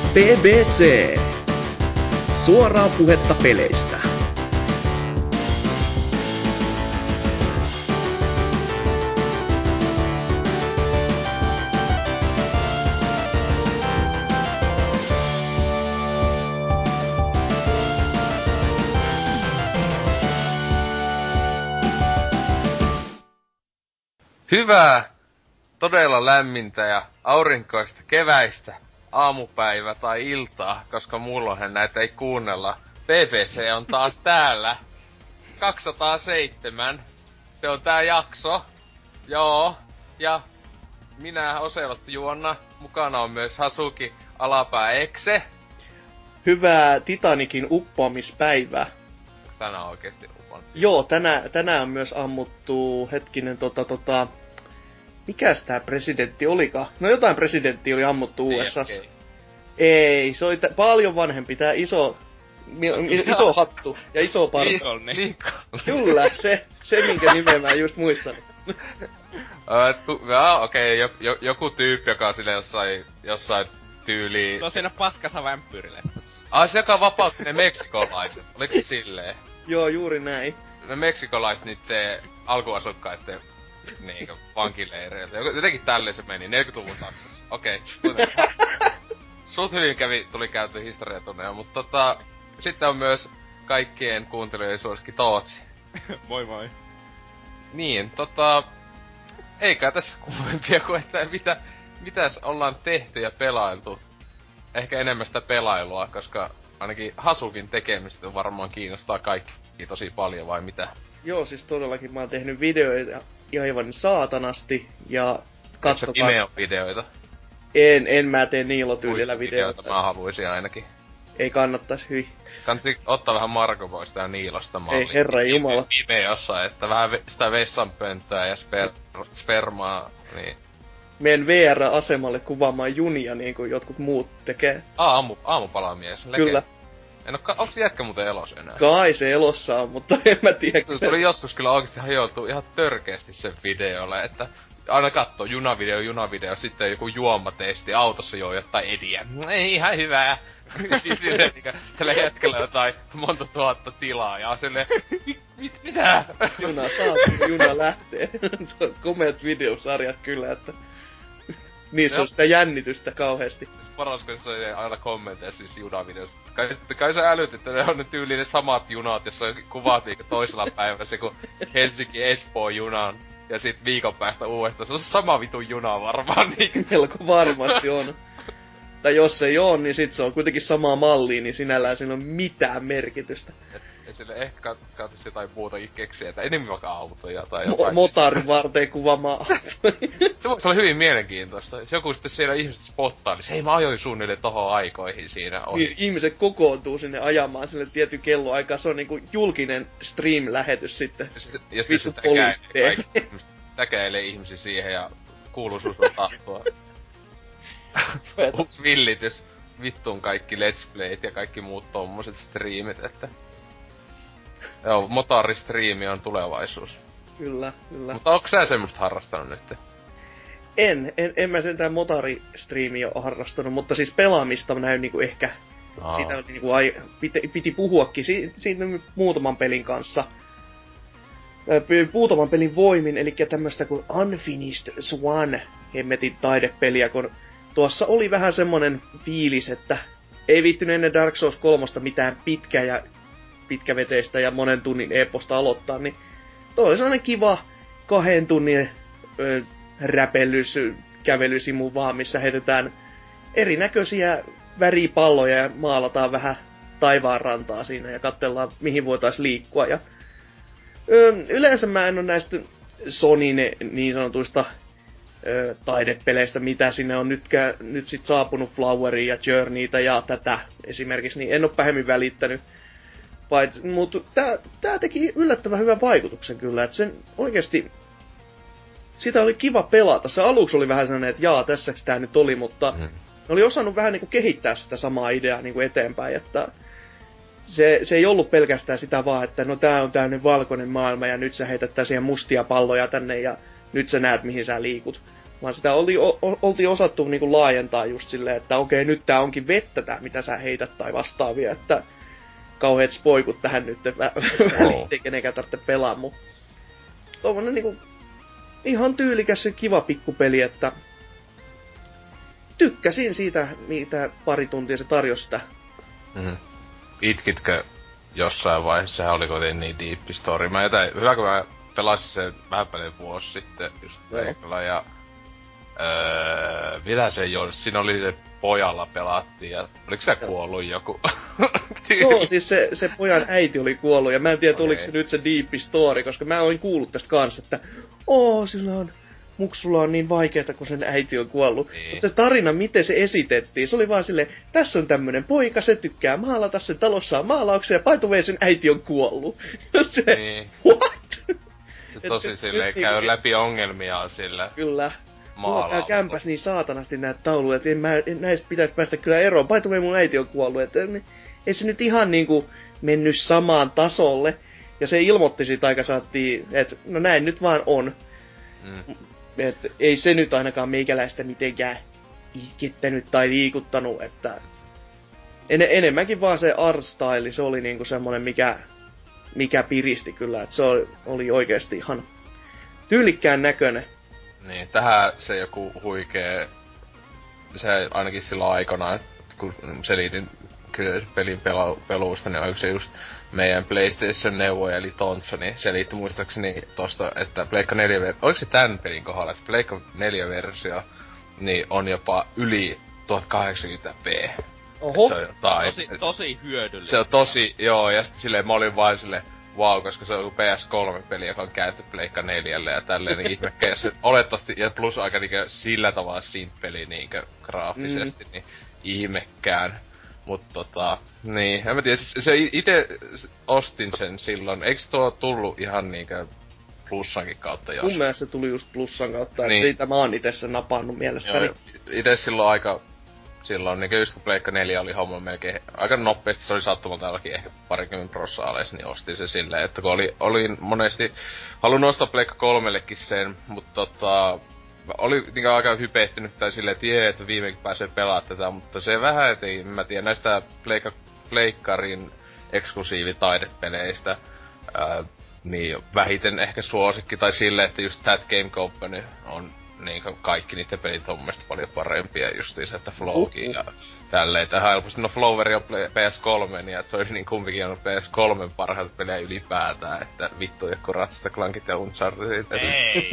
BBC. Suoraa puhetta peleistä. Hyvää, todella lämmintä ja aurinkoista keväistä aamupäivä tai iltaa, koska muulloinhan näitä ei kuunnella. BBC on taas täällä. 207. Se on tää jakso. Joo. Ja minä Oselot Juonna. Mukana on myös Hasuki Alapää Ekse. Hyvää Titanikin uppoamispäivää. Tänään on oikeesti upon. Joo, tänään on myös ammuttu, mikäs tää presidentti olikaan? No jotain presidentti oli ammuttu USAssa. Ei, se oli paljon vanhempi, tää iso hattu ja iso parta. Lincoln. Kyllä, se minkä nimeä mä just muistan. Okei, joku tyyppi, joka on sille jossain tyyliin. Se on siinä paskassa vampyyrileffassa. Se joka vapautti ne meksikolaiset, oliko se silleen? Joo, juuri näin. Ne meksikolaiset niitten alkuasukkaitten niinkö vankileireiltä. Jotenkin tälleen se meni, 40-luvun Saksassa. Okei. Sut hyvin tuli käyty historiatunneja, mutta sitten on myös kaikkien kuuntelijoiden suosikki Tootsi. Moi moi. Niin, eikä tässä kummempia kuin, että mitäs ollaan tehty ja pelailtu. Ehkä enemmän sitä pelailua, koska ainakin Hasukin tekemistä varmaan kiinnostaa kaikki tosi paljon, vai mitä? Joo, siis todellakin mä oon tehnyt videoita aivan saatanasti, ja katsotaan. Videoita? En mä tee Niilo-tyylillä videoita. Mä haluisin ainakin. Ei kannattais hyi. Kannattaa ottaa vähän Marko pois tää Niilosta mallia. Ei herra jumala. Vimeossa, että vähän sitä vessanpönttöä ja spermaa, niin. Meen VR-asemalle kuvaamaan junia niin kuin jotkut muut tekee. Aamupalamies. Kyllä. Onks jätkä muuten elos enää? Kai se elossa on, mutta en mä tiedä. Se tuli joskus kyllä oikeesti hajoiltu ihan törkeästi sen videolle, että aina kattoo junavideo, sitten joku juomatesti, autossa joo jotain ediä. Ei ihan hyvää. Siis silleen tällä hetkellä jotain monta tuhatta tilaa ja silleen, mitä? Juna lähtee. Komeat videosarjat kyllä, että niissä on sitä jännitystä kauheesti. Paras, kun se on aina kommenteja siis junavideosta. Kai sä älyt, että ne on ne tyyliin ne samat junat, jossa kuvaat toisella päivällä se kun Helsinki-Espoo junan. Ja sit viikon päästä uudestaan. Se on sama vitun juna varmaan niin. Melko varmasti on. Tai jos ei oo, niin sit se on kuitenkin samaa mallia, niin sinällään sillä on mitään merkitystä. Ja sille ehkä katsoisi jotain muutakin keksiä, että enemmän vaikka autoja tai jotain. Motarin varteen kuvaamaan Se voisi olla hyvin mielenkiintoista. Jos joku sitten siellä ihmiset spottaa, niin se ei mä ajoin suunnilleen tohon aikoihin siinä on. Niin, ihmiset kokoontuu sinne ajamaan sille tietty kelloaikaa. Se on niinku julkinen stream-lähetys sitten. Ja sitten se täkäilee ihmisiä siihen ja kuuluisuus on tahtoa. Uusi villitys. Vittun kaikki let's playt ja kaikki muut tommoset striimit, että. Joo, motoristriimi on tulevaisuus. Kyllä. Mutta onko sä semmoista harrastanut nyt? En mä sentään motoristriimiä oo harrastanut, mutta siis pelaamista mä näin niinku ehkä. Siitä on niinku piti puhuakin siitä muutaman pelin kanssa. Muutaman pelin voimin, eli tämmöstä kuin Unfinished Swan hemmetin taidepeliä, kun tuossa oli vähän semmonen fiilis, että ei viittynyt ennen Dark Souls 3 mitään pitkäveteistä ja monen tunnin eposta aloittaa, niin toi oli sellainen kiva 2 tunnin räpellys, kävelysimu vaan, missä heitetään erinäköisiä väripalloja ja maalataan vähän taivaanrantaa siinä ja katsellaan mihin voitais liikkua. Ja yleensä mä en oo näistä Sonyn niin sanotuista taidepeleistä, mitä sinne on nyt sit saapunut Floweria ja Journeytä ja tätä esimerkiksi, niin en oo pahemmin välittänyt. Mutta tää teki yllättävän hyvän vaikutuksen kyllä, että sen oikeesti sitä oli kiva pelata. Se aluksi oli vähän sellainen, että tässäks tää nyt oli, mutta ne oli osannut vähän niinku kehittää sitä samaa ideaa niinku eteenpäin, että se ei ollut pelkästään sitä vaan, että no tää on täynnä valkoinen maailma ja nyt sä heität siihen mustia palloja tänne ja nyt sä näet mihin sä liikut. vaan sitä oltiin osattu niinku laajentaa just silleen, että okei, nyt tää onkin vettä tää, mitä sä heität tai vastaavia, että kauheet spoikut tähän nyt ettei kenenkään tarvitse pelaa, mut tommonen niinku ihan tyylikäs ja kiva pikkupeli, että tykkäsin siitä, mitä pari tuntia se tarjosi sitä. Itkitkö jossain vaiheessa? Sehän oli kuitenkin niin deep story. Hyvä kun mä pelasin sen vähän paljon vuosi sitten just Pleikalla ja mitä se jo, siinä oli se pojalla pelattiin ja oliko se kuollut joku? Joo, siis se pojan äiti oli kuollut ja mä en tiedä oliko se nyt se deep story, koska mä olin kuullut tästä kanssa, että muksulla on niin vaikeeta, kun sen äiti on kuollut. Niin. Mutta se tarina, miten se esitettiin, se oli vaan silleen, tässä on tämmönen poika, se tykkää maalata, sen talossa on maalauksia, ja by the way, sen äiti on kuollut. Se, niin. What? Se tosi silleen käy läpi ongelmia sillä kyllä. Maalausta. Mulla kämpäs niin saatanasti näitä tauluja, että näistä pitäisi päästä kyllä eroon. By the way, mun äiti on kuollut, että ei se nyt ihan niinku mennyt samaan tasolle. Ja se ilmoitti siitä aika saattiin, että no näin nyt vaan on. Että ei se nyt ainakaan meikäläistä mitenkään iskittänyt tai liikuttanut, että enemmänkin vaan se art-style, se oli niinku semmonen, mikä piristi kyllä, että se oli oikeesti ihan tyylikkään näköinen. Niin, tähän se joku huikee, se ainakin silloin aikanaan, kun selitin kyllä pelin peluusta, niin oliko se just meidän PlayStation-neuvoja, eli Tontsa, niin selitti muistaakseni tosta, että Pleikka 4, oliko se tän pelin kohdalla, että Pleikka 4-versio, niin on jopa yli 1080p. Oho. Se on jotain. Tosi hyödyllistä. Se on tosi, joo, ja sitten silleen mä olin vain silleen, wow, koska se on joku PS3-peli, joka on käännetty Pleikka 4:lle ja tälleen niin ihmekkää. Se olettavasti, ja plus aika niinkö sillä tavalla simppeli niinkö graafisesti, niin ihmekään. Mut niin, en mä tiedä, se ite ostin sen silloin, eiks tuo tullu ihan niinkö plussankin kautta jos? Mun mielestä se tuli just plussan kautta, niin. että siitä mä oon ite sen napannut mielestäni. Joo, ite silloin niinkö just kun Pleikka 4 oli homma melkein aika nopeesti, se oli sattumalta jollakin ehkä 20% aleissa, niin ostin se silleen, että kun olin monesti halunnut ostaa Pleikka 3:llekin sen, mutta oli niinkö aika hypeettynyt tai silleen, että viimeinkin pääsee pelaamaan tätä, mutta se vähän, et ei, mä tiedän näistä Pleikkarin eksklusiivitaidepeleistä, niin vähiten ehkä suosikki, tai silleen, että just That Game Company on niinkö kaikki niiden pelit on mun mielestä paljon parempia justiinsa, että Flowkin ja tälleen. Tähän helposti, no Floweri on PS3, niin että se oli niin kumpikin on PS3 parhaita pelejä ylipäätään, että vittu joku Ratchet Clankit ja Uncharted. Ei!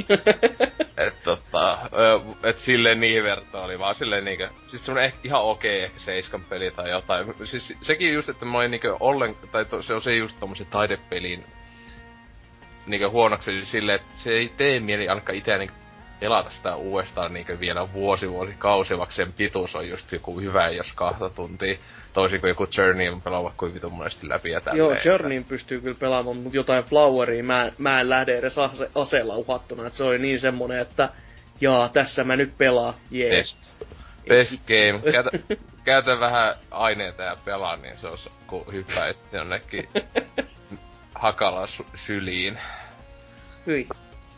Et silleen niin vertaa oli vaan silleen niinkö, siis semmonen ihan okei ehkä 7 peli tai jotain. Siis sekin just, että mä olin niinkö se on se just tommosen taidepelin niinkö huonoksi silleen, että se ei tee mieli ainakaan itseä niinkö pelata sitä uudestaan niinkö vielä vuosikausi, vaikka sen pituus on just joku hyvä, jos 2 tuntia. Toisin kuin joku Journey on pelaa vaikka vitun monesti läpi ja tälleen. Joo, Journeyin pystyy kyllä pelaamaan, mutta jotain Floweria mä en lähde edes aseella uhattuna. Että se oli niin semmonen, että jaa, tässä mä nyt pelaan, jees. Best game. Käytä vähän aineita ja pelaa, niin se olisi kun hyppäit jonnekin Hakala syliin. Hyi.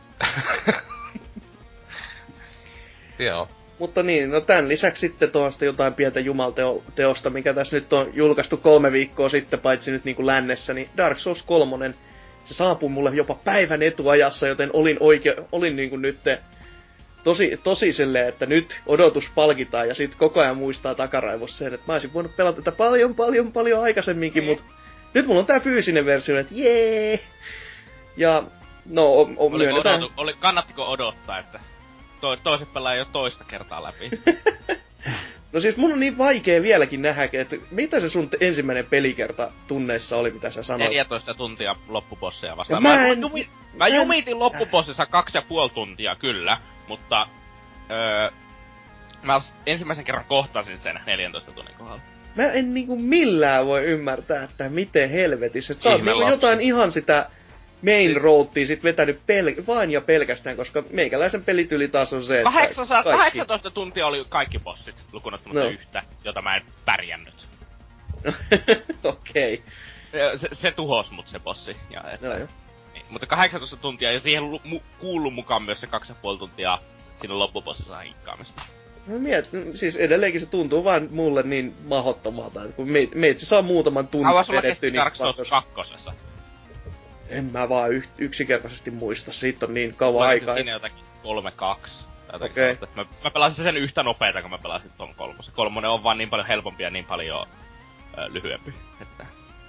Joo. Mutta niin, no tän lisäksi sitten tuosta jotain pientä jumalteosta, mikä tässä nyt on julkaistu 3 viikkoa sitten, paitsi nyt niinku lännessä, niin Dark Souls 3, se saapui mulle jopa päivän etuajassa, joten olin niinku nyt tosi silleen, että nyt odotus palkitaan ja sit koko ajan muistaa takaraivossa sen, että mä olisin voinut pelata tätä paljon aikaisemminkin, mut nyt mulla on tää fyysinen versio, että jee! Ja no, myönnetään. Kannattiko odottaa, että toiset pelaa jo toista kertaa läpi? No siis mun on niin vaikea vieläkin nähdä, että mitä se sun ensimmäinen pelikerta tunneissa oli, mitä sä sanoit? 14 tuntia loppubosseja vastaan. Mä jumitin loppubossissa 2,5 tuntia kyllä, mutta mä ensimmäisen kerran kohtasin sen 14 tunnin kohdalla. Mä en niinku millään voi ymmärtää, että miten helvetissä. Sä oot niinku jotain ihan sitä main roadtia sit vetänyt vain ja pelkästään, koska meikäläisen pelityli taas on se, että 18 tuntia oli kaikki bossit, lukunottamatta yhtä, jota mä en pärjännyt. Okei. Se tuhos mut se bossi. Ja no, mutta 18 tuntia, ja siihen kuuluu mukaan myös se 2,5 tuntia siinä loppubossissa hinkkaamista. No siis edelleenkin se tuntuu vaan mulle niin mahdottomalta, että kun meitsi saa muutaman tunnin vedettyä, niin... Dark Souls 2. En mä vaan yksinkertaisesti muista, siitä on niin kauan aikaa. Siinä jotakin 3-2. Okei. Mä pelasin sen yhtä nopeeta, kun mä pelasin ton 3. 3 on vaan niin paljon helpompi ja niin paljon lyhyempi. Että...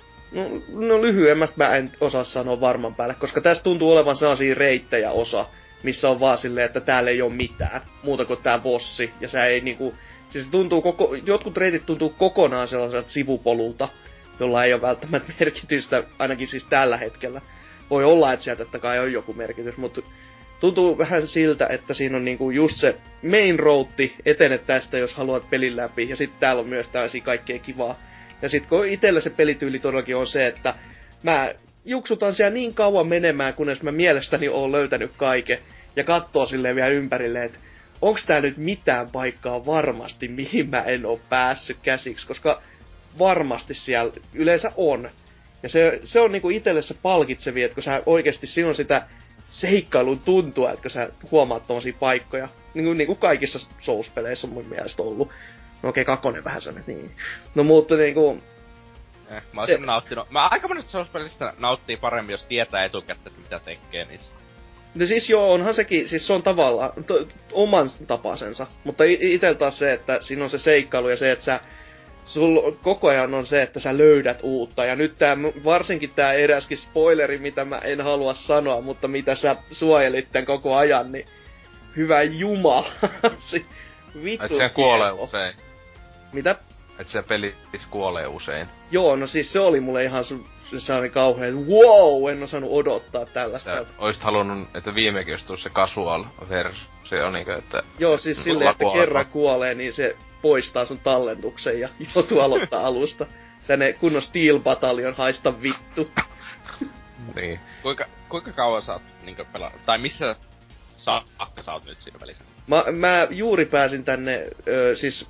No lyhyemmästä mä en osaa sanoa varman päälle, koska tässä tuntuu olevan sellaisia reittejä osa, missä on vaan silleen, että täällä ei oo mitään, muuta kuin tää bossi, ja sä ei niinku... Siis se tuntuu jotkut reitit tuntuu kokonaan sellaiselta sivupolulta, jolla ei ole välttämättä merkitystä, ainakin siis tällä hetkellä. Voi olla, että sieltä totta kai on joku merkitys, mutta tuntuu vähän siltä, että siinä on niinku just se main roadti, etene tästä, jos haluat pelin läpi, ja sitten täällä on myös tällaisia kaikkea kivaa. Ja sit kun itellä se pelityyli todellakin on se, että mä juksutan siellä niin kauan menemään, kunnes mä mielestäni oon löytänyt kaiken, ja kattoo silleen vielä ympärille, että onks tää nyt mitään paikkaa varmasti, mihin mä en oo päässyt käsiksi, koska varmasti siellä yleensä on. Ja se on niinku itelle se palkitsevi, että kun sä oikeesti siinä on sitä seikkailun tuntua, että kun sä huomaat tommosia paikkoja. Niinku kaikissa Souls-peleissä on mun mielestä ollut. No okei, kakkonen vähän sanoo, niin. No mutta niinku... Mä oon nauttinut. Mä aika monesta Souls-pelistä nauttii paremmin, jos tietää etukäteen, mitä tekee niissä. No siis joo, onhan sekin, siis se on tavallaan oman tapasensa. Mutta itel taas se, että siinä on se seikkailu ja se, että sul koko ajan on se, että sä löydät uutta. Ja nyt varsinkin tää eräskin spoileri, mitä mä en halua sanoa, mutta mitä sä suojelit tän koko ajan, niin hyvä jumala. Vittu. Et se kuolee usein. Mitä? Et se pelissä kuolee usein. Joo, no siis se oli mulle ihan sellainen kauhean, wow, en osannut odottaa tällaista. Sä oisit halunnut, että viimekin olisi tullut se casual versio, niinkö, että... Joo, siis silleen, että kerran kuolee, niin se poistaa sun tallentuksen ja joutuu aloittaa alusta. Tänne kunnon Steel Battalion haista vittu. Niin. Kuinka kauan sä oot niinkö pelannut? Tai missä saakka sä oot nyt siinä välissä? Mä juuri pääsin tänne, siis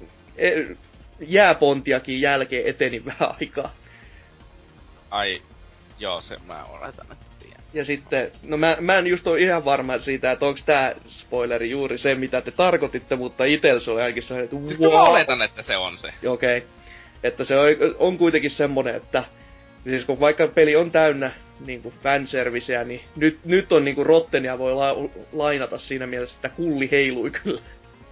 jääpontiakin jälkeen etenin vähän aikaa. Ai, joo, se mä oletan, että tiedän. Ja sitten, no mä en just oo ihan varma siitä, että onks tää spoileri juuri se, mitä te tarkoititte, mutta itel se oli ainakin sellainen, että siis wow. Mä oletan, että se on se. Okei. Okay. Että se on kuitenkin semmonen, että siis kun vaikka peli on täynnä niinku fanserviceä, niin nyt on niinku Rottenia voi lainata siinä mielessä, että kulli heilui kyllä.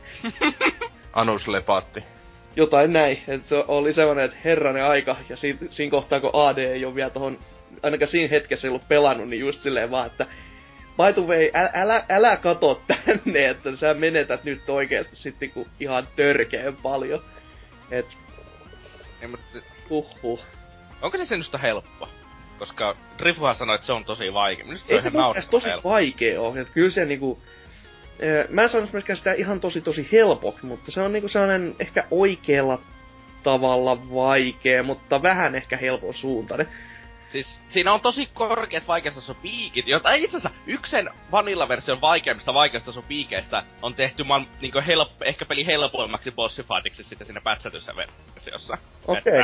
Anus lepatti. Jotain näin, että oli semmonen, että herranen aika, ja siinä kohtaa kun AD ei oo vielä tohon, ainakaan siinä hetkessä ei ollut pelannut, niin just silleen vaan, että by the way, älä kato tänne, että sä menetät nyt oikeesti sitten ihan törkeen paljon. Et... Ei, mutta... Onko se sinusta helppo? Koska Drifuhan sanoi, että se on tosi vaikea. Ei se mun tosi vaikea oo, että kyllä se niinku... Mä en sanois myöskään sitä ihan tosi helpoksi, mutta se on niinku sellainen ehkä oikealla tavalla vaikea, mutta vähän ehkä helpon suuntainen. Siis siinä on tosi korkeat vaikeasta piikit, jota itse asiassa yksen vanilla-version vaikeasta piikeistä on tehty niinku ehkä peli helpoimmaksi bossifightiksi sitten siinä pätsätyssä versiossa. Okei.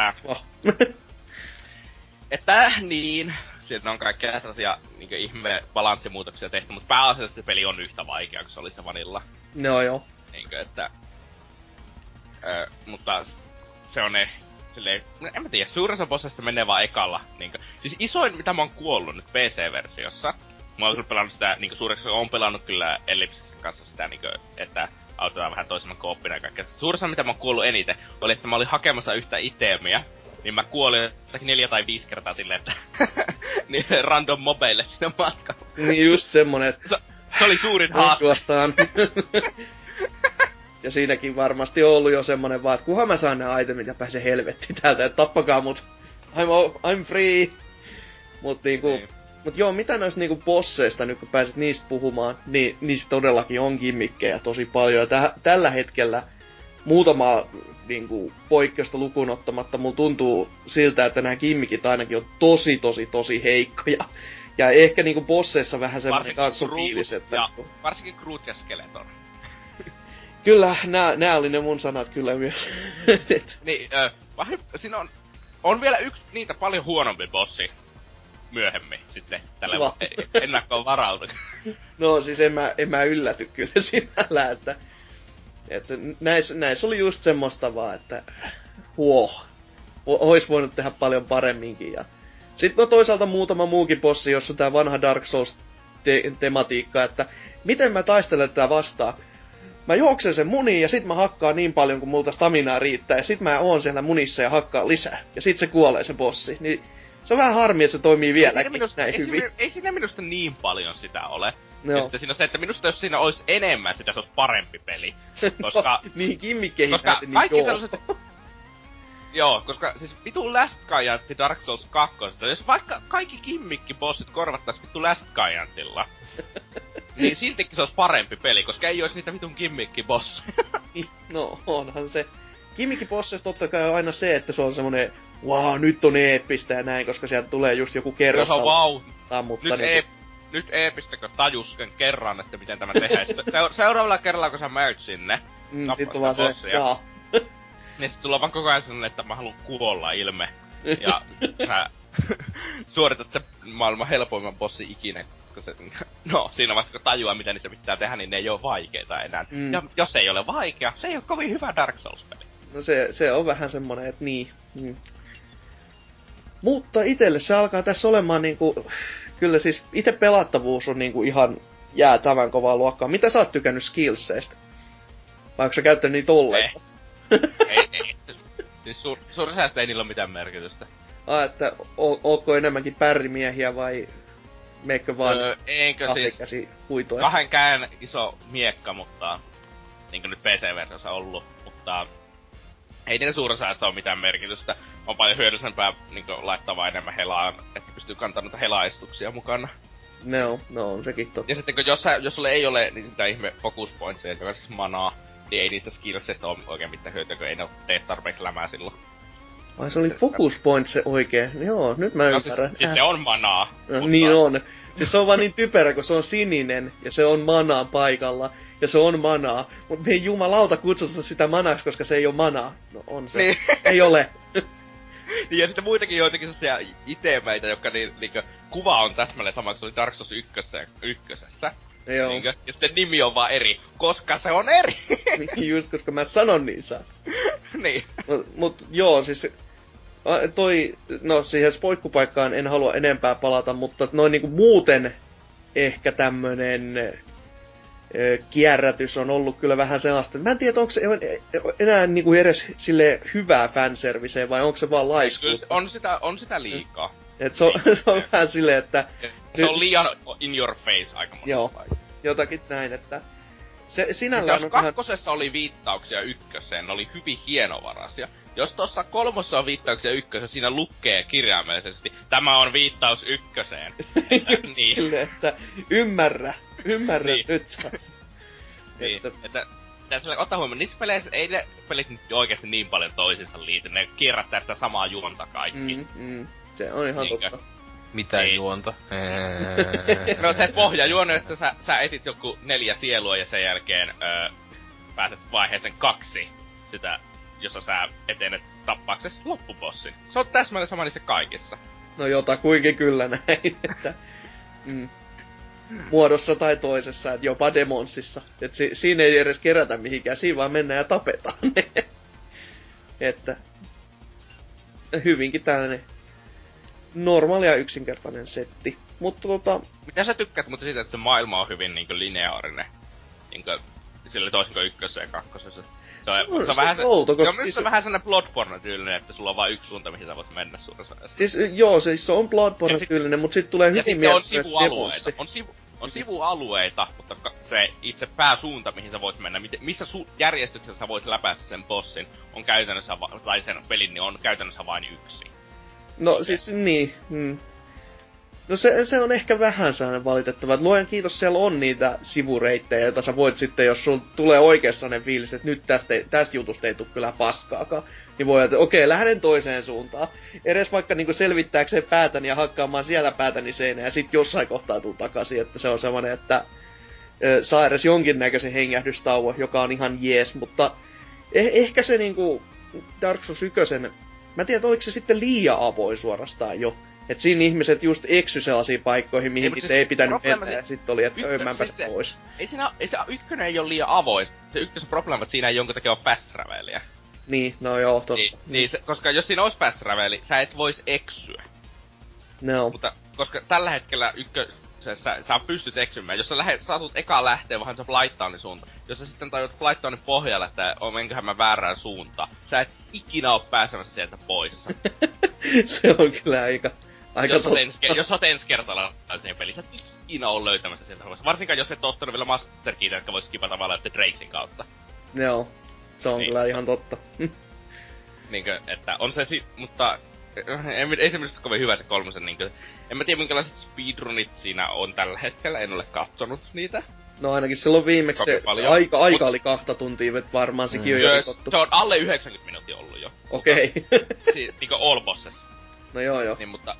Että niin, siinä on kaikkea sellaisia niinku ihme balanssimuutoksia tehty, mutta pääasiassa se peli on yhtä vaikea, kun se oli se vanilla. No joo. Niinkö, että... mutta se on ne... Silleen, en mä tiedä, suurin osa bossista menee vaan ekalla. Niinkö. Siis isoin, mitä mä oon kuollut nyt PC-versiossa, mä oon kyllä pelannut sitä, niinku suureksi oon pelannut kyllä Ellipsiksen kanssa sitä, niinku, että autetaan vähän toisemman kooppina ja kaikkea. Suurin osa, mitä mä oon kuollut eniten, oli, että mä olin hakemassa yhtä itemiä, niin mä kuolin jotakin 4 tai 5 kertaa silleen, että niin random mobeille siinä matkalla. Niin just semmonen, että... Se oli suurin haaste. Ja siinäkin varmasti on ollut jo semmonen vaan, että kunhan mä saan ne itemit ja pääsen helvettiin täältä, että tappakaa mut. I'm free. Mut niinku... Mut joo, mitä noista niinku bosseista nyt kun pääset niistä puhumaan, niin niistä todellakin on gimmikkejä tosi paljon. Ja tällä hetkellä muutama niinku poikkeusta lukuun ottamatta mulla tuntuu siltä, että nämä gimmikit ainakin on tosi heikkoja. Ja ehkä niinku bosseissa vähän semmonen kanssa fiilis, että... Ja varsinkin Groot ja Skeletor. Kyllä, nää oli ne mun sanat kyllä myös. Niin, siinä on vielä yksi niitä paljon huonompi bossi. myöhemmin sitten tällä Kiva. ennakkoon varautu. No siis en mä ylläty kyllä sinällä, että näissä oli just semmoista vaan, että ois voinut tehdä paljon paremminkin. Ja sitten toisaalta muutama muukin bossi, jos on tää vanha Dark Souls tematiikka, että miten mä taistelen tätä vastaan. Mä juoksen sen muniin ja sit mä hakkaan niin paljon, kun multa staminaa riittää. Ja sit mä oon siellä munissa ja hakkaan lisää. Ja sit se kuolee se bossi. Niin se on vähän harmi, että se toimii vieläkin näin hyvin. Ei siinä minusta niin paljon sitä ole. No. Ja sitten siinä on se, että minusta jos siinä olisi enemmän sitä, se olisi parempi peli. Koska... niin kimmikkeihin koska niin kaikki joo. sellaiset... Joo, koska siis vitu Last Giant Dark Souls 2, jos vaikka kaikki kimmikkibossit korvattais vitu Last Giantilla, niin siltikin se olisi parempi peli, koska ei olisi niitä vitun kimmikkibosseja. No, onhan se. Kimmikkibossista totta kai on aina se, että se on semmonen, wow, nyt on eeppistä ja näin, koska sieltä tulee just joku kerros. Se on vau. Nyt eepistäkö tajus kerran, että miten tämä tehdään. Seuraavalla kerralla, kun sä mäyt sinne, sit on vaan se, niin sit sulla on vaan koko ajan sellainen, että mä haluan kuolla ilme. Ja sä suoritat se maailman helpoimman bossi ikinä. Se, no, siinä vaiheessa kun tajuaa, mitä niissä pitää tehdä, niin ne ei oo vaikeita enää. Ja jos ei ole vaikea, se ei oo kovin hyvä Dark Souls-peli. No se on vähän semmonen, että niin. Mutta itelle se alkaa tässä olemaan niinku... Kyllä siis itse pelattavuus on niinku ihan jäätävän kovaa luokkaa. Mitä sä oot tykännyt skillseistä? Vai onko sä käyttänyt niitä ollenkaan? Ei. Siis suurisäästä ei niillä ole mitään merkitystä. Että ootko enemmänkin pärrimiehiä vai meikö vaan eikö siis huitoja? Kahden käen iso miekka, mutta niinkö nyt PC-versiossa ollut, mutta ei niillä suurisäästä ole mitään merkitystä. On paljon hyödyllisempää niinkö laittaa vaan enemmän helaan, että pystyy kantamaan noita helaistuksia mukana. No on sekin totta. Ja sitten kun jos sulle ei ole niitä ihme focus pointseja, joka siis manaa, niin ei niistä skillseistä ole oikein mitään hyötyä, kun ei ne tee tarpeeksi lämää silloin. Ai se oli focus point se oikee. Joo, nyt mä ymmärrän. Siis se on manaa. No, mutta... Niin on. Siis se on vaan niin typerä, kun se on sininen ja se on manaa paikalla. Ja se on manaa. Mut me ei jumalauta kutsuta sitä manaksi, koska se ei oo manaa. No on se. Niin. Ei ole. Niin ja sitten muitakin joitakin sellaisia itemeitä, jotka niinkö kuva on täsmälleen sama, kun se oli Dark Souls ykkösessä. Joo. Niinkö? Ja sitten nimi on vaan eri, koska se on eri! Just koska mä sanon niin saa. Niin. Mut joo, siis siihen spoikkupaikkaan en halua enempää palata, mutta noin niinku muuten ehkä tämmönen kierrätys on ollut kyllä vähän sellaista. Mä en tiedä, onko se enää niinku edes sille hyvää fanserviceä vai onko se vaan laiskuutta. On sitä liikaa. Et se on vähän silleen, että... Se on liian in your face aika monta. Joo, jotakin näin, että... Se sinällään siis jos on kakkosessa oli viittauksia ykköseen, ne oli hyvin hienovaraisia. Jos tossa kolmossa on viittauksia ykköseen, siinä lukee kirjaimellisesti, tämä on viittaus ykköseen. Niin. Silleen, että ymmärrä niin. Nyt. Niin, että tässä ottaa huomioon, niissä peleissä ei ne pelit nyt oikeesti niin paljon toisinsa liity, ne kierrättää sitä samaa juonta kaikki. Se on ihan totta. Mitä ei. Juonta? No se pohjajuoni, että sä etit joku 4 sielua ja sen jälkeen pääset vaiheeseen 2 sitä, jossa sä etenet tappaaksesi loppubossin. Se on täsmälleen sama niissä kaikissa. No jotakuinkin kyllä näin, että... muodossa tai toisessa, että jopa Demonsissa. Et siinä ei edes kerätä mihinkään, siinä vaan mennään ja tapetaan ne. Että hyvinkin tällainen normaali ja yksinkertainen setti. Mutta mitä sä tykkäät mutta siitä, että se maailma on hyvin niinkö lineaarinen? Niinkö sille toisin kuin ykkössä ja kakkosessa. Se on vähän outo, koska siis... on vähän sellainen Bloodborne-tyylinen, että sulla on vain yksi suunta, mihin sä voit mennä suuressa ajassa. Siis joo, siis se on Bloodborne-tyylinen, mutta sit tulee hyvin mielessä on sivualueita. On sivualueita, mutta se itse pääsuunta, mihin sä voit mennä, missä järjestyksessä sä voit läpäistä sen bossin, on käytännössä, tai sen pelin, niin on käytännössä vain yksi. No siis niin. No se on ehkä vähän sellainen valitettava, että luojan kiitos, siellä on niitä sivureittejä, joita sä voit sitten, jos sulla tulee oikeassa sellainen fiilis, että nyt tästä jutusta ei tule kyllä paskaakaan, niin voi että okei, lähden toiseen suuntaan. Edes vaikka niinku selvittääkseen päätäni ja hakkaamaan siellä päätäni seinään ja sit jossain kohtaa tuu takaisin, että se on semmoinen, että saa edes jonkinnäköisen hengähdystauon, joka on ihan jees, mutta ehkä se niinku Dark Souls 1, mä en tiedä, oliko se sitten liian avoin suorastaan jo. Et siinä ihmiset just eksy sellaisiin paikkoihin, mihin Ei, niitä ei pitänyt probleema mennä, ja sitten oli, että mä pääsen siis pois. Ei se ykkönen ei ole liian avoin. Se ykkösen probleema, että siinä ei jonkun takia ole fast travelia. Niin, no joo, totta. Niin koska jos siinä olisi fast traveli, sä et vois eksyä. No. Mutta koska tällä hetkellä sä pystyt eksymään. Jos sä saatut ekaan lähteä vähän se Blightownin suunta. Jos sä sitten tajut Blightownin pohjalla, että menköhän mä väärään suuntaan. Sä et ikinä oo pääsemässä sieltä pois. Se on kyllä aika jos oot ensikertalainen siihen peliin, sä et ikinä oo löytämässä sieltä pois. Varsinkaan jos et oo ottanut vielä Master Keytä, jotka vois skipata vaan Drakesin kautta. Joo. Se on niin. kyllä ihan totta. Niinkö, että on se mutta ei se minusta kovin hyvä se kolmosen niinkö. En mä tiedä minkälaiset speedrunit siinä on tällä hetkellä, en ole katsonut niitä. No ainakin silloin viimeksi se aika oli 2 tuntia, että varmaan sekin on jo rikottu. Se on alle 90 minuuttia ollut jo. Okei. Niinkö all bosses. No joo. Niin, mutta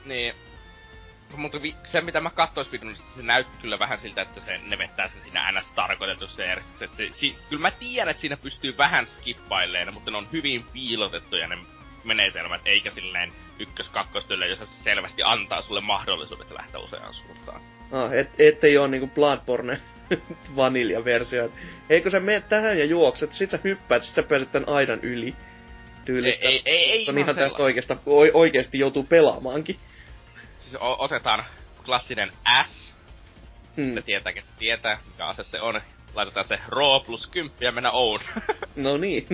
se mitä mä katsoin speedrunista, se näytti kyllä vähän siltä, että ne vettää sen siinä NS tarkoitetussa järjestyksessä. Kyllä mä tiedän, että siinä pystyy vähän skippailemaan, mutta ne on hyvin piilotettuja ne menetelmät, eikä silleen ykkös-kakkostyöllä, jossa se selvästi antaa sulle mahdollisuudet lähteä useaan suuntaan. Ettei oo niinku Bloodborne vanilja-versio. Eikö sä meet tähän ja juokset, sit sä hyppäät, sit sä pääset tän aidan yli. Tyylistä. Ei on ihan tästä oikeesti joutuu pelaamaankin. Siis otetaan klassinen S. Ne tietää, mikä ase se on. Laitetaan se Raw plus 10 ja mennä Own. No niin.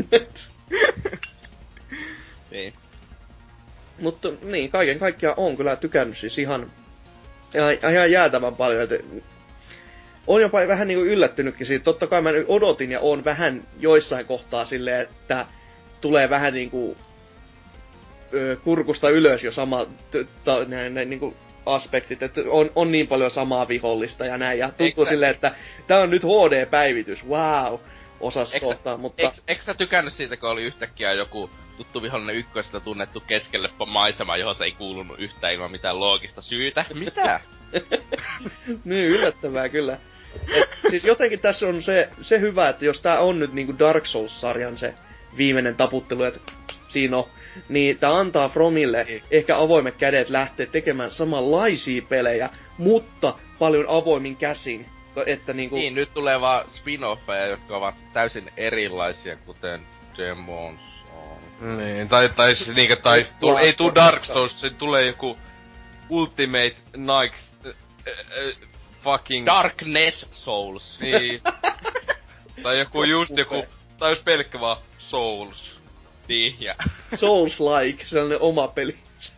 Niin. Mutta niin, kaiken kaikkiaan on kyllä tykännyt siis ihan jäätävän paljon. Et on jopa vähän niinku yllättynytkin siitä. Totta kai mä nyt odotin ja on vähän joissain kohtaa silleen, että tulee vähän niinku kurkusta ylös jo sama näin niinku aspektit, että on niin paljon samaa vihollista ja näin. Ja tuntuu silleen, että tää on nyt HD-päivitys, wow, osas kohtaa, mutta... Eikö sä tykännyt siitä, kun oli yhtäkkiä joku tuttu vihollinen ykköstä tunnettu keskelle maisema, johon se ei kuulunut yhtään ilman mitään loogista syytä? Mitä? Niin, yllättävää kyllä. Siis jotenkin tässä on se hyvä, että jos tää on nyt niinku Dark Souls-sarjan se viimeinen taputtelu, että siinä on, niin tää antaa Fromille ehkä avoimet kädet lähteä tekemään samanlaisia pelejä, mutta paljon avoimin käsin. Että niinku... Niin, nyt tulee vaan spin-offeja, jotka ovat täysin erilaisia, kuten Demons on. Niin, tai siis niinkö, ei tuu Dark Souls, se tulee joku Ultimate Nikes fucking... Darkness Souls. Niin. Tai joku tai jos pelkkä vaan Souls. Niin, ja... Souls-like, sellainen oma peli.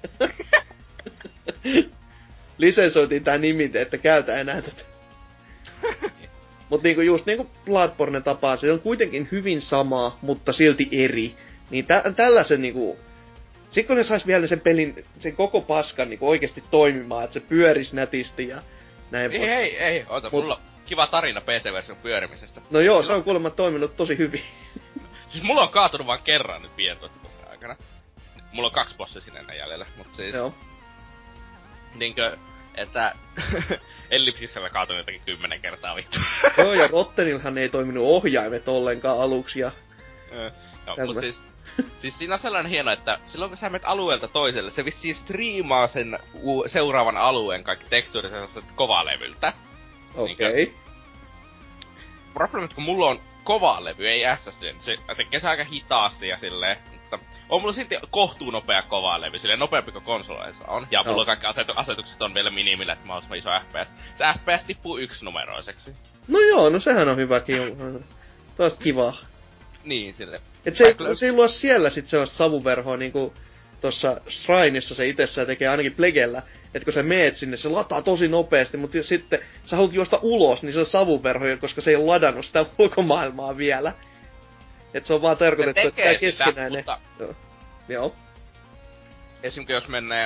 Lisensoitiin tää nimi, että käytä enää tätä. Mut niinku just niinku Bloodborne tapaa, se on kuitenkin hyvin sama, mutta silti eri. Niin tällaisen niinku... Sit kun ne sais vielä sen pelin, sen koko paskan niinku oikeesti toimimaan, että se pyöris nätisti ja näin pois. Ei, mulla on kiva tarina PC-version pyörimisestä. No joo, se on kuulemma toiminut tosi hyvin. Siis mulla on kaatunut vaan kerran nyt 15 vuoden aikana. Mulla on 2 bossia sinne jäljellä, mut siis... Joo. Niinkö, että... Ellipsisellä kaatunut jotakin 10 kertaa vittu. Joo, ja Rottenilhan ei toiminut ohjaimet ollenkaan aluksi ja... Joo, mut siis siinä on sellainen hieno, että silloin kun sä menet alueelta toiselle, se vissiin striimaa sen seuraavan alueen kaikki tekstuurit sellaiset kovalevyltä. Okei. Problemat kun mulla on kova levy, ei SSD, niin se tekee se aika hitaasti ja silleen, mutta on mulla silti kohtuu nopea kova levy, silleen nopeampi kuin konsoleissa on. Ja mulla kaikki asetukset on vielä minimillä, että mahdollisimman iso FPS. Se FPS tippuu 1-numeroiseksi. No joo, no sehän on hyväkin. Toista kivaa. Niin, silleen. Et se ei luo siellä sit sellaista savuverhoa niinku tossa Shrineissa se itsessään tekee ainakin Plegellä. Et kun sä meet sinne, se lataa tosi nopeasti, mutta sitten sä haluat juosta ulos, niin se on savuverho, koska se ei ole ladannut sitä ulkomaailmaa vielä. Et se on vaan tarkoitettu, että tää keskenään mutta... Joo. Esimerkiksi jos menee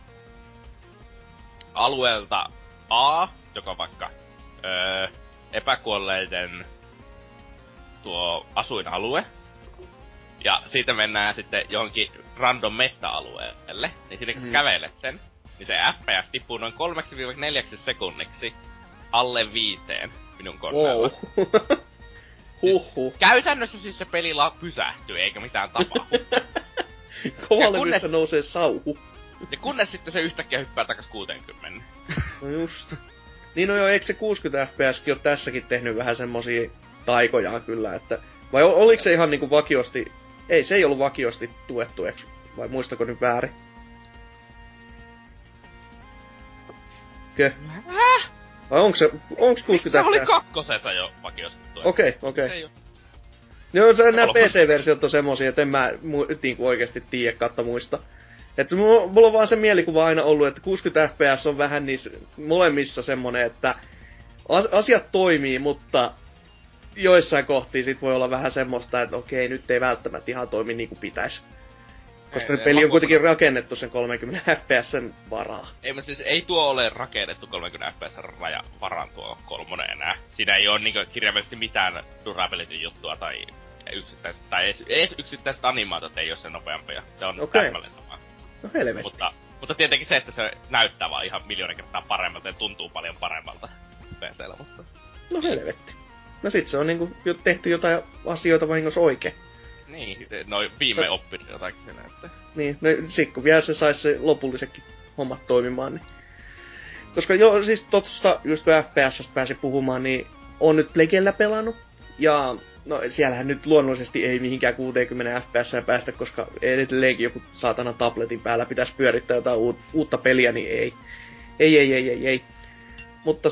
alueelta A, joka on vaikka epäkuolleiden tuo asuinalue, ja siitä mennään sitten johonkin random meta-alueelle, niin siinä kun sä kävelet sen, niin se FPS tippuu noin 3-4 sekunniksi alle 5 minun koneella. Wow. Huhhuh. Käytännössä siis se peli pysähtyy, eikä mitään tapahdu. Kovalevystä nousee sauhu. Ja kunnes sitten se yhtäkkiä hyppää takas 60. No just. Niin no joo, eikö se 60 FPSkin ole tässäkin tehnyt vähän semmosia taikojaan kyllä, että... Vai oliko se ihan niinku vakiosti... Ei, se ei ollut vakiosti tuettu, eks? Vai muistako nyt väärin? Kö? Vai onks 60 Se oli FPS? kakkosessa jo vakiosti tuettu. Okei. Se ei oo... Joo, nää PC-versiot on semmosia, et en mä niinku oikeesti tiedä katta muista. Et mulla on vaan se mielikuva aina ollut, että 60 FPS on vähän niissä molemmissa semmonen, että asiat toimii, mutta joissain kohtiin sit voi olla vähän semmoista, että okei, nyt ei välttämättä ihan toimi niinku pitäis. Koska se peli on kuitenkin rakennettu sen 30 FPSn varaa. Ei tuo ole rakennettu 30 FPS varaan tuo 3 enää. Siinä ei oo niinku kirjaimellisesti mitään durability juttua tai edes yksittäiset animaatot ei oo sen nopeampia. Se on täsmälleen sama. No helvetti. Mutta tietenkin se, että se näyttää vaan ihan miljoonan kertaa paremmalta ja tuntuu paljon paremmalta PC:llä, mutta... No helvetti. No sit se on niinku tehty jotain asioita vahingossa oikein. Niin, noi viime oppinut jotakin siellä, että... Niin, no sit kun vielä se sais se lopullisetkin hommat toimimaan, niin... Koska joo, siis tosta just kun FPS:stä pääsi puhumaan, niin on nyt Plegellä pelannut. Ja no siellähän nyt luonnollisesti ei mihinkään 60 FPS päästä, koska edelleenkin joku saatana tabletin päällä pitäisi pyörittää jotain uutta peliä, niin ei. Ei. Mutta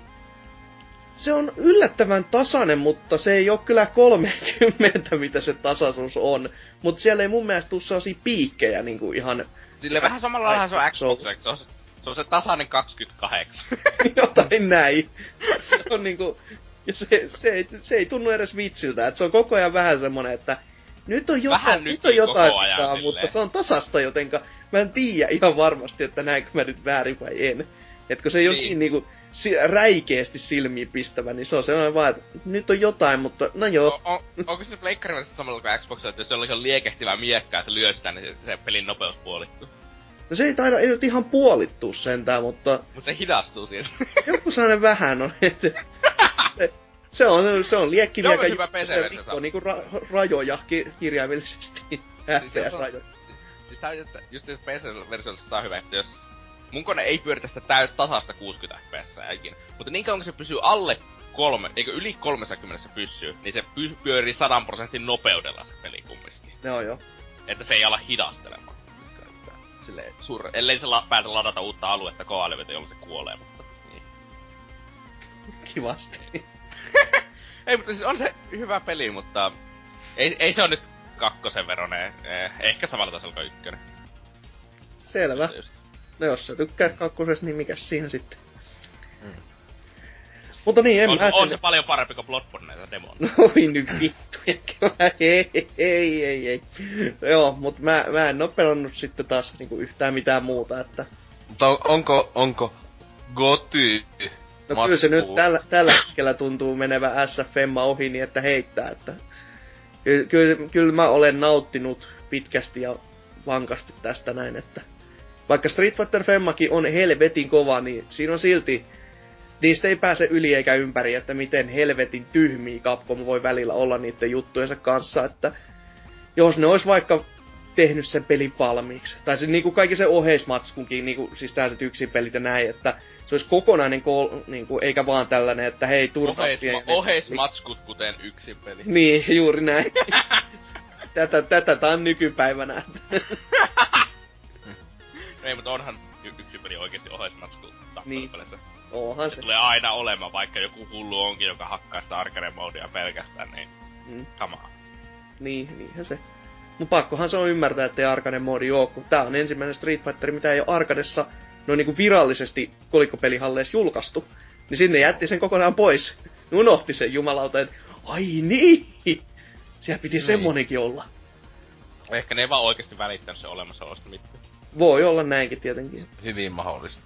se on yllättävän tasainen, mutta se ei oo kyllä 30, mitä se tasaisuus on. Mutta siellä ei mun mielestä tuu sellaisia piikkejä niinku ihan... Sille vähän samalla lailla se on Xbox, se on se tasainen 28. Jotain näin. Se on niinku... Ja se ei tunnu edes vitsiltä, että se on koko ajan vähän semmonen, että nyt on jotain vikaa, mutta se on tasasta, jotenka mä en tiedä ihan varmasti, että näinkö mä nyt väärin vai en. Etkö se ei ole niin niinku räikeesti silmiin pistävä, niin se on sellainen vaan, että nyt on jotain, mutta no joo. Onko se pleikkari välissä samalla kuin Xbox, että jos se on liekehtivää miekkää ja se lyö sitä, niin se pelin nopeus puolittuu? No se ei nyt ihan puolittuu sentään, mutta... Mut se hidastuu siinä. Joku sellainen vähän on, että... Se on liekkimiekka, se rikkoo niinku rajoja kirjaimellisesti. FPS-rajoja. Siis tää just PC-versiossa on hyvä, että jos... Mun kone ei pyöritä sitä tasasta 60 FPS ikinä. Mutta niin kauan kun se pysyy yli 30 pysyy, niin se pyörii 100% nopeudella se peli kumminkin. Joo joo. Että se ei ala hidastelemaan. Silleen ellei se päätä ladata uutta aluetta koalevytä, jolloin se kuolee, mutta niin. Kivasti. Ei, mutta siis on se hyvä peli, mutta ei se on nyt kakkosen veronen. Ehkä samalla tasolla kuin ykkönen. Selvä. No jos sä tykkää kakkosesta, niin mikäs siinä sitten? Mutta niin, on se paljon parempi kuin Bloodborne näitä demoja. Oi nyt vittu, ei. Joo, mut mä en oo pelannut sitten taas niinku yhtään mitään muuta, että... Mutta onko Goty? No kyllä se nyt tällä hetkellä tuntuu menevä SFM ohi niin, että heittää, että... Kyllä mä olen nauttinut pitkästi ja vankasti tästä näin, että... Vaikka Street Fighter Femmakin on helvetin kova, niin siinä on silti... Niistä ei pääse yli eikä ympäri, että miten helvetin tyhmiä Capcom voi välillä olla niiden juttujensa kanssa, että... Jos ne ois vaikka tehnyt sen pelin valmiiksi, tai se niinku kaikki se oheismatskunkin, niinku, siis tällaiset yksin pelit ja näin, että se olisi kokonainen niinku, eikä vaan tällainen, että hei turha... Oheismatskut kuten yksin peli. Niin, juuri näin. Tätä on nykypäivänä. Ei, mutta onhan yksin peli oikeesti oheismatsku tappelupeleissä. Niin. Onhan se. Tulee aina olemaan, vaikka joku hullu onkin, joka hakkaa sitä arcade-modia pelkästään, niin kamaa. Niinhän se. Mut pakkohan se on ymmärtää, ettei arcade-modi oo, kun tää on ensimmäinen Street Fighter, mitä ei oo arcadessa noin niinku virallisesti kolikkopelihalleissa julkaistu. Niin sinne jätti sen kokonaan pois. Unohti sen jumalauta, että ai niin! Siellä piti semmonenkin olla. Ehkä ne ei vaan oikeesti välittänyt sen olemassaolosta mitään. Voi olla näinkin tietenkin. Hyvin mahdollista.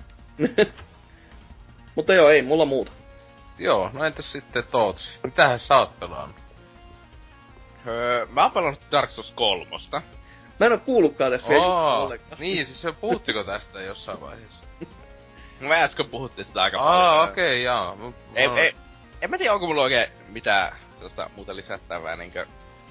Mutta joo, ei mulla muuta. Joo, no entäs sitten Tootsi? Mitähän sä oot pelannut? Mä oon pelannut Dark Souls 3. Mä en oo kuullutkaan tästä vielä ollenkaan. Niin, siis puhuttiko tästä jossain vaiheessa? Me äsken puhuttiin sitä aika paljon. Okei, jaa. En mä tiedä, onko mulla oikein mitään muuta lisättävää niinkö...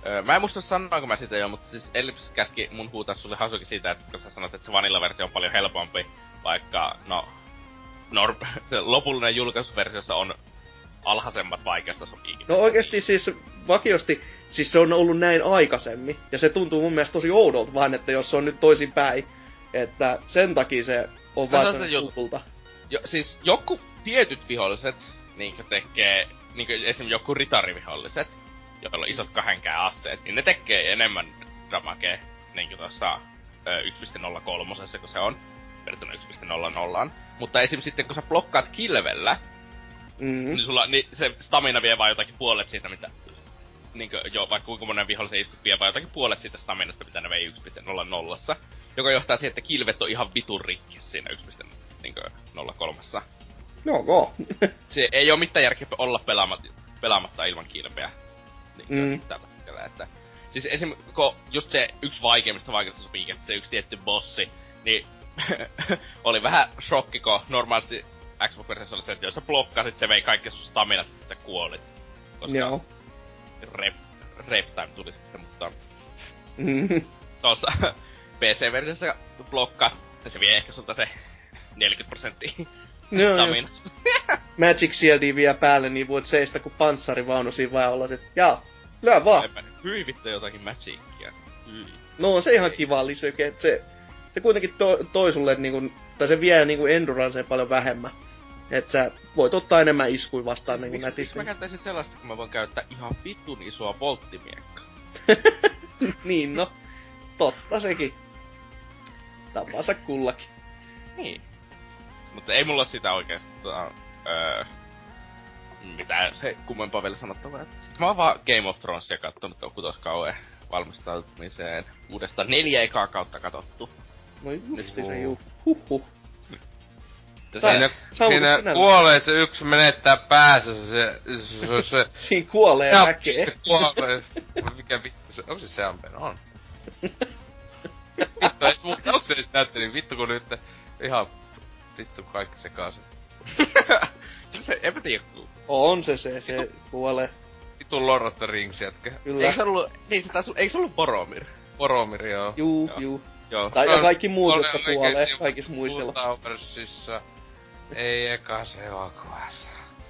Mä en muista sanoinko mä sitä jo, mutta siis Ellipsis käski mun huutaa sulle Hasuki siitä, että kun sä sanot, että se vanilla-versio on paljon helpompi, vaikka se lopullinen julkaisuversiossa on alhaisemmat vaikeustason ikinä. No oikeesti siis vakiosti, siis se on ollut näin aikaisemmin, ja se tuntuu mun mielestä tosi oudolta vaan, että jos se on nyt toisinpäin, että sen takia se on vaan tutulta. Siis joku tietyt viholliset niinkö tekee, niinkö esim. Joku ritariviholliset, joilla on isot kahdenkään asseet, niin ne tekee enemmän damagea niinkö tossa 1.03, kun se on verrattuna 1.00. Mutta esim. Sitten kun sä blokkaat kilvellä, niin sulla se stamina vie vaan jotakin puolet siitä, mitä niinkö vaikka kuinka monen vihollisen iskut vie vaan jotakin puolet siitä staminasta, mitä ne vei 1.00. Joka johtaa siihen, että kilvet on ihan vitun rikki siinä 1.03. No. Se ei oo mitään järkeä olla pelaamatta ilman kilpeä. Tällä hetkellä, että... Siis esim. Just se yksi vaikeimmista sopii, että se yksi tietty bossi, niin... oli vähän shokki, kun normaalisti Xbox-versiossa oli se, että jos sä blokkasit, se vei kaikki sun staminat, sit sä kuolit. Koska... Joo. Rape time tuli sitten, mutta... Tuossa PC-versiossa blokkaat, ja se vie ehkä sulta se 40% staminasta. Magic Shieldia vie päälle, niin voit seistä kun panssarivaunu siinä vai olla sit, jaa, lyö vaan. Hyi vittu jotakin Magicia. Hyi. No se ihan kiva lisäke, se kuitenkin toi sulle, että niinku, tai se vie niinku endurancea paljon vähemmän. Et sä voit ottaa enemmän iskuja vastaan niinku nätisti. Miksi mä käyttäisin sellaista, kun mä voin käyttää ihan vitun isoa volttimiekkaa? Niin no, totta sekin. Tapansa kullakin. Niin. Mutta ei mulla sitä oikeastaan mitään se kummempaa vielä sanottavaa. Sitten mä oon vaan Game of Thronesia kattonut kutoskauden valmistautumiseen. Uudestaan 4 ekaa kautta katottu. No justi se juu. Huhhuh. Siinä kuolee se yksi menettää päässä se... Siinä kuolee väkeä. Kuolee. Mikä vittu se... Onko se Seampen? On. Vittu, onko se edes näytteli? Vittu kun nyt ihan... Vittu kaikki sekaisin. Se, enpä tiedä. On se kuolee. Vittu Lord of the Rings jätkä. Kyllä. Eikö se ollut... Niin se taas... Eikö se ollut Boromir? Boromir, joo. Juu. Tai ja kaikki muut, jotka kuolee kaikissa muissa. Towersissa. Ei ekas elokuvassa.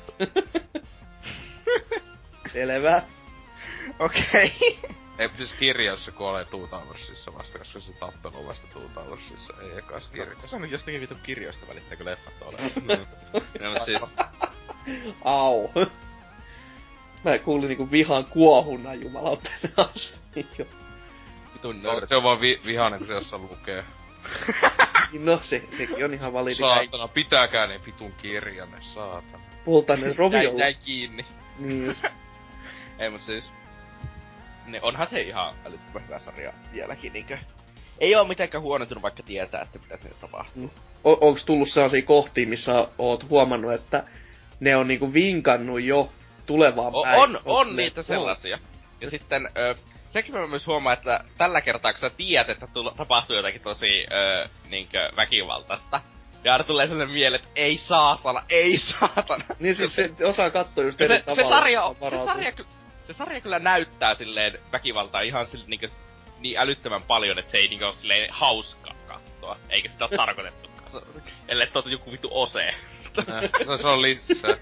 Selvä. Okei. Ei, siis kirjassa kuolee Two Towersissa vasta, koska se tappelu vasta Two Towersissa, ei ekas kirjassa. No, jostakin vitun kirjoista välittääkö leffat ole. No siis... Au. Mä kuulin niinku vihan kuohunnan jumalauta asti. Vitun nörd. Se on vaan vihainen, kun se jossain lukee. No sekin on ihan validi. Saatana, pitääkää ne vitun kirjanne, saatana. Poltainen roviolla. Jäi kiinni. Niin just. Ei mut siis... Ne onhan se ihan älyttömän hyvä sarja vieläkin niinkö. Ei oo mitenkään huonontunut vaikka tietää, että mitä se tapahtuu. Onks tullut sellaisia kohtia, missä oot huomannut, että ne on niinku vinkannut jo tulevaan päin? On niitä sellaisia. Ja sitten... Sekin mä myös huomaan, että tällä kertaa, kun sä tiedät, että tapahtuu jotakin tosi niinkö väkivaltaista, ja aina tulee sellainen mieleen, että ei saatana. Niin siis se osaa katsoa just eri tavalla. Se sarja kyllä näyttää silleen väkivaltaa ihan silleen niin älyttömän paljon, että se ei niinkö oo silleen hauskaa katsoa. Eikä sitä oo tarkoitettukaan. Ellei tuota joku vittu ose. Se on lisää.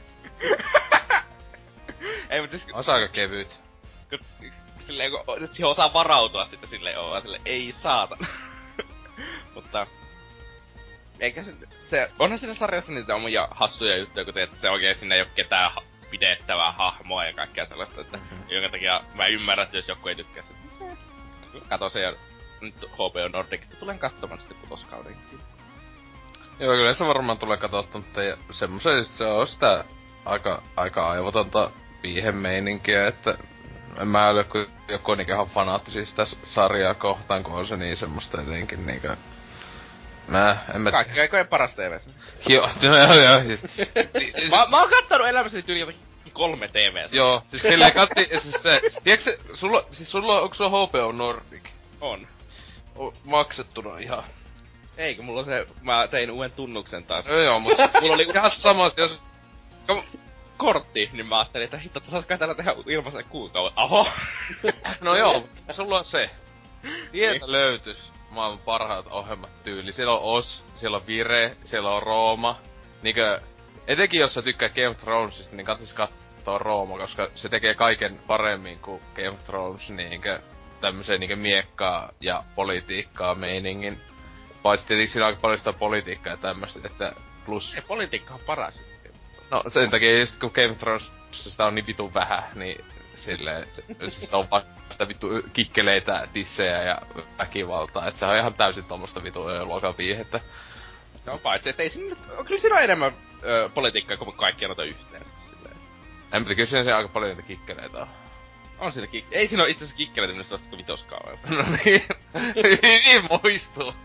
Ei mut siis... On aika kevyt. Silleen, kun siihen osaa varautua sitten silleen, vaan silleen, ei saatana. Mutta... Eikä se... Onhan siinä sarjassa niitä omia hassuja juttuja, kun se oikein sinne ei oo ketään pidettävää hahmoa ja kaikkea sellaista, että jonka takia mä ymmärrän, että jos joku ei tykkää sitä. Kato se ja nyt HBO Nordic, tulen katsomaan sitten kutoskaudenkin. Joo, kyllä se varmaan tulee katsottu, mutta semmosen se on sitä aika aivotonta viihemeininkiä, että en mä ole joku niinkö ihan fanaattisia sitä sarjaa kohtaan, kun on se niin semmoista jotenkin niinkö... Kaikki aikojen paras TV. Joo. Mä oon kattanut elämässäni tyyli jotakin 3 TV:tä. Joo, siis silleen katsi, siis se, tiiäksä, onko sulla HBO Nordic? On. Maksettuna ihan. Eikö, mulla on se, mä tein uuden tunnuksen taas. Joo, mut mulla oli ihan sama, jos... kortti, niin mä ajattelin, että hitto, sais kai täällä tehdä ilmaisen kuukauden. Aho! No joo, mutta sulla on se. Sieltä löytys maailman parhaat ohjelmat tyyli. Siellä on Oz, siellä on Vire, siellä on Rooma. Niinkö, etenkin jos sä tykkää Game of Thronesista, niin katsis kattoo Rooma, koska se tekee kaiken paremmin kuin Game of Thrones, niinkö tämmösen niinkö miekkaa ja politiikkaa meiningin. Paitsi tietysti siinä on aika paljon sitä politiikkaa ja tämmöstä, että plus... Ei, politiikka on paras. No sen takia just kun Game of Thrones sitä on niin vitun vähän, niin silleen se on vaan sitä vittu kikkeleitä, tissejä ja väkivaltaa, et se on ihan täysin tommoista vitun luokan viihettä. No paitsi, et ei siinä kyllä siinä on enemmän politiikkaa kuin kaikkia noita yhteensä silleen. En mutta kyllä siinä aika paljon niitä kikkeleitä on. On siinä ei siinä oo itseasiassa kikkeleitä minusta vasta vitoskaavella. No niin, niin muistuu.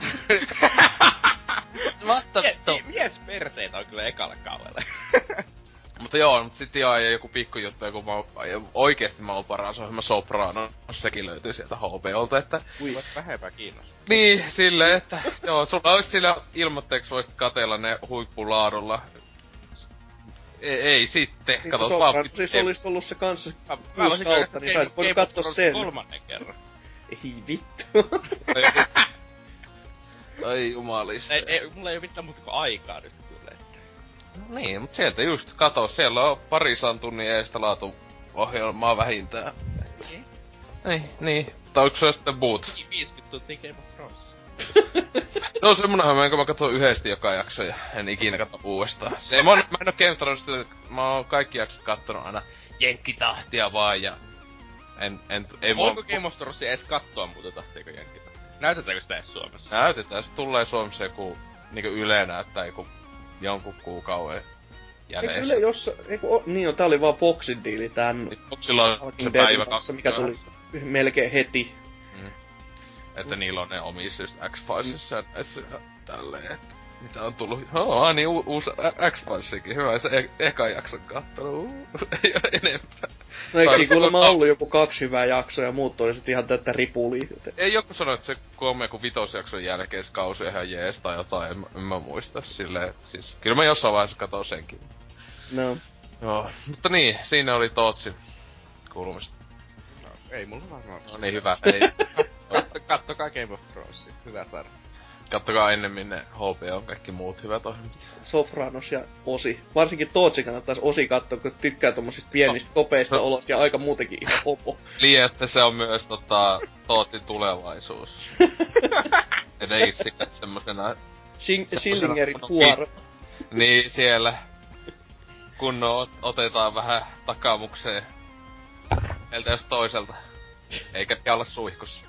Vasta Mies perseitä on kyllä ekalla kaudella. Mutta joo, mut sit joo, ja joku pikkujuttu, joku oikeesti maailman paras ohjelma Soprano, sekin löytyy sieltä HBOlta, että... Ui, vähempää kiinnostaa. Niin, silleen, että joo, sulla ois sillä ilmoitteeksi voisit katella ne huippulaadulla. Ei sitten, Niin katot Soprano vaan... siis olis ollut se kanssa Mä 6 kautta, niin sais voinut katsoa sen. Kolmannen kerran. Ei vittu. Ai jumalista. Mulla ei oo mitään muuta kuin aikaa nyt kyllä. No niin, mut sieltä just kato, siellä on parisan tunnin eestä laatuohjelmaa vähintään. Niin. Tai onko se sitten muut? 50 tuntia Game of Thrones. Se on semmonen homma, kun mä katson yhdesti joka jakso ja en ikinä katso uudestaan. Mä en oo Game of Thronesista, mä oon kaikki jaksot kattonut aina jenkkitahtia vaan ja... Ei voiko Game of Thronesia edes kattoa muuta tahtiako jenkkitahtia? Näytetäänkö sitä edes Suomessa? Näytetään, se tulee Suomessa joku... Niinku Yle näyttää jonkun kuukauden jäljessä. Eikö Yle niin on, tää oli vaan Foxin diili tän... Foxilla on se päivä kanssa, mikä tuli melkein heti. Että niillä on ne omissa just X-Filesissa ja näissä ja tälleen, että mitä on tullut. Niin uusi X-Filesikin, hyvä se eka jakson kattelu, ei oo enempää. No eikö kuulemma ollut joku 2 hyvää jaksoa ja muut oli sit ihan täyttä ripulia. Ei joku sano, että se 3 vitosjakson jälkeen se kausi ihan jees tai jotain, en mä muista silleen, siis kyllä mä jossain vaiheessa katon senkin. No. Joo, mutta niin, siinä oli Tootsin kuulumista. No, ei mulla varmaan. No niin, hyvä, ei. Kattokaa Game of Thrones, hyvä sarja. Kattokaa ennemmin ne HBO, kaikki muut hyvät ohjelmat. Sopranos ja Osi. Varsinkin Tootsi kannattais Osi katsoa, kun tykkää tommosista pienistä, kopeista olosta ja aika muutenkin ihan hopo. Liestä se on myös Tootsin tulevaisuus. Et ei sitä semmosena... Schillingerin suora. Niin, siellä. Kun otetaan vähän takamukseen. Meiltä jos toiselta. Eikä olla suihkussa.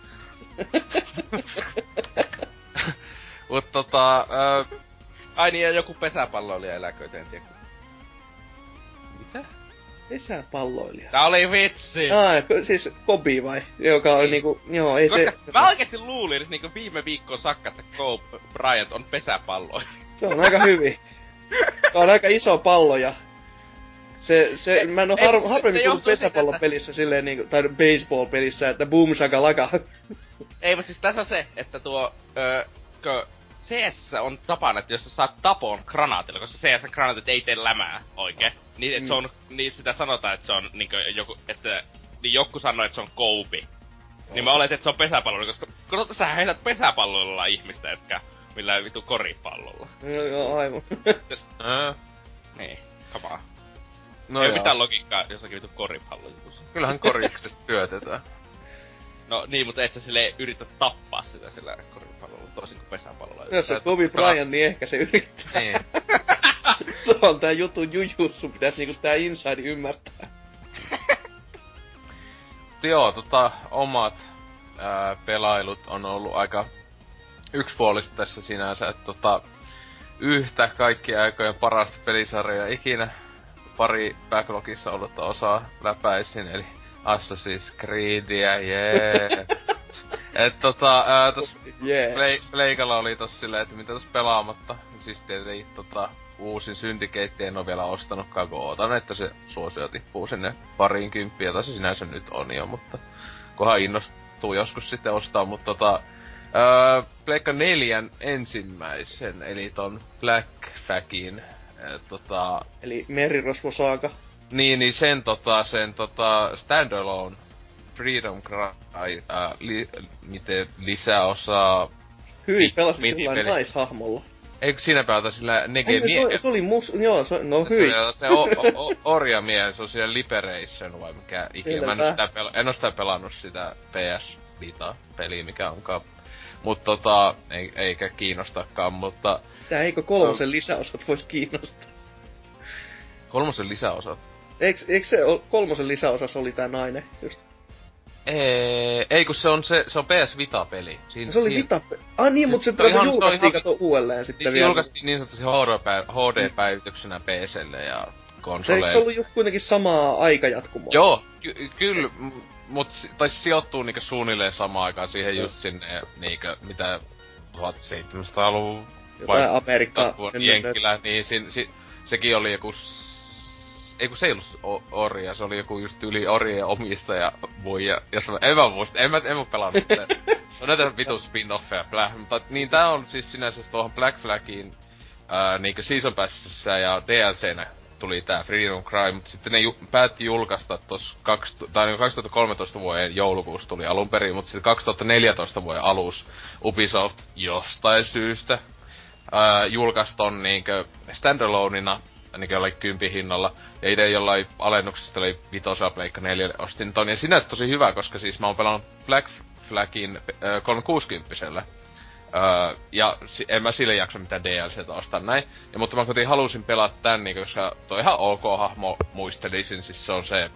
Mut Ai niin, ja joku pesäpalloilija eläköitä, en tiedä. Mitä? Pesäpalloilija. Tää oli vitsi! Siis Kobe vai? Joka on niinku, joo, ei koska se... Mä oikeesti luulin, että niinku viime viikkoon sakka, että Kobe Bryant on pesäpalloilija. Se on aika hyvin. Se on aika iso pallo ja... Mä en oo harvemmin kuullut pesäpallopelissä silleen niinku, tai baseball-pelissä, että boom shakalaka. Ei, mutta siis tässä on se, että CS on tapana, että jos sä saat tapon granaatilla, koska CS-granaatit ei tee lämää oikein, niin, et se on, niin sitä sanotaan, että se on niinku joku, että niin joku sanoo, että se on Kobe. Niin mä oletin, että se on pesäpallo, koska sä heität pesäpallolla ihmistä, etkä millään vitu koripallolla. Joo, aivan. Niin, come on. No ei mitään logiikkaa jossakin vitu koripallojutussa. Kyllähän koriksesta työtetään. No niin, mutta et sä silleen yritä tappaa sitä sillä koripallolla toisin kuin pesäpallolla. Jos se on Kobe Bryant, niin ehkä se yrittää. Niin. Se on tää jutun jujutsu, pitäis niinku tää inside ymmärtää. Joo, omat pelailut on ollut aika yksipuolista tässä sinänsä, että yhtä kaikkien aikojen parasta pelisarjaa ikinä. Pari backlogissa ollutta osaa läpäisin, eli Assassin's Creedia, jee. Et tos Pleikalla oli tossa silleen, että mitä tos pelaamatta. Siis tietenkin uusin Syndicate en oo vielä ostanutkaan, kun ootan, että se suosio tippuu sinne 20, tai se sinänsä nyt on jo, mutta kunhan innostuu joskus sitten ostaa, mutta Pleikka 4 ensimmäisen, eli ton Black Flagin, eli Merirosvo Saaga. Niin sen standalone Freedom Cry, miten lisäosaa... Hyi, pelasit jollain naishahmolla. Eikö siinä pelata sillä Negemiehen? Se oli joo, no hyi. Se orjamiehen, se on siellä Liberation vai mikä ikinä. Mä en oo sitä pelannut sitä PS Vita-peliä, mikä onkaan. Mut eikä kiinnostakaan, mutta... Tää eikö 3 lisäosat vois kiinnostaa? 3 lisäosat? Eikö se 3 lisäosassa oli tää nainen just? Ei kun se on PS Vita-peli. Se oli Vita-peli? Niin, mut se julkaistiin kato uudelleen sitten vielä. Se julkaistiin niin sanotusti HD-päivityksenä PC:lle ja konsoleille. Eikö se ollut just kuitenkin samaa aikajatkumoa? Joo, kyllä, mut sijoittuu niinku suunnilleen samaan aikaan siihen just sinne niinku, mitä 1700-luvun vai Amerikka Jenkkilä, niin sekin oli joku ei kun se ei ollut orja, se oli joku just yli orjien omistaja muija, jos en mä muista, en mä pelannut sitä. On näitä vitus spin-offeja, mutta niin tää on siis sinänsä tuohon Black Flagiin niinku Season Passissa ja DLCnä tuli tää Freedom Cry, mutta sitten ne päätti julkaista tossa 2013 vuoden joulukuussa tuli alun perin, mutta sitten 2014 vuoden alus Ubisoft jostain syystä julkaisi ton niinkö standaloneina ainakin jollain 10 hinnalla. Ja ite jollain alennuksesta oli 5 Pleikka 4 ostin ton. Ja sinänsä tosi hyvä, koska siis mä oon pelannut Black Flagin 360-sellä. Ja en mä sille jaksa mitään DLCtä ostaa näin. Ja mutta mä kuitenkin halusin pelata tän, niin koska toi ihan ok hahmo muistelisin. Siis se on se...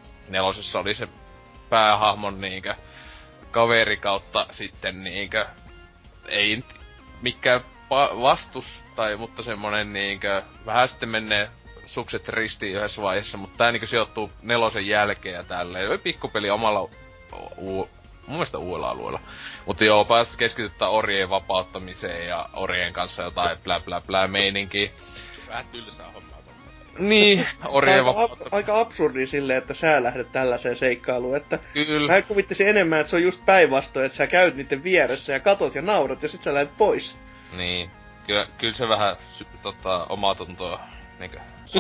4 oli se päähahmon niinkö kaveri kautta sitten niinkö... Ei mikään vastus mutta semmonen niinkö vähän sitten menee sukset ristiin yhdessä vaiheessa, mutta tää niinkö sijoittuu 4 jälkeen ja tälleen. Pikkupeli omalla mun mielestä uudella alueella. Mutta joo, päästä keskityttää orjien vapauttamiseen ja orjien kanssa jotain blä meininkiä. Vähän tylsää hommaa tommoista. Niin, orjien vapauttaminen. Aika absurdi silleen, että sä lähdet tällaiseen seikkailuun, että... Kyllä. Mä kuvittaisin enemmän, että se on just päinvastoin, että sä käyt niiden vieressä ja katot ja naurat ja sit sä lähdet pois. Niin. Kyllä se vähän omaa tuntoa niinkö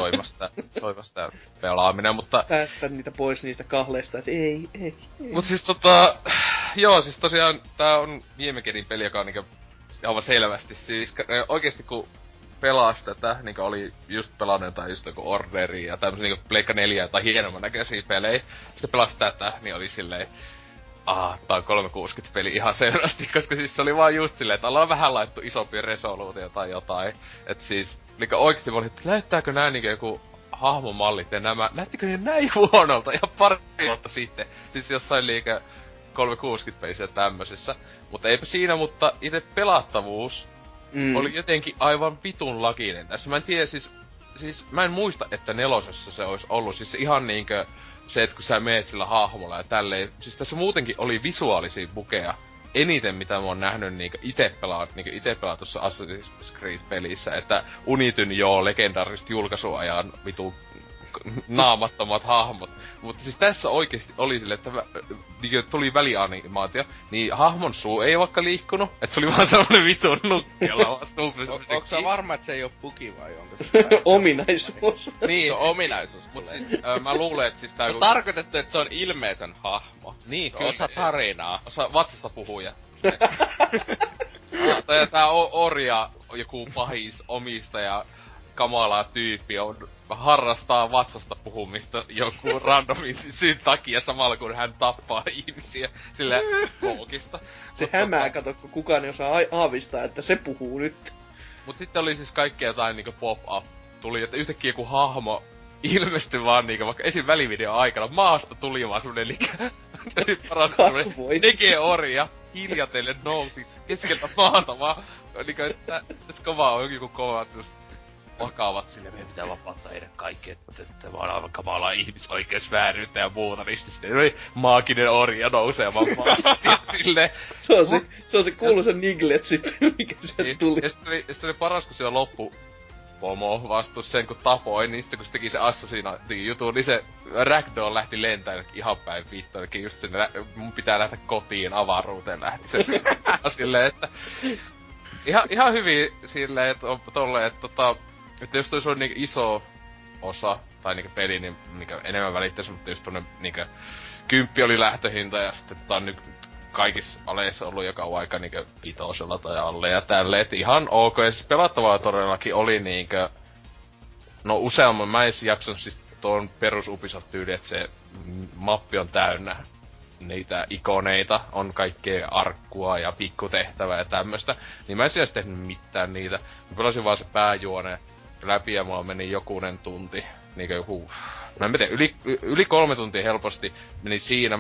soivasta pelaaminen, mutta... Päästä niitä pois niistä kahleista, et ei. Mut siis joo, siis tosiaan tää on viime kedin peli, joka on niinkö aivan selvästi siis oikeesti kun pelas tätä, niinkö oli just pelannut jotain just joku Orderia ja tämmösen niinkö Pleikka 4 tai hienomman näköisiä pelejä. Sitten pelas tätä, niin oli silleen... tää on 360-peli ihan selvästi, koska siis se oli vaan just silleen, että ollaan vähän laittu isompia resoluutio tai jotain. Et siis, niinku oikeesti mä olin, että näyttääkö nää niinku joku hahmomallit ja nämä, näyttikö ne näin huonolta ihan pari vuotta sitten. Siis jossain liikä 360-pelissä ja tämmösissä. Mutta eipä siinä, mutta itse pelattavuus oli jotenkin aivan vitun lakinen. Tässä mä en tiedä siis mä en muista, että 4 se olisi ollut siis ihan niinkö... Se, että kun sä meet sillä hahmolla ja tälleen, siis tässä muutenkin oli visuaalisia bukeja eniten, mitä mä oon nähnyt niinku ite pelaa tuossa Assassin's Creed-pelissä, että Unityn legendaariset julkaisuajan vitu naamattomat hahmot. Mutta siis tässä oikeesti oli silleen, että niinku tuli välianimaatio, niin hahmon suu ei vaikka liikkunut, että se oli vaan semmonen vitun nukkela vaan Onko sä varma, että se ei oo bugi vai onko se... Ominaisuus. Niin, se on ominaisuus. Mut siis mä luulen, että siis tää... On tarkoitettu, että se on ilmeetön hahmo. Niin, kyllä. Osa tarinaa. Osa vatsasta puhuja. Tää orja, joku pahis omistaja, kamalaa tyyppi harrastaa vatsasta puhumista jonkun randomin syyn takia samalla kun hän tappaa ihmisiä sillä kookista. Se hämää, kato, kun kukaan ei osaa aavistaa, että se puhuu nyt. Mut sitten oli siis kaikkea jotain niinku pop-up tuli, että yhtäkkiä joku hahmo ilmestyi vaan niinku vaikka esim. Välivideon aikana maasta tuli vaan semmonen paras tekee orja hiljatellen nousi keskeltä maata vaan niinku että tässä kovaa on joku kova vakavat silleen, meidän pitää vapauttaa heidät kaikki, että vaan aivan kamalaa ihmisoikeusvääryyttä ja muuta, niin sitten oli maaginen orja nousee vaan maasta silleen. Se on se kuuluisa Niglet sitten, mikä sieltä tuli. Ja sitten oli paras, kun siellä loppu pomo vastus sen, kun tapoi, niin sitten kun se teki se Assassina-jutun, niin se Ragdoll lähti lentämään ihan päin vittuun, just sinne, mun pitää lähteä kotiin avaruuteen lähti se silleen, että ihan hyvin silleen, että on tolleen, että jos toi on niin iso osa tai niinku peli, niin mikä enemmän välittäisi, mutta just tuonne niinku 10 oli lähtöhinta ja sitten on nyt kaikissa aleissa ollut joka aika niinku 5 tai alle ja tälleen, et ihan ok. Ja siis pelattavaa todellakin oli niinkö, no useamman mä en jaksanut siis tuon perus Ubisoft-tyyli, että se mappi on täynnä niitä ikoneita, on kaikkea arkkua ja pikkutehtävää ja tämmöstä, niin mä en siis tehnyt mitään niitä. Mä pelasin vaan se pääjuone läpi ja mulla meni jokunen tunti, niinkö joku, mä en tiedä, yli 3 tuntia helposti meni siinä.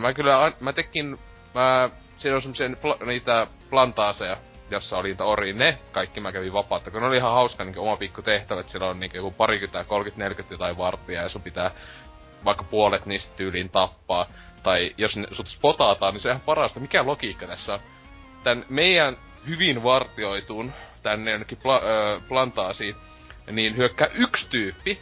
Siinä on semmisen niitä plantaaseja, jossa oli niitä oria, ne kaikki mä kävin vapautta, kun ne oli ihan hauska niinku oma pikku tehtävä, että siellä on niinku joku 20, 30, 40 jotain varttia ja sun pitää vaikka puolet niistä tyyliin tappaa. Tai jos sut spotataan, niin se on ihan parasta. Mikä logiikka tässä on? Tän meidän hyvin vartioituun tänne jonnekin plantaasiin, niin hyökkää yksi tyyppi.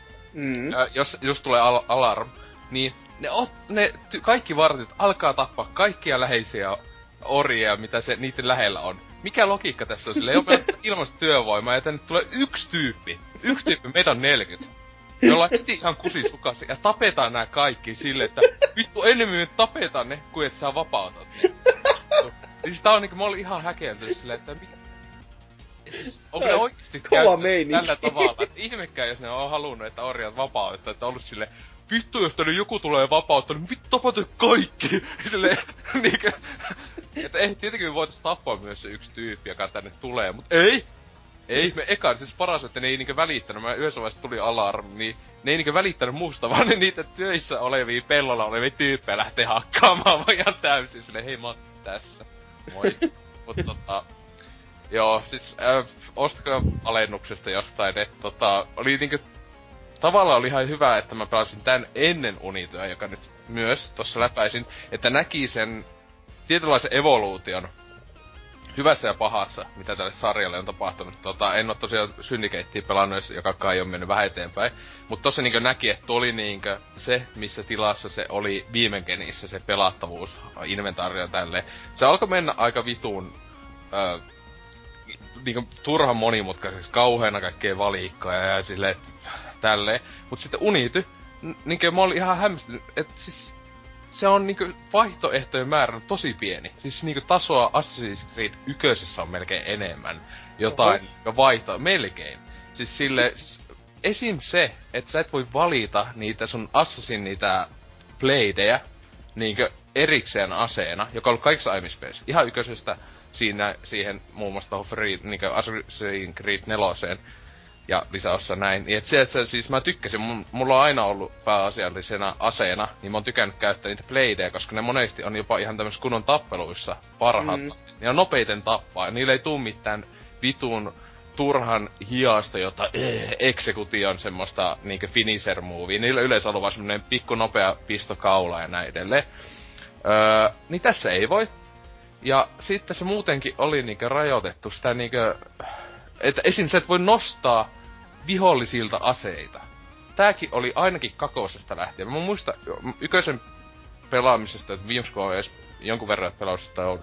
Jos tulee alarm, niin kaikki vartit alkaa tappaa kaikkia läheisiä orjia, mitä se niiden lähellä on. Mikä logiikka tässä on? Sillä ei ole ilmasta työvoimaa, ja tänne tulee yksi tyyppi, meitä on 40. Jolla on heti ihan kusisukasi, ja tapetaan nää kaikki silleen, että vittu enemmän me tapetaan ne, kuin et saa vapautat ne. Siis tää on niinku, mä olin ihan häkeltynyt silleen, että onko ne oikeesti käyttänyt tällä tavalla, että ihmekään jos ne on halunnut, että orjat vapauttaa, että on ollut silleen, vittu jos tänne joku tulee vapauttaa, niin vittu tapata kaikki! Silleen, niinkö, että tietenkin me voitais tappaa myös se yksi tyyppi, joka tänne tulee, mut ei, me ekaan, siis paras, että ne ei niinkö välittänyt, mä yhdessä vaiheessa tuli alarmi, niin ne ei niinkö välittänyt musta, vaan ne niitä töissä olevia, pellolla olevia tyyppejä lähtee hakkaamaan vaan ihan täysin, silleen hei mä oon tässä, moi. Mut joo, siis ostakaa alennuksesta jostain, että oli niinkö, tavallaan oli ihan hyvä, että mä pelasin tän ennen Unityä, joka nyt myös tossa läpäisin, että näki sen tietynlaisen evoluution, hyvässä ja pahassa, mitä tälle sarjalle on tapahtunut. En oo tosiaan Syndicatea pelannut, joka kai on mennyt vähän eteenpäin. Mut tossa niinkö näki, että oli niinkö se, missä tilassa se oli viime genissä, se pelattavuus, inventaario tälleen. Se alkoi mennä aika vituun, niinkö turhan monimutkaiseksi, kauheena kaikkea valikkoja ja silleen, tälleen. Mut sitten Unity, niinkö mä olin ihan hämmästynyt, että siis se on niinku vaihtoehtojen määrä on tosi pieni. Siis niinku tasoa Assassin's Creed 1 on melkein enemmän. Jotain vaihtoa, melkein. Siis esim se, että sä et voi valita niitä sun Assassin niitä bladeja niinkö erikseen aseena, joka on ollut kaikissa aiemmissa peleissä. Ihan ykkösestä siihen muun muassa tohon niinkö Assassin's Creed 4 ja lisäossa näin. Et se, että siis mä tykkäsin, mulla on aina ollut pääasiallisena aseena, niin mä oon tykännyt käyttää niitä bladeja, koska ne monesti on jopa ihan tämmöisissä kunnon tappeluissa parhaat. Ne on nopeiten tappaa, ja niillä ei tuu mitään vitun turhan hiasta, jota execution semmoista niinkö finisher movie. Niillä yleensä on ollut vaan semmonen pikku nopea pisto kaula ja näin edelleen. Niin tässä ei voi. Ja sitten se muutenkin oli niinkö rajoitettu sitä niinkö, että esim. Sä et voi nostaa vihollisilta aseita. Tääkin oli ainakin kakosesta lähtien. Mä muistan yköisen pelaamisesta, että viimeksi kun on edes jonkun verran pelausesta on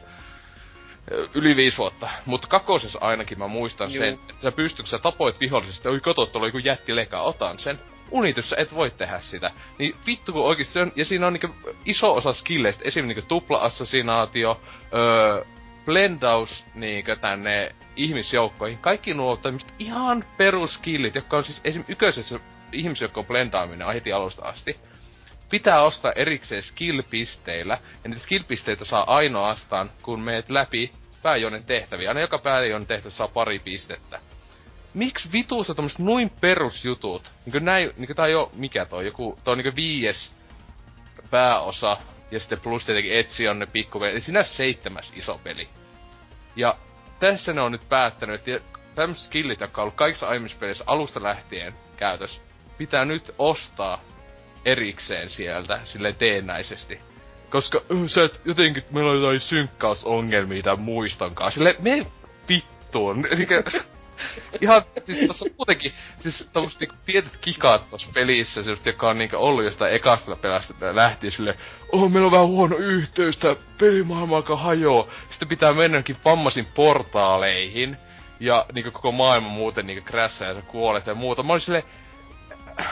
yli 5 vuotta. Mut kakosessa ainakin mä muistan sen, että sä pystyt, sä tapoit vihollisesta, oi kato, tuolla joku jättileka, otan sen. Unityssä et voi tehdä sitä. Niin vittu kun oikeesti se on, ja siinä on niinku iso osa skilleistä, esim. Niinku tupla-assassinaatio, blendaus niinkö tänne ihmisjoukkoihin. Kaikki nuo tämmöset ihan peruskillit, jotka on siis esim. Ykkösessä ihmisjoukkoon blendaaminen heti alusta asti. Pitää ostaa erikseen skill-pisteillä, ja niitä skill-pisteitä saa ainoastaan, kun meet läpi pääjonen tehtäviä. Aina joka pääjonen tehtävä saa 2 pistettä. Miksi vituussa tommoset noin perusjutut, niinkö tää ei oo, mikä toi, joku, toi on niinkö 5 pääosa, ja sitten plus tietenkin Ezio ne pikkuveli, eli sinä 7 iso peli. Ja tässä ne on nyt päättänyt, että tämmöset skillit, jotka on ollut kaikissa aiemmissa peleissä alusta lähtien käytössä, pitää nyt ostaa erikseen sieltä, silleen teennäisesti. Koska sä et jotenkin, meillä on jotain synkkausongelmia tai muistonkaan, silleen, me vittuun. Ihan, siis tossa muutenkin, siis tommoset niinku tietyt kikat tossa pelissä, joka on niinku ollut jostain ekasta pelasta lähtien silleen, meillä on vähän huono yhteys, tää pelimaailma alkaa hajoo. Sitten pitää mennäkin vammaisiin portaaleihin, ja niinku koko maailma muuten niinku crashaa ja sä kuolet ja muuta. Mä olin silleen,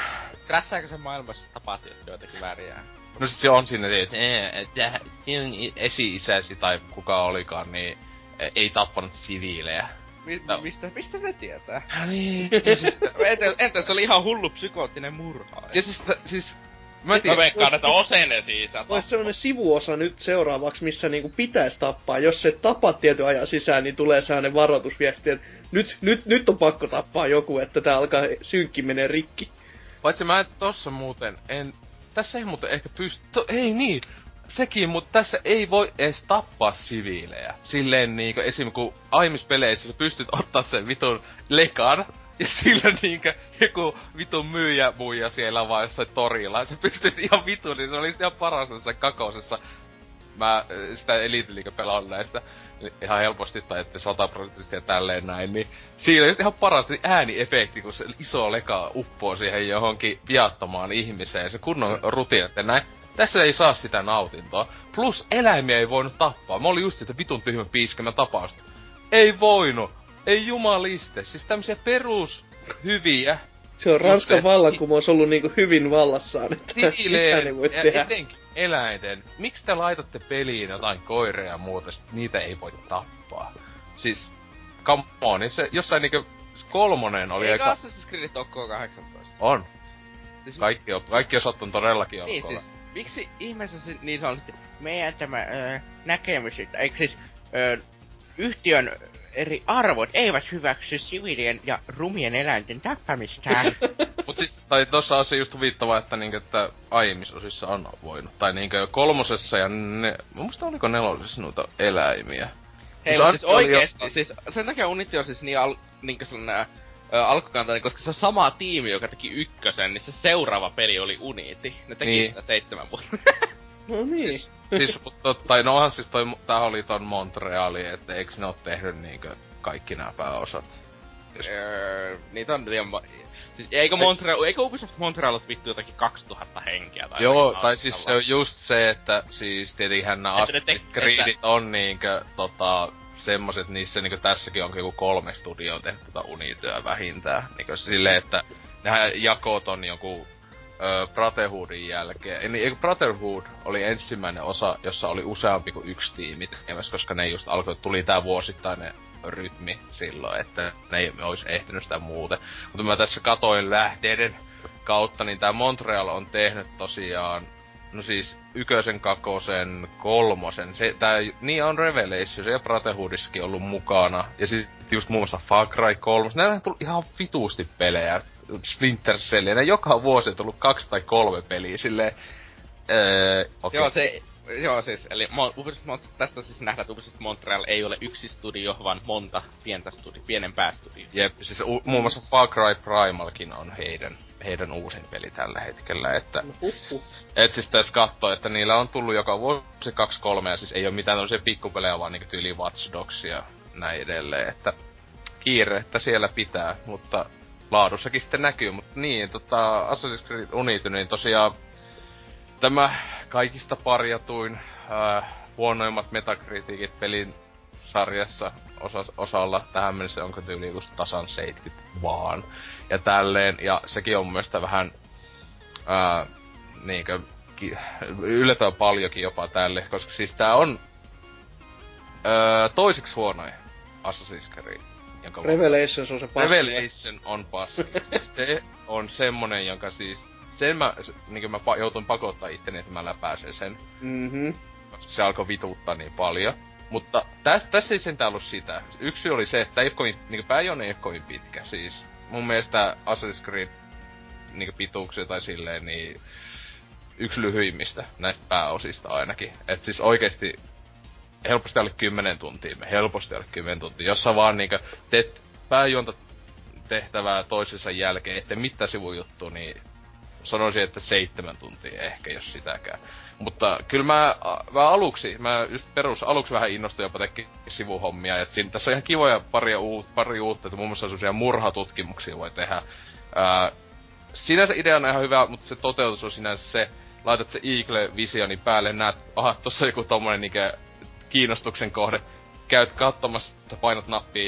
Krässääkö se maailmassa tapaat joitakin vääriä? No siis se on siinä, että sinun esi-isäsi tai kuka olikaan, niin ei tappanut siviilejä. Mistä se tietää? Niin, siis... Entä se oli ihan hullu psykoottinen murhaaja? Ja siis Mä veikkaan, että Osene siis. Ois sellainen sivuosa nyt seuraavaksi, missä niinku pitäis tappaa. Jos se tapat tietyn ajan sisään, niin tulee sellainen varoitusviesti, että nyt on pakko tappaa joku, että tää alkaa synkki menee rikki. Paitsi mä tossa muuten tässä ei muuten ehkä ei niin. Sekin, mutta tässä ei voi edes tappaa siviilejä. Silleen niinku esim. Kun aiemmissa peleissä sä pystyt ottaa sen vitun lekan, ja sillä niinkö joku vitun myyjämuija siellä vaan jossain torilla, ja sä pystyt ihan vitun, niin se oli ihan paras tässä kakosessa. Mä sitä Elite pelaan näistä ihan helposti, tai ette 100% ja tälleen näin, niin siinä on ihan parasti ääniefekti, kun se iso leka uppoo siihen johonkin viattomaan ihmiseen, se kunnon rutiina, että näin. Tässä ei saa sitä nautintoa. Plus eläimiä ei voinut tappaa. Mä olin just sitä vitun tyhmä piiskemä tapausta. Ei voinut. Ei jumaliste. Siis tämmösiä perus hyviä. Se on Ranskan vallankumous ollut niinku hyvin vallassaan, että sivileen ei voi ja tehdä. etenkin eläinten. Miksi te laitatte peliin jotain koireja ja muuta, sit niitä ei voi tappaa? Siis, come on, niin se jossain niinku 3 oli Eikö Assassin's Creed ole K18? On. Siis Kaikki osat on todellakin ollut. niin siis, miksi ihmeessä se, niin se on sitten meidän tämä näkemys, että eikö siis yhtiön eri arvot eivät hyväksy siviilien ja rumien eläinten tappamista. Mut siis, tai tossa on se just huvittavaa, että niinkö, että aiemmissa osissa on voinut. Tai niinkö 3 ja muista oliko 4 noita eläimiä. Hei, mut siis oikeesti, siis sen takia Unity on siis niinkö sellainen alkukantainen, koska se on sama tiimi, joka teki 1, niin se seuraava peli oli Unity. Ne teki niin. sitä 7 vuotta. No niin. Siis, tai no onhan siis tää oli ton Montreali, että eiks ne oo tehnyt niinkö kaikki nää pääosat? Niitä on liian siis eikö Ubisoft Montreal vittu jotakin 2000 henkeä tai joo, tai siis se on just se, että siis tietenhän nää Assassin's Creedit on niinkö semmoset, niissä niinkö tässäkin on joku 3 studioa tehty Unityä vähintään. Niinkö silleen, että nehän jakot on joku Brotherhoodin jälkeen. Niin, Brotherhood oli ensimmäinen osa, jossa oli useampi kuin 1 tiimi tekemässä, koska ne just tuli tää vuosittainen rytmi silloin, että ne ei ois ehtinyt sitä muuten. Mutta mä tässä katoin lähteiden kautta, niin tää Montreal on tehnyt tosiaan, no siis 1, 2, 3, niin on Revelation ja Brotherhoodissakin ollut mukana. Ja sit just muun muassa Far Cry 3, näillä on tullut ihan vituusti pelejä. Splinter Cell, ja joka vuosi on tullut 2 tai 3 peliä silleen, okay. Joo siis, eli tästä siis nähdään, että Ubisoft Montreal ei ole yksi studio, vaan monta pienempää studioa. Jep, siis muun muassa Far Cry Primalkin on heidän uusin peli tällä hetkellä, että et siis tässä kattoo, että niillä on tullut joka vuosi 2-3, ja siis ei oo mitään tämmösiä pikkupelejä, vaan niinku tyyli Watch Dogs ja näin edelleen, että kiirettä siellä pitää, mutta laadussakin sitten näkyy, mutta niin, Assassin's Creed Unity, niin tosiaan tämä kaikista parjatuin huonoimmat Metacriticit pelin sarjassa osalla tähän mennessä onko tyyli just tasan 70 vaan. Ja tälleen, ja sekin on mun mielestä vähän niinkö yllättävän paljonkin jopa tälle, koska siis tää on toiseksi huonoin Assassin's Creed. Revelations on se paski. Revelation on paski. Se on semmonen, jonka siis sen mä joutun pakottaa itteni, että mä läpäisen sen. Koska se alkoi vituuttaa niin paljon. Mutta tässä ei sentään ollut sitä. Yksi oli se, että ei oo kovin, pääjone ei oo kovin pitkä. Siis mun mielestä Assassin's Creed pituuksia tai silleen, niin yksi lyhyimmistä näistä pääosista ainakin. Et siis oikeesti helposti alle 10 tuntia. Jossa vaan teet pääjuonta tehtävää toisensa jälkeen, ettei mitään sivujuttu, niin sanoisin, että 7 tuntia ehkä, jos sitäkään. Mutta kyllä mä aluksi vähän innostuin jopa tekemään sivuhommia, ja tässä on ihan kivoja pari uutta, että muun muassa sellaisia murhatutkimuksia voi tehdä. Sinänsä idea on ihan hyvä, mutta se toteutus on sinänsä se, laitat se Eagle Visionin päälle, näet, tossa joku tommonen kiinnostuksen kohde, käyt katsomassa, painat nappia,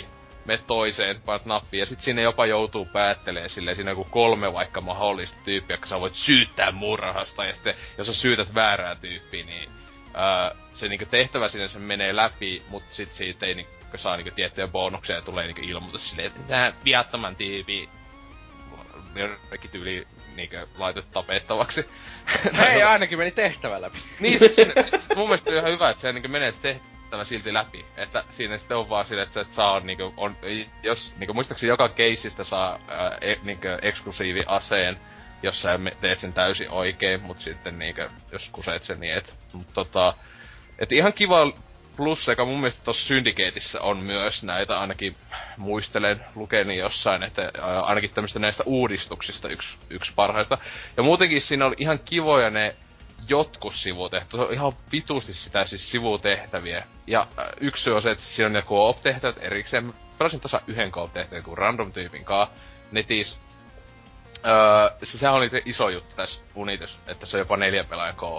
meet toiseen, painat nappia, ja sit sinne jopa joutuu päättelee silleen, siinä on joku 3 vaikka mahdollista tyyppiä, jotka sä voit syyttää murhasta, ja sitten, jos sä syytät väärää tyyppiä, niin se niinku tehtävä sinne se menee läpi, mut sit siitä ei niinku saa niinku tiettyjä bonuksia ja tulee niinku ilmoitus silleen, että nää viattoman tyypin jotenkin tyyli niinku laitettu tapettavaksi. Hei, ainakin meni tehtävä läpi. Niin, siis mun mielestä on ihan hyvä, että se niinku menee se tehtävä silti läpi. Että siinä sitten on vaan silleen, että sä et saa niinku, jos niinku muistaakseni joka keissistä saa niinku eksklusiivi aseen, jos sä teet sen täysin oikein, mut sitten niinku, jos kuseet sen niin et. Mut et ihan kiva plussa, joka mun mielestä tossa Syndicateissa on myös näitä, ainakin muistelen lukeni jossain, että ainakin tämmöistä näistä uudistuksista yksi parhaista. Ja muutenkin siinä oli ihan kivoja ne jotkut sivutehtävät, se on ihan vitusti sitä siis sivutehtäviä. Ja yksi syy on se, että siinä on ne co-op-tehtävät erikseen. Mä pelasin tosiaan yhden co-op-tehtävän kuin random tyypin kaa netis. Sehän oli se iso juttu tässä Unitus, että se on jopa 4 pelaajan co-op.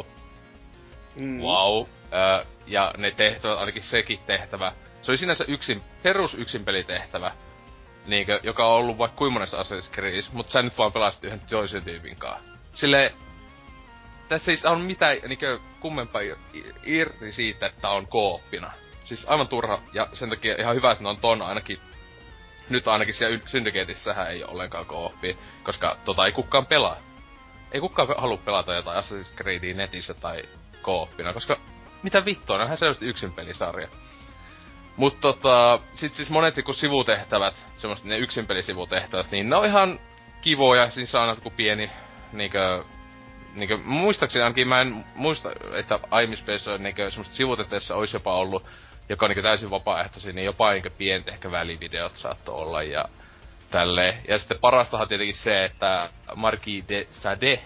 Wow. Ja ne tehtävät, ainakin sekin tehtävä, se oli sinänsä yksin pelitehtävä, niinkö, joka on ollut vaikka kuinka monessa Assassin's Creedissä, mut sä nyt vaan pelasit yhden toisen tyypin kaa. Silleen, tässä ei on mitään niinkö kummempaa irti siitä, että on kooppina. Siis aivan turha, ja sen takia ihan hyvä, että ne on ton ainakin, nyt ainakin siellä Syndicateissähän ei oo ollenkaan kooppia, koska ei kukaan pelaa. Ei kukaan halua pelata jotain Assassin's Creedia netissä tai kooppina, koska mitä vittua, nehän selvästi yksin pelisarja. Mut sit siis monet niinku sivutehtävät, semmoset ne yksin pelisivutehtävät, niin ne on ihan kivoja, siinä on joku pieni niinkö muistaakseni ainakin mä en muista, että aiemmissa pelissä on niinkö semmoset sivutehtävissä ois jopa ollut, joka on niinkö täysin vapaaehtoisia, niin jopa niinkö pienet ehkä välivideot saattoi olla ja tälleen. Ja sitten parastahan tietenkin se, että Marquis de Sade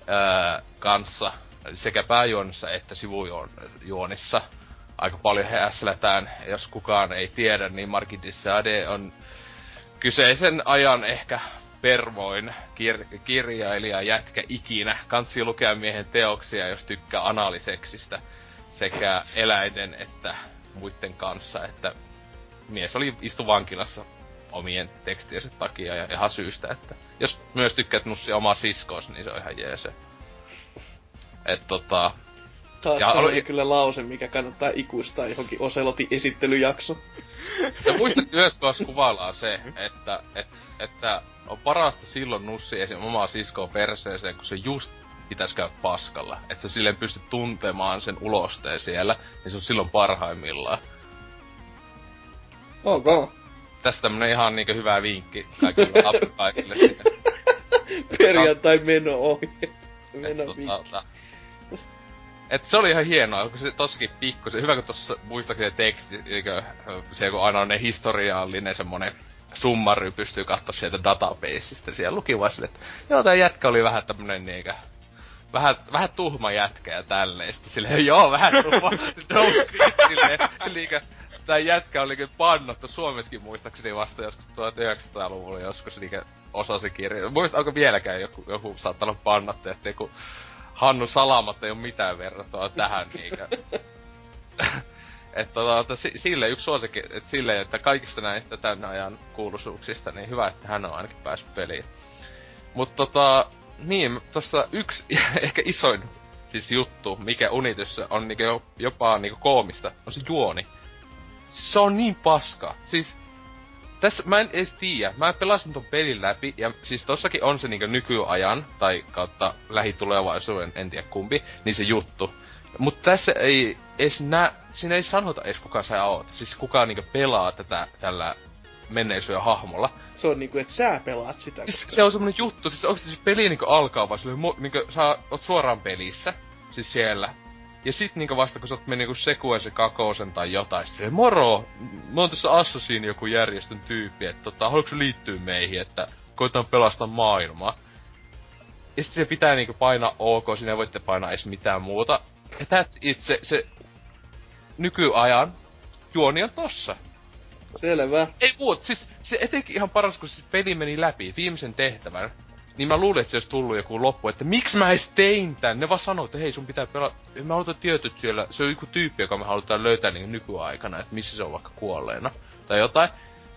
kanssa sekä pääjuonissa että sivujuonissa aika paljon he äslätään. Jos kukaan ei tiedä, niin Marquis de Sade on kyseisen ajan ehkä pervoin kirjailija jätkä ikinä. Kansi lukea miehen teoksia, jos tykkää analiseksistä sekä eläinten että muiden kanssa. Että mies istu vankilassa omien tekstiensä takia ja ihan syystä, että jos myös tykkäät nussia omaa siskoos, niin se on ihan jeese. Taas oli kyllä lause, mikä kannattaa ikuistaa johonkin Oselotin esittelyjakso. Ja muista myös, kun kuvaillaan se, että on parasta silloin nussi esim. Omaa siskoon perseeseen, kun se just pitäis käydä paskalla. Että sä silleen pystyt tuntemaan sen ulosteen siellä, niin se on silloin parhaimmillaan. Okay. Tästä tämmönen ihan niinkö hyvä vinkki kaikille apikaisille. Perjantai meno-ohje. Et se oli ihan hienoa, kun se tossakin pikkusen, hyvä kun tossa muistaakseni teksti, se kun aina on ne historiallinen semmonen summary, pystyy kattoo sieltä databaseista, siellä luki vaan silleen, että joo, tää jätkä oli vähän tämmönen niinkö, vähän tuhma jätkä ja tälleen, sitten silleen, joo, vähän tuhma, no shit, silleen, niinkö, tää jätkä oli pannottu Suomessakin muistaakseni vasta joskus 1900-luvulla joskus niinkö osasi kirjoja. Muista, onko vieläkään joku saattanut pannottu, ettei kun Hannu Salamat ei oo mitään verrattuna tähän niinkö. Sille yksi suosikki, että silleen, että kaikista näistä tän ajan kuuluisuuksista, niin hyvä, että hän on ainakin päässyt peliin. Mut niin, tossa yksi ehkä isoin siis juttu, mikä Unityssä on niinku jopa niinku koomista, on se juoni. Se on niin paska. Siis tässä mä en edes tiedä. Mä pelasin ton pelin läpi, ja siis tossakin on se niinku nykyajan, tai kautta lähitulevaisuuden, en tiedä kumpi, niin se juttu. Mut tässä ei edes siinä ei sanota edes kuka sä oot. Siis kuka niinku pelaa tällä menneisyyden hahmolla. Se on niinku, että sä pelaat sitä. Siis se on semmonen juttu, siis onko se peli niinku alkaa vaan silleen, niinku sä oot suoraan pelissä, siis siellä. Ja sit niinku vasta kun sä oot mennyt niinku Sequence kakosen tai jotain, sit moro! Mä oon tässä Assassin joku järjestön tyyppi, että haluatko se liittyä meihin, että koitaan pelastaa maailmaa. Ja sit se pitää niinku painaa OK, sinä ei voitte painaa edes mitään muuta. Ja that's it, se nykyajan juoni on tossa. Selvä. Ei muut, siis se etenkin ihan paras, kun se peli meni läpi, viimeisen tehtävän. Niin mä luulin, että se olisi tullut joku loppu, että miksi mä edes tein tän? Ne vaan sanoo, että hei sun pitää pelata, mä halutaan tietää siellä, se on joku tyyppi, joka me halutaan löytää niin nykyaikana, että missä se on vaikka kuolleena. Tai jotain.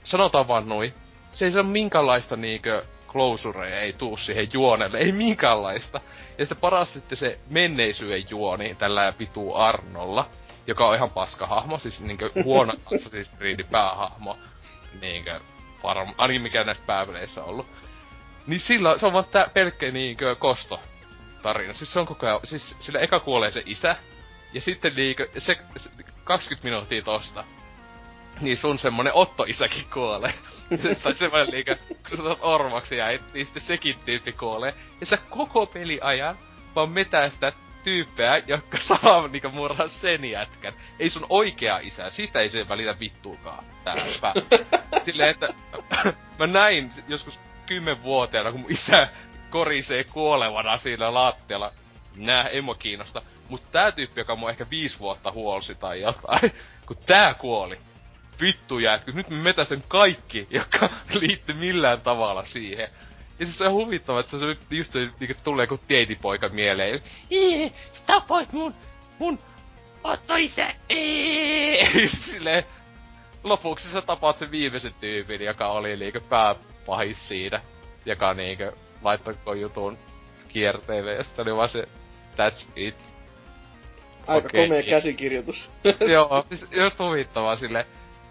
sanotaan vaan noin, se ei saa minkäänlaista niinkö closureja ei tuu siihen juonelle, ei minkäänlaista. Ja sitten paras sitten se menneisyyden juoni tällä vitu Arnolla, joka on ihan paskahahmo, siis niinkö huono Assassin's Creedin päähahmo. Niinkö, ainakin mikä näistä pääpeleissä on ollut. Niin sillä, se on vaan pelkkä niinkö kosto tarina. Siis se on koko ajan, siis sillä eka kuolee se isä, ja sitten niinkö, se 20 minuuttia tosta. Niin sun semmonen Otto-isäkin kuolee. Tai semmonen niinkö, kun sä oot orvaksi jäit, niin sitten sekin tyyppi kuolee. Ja sä koko peliajan vaan metää sitä tyyppejä, jotka saa niinkö murhaa sen jätkän. Ei sun oikea isä, siitä ei se välitä vittuukaan täällä. Silleen, että mä näin joskus 10-vuotiaana, kun mun isä korisee kuolevana siinä lattialla. Nää ei mua kiinnosta. Mut tää tyyppi, joka mun ehkä 5 vuotta huolsi tai jotain, kun tää kuoli. Vittu jätkö, nyt me metäsen kaikki, jotka liittyy millään tavalla siihen. Ja siis se on huvittava, että se on just niinku tulee joku teinipoika mieleen. Sä tapoit mun Otto-isä, silleen. Lopuksi sä tapaat sen viimeisen tyypin, joka oli niinku pääpahis siinä. Joka niinku laittoi jutun kierteille ja sitten oli vaan se that's it. Aika komea käsikirjoitus. Joo, siis just huvittavaa silleen.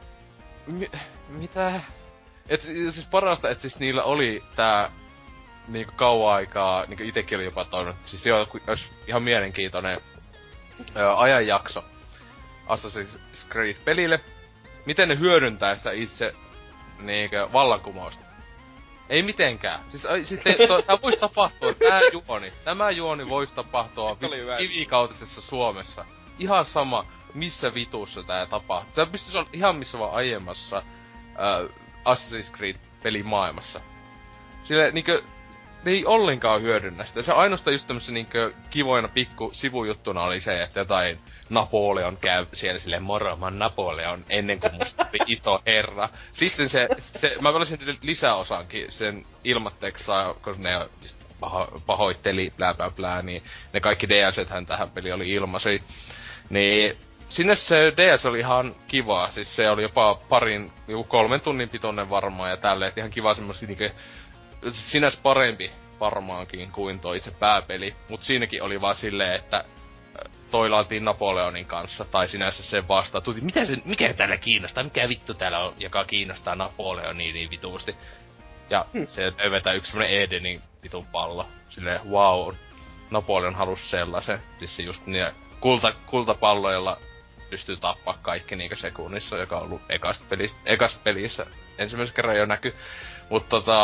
Mitä? Et siis parasta, et siis niillä oli tää niinku kauan aikaa, niinku itekin oli jopa toivonut, siis olisi ihan mielenkiintoinen ajanjakso Assassin's Creed-pelille. Miten ne hyödyntää sitä itse niinku vallankumousta? Ei mitenkään. Siis tää vois tapahtua, tämä juoni vois tapahtua kivikautisessa Suomessa. Ihan sama, missä vitussa tää tapahtuu. Tää pystyis olla ihan missä vaan aiemmassa Assassin's Creed-pelimaailmassa. Sille niinkö, ne ei ollenkaan hyödynnä sitä. Se ainoastaan just tämmössä niinkö kivoina pikku sivujuttuna oli se, että jotain Napoleon käy siellä silleen moro, mä oon Napoleon ennen kuin musta oli iso herra. Sitten mä pelasin lisäosankin sen ilmatteeksi, kun ne pahoitteli blää, niin ne kaikki DLCthän tähän peliin oli ilmaisia. Niin sinne se DS oli ihan kiva, siis se oli jopa 3 tunnin pitoinen varmaan ja tälleen, ihan kiva semmosia niinkö sinänsä parempi varmaankin kuin toi itse pääpeli, mut siinäkin oli vaan silleen, että toilailtiin Napoleonin kanssa, tai sinänsä sen vastaan, mikä täällä kiinnostaa, mikä vittu täällä on, joka kiinnostaa Napoleonia niin vituusti. Ja se vetää yksi semmonen Edenin vitun pallo, silleen wow, Napoleon halus sellaisen, siis se just niin kultapalloilla pystyy tappaa kaikki niinkö sekunnissa, joka on ollut ekasta pelissä ensimmäisen kerran jo näky. Mut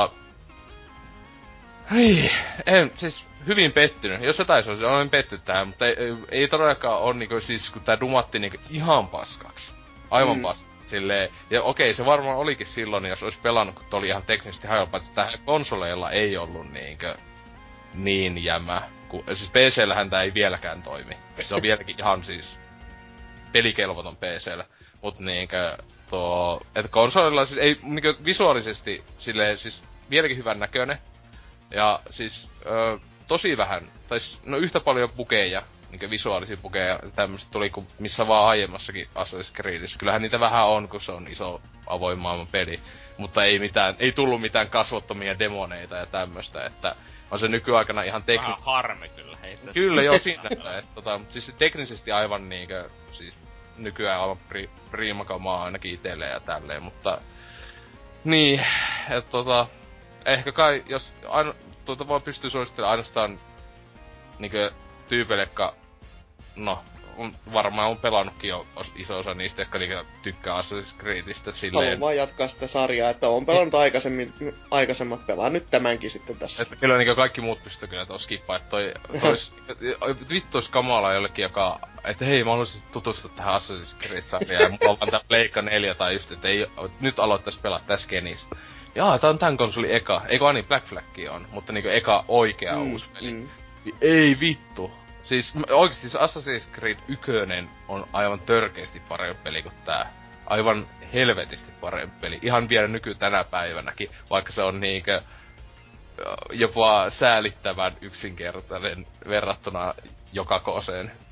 siis hyvin pettynyt. Jos jotain se olisi, olen pettynyt tähän, mutta ei todellakaan oo niinku siis, kun tää dumatti niinku ihan paskaksi. Aivan paskaksi. Silleen, ja okei, se varmaan olikin silloin, jos olisi pelannut, kun oli ihan teknisesti hajolla, että tähän konsoleilla ei ollut niinkö niin jämä. Siis PC-llähän tää ei vieläkään toimi. Se on vieläkin ihan siis pelikelvoton PC:llä. Mut niinkö että konsolilla siis ei niinkö visuaalisesti silleen siis vieläkin hyvän näköinen. Ja siis tosi vähän, tai no yhtä paljon bugeja, niinkö visuaalisia bugeja tämmöstä tuli kuin missä vaan aiemmassakin Assassin's Creedissä. Kyllähän niitä vähän on, kun se on iso avoin maailman peli. Mutta ei tullu mitään kasvottomia demoneita ja tämmöstä, että on se nykyaikana ihan vähän harmi kyllä, hei se. Kyllä joo siinä, että siis teknisesti aivan niinkö, siis nykyään aivan priimakamaa ainakin itelle ja tälleen, mutta niin, että ehkä kai, jos vaan pystyy suosittelemaan ainoastaan niinkö tyypeille, jotka varmaan on pelannutkin jo iso osa niistä, jotka niinkö tykkää Assassin's Creedistä silleen. Haluan vaan jatkaa sitä sarjaa, että on pelannut aikaisemmat, pelaan nyt tämänkin sitten tässä. Että kyllä niinkö kaikki muut pystyy kyllä tuossa skippaa, että vittu ois kamalaa jollekin, joka, että hei mä haluaisin tutustua tähän Assassin's Creed-sarjaan ja mulla on vaan tää Pleikka 4 tai just, että ei nyt aloittais pelaa tässä genissä. Jaa, tää on tän konsoli eka. Eikö niin, Black Flag on, mutta niinku eka oikea uusi peli. Ei vittu. Siis oikeesti Assassin's Creed 1 on aivan törkeästi parempi peli kuin tää. Aivan helvetisti parempi peli. Ihan vielä tänä päivänäkin, vaikka se on niinkö jopa säälittävän yksinkertainen verrattuna jokakoseen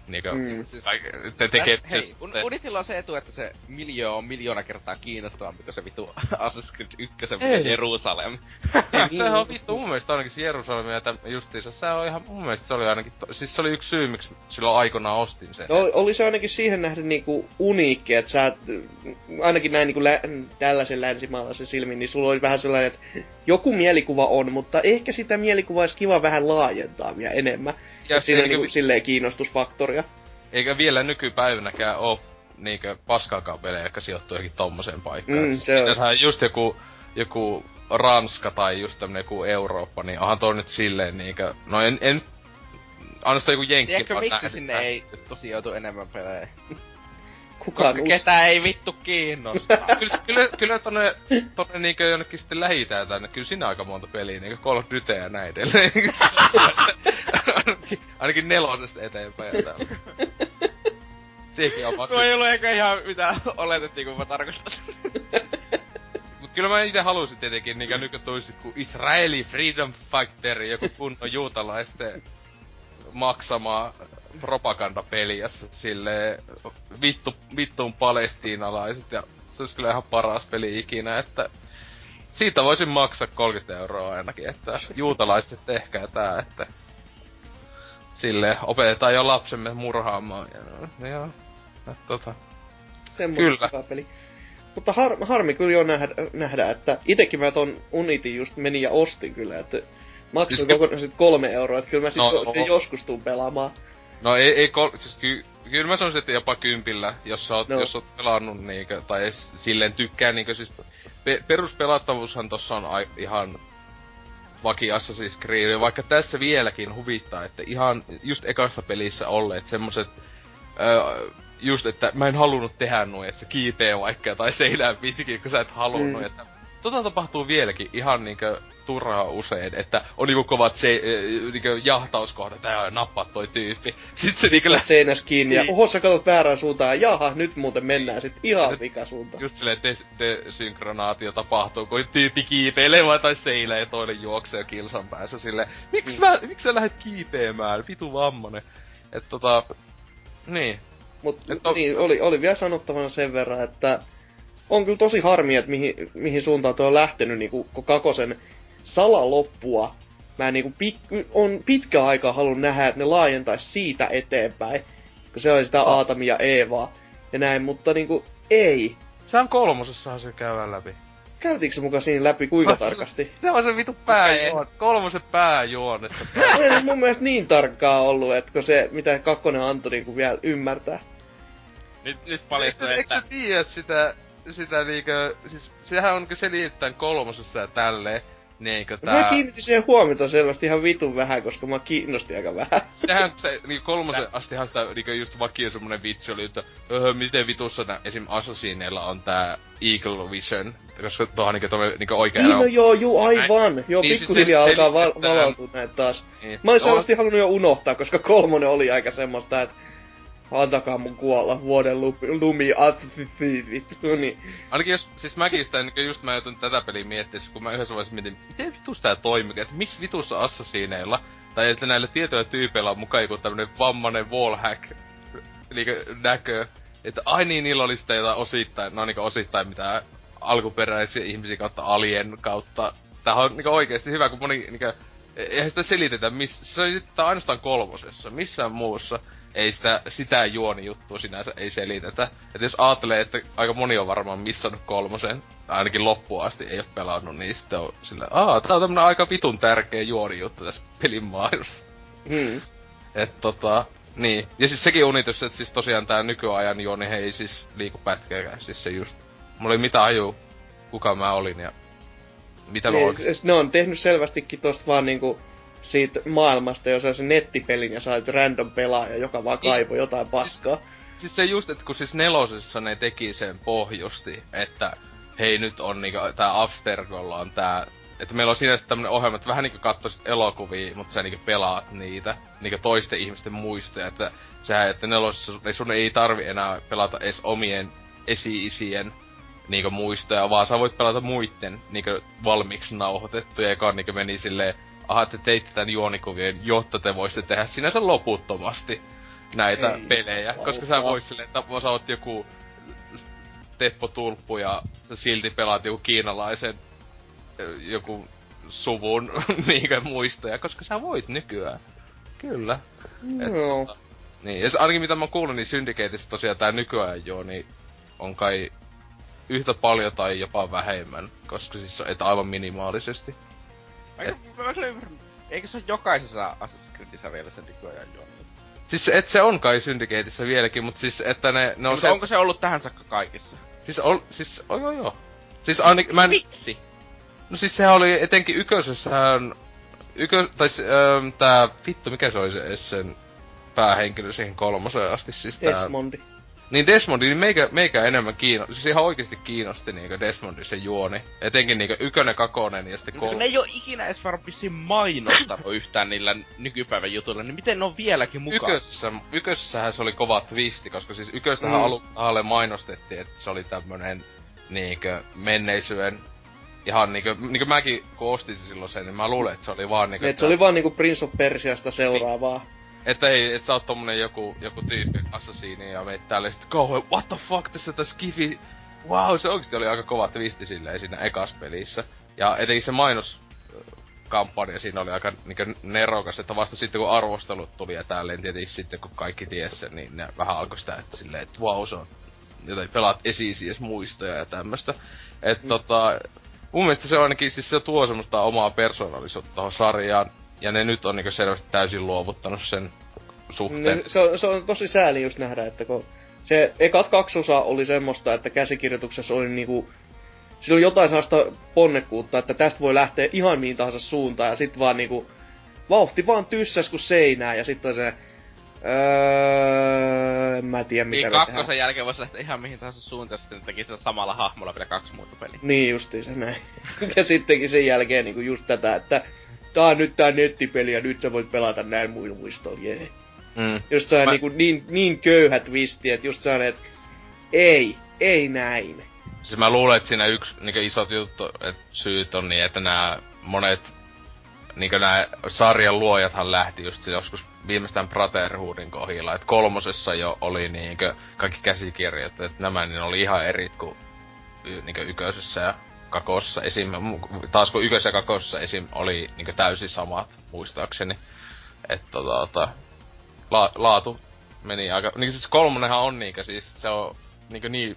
Niinkö, Siis, te tekee... hei, Unitilla on se etu, että se on miljoona kertaa kiinnostavampi kuin se vitu Assassin's Creed 1 Jerusalem. Sehän on vittu mun mielestä ainakin se Jerusalem ja justiinsa, se on ihan, mun mielestä se oli ainakin, siis se oli yksi syy, miksi silloin aikoinaan ostin sen. No, oli se ainakin siihen nähden niinku uniikki, että sä ainakin näin niinku tällaisen länsimaalaisen silmin, niin sulla oli vähän sellainen, että joku mielikuva on, mutta ehkä sitä mielikuvaa olisi kiva vähän laajentaa vielä enemmän. Ja siinä on niinku silleen kiinnostusfaktoria. Eikä vielä nykypäivänäkään oo niinkö paskaakaan pelejä, jotka sijoittuu johonkin tommoseen paikkaan. Se on. Just joku Ranska tai just tämmönen joku Eurooppa, niin onhan toi nyt silleen niinkö... No en ainoastaan joku jenkki. Tiedätkö miksi sinne ei sijoitu enemmän pelejä? Kukaan ketään ei vittu kiinnostaa. kyllä tonne niinkö jonnekin sitten lähitään tänne, kyllä siinä aika monta peliä, niinkö Call of Duty ja näin edelleen. ainakin 4 eteenpäin täällä. Siihenkin on Tuo ei ollut eikä ihan mitään oletettiin, kun mä tarkoitan. Mut kyllä mä ite halusin tietenkin niinkö nykytuisit kuin Israeli Freedom Fighter, joku kunnon juutalaisten maksamaa propagandapeliä silleen vittuun palestiinalaiset ja se olisi kyllä ihan paras peli ikinä, että siitä voisin maksaa 30 € ainakin, että juutalaiset tehkää tää, että silleen opetetaan jo lapsemme murhaamaan ja semmoinen hyvä peli. Mutta harmi kyllä jo nähdä, että itekin mä ton Unitin just menin ja ostin kyllä, että maksoin kokonaan 3 €, että kyllä mä sen joskus tuun pelaamaan. No siis kyllä mä sanoisin, että jopa 10, jos sä oot pelannut niinkö, tai silleen tykkää niinkö siis... Peruspelattavuushan tossa on ihan vaki Assassin's Creed, vaikka tässä vieläkin huvittaa, että ihan just ekassa pelissä olleet semmoset... just, että mä en halunnut tehdä noin, että se kiipee vaikka tai seinään pitkin, kun sä et halunnut, että... tapahtuu vieläkin ihan niinkö turhaa usein, että on niinku kovat niinkö jahtauskohdat, tää nappaa toi tyyppi. Sit se niinkö seinäs kiinni ja oho sä katot väärään suuntaan ja jaha, nyt muuten mennään sit ihan vikasuuntaan. Just silleen desynkronaatio tapahtuu, kun tyyppi kiipeilee tai seilee ja toinen juoksee kilsan päässä silleen. Miksi sä lähdet kiipeämään? Vitu vammonen. Et niin. Mut niin, oli vielä sanottavana sen verran, että on kyllä tosi harmi, että mihin suuntaan tuo on lähtenyt niinku kakosen salaloppua. Mä niinku on pitkä aika halunnut nähdä, että ne laajentais siitä eteenpäin. Kun se oli sitä Aatamia ja Eevaa ja näin, mutta niinku ei. Sehän 3:ssahan se käydään läpi. Käytiinkö se muka siinä läpi kuinka tarkasti? Se on se vitu pääjuone. 3 pääjuonessa. Ei mun mielestä niin tarkkaa ollut, että se mitä 2 antoi niinku vielä ymmärtää. Nyt paljastuu, että... Eikö sä tiedä sitä niinkö, siis sehän on selittäen 3:ssa ja tälleen, niinkö tää... Mä kiinnitin siihen huomiota selvästi ihan vitun vähän, koska mä kiinnosti aika vähän. Sehän se, niinku 3 astihan sitä niinkö just vakio semmonen vitsi oli, että miten vitussa esim. Assassineilla on tää Eagle Vision, koska tuohan niinkö oikea niin, no aivan. Joo, niin, pikkuhiljaa siis alkaa valautua näitä taas. Niin. Mä olin selvästi halunnut jo unohtaa, koska 3 oli aika semmoista, että antakaa mun kuolla vuoden lumi vittu, niin. Ainakin jos, siis mäkin sitä, niin just mä joutun tätä peliä miettiessä, kun mä yhdessä vaiheessa mietin, miten vitus tää toimii, että miksi vitussa Assassineilla, tai että näillä tietyillä tyypeillä on mukaan joku tämmönen vammanen wallhack näkö, että ai niin, niillä oli sitä jotain osittain, no niinku osittain mitään alkuperäisiä ihmisiä kautta alien kautta. Tämähän on niinku oikeesti hyvä, kun moni niinku, eihän sitä selitetä, se on sitten ainoastaan 3:ssa, missään muussa. Ei sitä juonijuttua sinänsä ei selitetä. Et jos ajattelee, että aika moni on varmaan missannut 3, ainakin loppuun asti ei oo pelannut, niin sitten on silleen, tää on tämmönen aika vitun tärkeä juonijuttu tässä pelin maailmassa. Et niin. Ja siis sekin unitus, että siis tosiaan tää nykyajan juoni ei siis liiku pätkääkään, siis se just. Mulla ei mitään ajuu, kuka mä olin ja mitä mä oikeesti. Ne on tehnyt selvästikin tosta vaan niinku siitä maailmasta, jos on se nettipelin ja sait random pelaaja, joka vaan kaivoi jotain paskaa. Siis se just, että kun siis 4:ssa ne teki sen pohjusti, että hei nyt on niinku tää Abstergolla on tää, että meillä on siinä sitten tämmönen ohjelma, että vähän niinku kattoisit elokuvia, mutta sä niinku pelaat niitä, niinku toisten ihmisten muistoja, että sehän, että 4:ssa sun ei tarvi enää pelata edes omien esi-isien niinku muistoja, vaan sä voit pelata muitten niinku valmiiksi nauhoitettuja, joka niinku meni silleen, te teitte tän juonikuvien, jotta te voisitte tehdä sinänsä loputtomasti. näitä Ei pelejä. Koska sä voit silleen, että sä oot joku Teppo Tulppu ja sä silti pelaat joku kiinalaisen joku suvun niinkö muistoja, koska sä voit nykyään. Kyllä. No. Niin, ja ainakin mitä mä oon kuullut, niin Syndicateissa tosiaan tää nykyään joo, niin on kai yhtä paljon tai jopa vähemmän, koska siis että aivan minimaalisesti. Eikö se ole jokaisessa Assassin's Creedissä vielä se nykyajan juoni? Siis se on kai Syndicateissa vieläkin, mut siis että ne on se... Onko se ollut tähän saakka kaikissa? Joo. Siis ainakin Miksi? No siis sehän oli etenkin ykkösessähän... Tää vittu, mikä se oli se sen päähenkilö siihen 3 asti, siis tää... Desmondi. Niin Desmondi, niin meikä enemmän siis ihan oikeesti kiinnosti niinkö Desmondin se juoni. Etenkin niinkö 1, 2 ja sitten 3. Ne ei oo ikinä edes varmaan vissiin mainostanut yhtään niillä nykypäivän jutuilla, niin miten ne on vieläkin mukaan? Ykkösessähän se oli kova twisti, koska siis ykköstähän alulle mainostettiin, että se oli tämmönen niinkö menneisyyden ihan niinkö mäkin kun ostin se silloin sen, niin mä luulen, että se oli vaan niinkö... Et se oli vaan niinku Prince of Persiasta seuraavaa. Että ei, et sä oot tommonen joku tyyppi assassini ja meit täällä sit kauhean, what the fuck, tässä tää skifi. Wow, se oikeesti oli aika kova twisti silleen siinä ekas pelissä. Ja etenkin se mainoskampanja siinä oli aika niinkö nerokas, että vasta sitten kun arvostelut tuli ja tälleen tietenkin sitten kun kaikki ties sen, niin ne vähän alkoi sitä, että silleen, että wow, se on jotain pelaat esiisies muistoja ja tämmöstä. Mun mielestä se ainakin, siis se tuo semmoista omaa persoonallisuutta tohon sarjaan. Ja ne nyt on niinku selvästi täysin luovuttanut sen suhteen. Niin, se on tosi sääli just nähdä, että kun se ekat 2 osaa oli semmoista, että käsikirjoituksessa oli niinku... Siinä oli jotain sellaista ponnekkuutta, että tästä voi lähteä ihan mihin tahansa suuntaan, ja sit vaan niinku... Vauhti vaan tyssäs kuin seinää, ja sit on se... en mä tiedä mitä niin, 2 jälkeen voisi lähteä ihan mihin tahansa suuntaan, ja sitten teki sillä samalla hahmolla vielä 2 muuta peliä. Niin justiin se näin. Ja sittenkin sen jälkeen niinku just tätä, että... Tää on nyt tää nettipeli ja nyt sä voit pelata näin muistoon, jee. Just sellainen niin köyhä twisti, että just sellainen, että ei näin. Siis mä luulen, että siinä yksi niinku isot juttu, että syyt on niin, että nää monet niinku nää sarjan luojathan lähti just joskus viimeistään Brotherhoodin kohdilla, että 3 jo oli niinku kaikki käsikirjat, että nämä niin oli ihan erit kuin niinku 1 ja 2 esim. Taas kun 1 ja 2 esim. Oli niinku täysin samat, muistaakseni. Että laatu meni aika... Niinku siis 3 on niinkö siis, se on niinkö niin...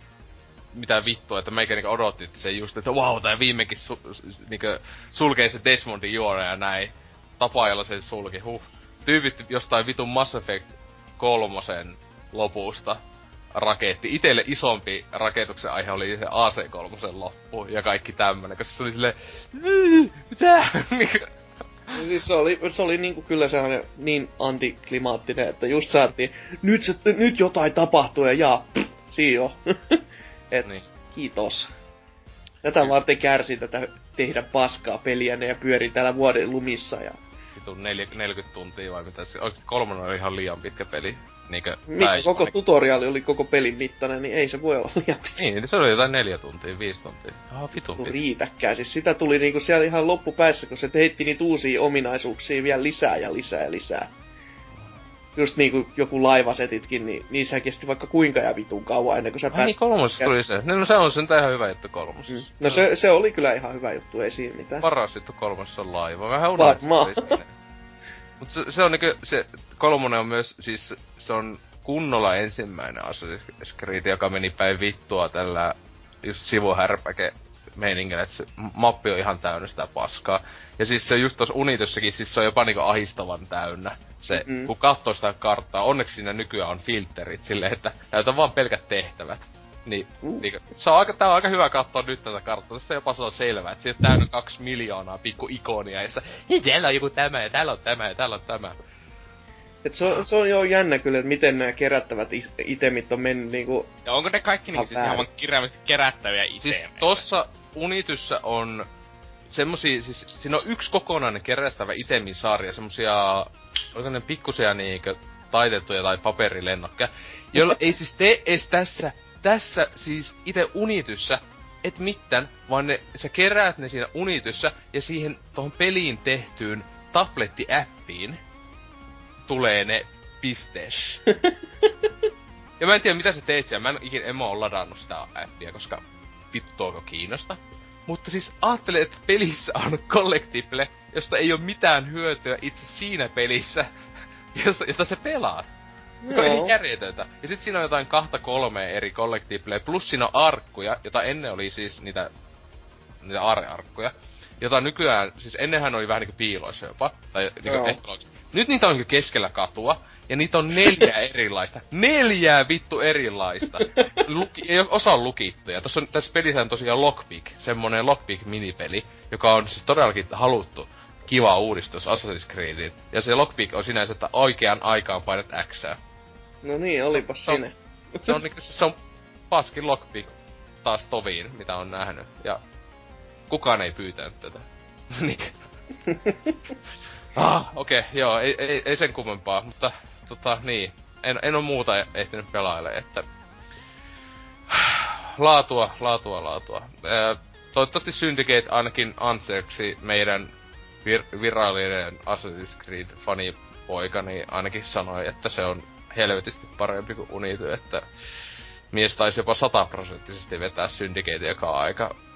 Mitä vittua, että meikä niinkö odotti, että se just, että wow, tää viimeinkin niinkö sulkee se Desmondin juone ja näin. Tapaajalla se sulki, Tyypit jostain vitun Mass Effect 3 lopusta raketti. Itelle isompi raketuksen aihe oli se AC-3 loppu ja kaikki tämmönen, koska se oli silleen... Mitä? Siis se oli niinku kyllä sellainen niin antiklimaattinen, että just saatiin, nyt jotain tapahtuu ja siinä on. Niin. Kiitos. Tätä varten kärsi tätä tehdä paskaa peliänne ja pyörii täällä vuoden lumissa ja... Vitun 40 tuntia vai mitä se... Oikeesti 3 oli ihan liian pitkä peli. Koko tutoriaali oli koko pelin mittainen, niin ei se voi olla liian pitkä. Niin, se oli jotain 4 tuntia, 5 tuntia. Vitun pitkä. Riitäkään, siis sitä tuli niinku siellä ihan loppupäässä, kun se heitti niitä uusia ominaisuuksia vielä lisää ja lisää ja lisää. Just niinku joku laivasetitkin, niin niissä kesti vaikka kuinka ja vitun kauan ennen kuin sä niin, 3 tuli se. No se on sentään ihan hyvä juttu 3. No se oli kyllä ihan hyvä juttu, ei siinä mitään. Paras juttu 3 on laiva. Vähän unohdin. Mut se on niinku, se 3 on myös, siis se on kunnolla ensimmäinen Assassin's Creed, joka meni päin vittua tällä just sivuhärpäke meiningillä, että se mappi on ihan täynnä sitä paskaa. Ja siis se just tossa Unitussakin, siis se on jopa niinku ahistavan täynnä. Se, kun katsoo sitä karttaa, onneksi siinä nykyään on filterit silleen, että näytän vaan pelkät tehtävät. Niin, tää on aika hyvä katsoa nyt tätä karttaa, tässä jopa se on selvää, että siinä on täynnä 2 miljoonaa pikku ikonia, ja täällä on joku tämä, ja täällä on tämä, ja täällä on tämä. Et se on jo jännä kyllä, että miten nämä kerättävät itemit on mennyt niinku... Ja onko ne kaikki niinku siis ihan kirjaimellisesti kerättäviä itemeitä? Siis tossa Unityssä on semmosia, siis siinä on yksi kokonainen kerättävä itemisarja, semmosia, oliko ne pikkusia niinkö taitettuja tai paperilennokkeja, joilla ei siis tee edes tässä siis ite Unityssä et mitään, vaan sä keräät ne siinä Unityssä ja siihen tohon peliin tehtyyn tablettiäppiin tulee ne Piste. Ja mä en tiedä mitä sä teet siellä, en mä oo ladannut sitä appia, koska vittuako kiinnosta. Mutta siis ajattele, että pelissä on collectible, josta ei oo mitään hyötyä itse siinä pelissä, jota sä pelaat. Se on ihan järjetöntä. Ja sit siinä on jotain 2-3 eri collectiblea, plus siinä on arkkuja, jota ennen oli siis niitä aare-arkkuja. Jota nykyään, siis ennenhän oli vähän niinku piiloissa jopa, tai niinku nyt niitä on niinku keskellä katua, ja niitä on 4 erilaista. 4 vittu erilaista! Osa on lukittuja. Tässä pelissä on tosiaan Lockpick, semmonen Lockpick-minipeli, joka on siis todellakin haluttu kiva uudistus Assassin's Creediin. Ja se Lockpick on sinänsä, että oikeaan aikaan painat Xää. No niin, olipas sinne. Se on paskin Lockpick taas toviin, mitä on nähnyt. Ja kukaan ei pyytänyt tätä. Niin. Okei, joo, ei sen kummempaa, mutta niin. En oo muuta ehtinyt pelailemaan, että laatua. Toivottavasti Syndicate ainakin answerksi meidän virallinen Assassin's Creed-fanipoika, niin ainakin sanoi, että se on helvetisti parempi kuin Unity, että mies taisi jopa 100% vetää Syndicatea, joka on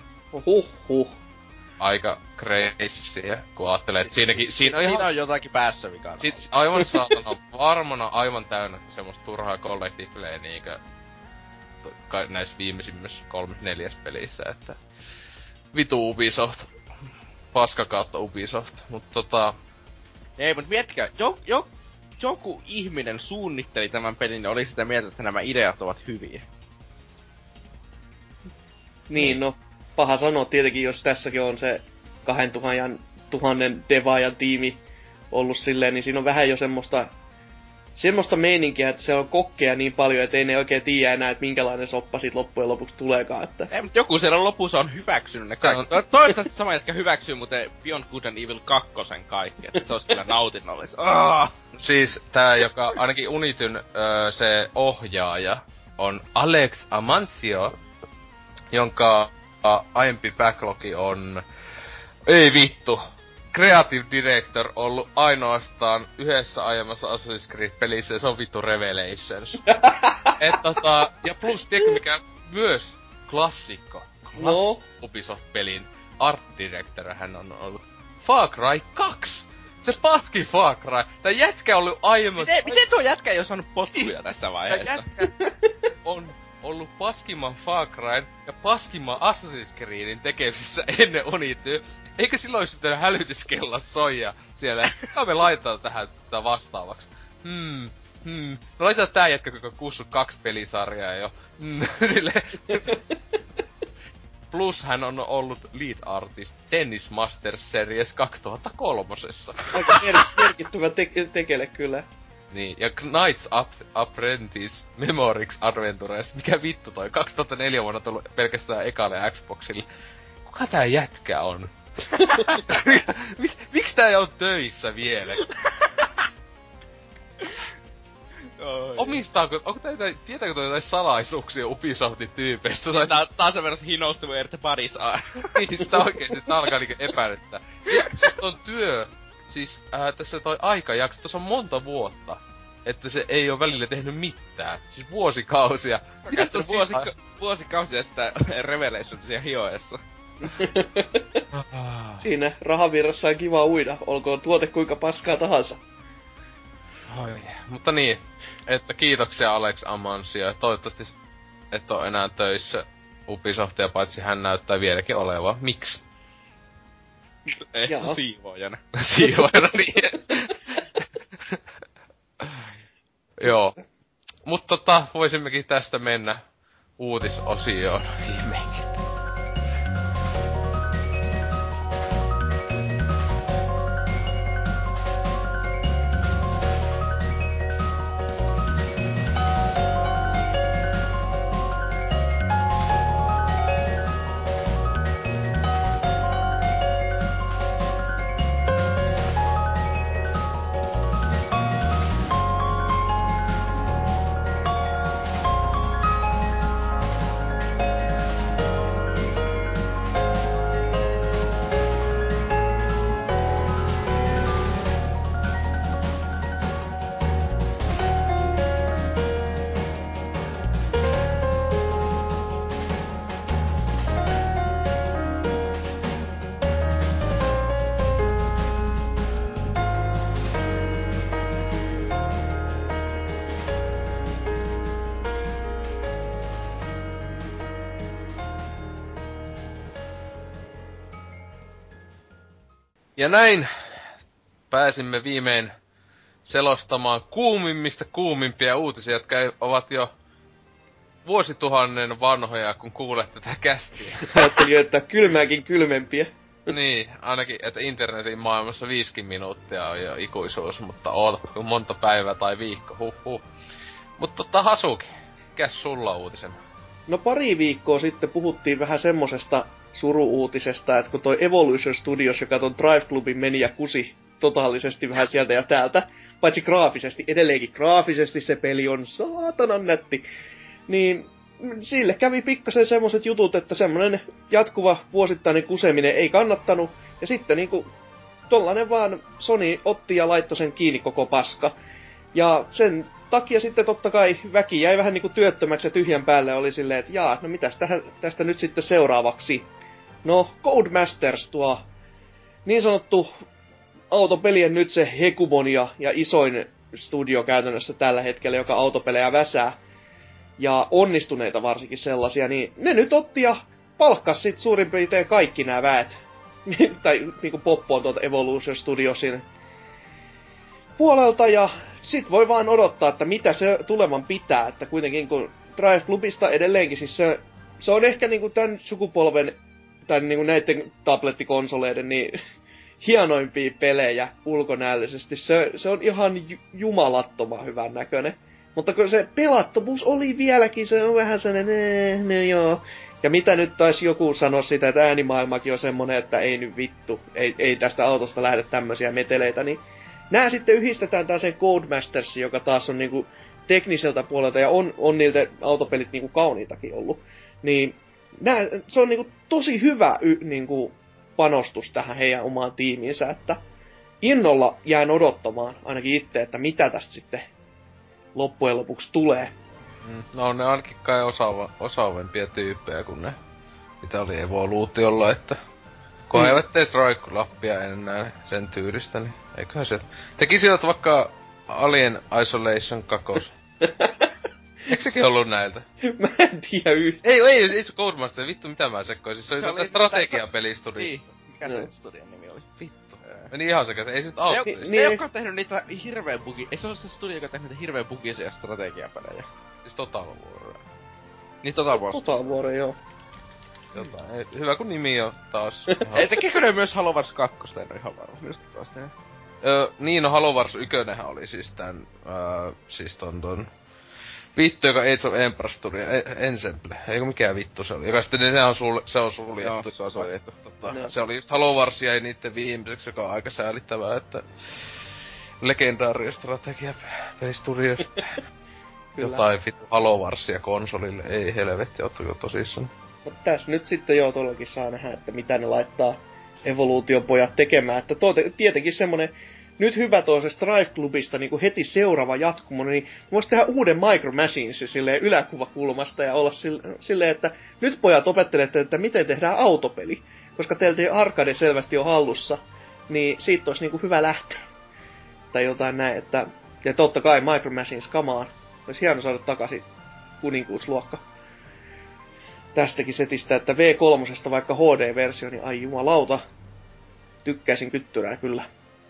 aika crazy, kun ajattelee, että siinä on jotakin päässä vikaa. Sit aivan saatana varmana aivan täynnä semmoista turhaa collectiblea niinkö näissä viimeisimmissä 3-4 pelissä, että vitu Ubisoft. Paska kautta Ubisoft, mut Ei, mut miettikää, joku ihminen suunnitteli tämän pelin ja oli sitä mieltä, että nämä ideat ovat hyviä. Niin, no, paha sanoa tietenkin, jos tässäkin on se 2000 devaajan tiimi ollut silleen, niin siinä on vähän jo semmoista meininkiä, että se on kokkeja niin paljon, että ei ne oikein tiedä enää, että minkälainen soppa sit loppujen lopuksi tuleekaan, että... Ei, mutta joku siellä lopussa on hyväksynyt ne kaikki. Toivottavasti sama jätkä hyväksyy muuten Beyond Good and Evil 2 kaikki, että se olisi kyllä nautinnollista. Siis tää, joka ainakin Unityn se ohjaaja on Alex Amancio, jonka aiempi backlogi on... Ei vittu! Creative Director ollut ainoastaan yhdessä aiemmassa Assassin's Creed-pelissä, ja se on vittu Revelations. Ja plus, tiedätkö mikä myös klassikko Ubisoft-pelin art director hän on ollut Far Cry 2! Se paski Far Cry! Tää jätkä on ollut aiemmin... Miten tuo jätkä ei oo saanut potkuja tässä vaiheessa? Tää jätkä on ollut paskimman Far Cryn ja paskimman Assassin's Creedin tekemisissä ennen Unityä. Eikö silloin olisi pitänyt hälytyskellot soija siellä? Mitä me laitetaan tähän vastaavaksi? No laitetaan tää jätkä, joka on kussut 2 pelisarjaa jo. Silleen. Plus hän on ollut lead artist Tennis Masters Series 2003. Aika merkittävä tekele kyllä. Niin, ja Knights Apprentice Memorix Adventures. Mikä vittu toi? 2004 vuonna tullut pelkästään ekalle Xboxille. Kuka tää jätkä on? Miks tää ei oo töissä vielä? Omistaako, tietääkö toi jotain salaisuuksia Ubisoftin tyypeistä? Tää on sen verran hinostuva Erte Parisaa. Niin, sitä oikeesti tää alkaa niinku epäilyttää. Ja siis ton työ, siis tässä toi aikajakso, tossa on monta vuotta, että se ei oo välillä tehnyt mitään. Siis vuosikausia. Vuosikausia sitä Revelationsia hioessa. Siinä rahavirrassa on kiva uida, olkoon tuote kuinka paskaa tahansa. Mutta niin, että kiitoksia Alex Amancio. Toivottavasti et oo enää töissä Ubisoftia, paitsi hän näyttää vieläkin olevan. Miksi? Siivoojana. Siivoojana, niin. Joo. Mutta voisimmekin tästä mennä uutisosioon viimeinkin. Ja näin pääsimme viimein selostamaan kuumimpia uutisia, jotka ovat jo vuosituhannen vanhoja, kun kuulet tätä kästiä. Ajattelin, että kylmääkin kylmempiä. Niin, ainakin, että internetin maailmassa 5 minuuttia on jo ikuisuus, mutta ootapa monta päivää tai viikko, huh. Mutta Hasuki, mikäs sulla uutisena? No pari viikkoa sitten puhuttiin vähän semmosesta suru-uutisesta, että kun toi Evolution Studios, joka ton Drive Clubin meni ja kusi totaalisesti vähän sieltä ja täältä, paitsi graafisesti, edelleenkin graafisesti se peli on saatanan nätti, niin sille kävi pikkasen semmoset jutut, että semmonen jatkuva vuosittainen kuseminen ei kannattanut, ja sitten niinku tollanen vaan Sony otti ja laittoi sen kiinni koko paska. Ja sen takia sitten totta kai väki jäi vähän niinku työttömäksi ja tyhjän päälle oli silleen, että jaa, no mitäs tästä nyt sitten seuraavaksi? No, Codemasters, tuo niin sanottu autopelien nyt se hegemonia ja isoin studio käytännössä tällä hetkellä, joka autopelejä väsää, ja onnistuneita varsinkin sellaisia, niin ne nyt otti ja palkkas sit suurin piirtein kaikki nämä väet. Tai niinku poppoon tuolta Evolution Studiosin puolelta, ja sit voi vaan odottaa, että mitä se tulevan pitää, että kuitenkin kun Drive Clubista edelleenkin, siis se on ehkä niinku tän sukupolven, tai niinku näitten tablettikonsoleiden, niin hienoimpia pelejä ulkonäöllisesti. Se on ihan jumalattoman hyvän näköinen. Mutta kun se pelattomuus oli vieläkin, se on vähän sellainen, joo. Ja mitä nyt taisi joku sanoa sitä, että äänimaailmakin on semmonen, että ei nyt vittu, ei tästä autosta lähde tämmösiä meteleitä, niin nää sitten yhdistetään taas sen Codemastersin, joka taas on niinku tekniseltä puolelta, ja on niiltä autopelit niinku kauniitakin ollut. Niin se on niinku tosi hyvä niinku panostus tähän heidän omaan tiimiinsä, että innolla jään odottamaan ainakin itse, että mitä tästä sitten loppujen lopuksi tulee. No ne ainakin kai osaavempia tyyppejä kuin ne, mitä oli Evoluutiolla, että kun eivät tee Trike-lappia enää sen tyylistä, niin eiköhän se tekisivät vaikka Alien Isolation 2. Eikö sekin ollut näiltä? Mä en tiedä yhtään. Ei se Codemaster, vittu mitä mä sekkoisin. Se oli strategiapelistudi. Niin, mikä se studion nimi oli? Vittu. Meni ihan sekä, ei se nyt auttisi. Ne jotka on tehnyt niitä hirveen ei se ole se studio, joka on tehnyt niitä hirveen bugisia strategiapelejä. Siis Total War. Niin Total War. Total War, joo. Jotain. Hyvä kun nimi on taas. Ei tekeekö ne myös Halo Wars 2, en oo ihan varma. Minusta taas tehdään. Niin, no Halo Wars 1 oli siis tän, siis ton vittu, joka Age of Empires tuli, Ensemble, eikö mikään vittu se oli, joka sitten se on suljettu. Joo, se on suljettu. Se oli just Halo Wars jäi niitten viimeiseksi, joka on aika säälittävää, että legendaaria strategiapelistudiosta. Jotain vittu Halo Warsia konsolille, ei helvetti, ootteko tosissaan. Mutta tässä nyt sitten jo todellakin saa nähdä, että mitä ne laittaa Evolution pojat tekemään, että tietenkin semmonen nyt hyvä toisesta Drive Clubista niin heti seuraava jatkumo, niin voisi tehdä uuden Micro Machines silleen yläkuvakulmasta ja olla silleen, että nyt pojat opettelette, että miten tehdään autopeli, koska teiltä arcade selvästi on hallussa, niin siitä olisi niin hyvä lähteä. Tai jotain näin, että ja totta kai Micro Machines kamaan. Olisi hieno saada takaisin kuninkuusluokka tästäkin setistä, että V3 vaikka HD-versio, niin ai jumalauta, tykkäisin kyttyrää kyllä.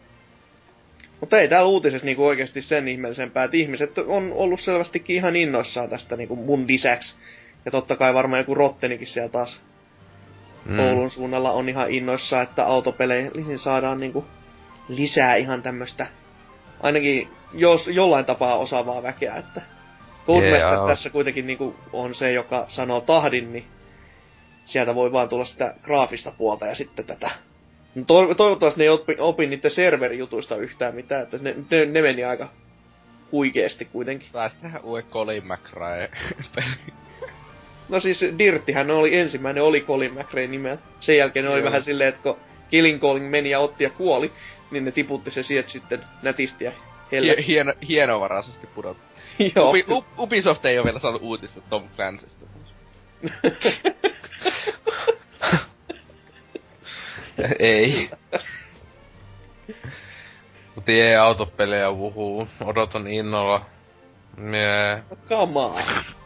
Mutta ei täällä uutisessa niinku oikeesti sen ihmeellisempää, että ihmiset on ollut selvästikin ihan innoissaan tästä niinku mun lisäksi. Ja totta kai varmaan joku Rottenikin siellä taas Oulun suunnalla on ihan innoissaan, että autopeleihin saadaan niinku lisää ihan tämmöstä, ainakin jos jollain tapaa osaavaa väkeä, että Codemaster tässä kuitenkin niinku on se, joka sanoo tahdin, niin sieltä voi vaan tulla sitä graafista puolta ja sitten tätä. Toivottavasti ne ei opi niiden serverijutuista yhtään mitään, että ne meni aika huikeesti kuitenkin. Taisi tehdä uuden Colin McRae peli. No siis Dirttihän oli ensimmäinen, oli Colin McRae nimellä. Sen jälkeen ne oli vähän silleen, että kun Killing Calling meni ja otti ja kuoli, niin ne tiputti se sieltä sitten nätisti ja hienovaraisesti pudotti. Joo. Ubisoft ei ole vielä saanut uutista Tom Clancysta. Ei. Mut autopelejä wuhuu. Odotan innolla. Come on.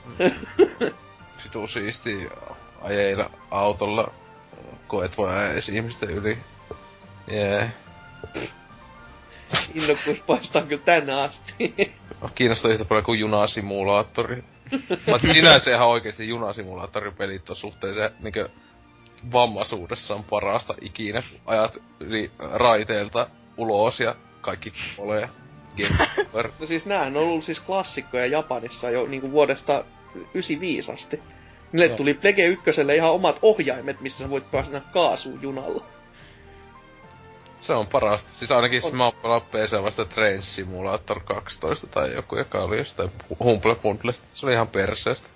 Vitu siisti ajeilla autolla, kun et voi ajaa edes ihmisten yli. Jee. Innokkuus paistaa kyllä tänne asti. Kiinnostaa yhtä paljon kuin junasimulaattori. Sinänsä ihan oikeesti junasimulaattoripelit on suhteellisen niinkö vammaisuudessaan parasta ikinä. Ajat yli raiteilta ulos ja kaikki ole Game Over. No siis näähän on ollut siis klassikkoja Japanissa jo niinku vuodesta 95 asti. Niille tuli Plege 1 ihan omat ohjaimet, mistä sä voit päästä kaasuun junalla. Se on parasta. Siis ainakin mä oon pelannut PC vasta Train Simulator 12 tai joku, joka oli jostain Humble Bundlesta. Se oli ihan perseestä.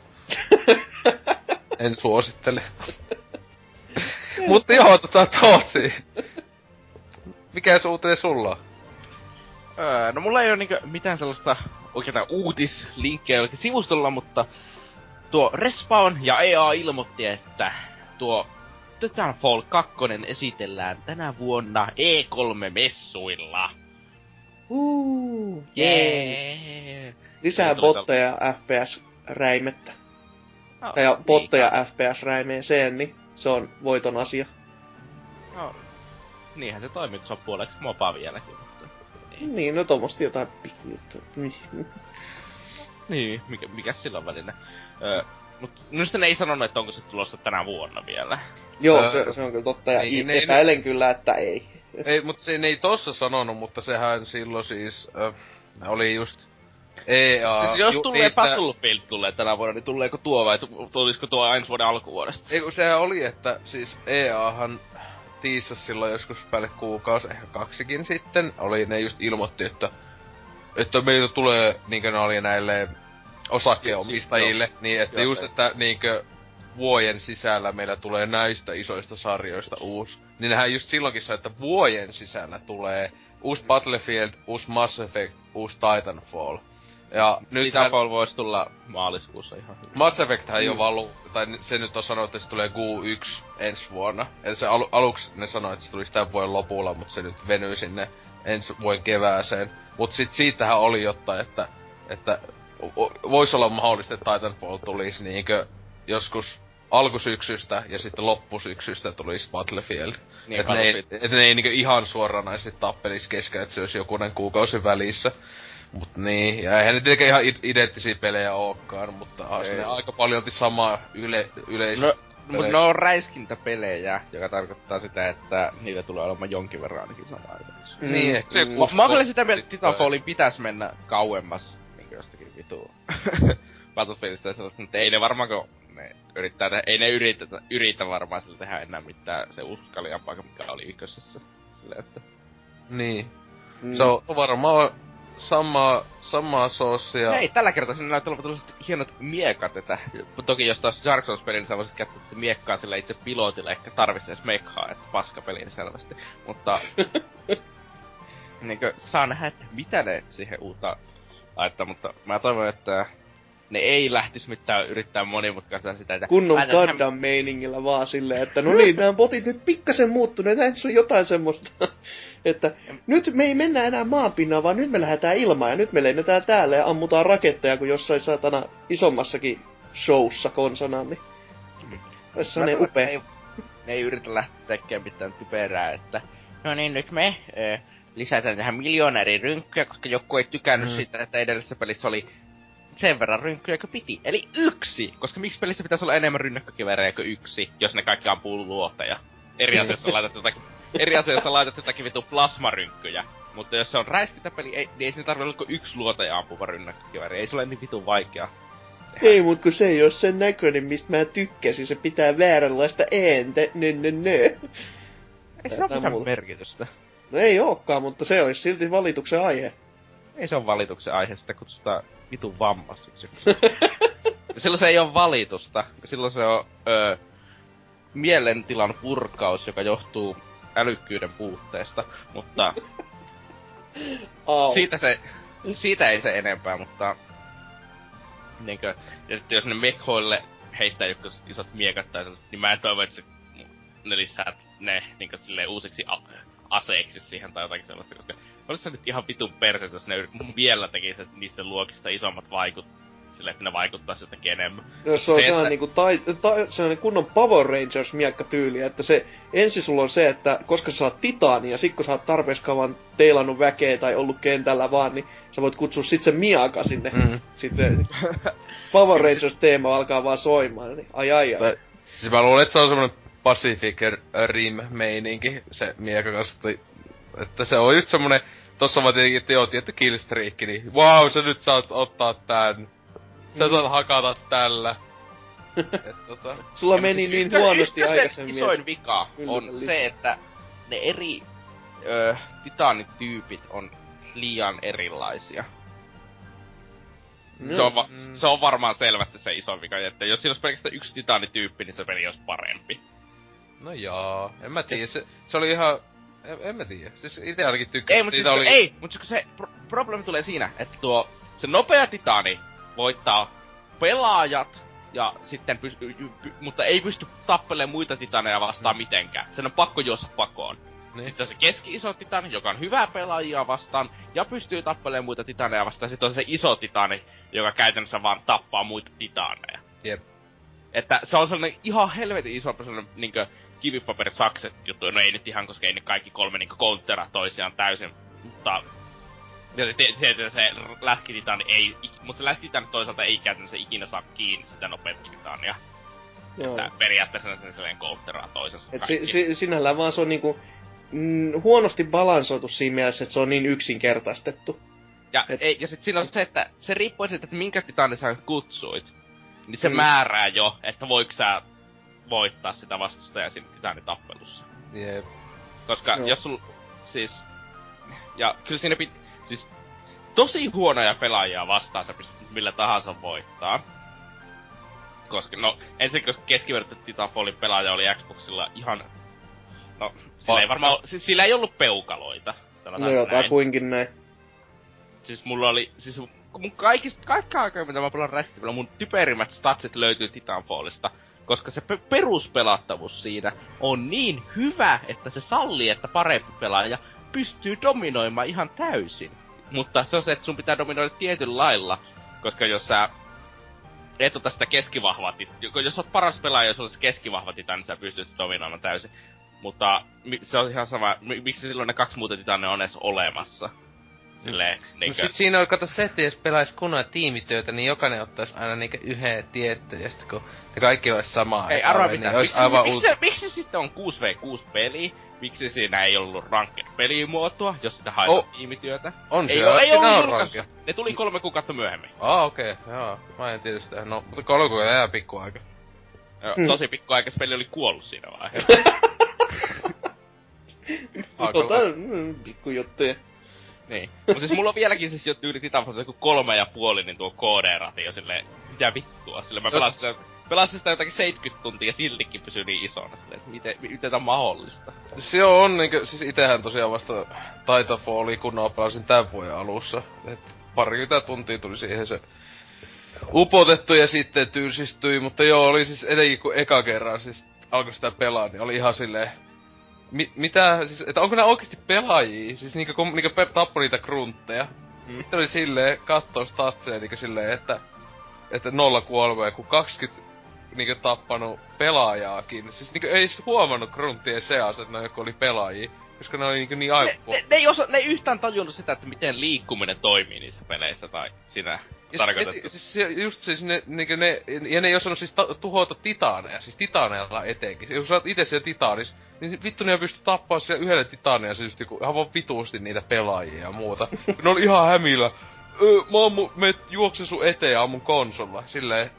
En suosittele. Mutta joo, Tootsi. Mikä uutinen sulla on? No mulla ei oo niinku mitään sellaista oikeastaan uutislinkkejä jollekin sivustolla, mutta tuo Respawn ja EA ilmoitti, että tuo Titanfall 2 esitellään tänä vuonna E3-messuilla. Jee! Lisää botteja FPS-räimettä. Ja botteja FPS-räimeeseen, niin se on voiton asia. No, niinhän se toimii, kun se on puoleksi mopa vieläkin, mutta... Niin, no tommosti jotain pikkujuttuja. Niin, mikäs sillä on väline? Mut nyt ne ei sanonut, että onko se tulossa tänä vuonna vielä. Joo, se on kyllä totta, ja epäilen kyllä, että ei. Ei, mut se ei tossa sanonut, mutta sehän silloin siis oli just EA... Siis jos tulee Battlefield tulee tänä vuonna, niin tuleeko tuo vai tulisiko tuo ensi vuoden alkuvuodesta? Ei, kun sehän oli, että siis EAhan tiissas silloin joskus päälle kuukausi, ehkä 2 sitten, ne just ilmoitti, että meiltä tulee, niinkö ne oli näille osakeomistajille, niin että just, että niinkö vuoden sisällä meillä tulee näistä isoista sarjoista uusi. Niin nehän just silloinkin sai, että vuoden sisällä tulee uusi Battlefield, uusi Mass Effect, uusi Titanfall. Ja nyt Titanfall voisi tulla maaliskuussa ihan hyvin. Mass Effecthän jo tai se nyt on sanonut, että se tulee Q1 ensi vuonna. Eli se aluksi ne sanoi, että se tulisi tämän vuoden lopulla, mutta se nyt venyy sinne ensi vuoden kevääseen. Mut sit siitähän oli jotta, että vois olla mahdollista, että Titanfall tulisi niinkö joskus alkusyksystä ja sitten loppusyksystä tulisi Battlefield. Niin, et ne ei niinkö ihan suoranaisesti tappelis kesken, että se olisi jokunen kuukausi välissä. Mut niin, ja eihän ne tietenkään ihan identtisiä pelejä ookaan, mutta on ne aika paljolti sama yleisö. No, mut ne on räiskintäpelejä, joka tarkoittaa sitä, että niillä tulee olemaan jonkin verran ainakin samaa yleisöä. Niin, ehkä se Mä oon kyllä sitä mieltä, että Titanfallin pitäis mennä kauemmas niinku jostakin vituu Battlefieldista ja sellaista, mutta ei ne varmaanko ne yritä varmaan sillä tehdä enää mitään se uskaliampaa, mikä oli ykkösessä. Silleen, että... Niin. Se on varmaan samaa soosia. Hei, tällä kertaa sinne näyttää olevan tällaiset hienot miekat, että toki jos taas Dark Souls-pelin sä voisit käyttää miekkaa sillä itse pilotilla, ehkä tarvitseis mekhaa, että paskapeliin selvästi. Mutta niinkö saa nähdä, että mitä ne siihen uutta laittaa, mutta mä toivon, että ne ei lähtis mitään yrittää monimutkaista sitä, että... Kunnon Gundam-meiningillä vaan silleen, että no niin, nämä botit nyt pikkasen muuttuneet, näissä on jotain semmoista, että nyt me ei mennä enää maanpinnaan, vaan nyt me lähdetään ilmaan ja nyt me lennetään täällä ja ammutaan raketteja, kuin jossain saatana isommassakin showssa konsona, niin... Tässä on ne upea. Ne ei yritä lähteä tekemään mitään typerää, että... No niin, nyt me lisätään tähän miljoonäri rynkkyjä, koska joku ei tykännyt siitä, että edellisessä pelissä oli sen verran rynkkyjä kuin piti. Eli 1! Koska miksi pelissä pitäisi olla enemmän rynnäkkökiväärejä kuin 1, jos ne kaikki ampuu luoteja? Eri asioissa laitat jotakin vitu plasmarynkkyjä. Mutta jos se on räiskintäpeli, niin ei siinä tarvitse olla kuin 1 luoteja ampuva rynnäkkökivääri. Ei se ole niin vitun vaikea. Ei, mut kun se ei oo sen näköinen, mistä mä tykkäsin. Se pitää vääränlaista ääntä. Ei se oo mitään merkitystä. No ei ookaan, mutta se olisi silti valituksen aihe. Ei se on valituksen aihe, sitä kutsutaan vitun vammaisiksi. Silloin se ei oo valitusta. Silloin se on mielentilan purkaus, joka johtuu älykkyyden puutteesta. Mutta siitä ei se enempää, mutta niinkö, ja sitten jos ne mekhoille heittää joku isot miekat tai sellaiset, niin mä en toivo, että ne lisää ne niinkö silleen uusiksi aseeksi siihen tai jotakin sellaista, koska olis se nyt ihan vitun perseet, jos ne vielä tekis niistä luokista isommat silleen, että ne vaikuttais jotenkin enemmän. No, se on Se, sellainen, sellainen kunnon Power Rangers-miakkatyyli, että se ensin sulla on se, että koska sä saat titaania, sit kun sä oot tarpeeksi kauan teilannut väkeä tai ollut kentällä vaan, niin sä voit kutsua sit sen miaka sinne. Sitten Power Rangers-teema alkaa vaan soimaan, niin ai. Siis mä luulen, että se on semmonen Pacific Rim-meininki, se miaka kanssa, että se on just semmonen, tossa vaan tietenkin, että joo, tietty killstreakki, niin sä nyt saat ottaa tän. Sä saat hakata tällä. Sulla meni niin huonosti aikaisemmin. Isoin vika on se, että ne eri titaanityypit on liian erilaisia. Se on varmaan selvästi se iso vika, että jos siinä olisi pelkästään yksi titaanityyppi, niin se peli olisi parempi. No jaa, en mä tiedä, se oli ihan... En mä tiedä, siis ite ainakin tykkäsin. Mutta se problemi tulee siinä, että se nopea titaani voittaa pelaajat, ja sitten mutta ei pysty tappelemaan muita titaneja vastaan mitenkään. Sen on pakko juossa pakoon. Niin. Sitten on se keski-iso titaani, joka on hyvää pelaajia vastaan, ja pystyy tappelemaan muita titaneja vastaan. Sitten on se iso titaani, joka käytännössä vaan tappaa muita titaneja. Jep. Että se on sellainen ihan helvetin iso sellainen niinkö kivipaperi-sakset juttu. No ei nyt ihan, koska ei ne kaikki kolme niinkö counteraa toisiaan täysin. Mutta... Ja tietysti se läskititaani ei... Mutta se läskititaani toisaalta ei käytännössä ikinä saa kiinni sitä nopeutta titaania. Että periaatteessa ne sellainen counteraa toisensa kaikki. Sinällään vaan se on niinku... huonosti balansoitu siinä mielessä, että se on niin yksinkertaistettu. Ja sit siinä on se, että se riippuu siitä, että minkä titaani sä kutsuit. Niin se määrää jo, että voiko sä voittaa sitä vastustajaa siinä titaanitappelussa. Jep. Koska jos sul... Siis... Ja kyllä siinä siis... Tosi huonoja pelaajia vastaan sä pystyt millä tahansa voittaa. Koska, no, ensinnäkin koska keskiverto Titanfallin pelaaja oli Xboxilla ihan... No, sillä ei varmaan... Sillä ei ollut peukaloita. No jotakuinkin näin. Siis mulla oli... Siis mun kaikka aikaa, mitä mä pelaan Resident mun typerimmät statsit löytyy Titanfallista. Koska se peruspelattavuus siinä on niin hyvä, että se sallii, että parempi pelaaja pystyy dominoimaan ihan täysin. Mutta se on se, että sun pitää dominoida tietyllä lailla. Koska jos sä et ota sitä keskivahvaa jos oot paras pelaaja, jos olet se keskivahva titan, niin sä pystyt dominoimaan täysin. Mutta se on ihan sama, miksi silloin ne kaksi muuta titania on edes olemassa. Silleen, no sit siinä on, kato se, että jos pelais kunnon tiimityötä, niin jokainen ottais aina niinkö yhden tietty, ja sit kun ne kaikki ois samaa. Ei arvaa mitään, niin miksi sitten on 6v6 peli? Miksi siinä ei ollut ranked pelimuotoa, jos sitä haetaan tiimityötä? Ei ollut julkaisussa. Ne tuli 3 kuukautta myöhemmin. Okei, joo. Mä en tiedä sitä. No, mutta 3 kuukautta jää pikkuaika. Joo, tosi pikkuaika, se peli oli kuollut siinä vaiheessa. Pikkujuttuja. Niin. Mut siis mulla on vieläkin siis jo tyyli Titanfallissa joku 3,5, niin tuo KD-ratio silleen, mitä vittua. Silleen mä pelasin sitä jotakin 70 tuntia ja siltikin pysyy niin isona. Silleen, miten tää on mahdollista? Se on niinkö, siis itehän tosiaan vasta Titanfallia kunnolla pelasin tän vuoden alussa. Et parikymmentä tuntia tuli siihen se upotettu ja sitten tyysistyi, mutta joo, oli siis etenkin kun eka kerran siis alkoi sitä pelaa, niin oli ihan silleen... Mitä, siis, että onko nää oikeesti pelaajia? Siis niinkö tappoi niitä gruntteja. Sitten oli silleen, kattoo statseja niinkö silleen, että 0 kuolema, kun 20 niinkö tappanut pelaajaakin. Siis niinkö ei huomannut grunttien seassa, että ne joku oli pelaajia. Koska ne oli niin aivan... Ne ei yhtään tajunnut sitä, että miten liikkuminen toimii niissä peleissä tai siinä tarkoitettu. Siis ne ei osannut siis tuhota titaaneja, siis titaaneilla etenkin. Jos sä oot ite siellä titaanis, niin vittu ne ei pysty tappaa siellä yhdelle titaania siis ihan vaan vituusti niitä pelaajia ja muuta. Ne oli ihan hämillä. Me juoksen sun eteen ja mun konsolla. Silleen,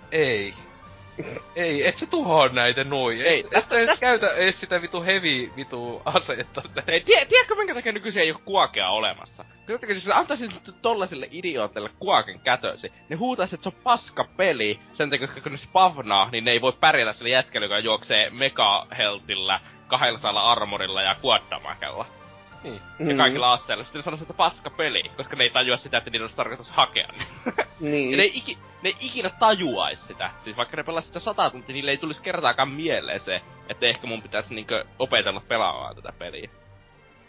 ei, et sä tuhoa näitä noin. Ei, tästä käytä ees sitä vitu asetta. Tiedätkö minkä takia nykyisin ei oo kuakea olemassa? Kyllä siis antaisin tollasille idiootille kuaken kätösi. Ne huutais, että se on paska peli. Sen takia, kun ne spavnaa, niin ne ei voi pärjätä sille jätkelle, joka juoksee megaheltillä, 200 armorilla ja quad-damagella. Niin. Ja kaikilla asseilla. Sitten ne sanois, että paska peli, koska ne ei tajua sitä, että niiden olisi tarkoitus hakea. Niin. Ja ne ei ikinä tajuais sitä. Siis vaikka ne pelas sitä 100 tuntia, niille ei tulisi kertaakaan mieleen se, että ehkä mun pitäisi niinkö opetella pelaamaan tätä peliä.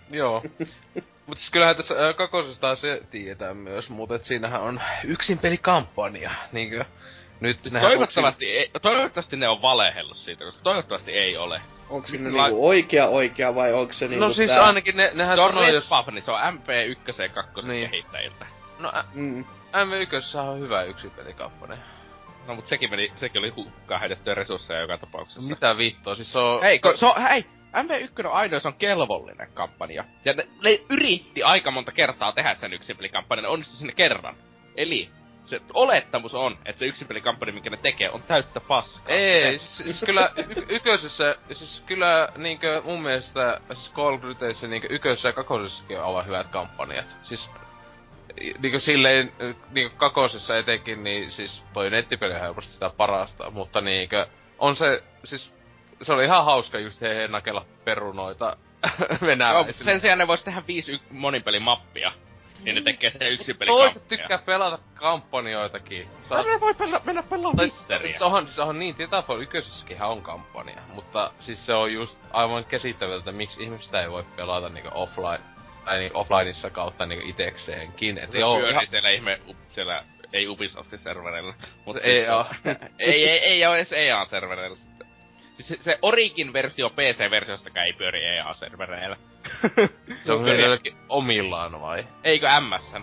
Joo. Mut siis kyllähän tässä kakosesta se tiedetään myös, mutta et siinähän on yksin pelikampanja, niinkö? Nyt siis toivottavasti ne on valehellut siitä, koska toivottavasti ei ole. Onko se niinku oikea vai onko se niinku no siis tää? ainakin nehän se on sanoo, Respawn, niin se on MP1 ja 2 Niin. kehittäjiltä. No MV1 on hyvä yksin pelikampanja. No mut sekin oli hukkaan heitettyä resursseja joka tapauksessa. Mitä vittua, siis se on... Hei, MV1 on ainoa, se on kelvollinen kampanja. Ja ne yritti aika monta kertaa tehdä sen yksinpelikampanjan, ne onnistui sinne kerran. Eli se olettamus on, että se yksinpelikampanja, minkä ne tekee, on täyttä paskaa. Ei, siis kyllä yköisessä, siis kyllä niinkö mun mielestä, siis Call of Dutyssä niinkö yköisessä ja kakosessakin on aivan hyvät kampanjat. Siis niinkö silleen, niinkö kakosessa etenkin, niin siis toi nettipeli on helposti sitä parasta, mutta niinkö on se, siis se oli ihan hauska just nakella perunoita venäläisille. Sen sijaan ne vois tehdä 5 monipelimappia. Niin ne tekee sen yksin peli toiset tykkää pelata kampanjoitakin. Ne voi mennä pelaamaan Witcheria. Se on niin, Titanfall 1:ssäkin on kampanja, mutta siis se on just aivan käsittämätöntä, miksi ihmiset ei voi pelata niinku offline, tai niinku offlineissa kautta niinku itekseenkin. Et joo, pyörii siellä ei Ubisoftin servereillä. Mut ei oo. ei oo edes EA-servereillä sitten. Siis se Origin-versio PC-versiostakaan ei pyöri EA-servereillä. Se on kyllä jotenkin omillaan vai? Eikö MSN?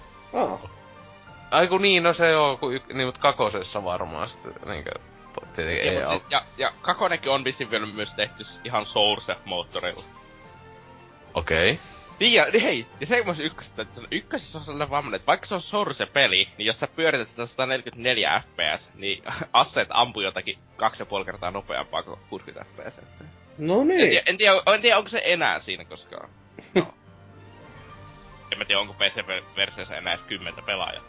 Aiku niin, no se on, niin mut kakosessa varmaan sitten niinkö tietenkin EA. Siis, ja kakonenkin on vissiin vielä myös tehty ihan Source-moottorilla. Okei. Ja hei, ja se myös ykkösessä on sellainen vammainen, että vaikka se on Source-peli, niin jos sä pyörität sitä 144 fps, niin asseet ampuu jotakin 2,5 kertaa nopeampaa kuin 60 fps. No niin. En tiedä onko se enää siinä koskaan. No. En mä tiedä onko PC-versiossa enää edes 10 pelaajaa.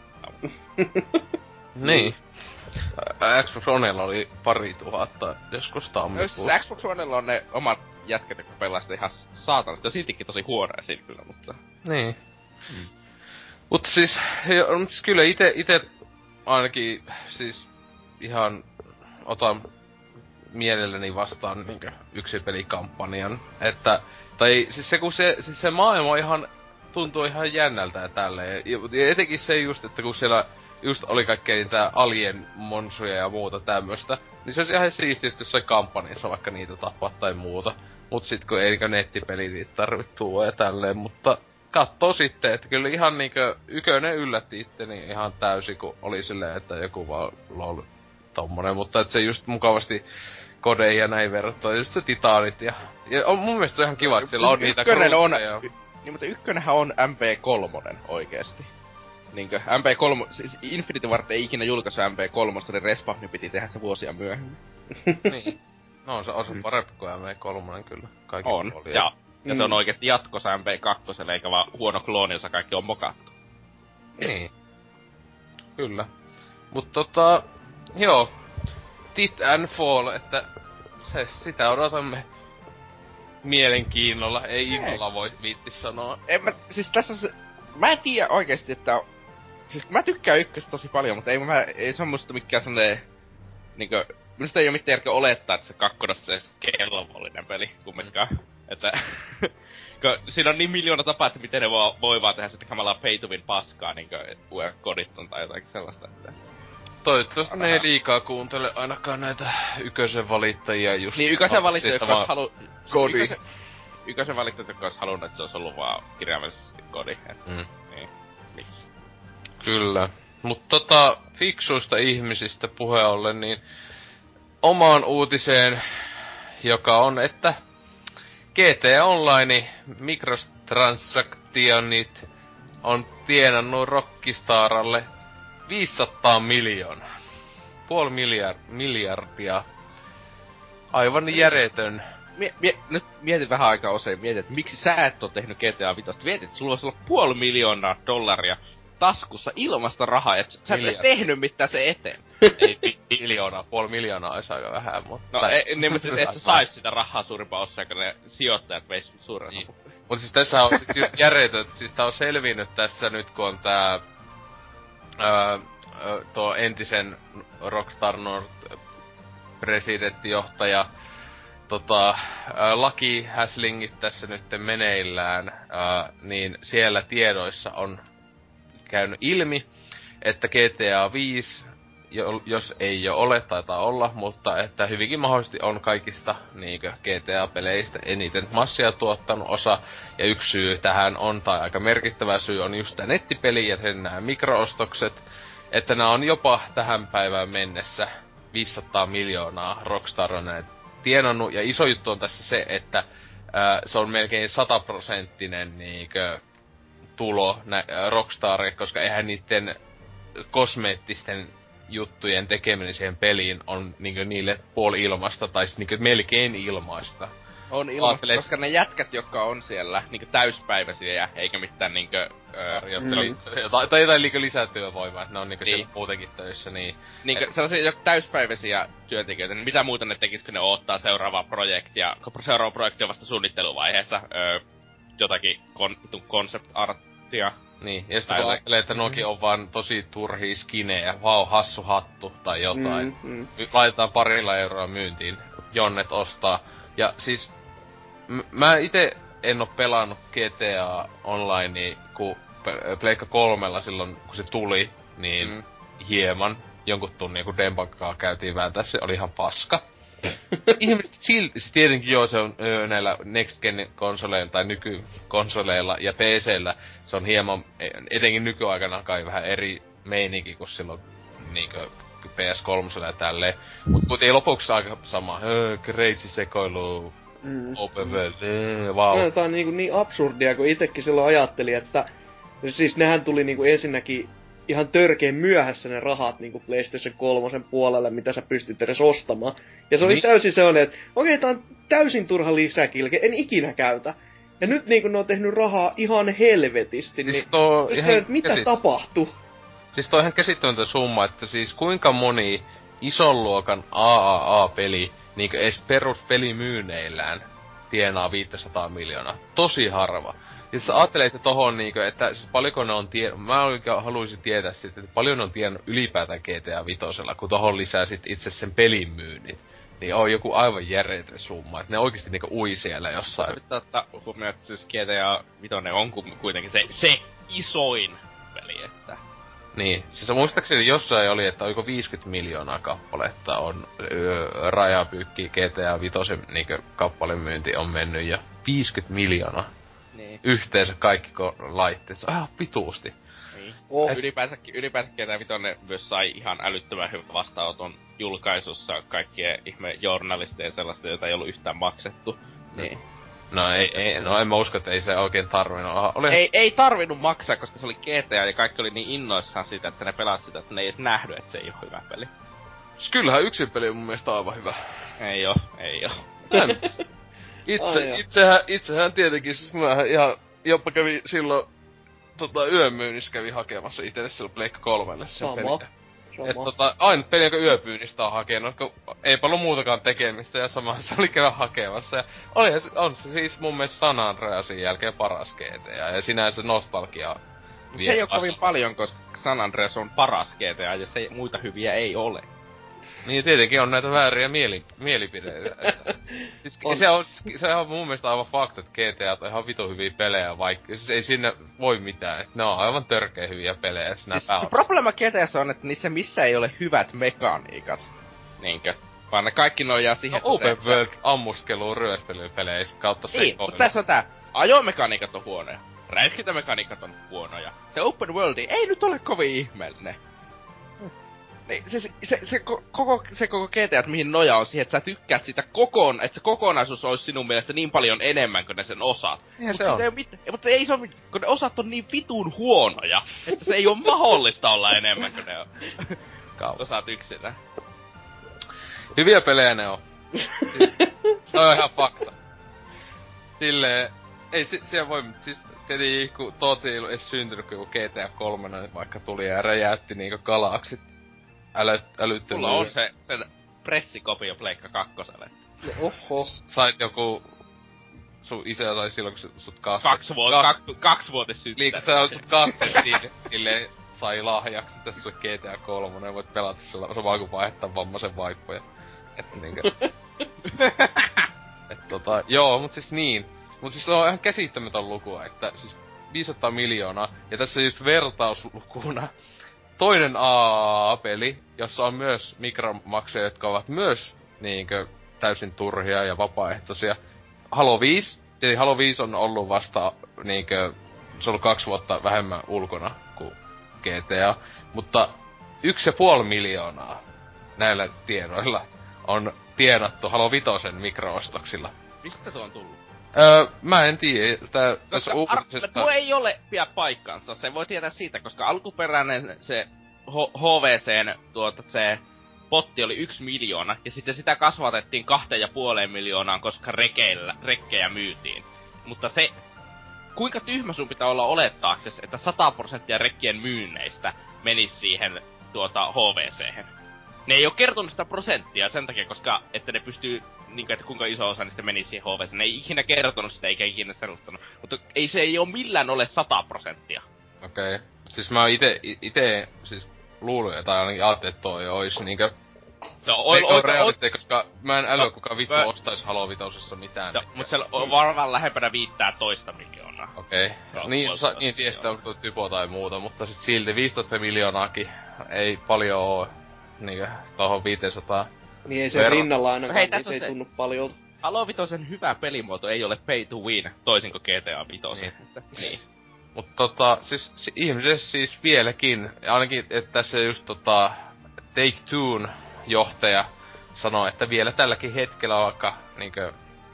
Niin. Xbox Onella oli 2000 joskus tammikuussa. Xbox Onella on ne omat jätkät, jotka pelaa sitä ihan saatanasti. Ja siltikin tosi huonoja siinä kyllä, mutta... Niin. Mut siis kyllä ite ainakin siis ihan otan mielelläni vastaan niinkö yksinpelikampanjan. Että, tai siis se maailma ihan tuntuu ihan jännältä ja tälleen. Ja etenkin se just, että kun siellä just oli kaikkea niitä alien monsuja ja muuta tämmöstä, niin se olisi ihan siistiä, jossain kampanjassa vaikka niitä tapaa tai muuta. Mut sit kun ei nettipeli niitä tarvitse tuoda ja tälleen, mutta kattoo sitten, että kyllä ihan niinkö ykönen yllätti itteni ihan täysin, kun oli silleen, että joku vaan lol tommonen, mutta että se just mukavasti kodeihin ja näin verrattuna, just se Titanit ja on mun mielestä se ihan kiva, että siellä on niitä krutteja. Niin, mutta ykkönenhän on MP3 oikeesti. Niinkö, MP3, siis Infinity Ward ei ikinä julkaisu MP3, niin Respawn piti tehdä se vuosia myöhemmin. Niin. No on se parempi kuin MP3 kyllä. Kaikki on, ja se on oikeesti jatkossa MP2, eikä vaan huono klooni, jossa kaikki on mokattu. Niin. Kyllä. Mut joo. Tit and Fall, että sitä odotamme mielenkiinnolla, ei innolla voi viitti sanoa. Siis tässä mä en tiedä oikeesti, että... Siis mä tykkään ykköstä tosi paljon, mutta ei se on musta mikään sellainen... Niinkö... Minusta ei oo mitään järkeä olettaa, että se kakkodossa on se kelvollinen peli kumminkaan. Että... siinä on niin miljoona tapaa, että miten ne voi vaan tehdä sitä kamalaa pay to win paskaa, niinkö koditton tai jotakin sellaista, että... Toivottavasti ne ei liikaa kuuntele ainakaan näitä ykösen valittajia just... Niin, ykösen valittajia, jotka ois kodi. Ykösen valittajat, jotka ois halunnut, että se ois ollut vaan kirjaimellisesti kodi. Niin, miksi? Kyllä. Mut fiksuista ihmisistä puheen ollen, niin... Omaan uutiseen, joka on, että... GTA Online mikrotransaktionit on tienannut Rockistaralle 500 miljoonaa. Puoli miljardia. Aivan järjetön. Nyt mietin vähän aikaa usein, että miksi sä et oo tehnyt GTA 5. Mietit, että sulla voisi olla $500 miljoonaa taskussa ilmasta rahaa, et sä et edes tehnyt mitään se eteen. Ei miljoonaa, $500 miljoonaa olisi aika vähän, mutta... No niin, mutta et sä sais sitä rahaa suurimpaan osaan, kun ne sijoittajat veis suuren niin. Mutta siis tässä on sit just järjetön, siis tää on selvinnyt tässä nyt, kun on tää... tuo entisen Rockstar North presidenttijohtaja lakihäslingit tässä nyt meneillään, niin siellä tiedoissa on käynyt ilmi, että GTA 5, jos ei jo ole, taitaa olla, mutta että hyvinkin mahdollisesti on kaikista niinkö GTA-peleistä eniten massia tuottanut osa. Ja yksi syy tähän on, tai aika merkittävä syy, on just tää nettipeli ja sen nämä mikroostokset. Että nämä on jopa tähän päivään mennessä 500 miljoonaa Rockstar on näin tienannut. Ja iso juttu on tässä se, että se on melkein 100% niinkö tulo Rockstarille, koska eihän niitten kosmeettisten juttujen tekeminen siihen peliin on niinkö niille puoli ilmasta, tai siis niinkö melkein ilmaista. On ilmasta, koska ne jätkät, jotka on siellä niinkö täyspäiväisiä, eikä mitään niinkö tai jotain liikä lisätyövoimaa, että ne on niinkö niin. siellä muutenkin töissä, niin... Niinkö sellaisia täyspäiväisiä työntekijöitä, niin mitä muuta ne tekis, kun ne odottaa seuraavaa projektia, kun seuraava projekti on vasta suunnitteluvaiheessa, jotakin concept artia. Niin, ja sitten kun ajattelee, että nuokin on vaan tosi turhia skinejä, hassu hattu tai jotain. Laitetaan parilla euroa myyntiin, Jonnet ostaa. Ja siis, mä ite en oo pelannut GTA Online, kun Pleikka 3 silloin, kun se tuli, niin hieman jonkun tunnin, kun Dempankaa käytiin vääntää, se oli ihan paska. Ihmiset silti, siis tietenkin joo, se on näillä Next Gen konsoleilla tai nykykonsoleilla ja PC:llä se on hieman, etenkin nykyaikana kai vähän eri meininki kuin silloin niinkö PS3 ja tälleen. Mut kuitenkin lopuksi aika sama, crazy sekoilu, open world, wow. Tää on niin absurdia, kun itekin silloin ajattelin, että siis nehän tuli niinku ensinnäkin ihan törkeen myöhässä ne rahat niinku PlayStation 3 puolelle, mitä sä pystyt edes ostamaan. Ja se oli täysin sellainen, että okei, tää on täysin turha lisäkilke, en ikinä käytä. Ja nyt niinku ne on tehnyt rahaa ihan helvetisti, siis niin mitä tapahtuu? Siis toi ihan käsittämätön summa, että siis kuinka moni ison luokan AAA-peli, niinku edes peruspelimyyneillään, tienaa 500 miljoonaa. Tosi harva. Ja sä ajattelet tohon niinkö, että siis paljonko ne on mä haluaisin tietää sitten, että paljon ne on tiennyt ylipäätään GTA 5, kun tohon lisää sit itse sen pelin myynnit. Niin on joku aivan järjetön summa, että ne oikeesti niinku ui siellä jossain. Se pitää ottaa huomioon, että siis GTA 5 on kuitenkin se isoin peli, että... Niin, siis muistaakseni jossain oli, että oliko 50 miljoonaa kappaletta on rajapyykki GTA 5 niinkö kappalemyynti on mennyt ja 50 miljoonaa. Niin. Yhteensä kaikki laitteet. Se on ihan pituusti. Niin. Ylipäänsä GTA 5 myös sai ihan älyttömän hyvän vastaanoton julkaisussa kaikkien ihme journalisteja sellaista, joita ei ollut yhtään maksettu. Niin. No en mä usko, että ei se oikein tarvinnut. Ei tarvinnut maksaa, koska se oli GTA ja kaikki oli niin innoissaan siitä, että ne pelasi sitä, että ne ei edes nähnyt, että se ei oo hyvä peli. Siis kyllähän yksin peli on mun mielestä aivan hyvä. Ei oo. Itsehän tietenkin, siis mä ihan jopa kävi silloin yön myynnissä kävi hakemassa itelle silloin Pleikka 3 sen peliä. Et ainut peli, jonka yöpyynnistä on hakenut, kun ei paljon muutakaan tekemistä ja samassa oli käydä hakemassa. Ja on se siis mun mielestä San Andreasin jälkeen paras GTA ja sinänsä nostalgia. Se ei oo kovin paljon, koska San Andreas on paras GTA ja se muita hyviä ei ole. Niin tietenkin on näitä vääriä mielipideitä. Siis se on mun mielestä aivan fakta, että GTA on ihan vitu hyviä pelejä, vaikka siis ei sinne voi mitään. Ne on aivan törkeä hyviä pelejä. Siis se probleema GTA:ssa on, että niissä missä ei ole hyvät mekaniikat. Niinkö? Vaan ne kaikki nojaa siihen, no, open world ammuskeluun ryöstelypeleissä kautta sekoilu. Niin, mutta tässä on tää. Ajomekaniikat on huonoja. Räiskintämekaniikat on huonoja. Se open worldi ei nyt ole kovin ihmeellinen. Niin, se koko GTA, mihin noja on siihen, että sä tykkäät sitä että se kokonaisuus olisi sinun mielestä niin paljon enemmän kuin ne sen osat. Mutta ei se ole, kun ne osat on niin vitun huonoja, että se ei ole mahdollista olla enemmän kuin ne on. Osat yksinä. Hyviä pelejä ne on. Siis, se on ihan fakta. Silleen, ei siellä voi, siis tietenkin kun Tootsi ei ollut edes syntynyt, kun GTA 3 vaikka tuli ja räjäytti niinku galaksit. Älyttömyyden. Mulla on sen pressikopio Pleikka 2. Oho. Sait joku... Sun isä sai silloin, kun sut kastettiin. 2-vuotis synttäri. Liikaa se on sut kastettiin, silleen sai lahjaksi tässä sulle GTA 3, voit pelata sillä sama kuin vaihtaa vammaisen vaippoja. Että niinkö... Joo, mut siis niin. Mut siis se on ihan käsittämätön luku, että siis 500 miljoonaa. Ja tässä just vertauslukuna toinen AAA-peli, jossa on myös mikromaksuja, jotka ovat myös niinkö täysin turhia ja vapaaehtoisia. Halo 5. Eli Halo 5 on ollut vasta niinkö, se on ollut 2 vuotta vähemmän ulkona kuin GTA. Mutta 1,5 miljoonaa näillä tiedoilla on tienattu Halo 5 mikroostoksilla. Mistä tuo on tullut? Mä en tiedä. Tässä tuo ei ole pidä paikkaansa. Se voi tietää siitä, koska alkuperäinen se HVCn se potti oli 1 miljoona, ja sitten sitä kasvatettiin 2,5 miljoonaan, koska rekkejä myytiin. Mutta se, kuinka tyhmä sun pitää olla olettaaksesi, että 100% rekkien myynneistä menisi siihen HVC:hen? Ne ei oo kertonut sitä prosenttia sen takia, koska että ne pystyy, niinku, että kuinka iso osa niistä menisi siihen HVC:hen. Ne ei ikinä kertonut sitä, eikä ikinä selostanut. Mutta se ei oo millään ole 100%. Okei. Siis mä ite siis luulin, tai ainakin ajattelin, että toi ois niinkö... Se on realistia, koska mä en älyä kukaan vittu ostais Halo Vitosessa mitään. No, mut se on varmaan lähempänä 15 miljoonaa. Okei. Niin tiedä, onko tuo typo tai muuta, mutta sit silti 15 miljoonaakin ei paljon oo niinkö tohon 500. Niin ei se rinnalla ainakaan, niin se ei tunnu paljon. Halo Vitosen hyvä pelimuoto ei ole pay to win, toisin kuin GTA Vitosen. Niin. Mut siis ihmiset siis vieläkin, ainakin että tässä just Take-Two'n johtaja sanoi, että vielä tälläkin hetkellä vaikka niinkö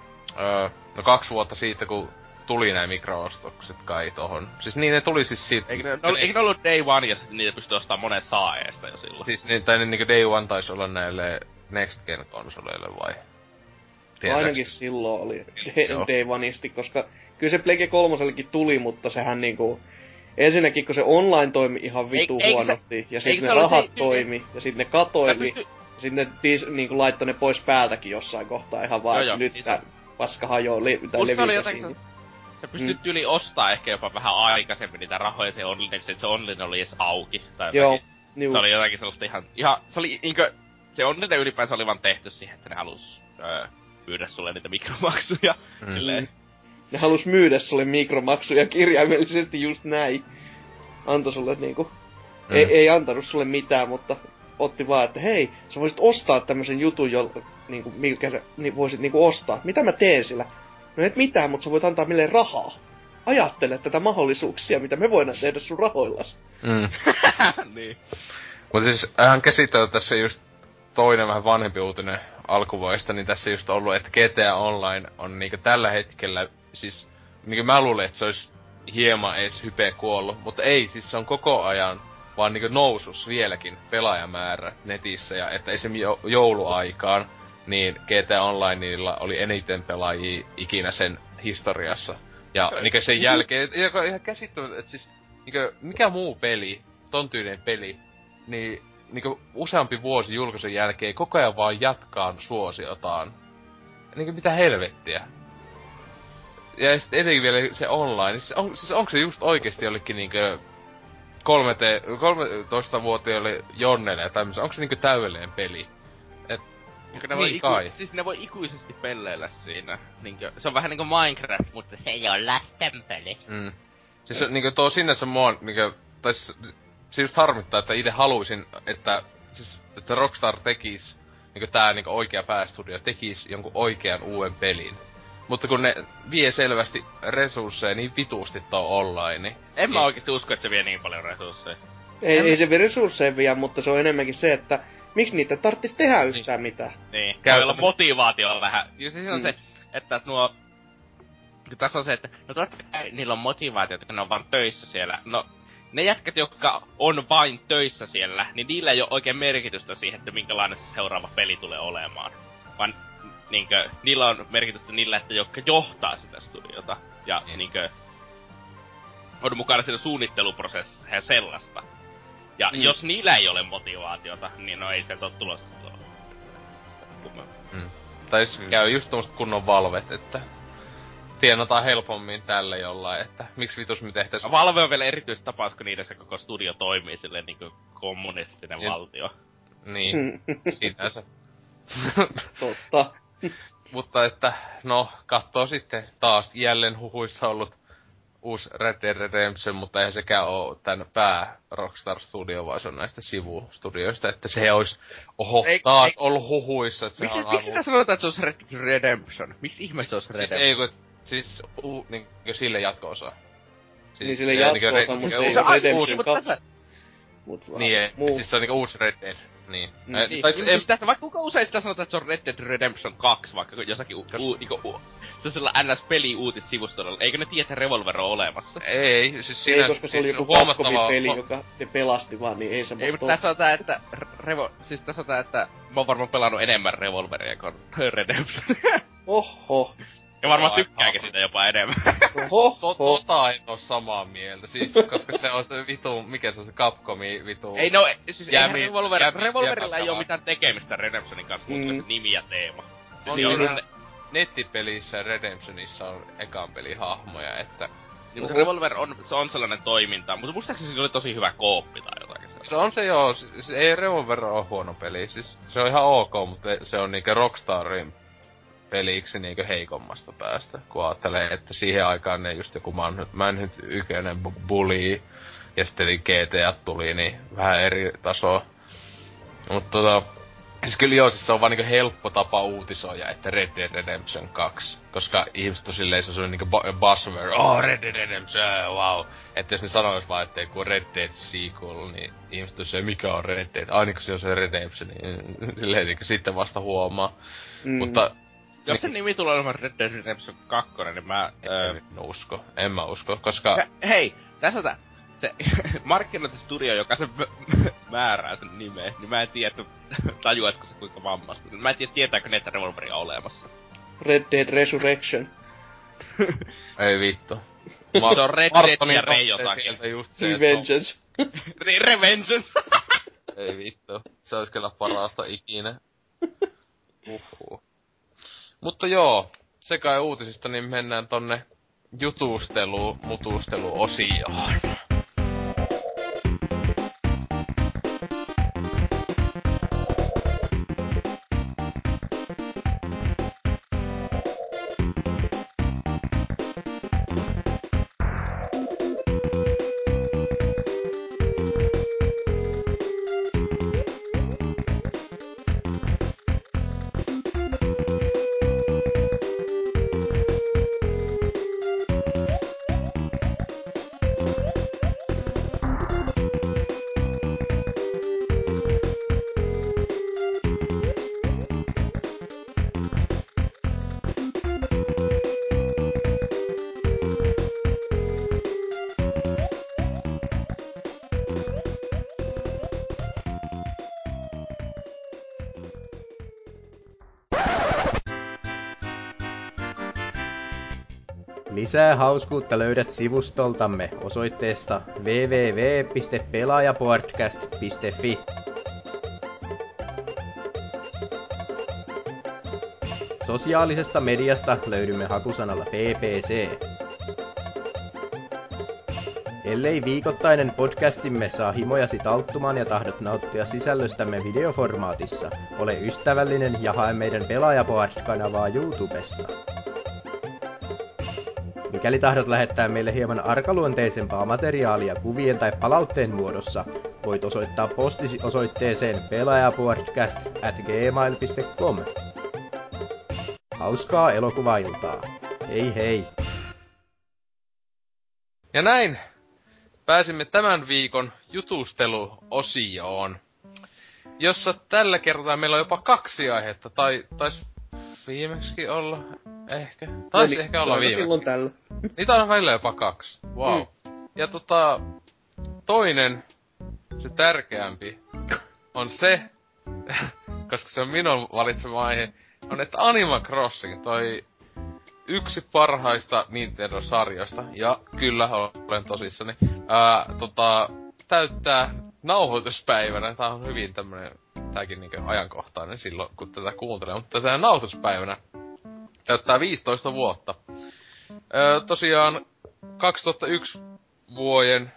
2 vuotta siitä kun tuli nää mikroostokset kai tohon. Siis niin ne tuli siis siitä... Eikö ne ollut Day One ja niitä pystyi ostamaan monen saaeesta jo silloin? Siis niinkö Day One taisi olla näille Next Gen konsoleille vai? Ainakin silloin oli Day Oneisti, koska kyllä se Plege 3:llekin tuli, mutta sehän niinku... Ensinnäkin kun se online toimi ihan vitu huonosti, ja sitten ne rahat toimi, ja sitten ne katoili, ja sitten ne niinku laittoi ne pois päältäkin jossain kohtaa ihan vaan, että nyt tää paska hajoo tai levitä siinä. Se pystyt yli ostaa ehkä jopa vähän aikaisemmin niitä rahoja se online, se online oli edes auki. Tai joo. Se oli jotakin sellaista ihan se oli niinkö, se online ylipäänsä oli vaan tehty siihen, että ne halus myydä sulle niitä mikromaksuja. Silleen. Ne halus myydä sulle mikromaksuja kirjaimellisesti just näin. Antoi sulle niinku... Ei antanut sulle mitään, mutta otti vaan, että hei, sä voisit ostaa tämmösen jutun, niinku, minkä sä voisit niinku ostaa. Mitä mä teen sillä? No et mitään, mutta sä voit antaa meille rahaa. Ajattele tätä mahdollisuuksia, mitä me voidaan tehdä sun rahoillasi. Niin. Mut siis ihan käsittää tässä just toinen vähän vanhempi uutinen alkuvuodesta, niin tässä just ollut, että GTA Online on niinku tällä hetkellä, siis niinku mä luulen, että se olisi hieman edes hype kuollut, mutta ei, siis se on koko ajan vaan niinku nousus vieläkin pelaajamäärä netissä, ja että esimerkiksi jouluaikaan, niin GTA Onlineilla oli eniten pelaajia ikinä sen historiassa. Ja niinku sen jälkeen, joka on ihan käsittämätöntä, että siis niinku mikä muu peli, ton tyylinen peli, niin niinku useampi vuosi julkaisun jälkeen koko ajan vaan jatkaa suosiotaan. Niinku mitä helvettiä. Ja sit etenkin vielä se online, siis onko se just oikeesti jollekin niinkö 13-vuotiaille Jonnelle ja tämmösen, onko se niinkö täydellinen peli? Ne voi siis ne voi ikuisesti pelleillä siinä. Niinkö, se on vähän niinku Minecraft, mutta se ei oo lastenpeli. Siis niinkö tuo sinänsä mua niinkö, se just harmittaa, että ite haluisin, että Rockstar tekis, niinkö tää niinkö oikea päästudio tekis jonkun oikean uuden pelin. Mutta kun ne vie selvästi resursseja niin vitusti tuo online, niin... En mä oikeesti usko, että se vie niin paljon resursseja. Ei se vie resursseja vie, mutta se on enemmänkin se, että miksi niitä tarttis tehdä yhtään mitään. Niin, käyllä motivaatio on vähän. Ja siis on se, että nuo... Tässä on se, että no totta kai niillä on motivaatiota, kun ne on vaan töissä siellä. No, ne jätkät, jotka on vain töissä siellä, niin niillä ei oo oikein merkitystä siihen, että minkälainen se seuraava peli tulee olemaan. Vaan niinkö, niillä on merkitystä niillä, että jotka johtaa sitä studiota. Ja niinkö, on mukana siinä suunnitteluprosessissa ja sellaista. Ja jos niillä ei ole motivaatiota, niin no ei sieltä oo tulossa. Tai käy just tommoset kunnon Valvet, että tienataan helpommin tälle jollain, että miksi vitus me tehtäis... Valve on vielä erityistapaus, kun niiden se koko studio toimii silleen niinku kommunistinen valtio. Niin, sinänsä. Totta. Mutta että, no, kattoo sitten taas jälleen huhuissa ollut uusi Red Dead Redemption, mutta eihän sekään oo tän pää Rockstar Studio, vaan se on näistä sivustudioista, että se olisi, ollut huhuissa, että sehän on Miksi sitä sanotaan, että se olisi Red Dead Redemption? Miksi ihmeessä se olisi Redemption? Niinkö sille jatko-osa. Niin sille jatko-osa, mutta se ei ole Redemption 2. Siis se on niinku uusi Red Dead. Niin. Tässä vaikka kuinka usein sitä sanotaan, että se on Red Dead Redemption 2, vaikka jossakin se on sellainen NS-peli-uutissivustolla. Eikö ne tiedä, että Revolver on olemassa? Ei, siis ei, koska se oli joku Capcomin-peli, joka ne pelasti vaan, niin ei semmoista. Ei, mutta tässä sanotaan, että tässä sanotaan, että mä oon varmaan pelannut enemmän Revolveria kuin Redemption. Oho. Ja varmaan tykkääkin sitä jopa enemmän. Tota en oo samaa mieltä, siis, koska se on se vitu, mikä se on se Capcomin vitu... Ei no, siis Revolverilla ei oo mitään tekemistä Redemptionin kanssa, mutta se nimi ja teema. Siis nettipelissä Redemptionissa on ekan pelin hahmoja, että... Niin, Revolver on sellainen toiminta, mutta muistaakseni se oli tosi hyvä kooppi tai jotakin sellaista. Se on se joo, siis ei Revolver oo huono peli, siis se on ihan ok, mutta se on niinkö Rockstarin peliksi niinkö heikommasta päästä, kun ajattelee, että siihen aikaan ne just joku Manhunt 1, Bully ja sitten GTA tuli, niin vähän eri tasoa. Mutta siis kyllä joo, siis se on vaan niinkö helppo tapa uutisoida, että Red Dead Redemption 2, koska ihmiset on silleen se on niinkö buzzword, Red Dead Redemption, wow. Että jos ne sanois vaan, että kun Red Dead sequel, niin ihmiset on se, mikä on Red Dead, aina se on se Redemption, niin silleen niinkö sitten vasta huomaa. Mutta jos sen nimi tulee olemaan Red Dead Redemption 2, niin en mä usko, koska... Hei, tässä on tää. Se markkinointistudio, joka se määrää sen nimeen, niin mä en tiedä, että tajuaisiko se kuinka vammasta. Mä en tiedä, tietääkö ne, että Revolveria on olemassa. Red Dead Resurrection. Ei vittu. Se on Red Dead ja Rei jotakin. Revengeance. Revengeance. Ei vittu. Se olisi kyllä parasta ikinä. Mutta joo, se kai uutisista, niin mennään tonne mutusteluosioon. Lisää hauskuutta löydät sivustoltamme osoitteesta www.pelaajapodcast.fi. Sosiaalisesta mediasta löydymme hakusanalla ppc. Ellei viikoittainen podcastimme saa himojasi talttumaan ja tahdot nauttia sisällöstämme videoformaatissa, ole ystävällinen ja hae meidän Pelaajapod-kanavaa YouTubesta. Mikäli tahdot lähettää meille hieman arkaluonteisempaa materiaalia kuvien tai palautteen muodossa, voit osoittaa postisi osoitteeseen pelaajapodcast@gmail.com. Hauskaa elokuvailtaa. Hei hei! Ja näin pääsimme tämän viikon jutusteluosioon, jossa tällä kertaa meillä on jopa 2 aihetta, tai taisi viimeksikin olla, ehkä. Taisi ehkä olla viimeksi. Silloin tällä. Niitä on välillä jopa 2. Wow. Ja toinen, se tärkeämpi, on se, koska se on minun valitsema aihe, on että Animal Crossing, toi yksi parhaista Nintendo-sarjoista, ja kyllä olen tosissani, täyttää nauhoituspäivänä, tää on hyvin tämmönen, tääkin niinkö ajankohtainen silloin, kun tätä kuuntelee, mutta tää nauhoituspäivänä täyttää 15 vuotta. Tosiaan 2001 vuoden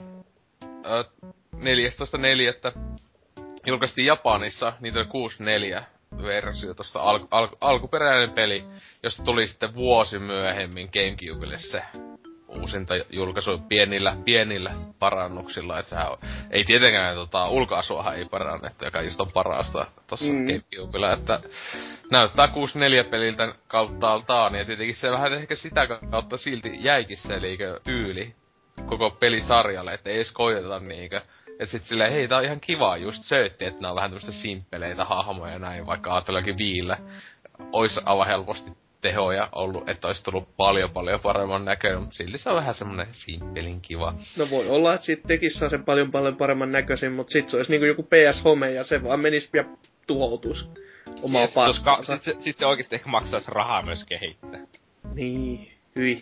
14.4. julkaistiin Japanissa Nintendo 64 versio, tosta alkuperäinen peli, josta tuli sitten vuosi myöhemmin GameCubelle se uusinta julkaisu pienillä parannuksilla, että ei tietenkään ulkoasuahan ei parannettu, joka just on parasta tossa GameCubella, että näyttää 64-peliltä kauttaaltaan, ja tietenkin se vähän ehkä sitä kautta silti jäikin se tyyli koko pelisarjalle, että ei edes koiteta niinkö. Et sit silleen, hei, tää on ihan kivaa just söitti, että nää on vähän tämmöstä simppeleitä hahmoja ja näin, vaikka ajatellakin Viillä ois aivan helposti tehoja ollut, että ois tullut paljon paremman näköinen, mutta silti se on vähän semmonen simppelin kiva. No voi olla, että sit tekis saa sen paljon paremman näköisen, mut sit se ois niinku joku PS-home ja se vaan menis ja tuhoutus omaa paskaansa. Sit se oikeesti ehkä maksaisi rahaa myös kehittää. Niin, hyi.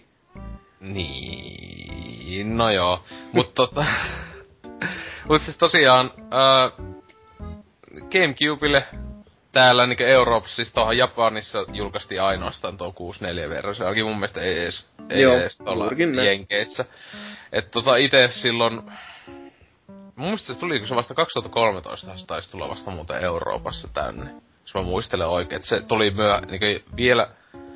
Niin, no joo, mut mut siis tosiaan, GameCubelle täällä niinku Euroopassa, siis tuohon Japanissa julkaistiin ainoastaan tuo 64-versio, ainakin mun mielestä ei edes tuolla Jenkeissä. Et ite silloin, mun mielestä se tuli, kun se vasta 2013 se taisi tulla vasta muuten Euroopassa tänne. Jos mä muistelen oikein, että se tuli niinku vielä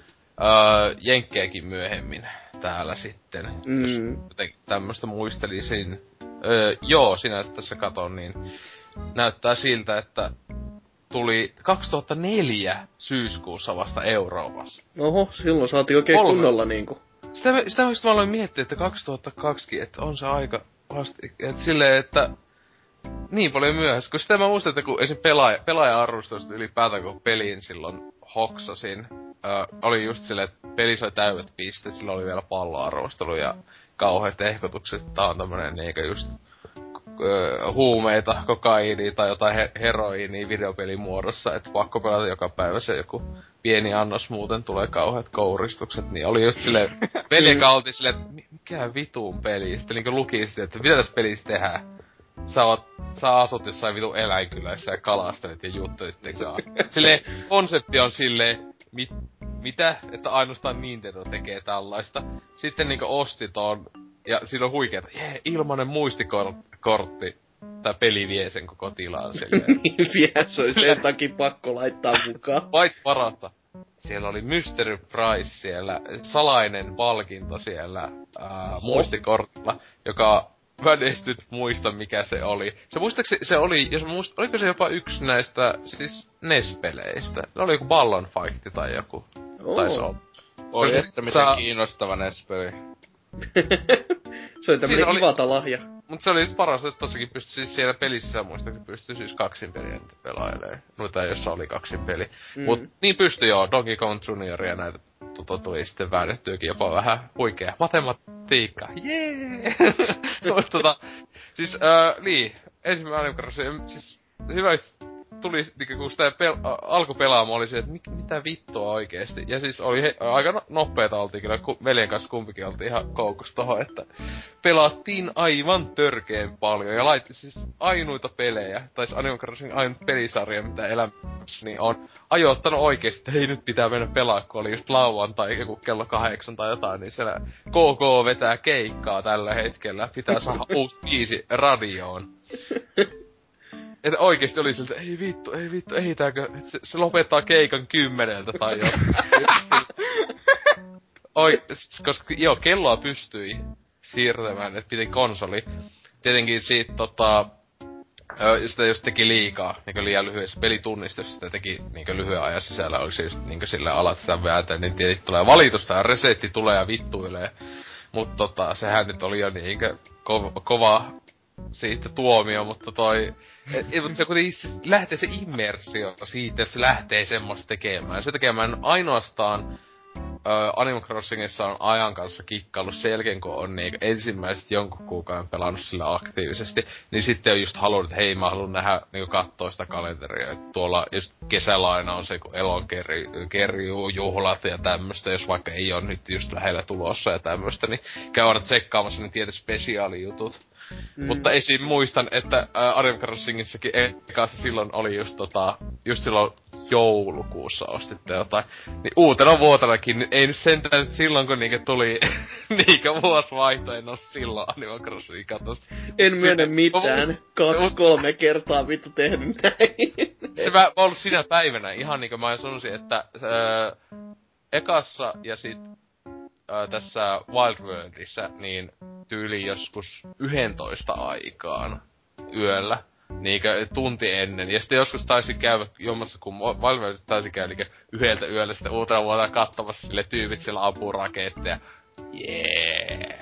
Jenkkejäkin myöhemmin täällä sitten. Jos jotenkin tämmöstä muistelisin. Joo, sinänsä tässä katon, niin näyttää siltä, että tuli 2004 syyskuussa vasta Euroopassa. Oho, silloin saatiin oikein kunnolla niinku. Sitä just mä aloin miettiä, että 2002, että on se aika vasti. Että silleen, että niin paljon myöhässä. Kun sitä mä muistan, että kun esim. pelaaja-arvostelusta ylipäätään, kun pelin silloin hoksasin, oli just silleen, että peli sai täydet pisteet, sillä oli vielä palloarvostelu ja kauheat ehkotukset. Tää on tämmönen niinkö just huumeita, kokaiinia tai jotain heroiinia videopelin muodossa, että pakko pelata joka päivä se joku pieni annos, muuten tulee kauheat kouristukset, niin oli just silleen, veljenkaan oltiin silleen, että mikä vituun peli, sitten niinku luki sitten, että mitä tässä pelissä tehdään. Sä asut jossain vitun eläinkylässä ja kalastelet ja juttelit tekaa. Silleen, konsepti on silleen, mitä? Että ainoastaan Nintendo tekee tällaista. Sitten niinku osti ton, ja siinä on huikeeta, ilmanen muistikortti. Tää peli vie sen koko tilaan silleen. Niin vie, se oli sen takia pakko laittaa mukaan. Vai parasta. Siellä oli Mystery Prize siellä, salainen palkinto siellä muistikortilla, joka mä en edes nyt muista mikä se oli. Se muistaakseni se oli, oliko se jopa yksi näistä siis NES-peleistä? Se oli joku Ballon Fight tai joku. Taisi olla. Oli, että miten kiinnostava NES-peli. Se oli tämmönen ivata lahja. Mut se oli siis paras, että tossakin pystyi siis siellä pelissä muistaakseni pystyi siis kaksin peliä pelailemaan. Tai jossa oli kaksin peli. Mut niin pystyi joo, Donkey Kong Junior ja näitä tuli sitten väännettyäkin jopa vähän huikea matematiikka. Jee! Siis niin, ensimmäinen Animal Crossing, siis hyvä tuli niinku kun sitä alku pelaamaan oli se, että mitä vittua oikeesti. Ja siis oli aika nopeeta oltiin kyllä, veljen kanssa kumpikin oltiin ihan koukussa tohon, että pelattiin aivan törkeen paljon. Ja laitti siis ainuita pelejä, tai Animal Crossing ainut pelisarja, mitä elämässä, niin on ajoittanut oikeesti, että hei nyt pitää mennä pelaa, kun oli just lauantai joku kello 8 tai jotain, niin siellä KK vetää keikkaa tällä hetkellä. Pitää saada uusi biisi radioon. Että oikeesti oli siltä, ei vittu, ehitäänkö, se lopettaa keikan 10 tai jotain. Koska joo, kelloa pystyi siirtämään, että piti konsoli. Tietenkin siitä sitä jos teki liikaa, niinku liian lyhyessä pelitunnista, jos sitä teki niinku lyhyen ajan sisällä, oli se just niinku sillä alat sitä vääntää, niin tietenkin tulee valitusta ja resetti tulee ja vittuilee. Mut sehän nyt oli jo niinkö kova siitä tuomio, mutta mutta se kuitenkin lähtee se immersio siitä, että se lähtee semmoista tekemään. Se tekemään ainoastaan Animal Crossingissa on ajan kanssa kikkaillut sen jälkeen, kun on niinku ensimmäiset jonkun kuukauden pelannut sillä aktiivisesti, niin sitten on just halunnut, että hei mä haluan nähdä niinku kattoo sitä kalenteria, että tuolla just kesällä aina on se kun elonkerjuu, juhlat ja tämmöstä, jos vaikka ei ole nyt just lähellä tulossa ja tämmöstä, niin käy aina tsekkaamassa ne tietyt spesiaalijutut. Mutta esim. Muistan, että Animal Crossingissakin ekassa silloin oli just silloin joulukuussa ostitte jotain. Niin uutena vuotenakin, ei nyt sentään silloin kun niinkö tuli niinkö vuosvaihto, en oo silloin Animal Crossing katos. En myönnä mitään. 2-3 kertaa vittu tehnyt näin. Se mä ollut sinä päivänä, ihan niinku mä sanoisin, että ekassa ja sit tässä Wild Worldissa, niin tyyli joskus 11 aikaan yöllä. Niinkö tunti ennen. Ja sitten joskus taisi käydä jommassa, kun Wild World taisi käydä yhdeltä yöllä sitten uutena vuonna katsomassa sille tyypit sillä ampuraketteja. Jee.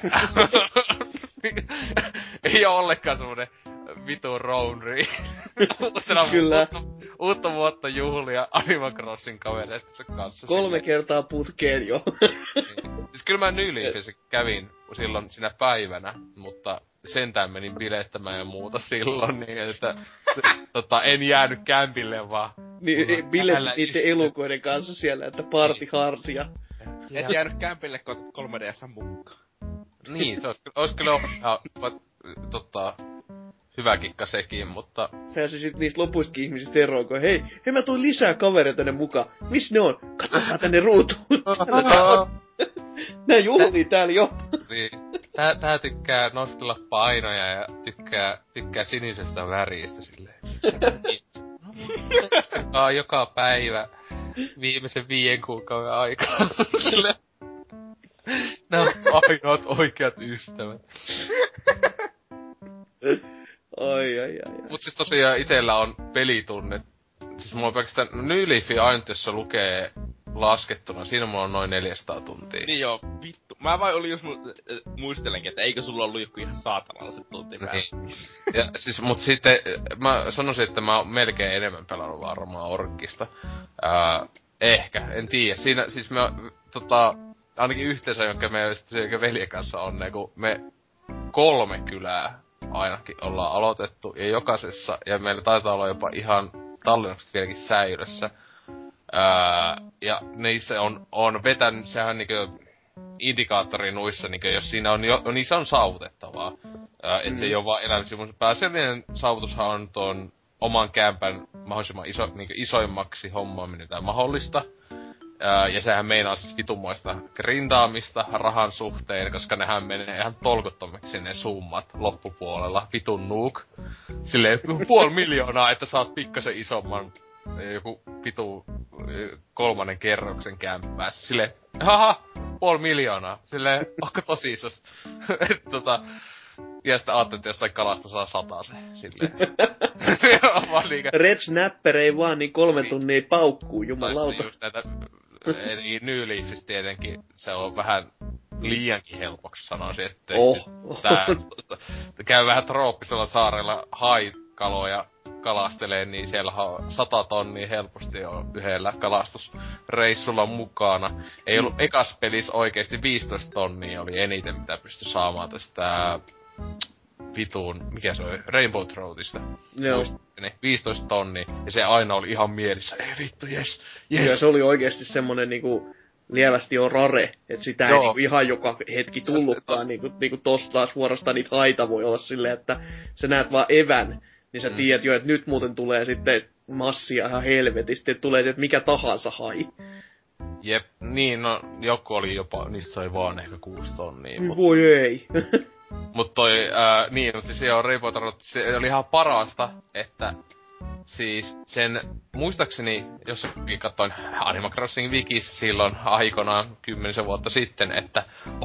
Ei oo ollenkaan semmonen vitun rounry. Kyllä. Uutta vuotta juhlia Animal Crossing kavereittensa kanssa. 3 kertaa putkeen jo. Siis kyllä mä New Leafissä kävin silloin sinä päivänä, mutta sentään menin bilettämään ja muuta silloin, niin että en jäänyt kämpille vaan. Niin, biletit niitten elukoiden kanssa siellä, että party hardia. Et jäänyt kämpille 3DS mukaan. Niin, se ois kyllä hyvä kikka sekin, mutta... Pääsisit niistä lopuistakin ihmisistä eroon, kun hei mä tuin lisää kavereita tänne mukaan. Miss ne on? Katsokaa tänne ruutuun. Nää juhlii täällä jo. Niin. Tää tykkää nostella painoja ja tykkää sinisestä väristä silleen. Joka päivä viimeisen 5 kuukauden aikana. Nää on ainoat oikeat ystävät. Ai. Mut siis tosiaan itellä on pelitunne. Siis mulla on pelkästään New Leafin ainut, jossa lukee laskettuna. Siinä mulla on noin 400 tuntia. Niin joo, vittu. Mä vai olin just muistelenkin, että eikö sulla ollut joku ihan saatanalliset tuntimäärät. Niin. Ja siis, mut sitten mä sanoisin, että mä oon melkein enemmän pelannut varmaan Orkista. Ehkä, en tiedä. Siinä siis me ainakin yhteensä, jonka me veljen kanssa on, kun me 3 kylää ainakin ollaan aloitettu, ja jokaisessa, ja meillä taitaa olla jopa ihan tallennukset vieläkin säilössä. Ja niissä on vetänyt, sehän niinkö indikaattori nuissa, niinkö jos siinä on jo, niissä on saavutettavaa. Et se ei oo vaan elänyt semmoisen pääasiallinen saavutushan on tuon oman kämpän mahdollisimman isoimmaksi hommaaminen tai mahdollista. Ja sehän meinaa siis vitunmoista grindaamista rahan suhteen, koska nehän menee ihan tolkuttomiksi ne summat loppupuolella. Vitun nuuk. Silleen 500,000, että saat pikkasen isomman joku vitu 3. kerroksen kämppäässä. Silleen, haha, 500,000. Silleen, onko tosissas? Ja sitten ajattelin, että jostain kalasta saa 100 se. Silleen. Red Snapper ei vaan niin 3 tunnia paukkuu, jumalauta. Just näitä, eli New Leafissa tietenkin se on vähän liiankin helpoksi sanoisin, että käy vähän trooppisella saarella haikaloja kalastelee, niin siellä on 100 tonnia helposti on yhdellä kalastusreissulla mukana. Ei ollut ekas pelissä oikeesti 15 tonnia oli eniten, mitä pystyi saamaan tästä vitun, mikä se oli, Rainbow Troutista. Joo. 15 tonnia, ja se aina oli ihan mielissä, ei vittu, jes. Ja se oli oikeesti semmonen niinku lievästi on rare, et sitä ei niinku ihan joka hetki tullutkaan, niinku tossa taas vuorostaan niitä haita voi olla silleen, että sä näet vaan evän, niin sä tiedät jo, että nyt muuten tulee sitten massia ihan helvetisti, että tulee että mikä tahansa hai. Jep, niin, no joku oli jopa, niistä sai vaan ehkä 6 tonnia. Voi ei. Mut niin, mutta siis joo, Rainbow Trout, se oli ihan parasta, että siis sen, muistaakseni, jossakin katsoin Animal Crossing Wikissä silloin aikanaan 10 vuotta sitten, että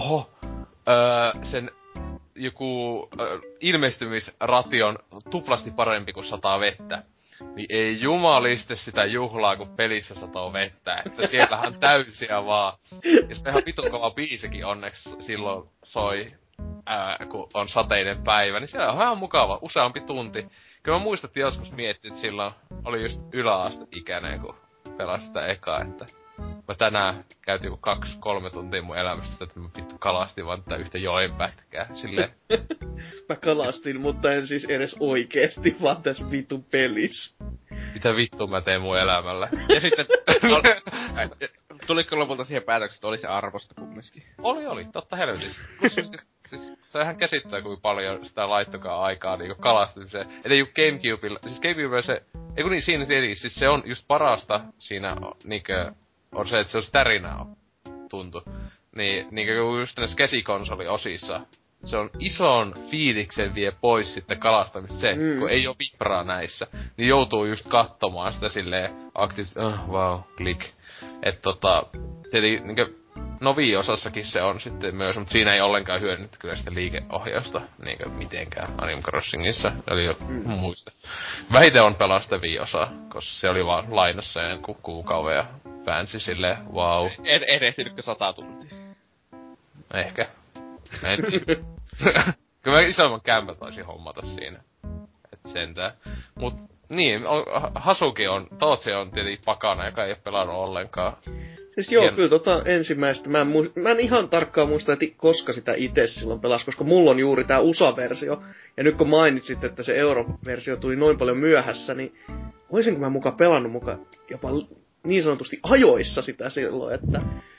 sen joku ilmestymisratio on tuplasti parempi kuin 100 vettä. Niin ei jumaliste sitä juhlaa, kun pelissä satoo vettä, että siellähän täysiä vaan. Ja se ihan vitun kova biisikin onneksi silloin soi, kun on sateinen päivä, niin siellä on ihan mukava, useampi tunti. Kyllä mä muistan, että joskus miettii, että silloin oli just yläasteikäinen, kun pelasin sitä ekaa, että mä tänään käytin joku 2-3 tuntia mun elämästä, että mä vittu kalastin vaan tätä yhtä joenpätkää, silleen. Mä kalastin, mutta en siis edes oikeesti, vaan tässä vitun pelissä. Mitä vittua mä teen mun elämällä? Ja sitten, tuliko lopulta siihen päätökseen, että oli se arvosta kumminkin? Oli, totta helvetissä. Siis se on ihan käsittää, kuinka paljon sitä laittokaa aikaa niinku kalastamiseen. Eli joku Gamecubella, siis Gamecubella se, eiku niin siinä tietenkin, siis se on just parasta siinä niinkö, on se, että se on tärinää tuntu. Niin niinkö just näissä käsikonsoliosissa, se on ison fiiliksen vie pois sitten kalastamista se, kun ei oo vibraa näissä. Niin joutuu just katsomaan sitä silleen klik. Et tietenkin niinkö Novi-osassakin se on sitten myös, mutta siinä ei ollenkaan hyödynnetty kyllä sitä liikeohjausta niinkö mitenkään Animal Crossingissa. Oli jo muista. Vähiten on pelaa sitä Wii-osaa, koska se oli vaan lainassa ennen kuukauden ja väänsi silleen, wow. Ehtinytkö 100 tuntia? Ehkä. En tiedä. Kyllä mä isomman kämpän taisin hommata siinä. Et sentään. Mut niin, Hasuki on, Tootsi on tietenkin pakana, joka ei oo pelannut ollenkaan. Siis joo, kyllä ensimmäistä. Mä en ihan tarkkaan muista, että koska sitä itse silloin pelasi, koska mulla on juuri tää USA-versio. Ja nyt kun mainitsit, että se Euro-versio tuli noin paljon myöhässä, niin voisinko mä muka pelannut muka jopa niin sanotusti ajoissa sitä silloin, että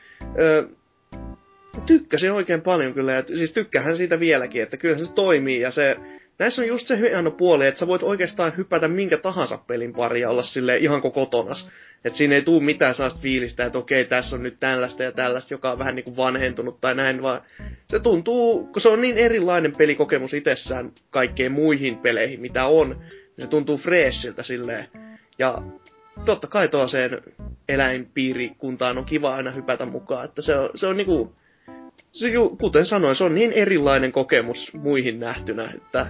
tykkäsin oikein paljon kyllä, ja siis tykkähän siitä vieläkin, että kyllä se toimii, ja se, näissä on just se hieno puoli, että sä voit oikeastaan hypätä minkä tahansa pelin pari ja olla silleen ihan kotonas. Että siinä ei tuu mitään sellaista fiilistä, että okei, tässä on nyt tällaista ja tällaista, joka on vähän niinku vanhentunut tai näin, vaan se tuntuu, kun se on niin erilainen pelikokemus itsessään kaikkeen muihin peleihin, mitä on, niin se tuntuu freshiltä silleen. Ja totta kai tuollaiseen eläinpiirikuntaan on kiva aina hypätä mukaan, että se on niinku, kuten sanoin, se on niin erilainen kokemus muihin nähtynä, että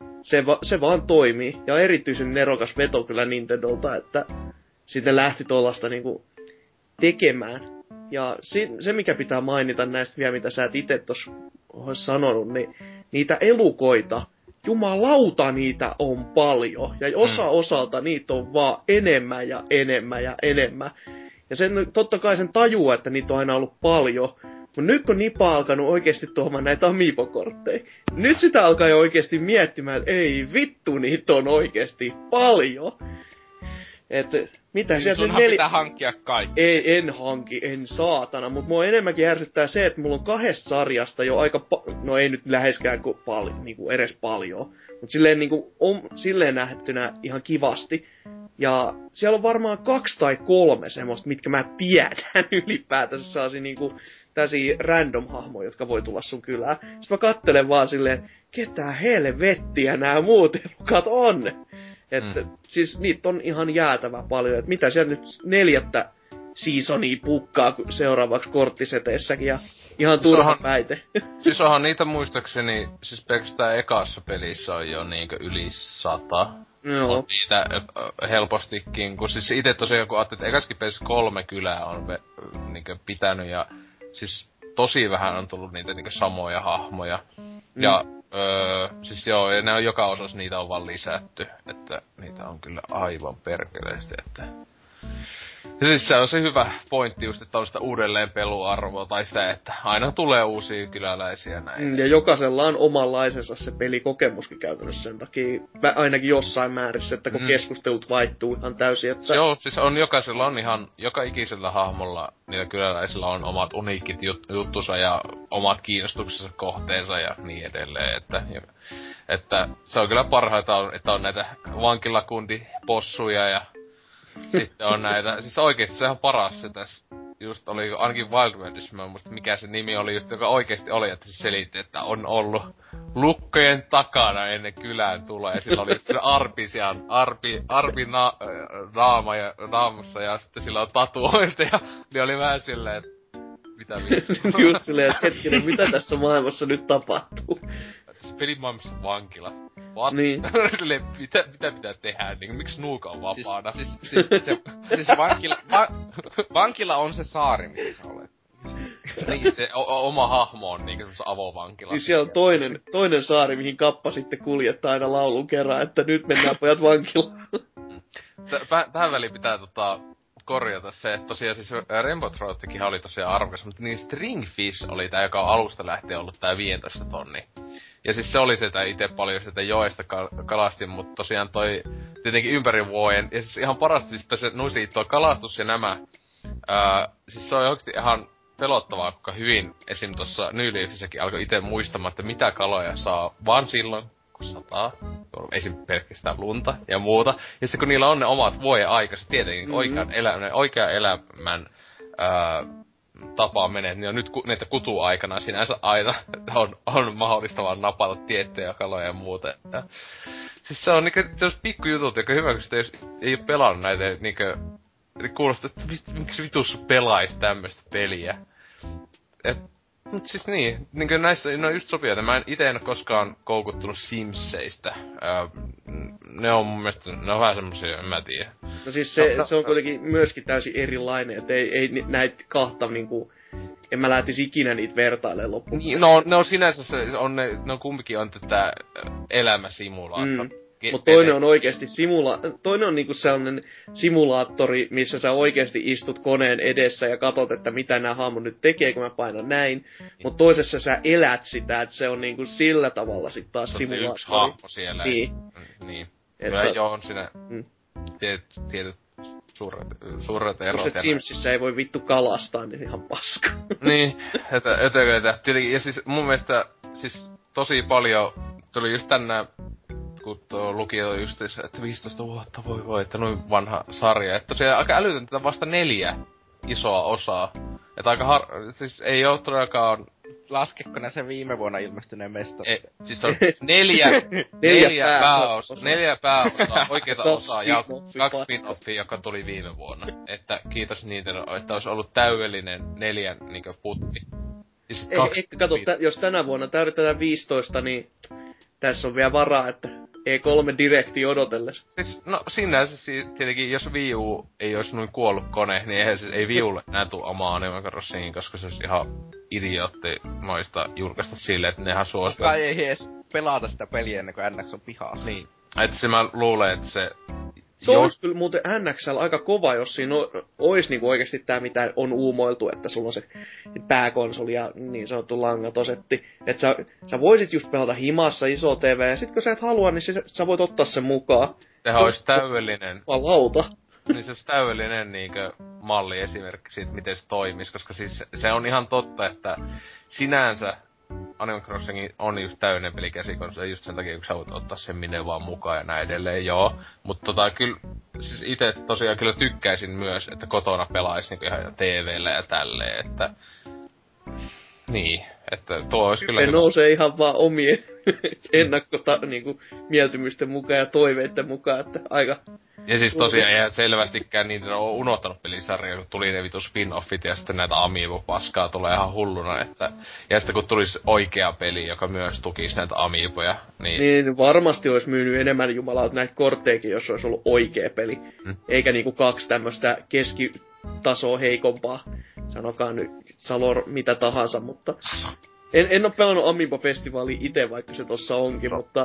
se vaan toimii. Ja erityisen nerokas veto kyllä Nintendolta, että sitten lähti tuollaista niinku tekemään. Ja se, mikä pitää mainita näistä vielä, mitä sä et itse tossa ois sanonut, niin niitä elukoita, jumalauta niitä on paljon. Ja osalta niitä on vaan enemmän ja enemmän ja enemmän. Ja totta kai sen tajuaa, että niitä on aina ollut paljon. Mutta nyt kun Nipa on alkanut oikeesti tuomaan näitä Amiibo-kortteja, nyt sitä alkaa jo oikeesti miettimään, että ei vittu, niitä on oikeesti paljon. Että mitä niin sieltä nyt pitää hankkia kaikki. En hanki, en saatana, mutta mua enemmänkin ärsyttää se, että mulla on 2 sarjasta jo aika no ei nyt läheskään niinku edes paljon, mutta silleen niinku silleen nähtynä ihan kivasti. Ja siellä on varmaan 2 tai 3 semmoista, mitkä mä tiedän ylipäätänsä sellaisia niinku tällaisia random-hahmoja, jotka voi tulla sun kylään. Sitten mä kattelen vaan silleen, ketä helvettiä nämä muut elukat on. Että siis niitä on ihan jäätävä paljon. Että mitä sieltä nyt 4. seasonia pukkaa seuraavaksi korttiseteissäkin ja ihan turha väite. Siis onhan niitä muistaakseni, siis pelkästään ekassa pelissä on jo niinkö yli 100. Joo. On niitä helpostikin, kun siis ite tosiaan kun ajattelet, että ekaskin pelissä 3 kylää on niinkö pitänyt ja siis tosi vähän on tullut niitä niinkö samoja hahmoja. Ja siis joo, ja ne on joka osassa niitä on vaan lisätty, että niitä on kyllä aivan perkeleesti, että ja siis se on se hyvä pointti just, että on sitä uudelleen peluarvoa, tai sitä, että aina tulee uusia kyläläisiä näin. Ja jokaisella on omanlaisensa se pelikokemuskin käytännössä sen takia, ainakin jossain määrissä, että kun keskustelut vaihtuu ihan täysin, että joo, siis on jokaisella on ihan, joka ikisellä hahmolla, niillä kyläläisillä on omat uniikit juttusa ja omat kiinnostuksensa kohteensa ja niin edelleen, että se on kyllä parhaita, että on näitä vankilakundipossuja ja sitten on näitä, siis oikeesti se on paras se tässä, just oli ainakin Wild Worldissa, mä en muista mikä se nimi oli just, joka oikeesti oli, että se selitti, että on ollut lukkojen takana ennen kylään tuloa, ja sillä oli se Arpi naamassa, ja sitten sillä on tatuointi, ja niin oli vähän silleen, että mitä vittua. Just silleen, että hetkinen, mitä tässä maailmassa nyt tapahtuu? Tässä pelimaailmassa vankila. What? Niin. Silleen, mitä pitää tehdä? Niin, miksi Nuuka on vapaana? Siis vankila on se saari, missä sä olet. Niin, se oma hahmo on niinku semmosessa avovankilassa. Niin siellä on toinen saari, mihin kappa sitten kuljettaa aina laulun kerran, että nyt mennään pojat vankilaan. Tähän väliin pitää korjata se, että tosiaan siis Rainbow Troutikin oli tosiaan arvokas, mutta niin Stringfish oli tää, joka on alusta lähtien ollut tää 15 tonni. Ja siis se oli sitä ite paljon sitä joesta kalastin, mutta tosiaan toi tietenkin ympäri vuoden. Ja siis ihan parasta siis se nuisi tuo kalastus ja nämä. Siis se on oikeesti ihan pelottavaa, kuinka hyvin esim. Tossa New Leafissäkin alkoi ite muistamaan, että mitä kaloja saa vaan silloin, kun sataa. Esim. Pelkästään lunta ja muuta. Ja sitten kun niillä on ne omat vuoden aikaiset, tietenkin oikean elämän tapa menee, niin on nyt näitä kutuaikana sinänsä aina on mahdollista vaan napata tiettyjä kaloja ja muuta. Ja, siis se on niinku sellaiset pikkujutut, jotka hyvä, kun sitä ei oo pelannut näitä niinku... Kuulostaa, että miksi vitus pelais tämmöstä peliä. Mut siis niinku näissä, ne on just sopia, että mä en ite en oo koskaan koukuttunut Simseistä. Ne on mun mielestä, ne on vähän semmosia, en mä tiedä. No siis se on kuitenkin myöskin täysin erilainen, että ei näitä kahta niinku... En mä lähtis ikinä niitä vertailemaan loppuun. Niin, ne on sinänsä ne on kumpikin on tätä elämäsimulaattori. Mut toinen on oikeesti toinen on niinku sellainen simulaattori, missä sä oikeesti istut koneen edessä ja katot, että mitä nämä hahmot nyt tekee, kun mä painan näin. Mut toisessa sä elät sitä, että se on niinku sillä tavalla sit taas simulaattori. Se yksi hahmo siellä. Niin. Niin. Kyllä joo on siinä tietyt suuret erot. Jos Simsissä ei voi vittu kalastaa, niin ihan paska. Niin, ötököitä. Tietenkin, ja siis mun mielestä siis tosi paljon tuli just tänään, kun tuo lukio just, että 15 vuotta voi, että noin vanha sarja. Että tosiaan aika älytöntä vasta 4 isoa osaa. Että aika siis ei oo todellakaan... Laskeko nää sen viime vuonna ilmestyneen mestat? Siis on 4 pääosaa, oikeita osaa ja 2 spin-offia, joka tuli viime vuonna. Että kiitos Nintendo, että olisi ollut täydellinen 4 niinkö putti. Ehkä kato, jos tänä vuonna täydetään 15, niin tässä on vielä varaa, että E3 Directi odotelles. Siis, no sinänsä tietenkin, jos Wii U ei olisi noin kuollut kone, niin ei Wii Ulle enää tuu omaa Animal Crossingin, koska se olisi ihan idioottimaista julkaista silleen, että nehän suostuu. Kai ei edes pelata sitä peliä ennen kuin NX on pihassa. Niin. Että se mä luulen, että se... Se olisi kyllä muuten NXL aika kova, jos siinä olisi niinku oikeesti tää, mitä on uumoiltu, että sulla on se pääkonsoli ja niin sanottu langatosetti. Että sä voisit just pelata himassa iso TV, ja sit kun sä et halua, niin sä voit ottaa sen mukaan. Sehän olisi täydellinen. Lauta. Niin se olisi täydellinen niinkö malli esimerkki siitä, miten se toimisi, koska siis se on ihan totta, että sinänsä Animal Crossing on just täydellinen pelikäsikonsoli just sen takia, kun sä voit ottaa sen minne vaan mukaan ja näin edelleen, joo. Mut kyllä, siis ite tosiaan kyllä tykkäisin myös, että kotona pelaisi niinku ihan TV:llä ja tälleen, että... Niin, että tuo olisi kyllä hyvä. Nousee ihan vaan omien niinku mieltymysten mukaan ja toiveiden mukaan, että aika... Ja siis tosiaan ihan selvästikään niitä on unohtanut pelisarjoja, kun tuli ne vitu spin-offit ja sitten näitä amiibo-paskaa tulee ihan hulluna, että... Ja sitten kun tulisi oikea peli, joka myös tukisi näitä amiiboja, niin... Niin, varmasti olisi myynyt enemmän jumalauta näitä korttejakin, jos olisi ollut oikea peli. Eikä niinku 2 tämmöstä keskitasoa heikompaa. Sanokaa nyt Salor mitä tahansa, mutta... En oo pelannut Amiibo-festivaalia ite, vaikka se tossa onkin, mutta...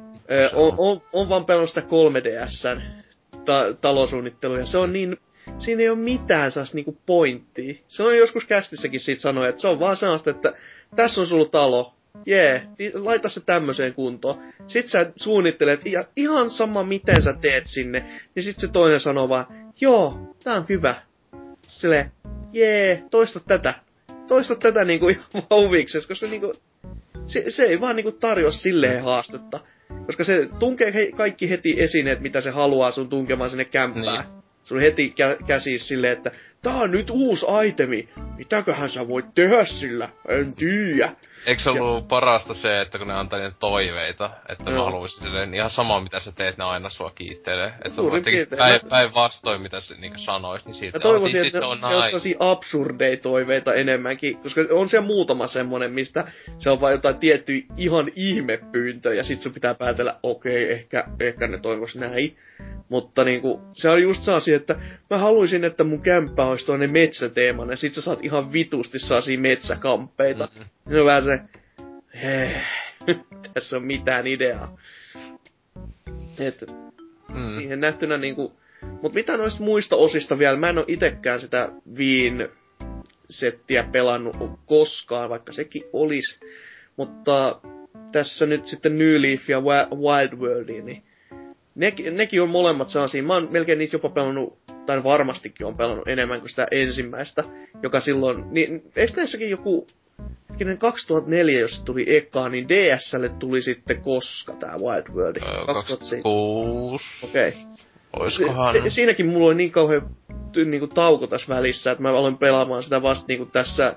On vaan pelannut sitä 3DS:n talosuunnittelua, ja se on niin... Siinä ei oo mitään sellaista niinku pointtia. Se on joskus kästissäkin siitä sanoa, että se on vaan sellaista, että tässä on sulla talo, laita se tämmöiseen kuntoon. Sit sä suunnittelet, ja ihan sama miten sä teet sinne, niin sit se toinen sanoo vaan, joo, tää on hyvä. Silleen, toista tätä niinku ihan huviksessa, koska niinku, se ei vaan niinku tarjoa silleen haastetta. Koska se tunkee kaikki heti esineet, mitä se haluaa sun tunkemaan sinne kämppään. Niin. Sun heti käsis silleen, että tää on nyt uusi itemi. Mitäköhän sä voit tehdä sillä? En tiedä. Eikö se ollut parasta se, että kun ne antaa niitä toiveita, että mä haluaisin silleen ihan sama mitä sä teet, ne aina sua kiittelee. Että se on päinvastoin mitä se niinku sanois, niin siitä mä toivoisin, että se on sellaisia absurdeja toiveita enemmänkin, koska on siellä muutama semmonen, mistä se on vaan jotain tiettyä ihan ihmepyyntöä, ja sit sun pitää päätellä, okei, ehkä ne toivos näin. Mutta niinku, se on just sellaisia, että mä haluaisin, että mun kämppä olisi toinen metsäteemana, ja sit sä saat ihan vitusti sellaisia metsäkamppeita. Se on vähän se, tässä on mitään ideaa. Siihen nähtynä niinku, mut mitä noista muista osista vielä, mä en oo itekään sitä Viin settiä pelannut koskaan, vaikka sekin olis. Mutta tässä nyt sitten New Leaf ja Wild Worldia, niin nekin on molemmat sellaisia. Mä oon melkein niitä jopa pelannut, tai varmastikin on pelannut enemmän kuin sitä ensimmäistä, joka silloin, niin eikö näissäkin joku, 2004 jos se tuli ekaan, niin DS:lle tuli sitten koska tää Wild World? 2006. Okei. Oiskohan? Siinäkin mulla oli niin kauhean niinku tauko tässä välissä, että mä aloin pelaamaan sitä vasta niinku tässä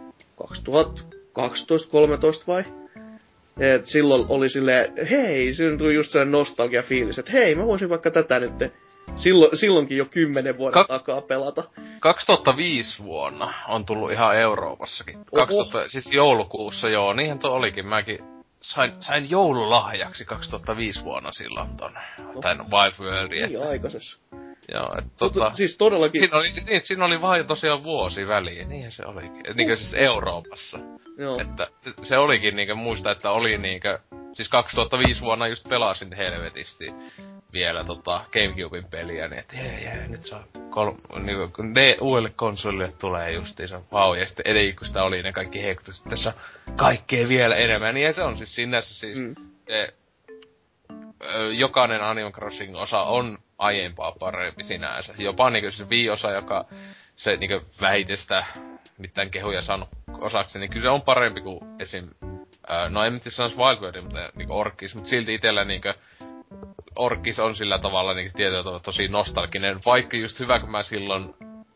2012-13 vai? Et silloin oli silleen, hei, siinä tuli just sellainen nostalgia-fiilis, että hei, mä voisin vaikka tätä nyt silloinkin jo 10 vuoden takaa pelata. 2005 vuonna on tullut ihan Euroopassakin. Siis joulukuussa, joo, niinhän tuo olikin. Mäkin sain joululahjaksi 2005 vuonna silloin ton Wild Worldin. Niin aikaisessa. Joo, siis todellakin... Siinä oli vaan tosiaan vuosi väliin, niinhän se olikin. Niinkö siis Euroopassa. Joo. Että se olikin niinkö, muista, että oli niinkö... Siis 2005 vuonna just pelasin helvetisti vielä Gamecuben peliä, niin että jee, nyt saa niinku, kun uudelle konsolille tulee justiinsa vau, ja sitten etenkin kun sitä oli ne kaikki hehkutukset, että tässä kaikkea vielä enemmän, niin se on siis sinänsä siis se, jokainen Animal Crossing osa on aiempaa parempi sinänsä. Jopa niinku se Wii-osa, joka se niinku vähitestä mitään kehuja saanut osaksi, niin kyllä se on parempi kuin esim. No en nyt sanois Wild World, mutta niinku Orkis, mutta silti itellä niinku Orkis on sillä tavalla niinku tietyllä tavalla tosi nostalginen, vaikka just hyvä kun mä silloin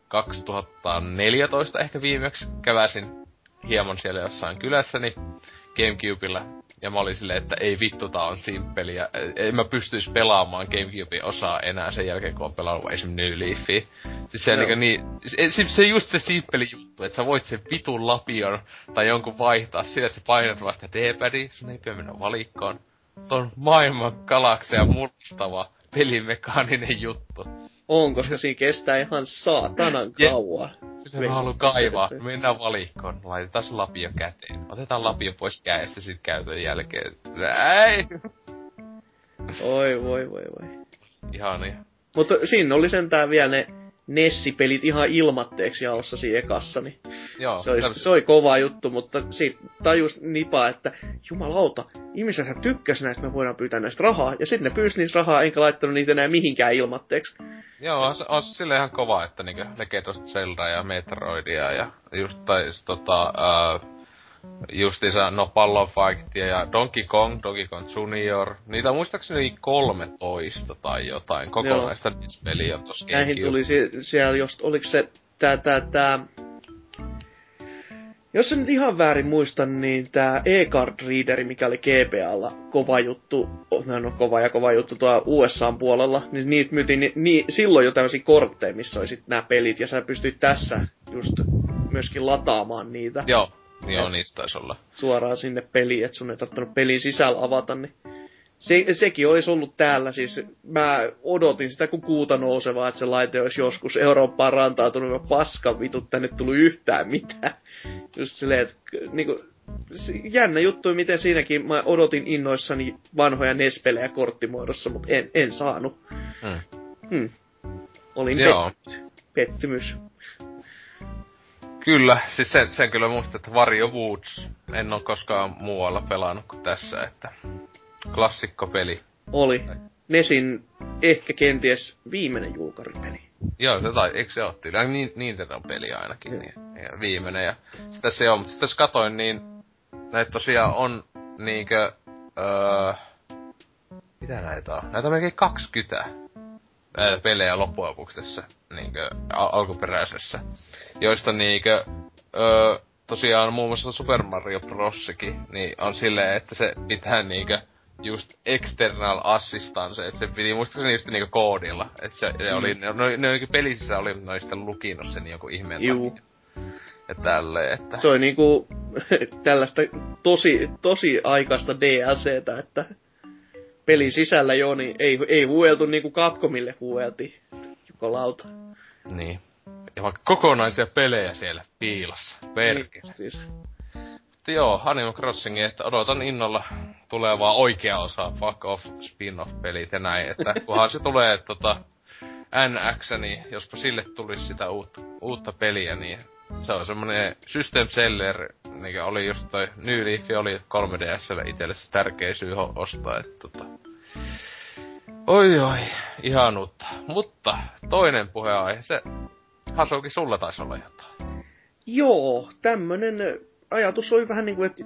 2014 ehkä viimeksi käväsin hieman siellä jossain kylässäni Gamecubella. Ja mä olin silleen, että ei vittu, tää on simppeliä. En mä pystyis pelaamaan Gamecuben osaa enää sen jälkeen, kun on pelannut esim. New Leafia. Siis se, se just se simppeli juttu, että sä voit sen vitun lapion tai jonkun vaihtaa sillä, että sä painat vasta D-padia, sun ei pidä mennä valikkoon. Ton maailman galakseja mullistava pelimekaaninen juttu. On, koska siinä kestää ihan saatanan kauan. Sitten mä haluun kaivaa. Mennään valikkoon. Laitetaan se lapio käteen. Otetaan lapio pois käestä sit käytön jälkeen. Ei! Oi. Ihania. Mutta siinä oli sentään vielä ne Nessi-pelit ihan ilmatteeksi jaossa siinä ekassa, niin joo, se oli kova juttu, mutta sit tajus Nipa, että jumalauta, ihmisethän tykkäs näistä, me voidaan pyytää näistä rahaa, ja sitten ne pyysi niistä rahaa, enkä laittanut niitä enää mihinkään ilmatteeksi. Joo, on sille ihan kova, että niinkö Legend of Zelda ja Metroidia ja just justiinsa Pallon Fightia ja Donkey Kong Junior. Niitä muistaakseni 13 tai jotain kokonaista peliä on tossa. Näihin tuli siellä just, oliks se tää jos se nyt ihan väärin muistan, niin tää e-card readeri, mikä oli GBAlla kova juttu, kova juttu tuolla USAn puolella, niin niitä myytiin silloin jo tämmösiä kortteja, missä oli sit nää pelit, ja sä pystyit tässä just myöskin lataamaan niitä. Joo, niistä taisi olla. Suoraan sinne peliin, et sun ei tarttunut pelin sisällä avata, niin sekin olisi ollut täällä, siis mä odotin sitä kun kuuta nousevaa, että se laite olisi joskus Eurooppaan rantautunut, ja paskan vitut tänne tullut yhtään mitään. Just silleen, että niinku, jännä juttu, miten siinäkin mä odotin innoissani vanhoja NES-pelejä korttimuodossa, mutta en saanut. Olin pettymys. Kyllä, siis sen kyllä muistan, että Wario Woods en oo koskaan muualla pelannut kuin tässä, että klassikkopeli. Oli. NESin ehkä kenties viimeinen julkaripeli. Joo, eikö se oo tyyli? Nintendo peli ainakin, niin, ja viimeinen. Ja sitä se on, mutta sitten jos katoin, niin näitä tosiaan on niinkö, mitä näitä on? Näitä on melkein 20 näitä pelejä loppujen lopuksi tässä niinkö alkuperäisessä. Joista niinkö, tosiaan muun muassa Super Mario Brosikin, niin on silleen, että se pitää niinkö just external assistance, että se piti muistaakseni just niinku koodilla. Että se oli, ne pelisissä oli, mutta ne oli sitten lukinut sen joku ihmeen takia. Ja tälleen, että... Se oli niinku tällaista tosi aikaista DLCtä, että pelin sisällä jo, niin ei huueltu niinku Capcomille huueltiin. Jukolauta. Niin. Ja vaikka kokonaisia pelejä siellä piilossa. Perkele. Niin, siis. Joo, Animal Crossing, että odotan innolla tulevaa oikea osa Fuck Off spin-off-pelit ja näin, että kunhan se tulee NX, niin jospa sille tulisi sitä uutta peliä, niin se on semmonen system seller, mikä oli just toi New Leaf, oli 3DS:lle itselle se tärkeä syy ostaa, että Oi, ihanuutta. Mutta toinen puheenaihe, se Hasuki, sulla taisi olla jotain. Joo, tämmönen ajatus oli vähän niinku, että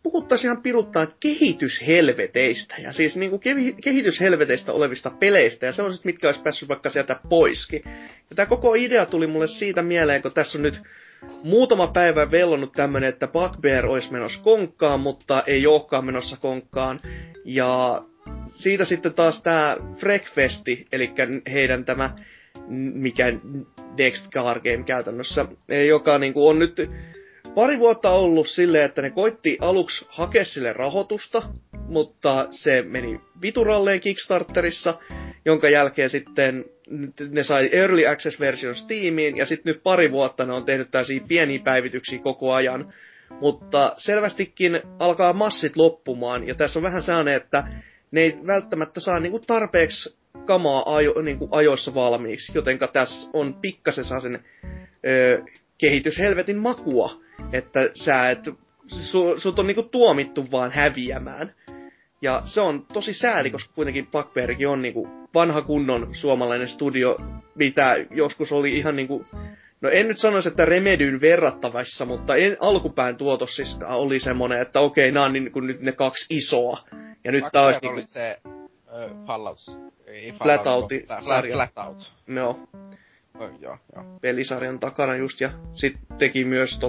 puhuttaisiin ihan piruttaan kehityshelveteistä. Ja siis niinku kehityshelveteistä olevista peleistä ja sellaiset, mitkä olisi päässyt vaikka sieltä poiskin. Ja tää koko idea tuli mulle siitä mieleen, kun tässä on nyt muutama päivä vellonut tämmönen, että Bugbear olisi menossa konkkaan, mutta ei olekaan menossa konkkaan. Ja siitä sitten taas tää Freakfesti, eli heidän tämä, mikä Next Car Game käytännössä, joka niinku on nyt pari vuotta ollut silleen, että ne koitti aluksi hakea sille rahoitusta, mutta se meni vituralleen Kickstarterissa, jonka jälkeen sitten ne sai Early Access-version Steamiin, ja sitten nyt pari vuotta ne on tehnyt tällaisia pieniä päivityksiä koko ajan. Mutta selvästikin alkaa massit loppumaan, ja tässä on vähän sellainen, että ne ei välttämättä saa niinku tarpeeksi kamaa niinku ajoissa valmiiksi, jotenka tässä on pikkasen sen kehityshelvetin makua, että sut on niinku tuomittu vaan häviämään. Ja se on tosi sääli, koska kuitenkin Bugbearkin on niinku vanha kunnon suomalainen studio, mitä joskus oli ihan niinku, no en nyt sanoisi, että Remedyn verrattavissa, mutta alkupään tuotos siis oli semmonen, että okei, nää on niinku nyt ne kaksi isoa. Ja nyt tää olisi niinku se Fallout. Flatout-sarja. Flatout. No. Joo. Pelisarjan takana just, ja sit teki myös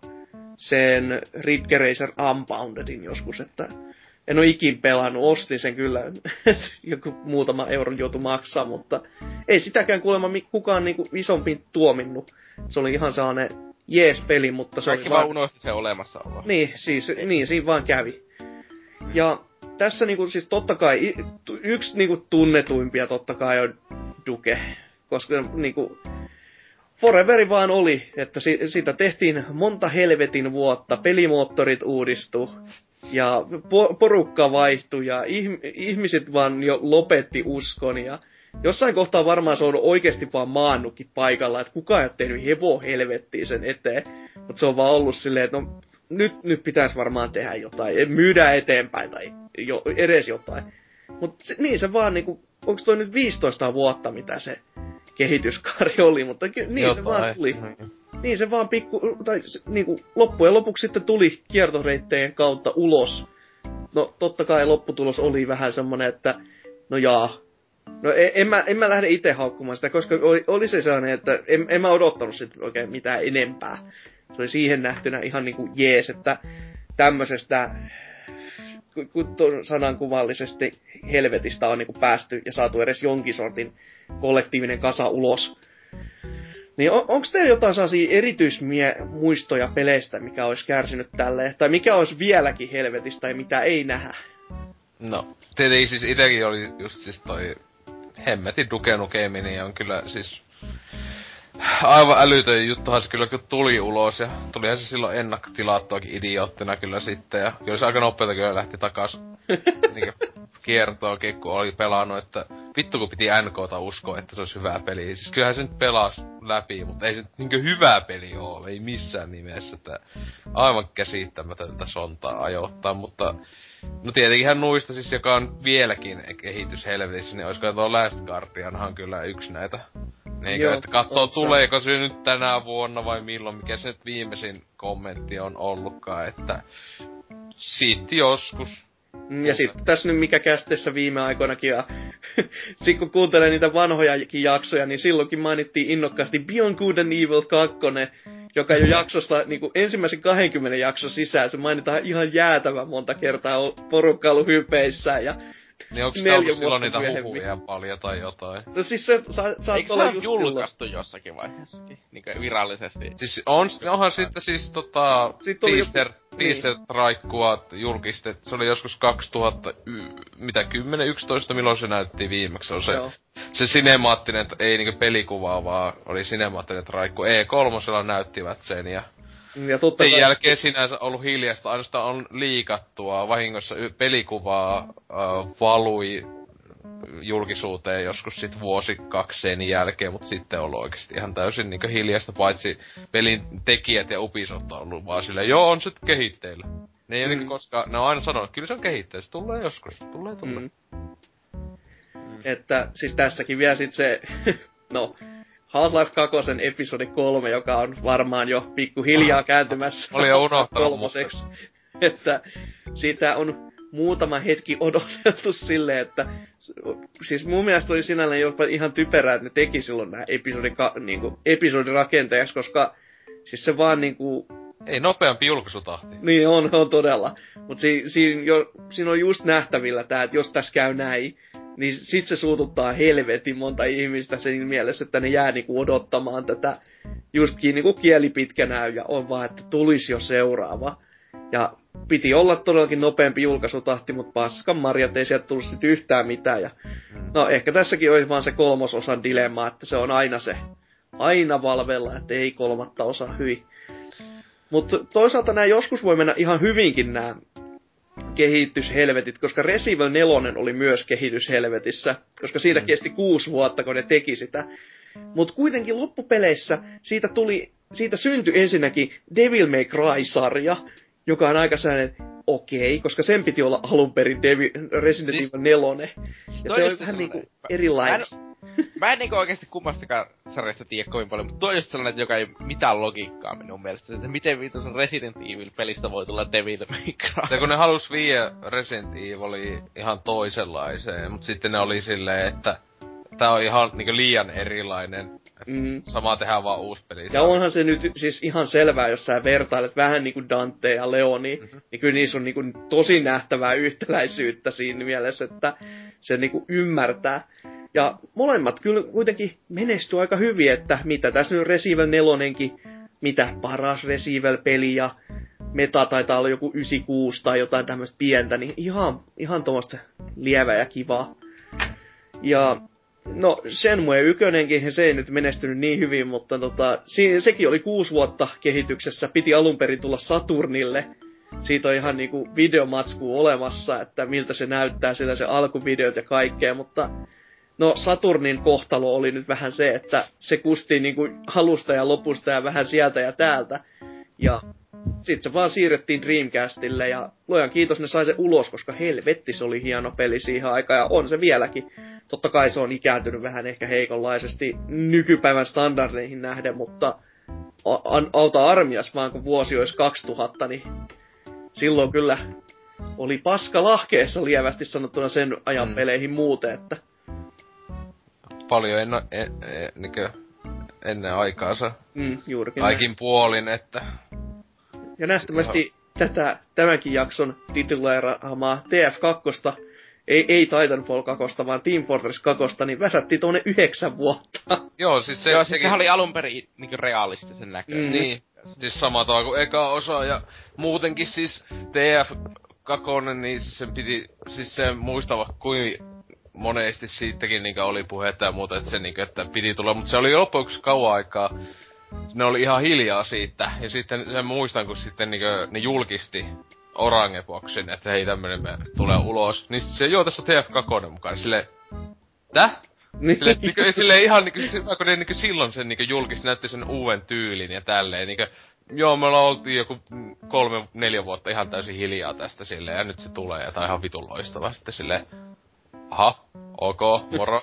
sen Ridge Racer Unboundedin joskus, että en oo ikin pelannut, ostin sen kyllä, joku muutama euron joutui maksaa, mutta ei sitäkään kuulemma kukaan niinku isompi tuominnut. Se oli ihan sellainen jees peli, mutta se kaikki oli vaan unosti sen olemassaoloa. Niin, siis, niin siinä vaan kävi. Ja tässä niinku siis totta kai, yksi niinku tunnetuimpia totta kai on Duke, koska niinku Foreveri vaan oli, että siitä tehtiin monta helvetin vuotta, pelimoottorit uudistu, ja porukka vaihtui, ja ihmiset vaan jo lopetti uskon, ja jossain kohtaa varmaan se on oikeesti vaan maannutkin paikalla, että kukaan ei ole tehnyt helvettiä sen eteen, mutta se on vaan ollut silleen, että no, nyt pitäisi varmaan tehdä jotain, myydään eteenpäin, tai edes jotain. Mutta niin se vaan niinku, onko toi nyt 15 vuotta, mitä se kehityskaari oli, mutta niin jotain. Se vaan tuli. Niin se vaan niinku loppujen lopuksi sitten tuli kiertoreittejä kautta ulos. No totta kai lopputulos oli vähän semmonen, että no jaa. No en mä lähde itse haukkumaan sitä, koska oli se sellainen, että en mä odottanut sit oikein mitään enempää. Se oli siihen nähtynä ihan niinku jees, että tämmösestä sanankuvallisesti helvetistä on niinku päästy ja saatu edes jonkin sortin kollektiivinen kasa ulos. Niin onks teillä jotain sellaisia erityismuistoja peleistä, mikä olisi kärsinyt tälleen? Tai mikä olisi vieläkin helvetistä ja mitä ei nähdä? No, tietenkin siis itekin oli just siis toi hemmetin Duke Nukem, niin on kyllä siis aivan älytön juttuhan se kyllä kun tuli ulos, ja tulihan se silloin ennakkotilattuakin idioottina kyllä sitten, ja kyllä se aika nopeeta kyllä lähti takas niinku kiertoakin, kun oli pelannut, että vittu kun piti NK:ta uskoa, että se olisi hyvä peli. Siis kyllähän se nyt pelasi läpi, mutta ei se nyt niinkö hyvä peli oo, ei missään nimessä, että aivan käsittämätöntä sontaa ajoittaa, mutta no tietenkinhän nuista siis, joka on vieläkin kehityshelvetissä, niin oisko tuo Last Guardianhan kyllä yksi näitä. Niinkö, että katsoo tuleeko se nyt tänä vuonna vai milloin, mikä se nyt viimeisin kommentti on ollutkaan, että sit joskus. Ja sitten tässä nyt mikä kästeessä viime aikoinakin, ja sit kun kuuntelee niitä vanhojakin jaksoja, niin silloinkin mainittiin innokkaasti Beyond Good and Evil 2, joka jo jaksosta, niinku ensimmäisen 20 jakson sisään, se mainitaan ihan jäätävän monta kertaa, porukka ollut hypeissään, ja niin onks se ollut silloin niitä huhuja paljon tai jotain? No siis se saat olla just julkaistu jossakin vaiheessakin, niinkö virallisesti? Siis onhan sitten siis teaser traikkua julkistet, se oli joskus 2010-11, milloin se näytti viimeksi, on se sinemaattinen, ei niinku pelikuvaa, vaan oli sinemaattinen traikku, E3 näyttivät sen, ja sen jälkeen sinänsä ollut hiljasta, ainoastaan on liikattua, vahingossa pelikuvaa valui julkisuuteen joskus sit vuosi 2 sen jälkeen, mut sitten on ollut oikeesti ihan täysin niinku hiljasta, paitsi pelin tekijät ja Ubisoft on ollut vaan silleen, joo on se kehitteillä. Ne ei niinku koskaan, ne on aina sanonut, kyllä se on kehitteillä, se tulee joskus, tulee. Että siis tässäkin vielä sit se, no Half-Life 2 episodi 3, joka on varmaan jo pikkuhiljaa kääntymässä. Oli jo unohtanut. että siitä on muutama hetki odoteltu silleen, että siis mun mielestä oli sinällään jopa ihan typerää, että ne teki silloin nämä episodirakenteeksi, koska siis se vaan niinku... Ei nopeampi julkaisutahti. Niin on todella. Mut siinä on just nähtävillä tää, että jos tässä käy näin, niin sit se suututtaa helvetin monta ihmistä sen mielessä, että ne jää niinku odottamaan tätä justkin niinku kieli pitkänä ja on vaan, että tulisi jo seuraava. Ja piti olla todellakin nopeampi julkaisutahti, mutta paskan marjat ei sieltä tullut sit yhtään mitään. Ja no ehkä tässäkin olisi vaan se 3. osan dilemma, että se on aina Valvella, että ei 3. osaa hyi. Mutta toisaalta nämä joskus voi mennä ihan hyvinkin nämä kehityshelvetit, koska Resident Evil 4 oli myös kehityshelvetissä, koska siitä kesti 6 vuotta, kun ne teki sitä. Mutta kuitenkin loppupeleissä siitä syntyi ensinnäkin Devil May Cry-sarja, joka on aika sellainen okei, koska sen piti olla alun perin Resident Evil 4. Ja se on vähän niinku erilainen. Mä en niinku oikeesti kummastakaan sarjasta tiedä kovin paljon, mutta tuo on just sellainen, että joka ei mitään logiikkaa minun mielestä. Että miten viitosen Resident Evil-pelistä voi tulla Devil May Cry. Ja kun ne halus vie Resident Evilia ihan toisenlaiseen, mutta sitten ne oli silleen, että tää on ihan niinku liian erilainen. Sama tehdään vaan uusi peli. Ja onhan se nyt siis ihan selvää, jos sä vertailet vähän niinku Dante ja Leoni, niin kyllä niissä on niinku tosi nähtävää yhtäläisyyttä siinä mielessä, että se niinku ymmärtää. Ja molemmat kyllä kuitenkin menestyy aika hyvin, että mitä tässä nyt Resident Evil 4:nkin, mitä paras Resident Evil-peli ja meta taitaa olla joku 96 tai jotain tämmöistä pientä, niin ihan tommoista lievää ja kivaa. Ja no Shenmue 1:nkin, se ei nyt menestynyt niin hyvin, mutta sekin oli 6 vuotta kehityksessä, piti alun perin tulla Saturnille. Siitä on ihan niinku videomatskua olemassa, että miltä se näyttää, sillä se alkuvideot ja kaikkea, mutta no Saturnin kohtalo oli nyt vähän se, että se kusti niinku alusta ja lopusta ja vähän sieltä ja täältä. Ja sit se vaan siirrettiin Dreamcastille ja luojan kiitos ne sai se ulos, koska helvetti se oli hieno peli siihen aikaan ja on se vieläkin. Totta kai se on ikääntynyt vähän ehkä heikonlaisesti nykypäivän standardeihin nähden, mutta auta armias vaan kun vuosi olisi 2000, niin silloin kyllä oli paska lahkeessa lievästi sanottuna sen ajan peleihin muuten, että paljon ennen aikaansa. Juurikin. Kaikin puolin, että... Ja nähtävästi tämänkin jakson tituleeraamaa TF2, ei Titanfall 2, vaan Team Fortress 2, niin väsättiin tuonne 9 vuotta. Joo, siis sehän oli alun perin niinku realistisen näköinen. Niin, siis sama tavalla kuin eka osa, ja muutenkin siis TF2, niin sen piti, siis se muistava kuin monesti siitäkin niinku oli puhetta ja muuta, että se niinku, että piti tulla, mutta se oli lopuksi kauan aikaa. Ne oli ihan hiljaa siitä, ja sitten sen muistan, kun sitten niinku ne julkisti Orangeboxin, että hei tämmönen me tulee ulos. Niin sit se joo, tässä on TF2 mukaan, silleen, Silleen ihan niinku, kun ne niinku silloin sen niinku julkisti, näytti sen uuden tyylin ja tälleen, niinku, joo, me oltiin joku 3-4 vuotta ihan täysin hiljaa tästä silleen, ja nyt se tulee, ja tää on ihan vitun loistava sitten silleen, aha, ok, moro,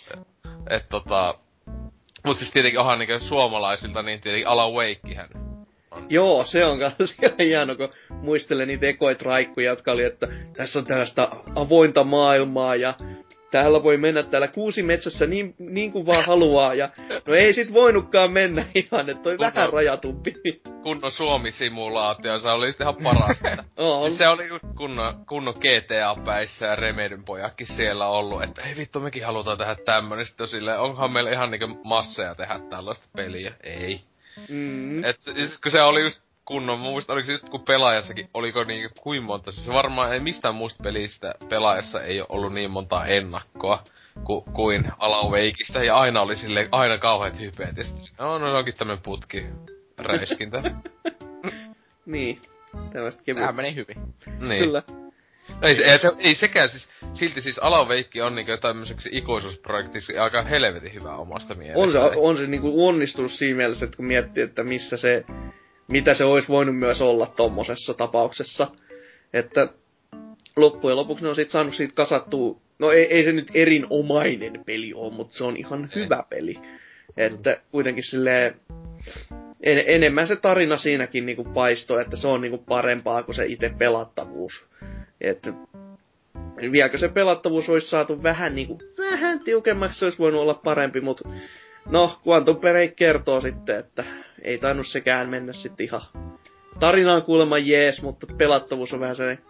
mut siis tietenkin onhan niinku suomalaisilta, niin tietenkin Alan Wakehän on. Joo, se on kans ihan hieno, kun muistelen niitä ekoit raikkuja, jotka oli, että tässä on tällaista avointa maailmaa, ja täällä voi mennä täällä kuusimetsässä niin kuin vaan haluaa, ja no ei siis voinutkaan mennä ihan, että toi vähän rajatumpi. Kunnon Suomi-simulaatio, se oli sitten ihan parasta. Siis se oli just kunnon GTA-päissä ja Remedyn pojakin siellä ollut, että ei vittu, mekin halutaan tehdä tämmönen. Sitten silleen, onhan meillä ihan niinku masseja tehdä tällaista peliä. Ei. Siis kun se oli just kunnon, muista oliko se just kun Pelaajassakin, oliko niinku kuin monta, siis varmaan ei mistään muusta pelistä Pelaajassa ei oo ollut niin montaa ennakkoa kuin Alan Wakeista, ja aina oli silleen, aina kauheat hypeet, ja sit no onkin tämmönen putki räiskintä. Niin, tämmöstä kevyt. Tää meni hyvin. Niin. Kyllä. Ei sekään siis, silti siis Alan Wake on niinku tämmöiseksi ikuisuusprojektiksi aika helvetin hyvä omasta mielestä. On se niinku onnistunut siinä mielessä, että kun miettii, että mitä se olisi voinut myös olla tommosessa tapauksessa. Että loppujen lopuksi ne on sit saanut siitä kasattua, no ei se nyt erinomainen peli oo, mutta se on ihan hyvä peli. Että kuitenkin silleen, enemmän se tarina siinäkin niinku paistoi, että se on niinku parempaa kuin se itse pelattavuus. Että vieläkö se pelattavuus olisi saatu vähän tiukemmaksi, se olisi voinut olla parempi, mutta no, Quantum Break kertoo sitten, että ei tainnut sekään mennä sitten ihan. Tarina on kuulemma jees, mutta pelattavuus on vähän sellainen,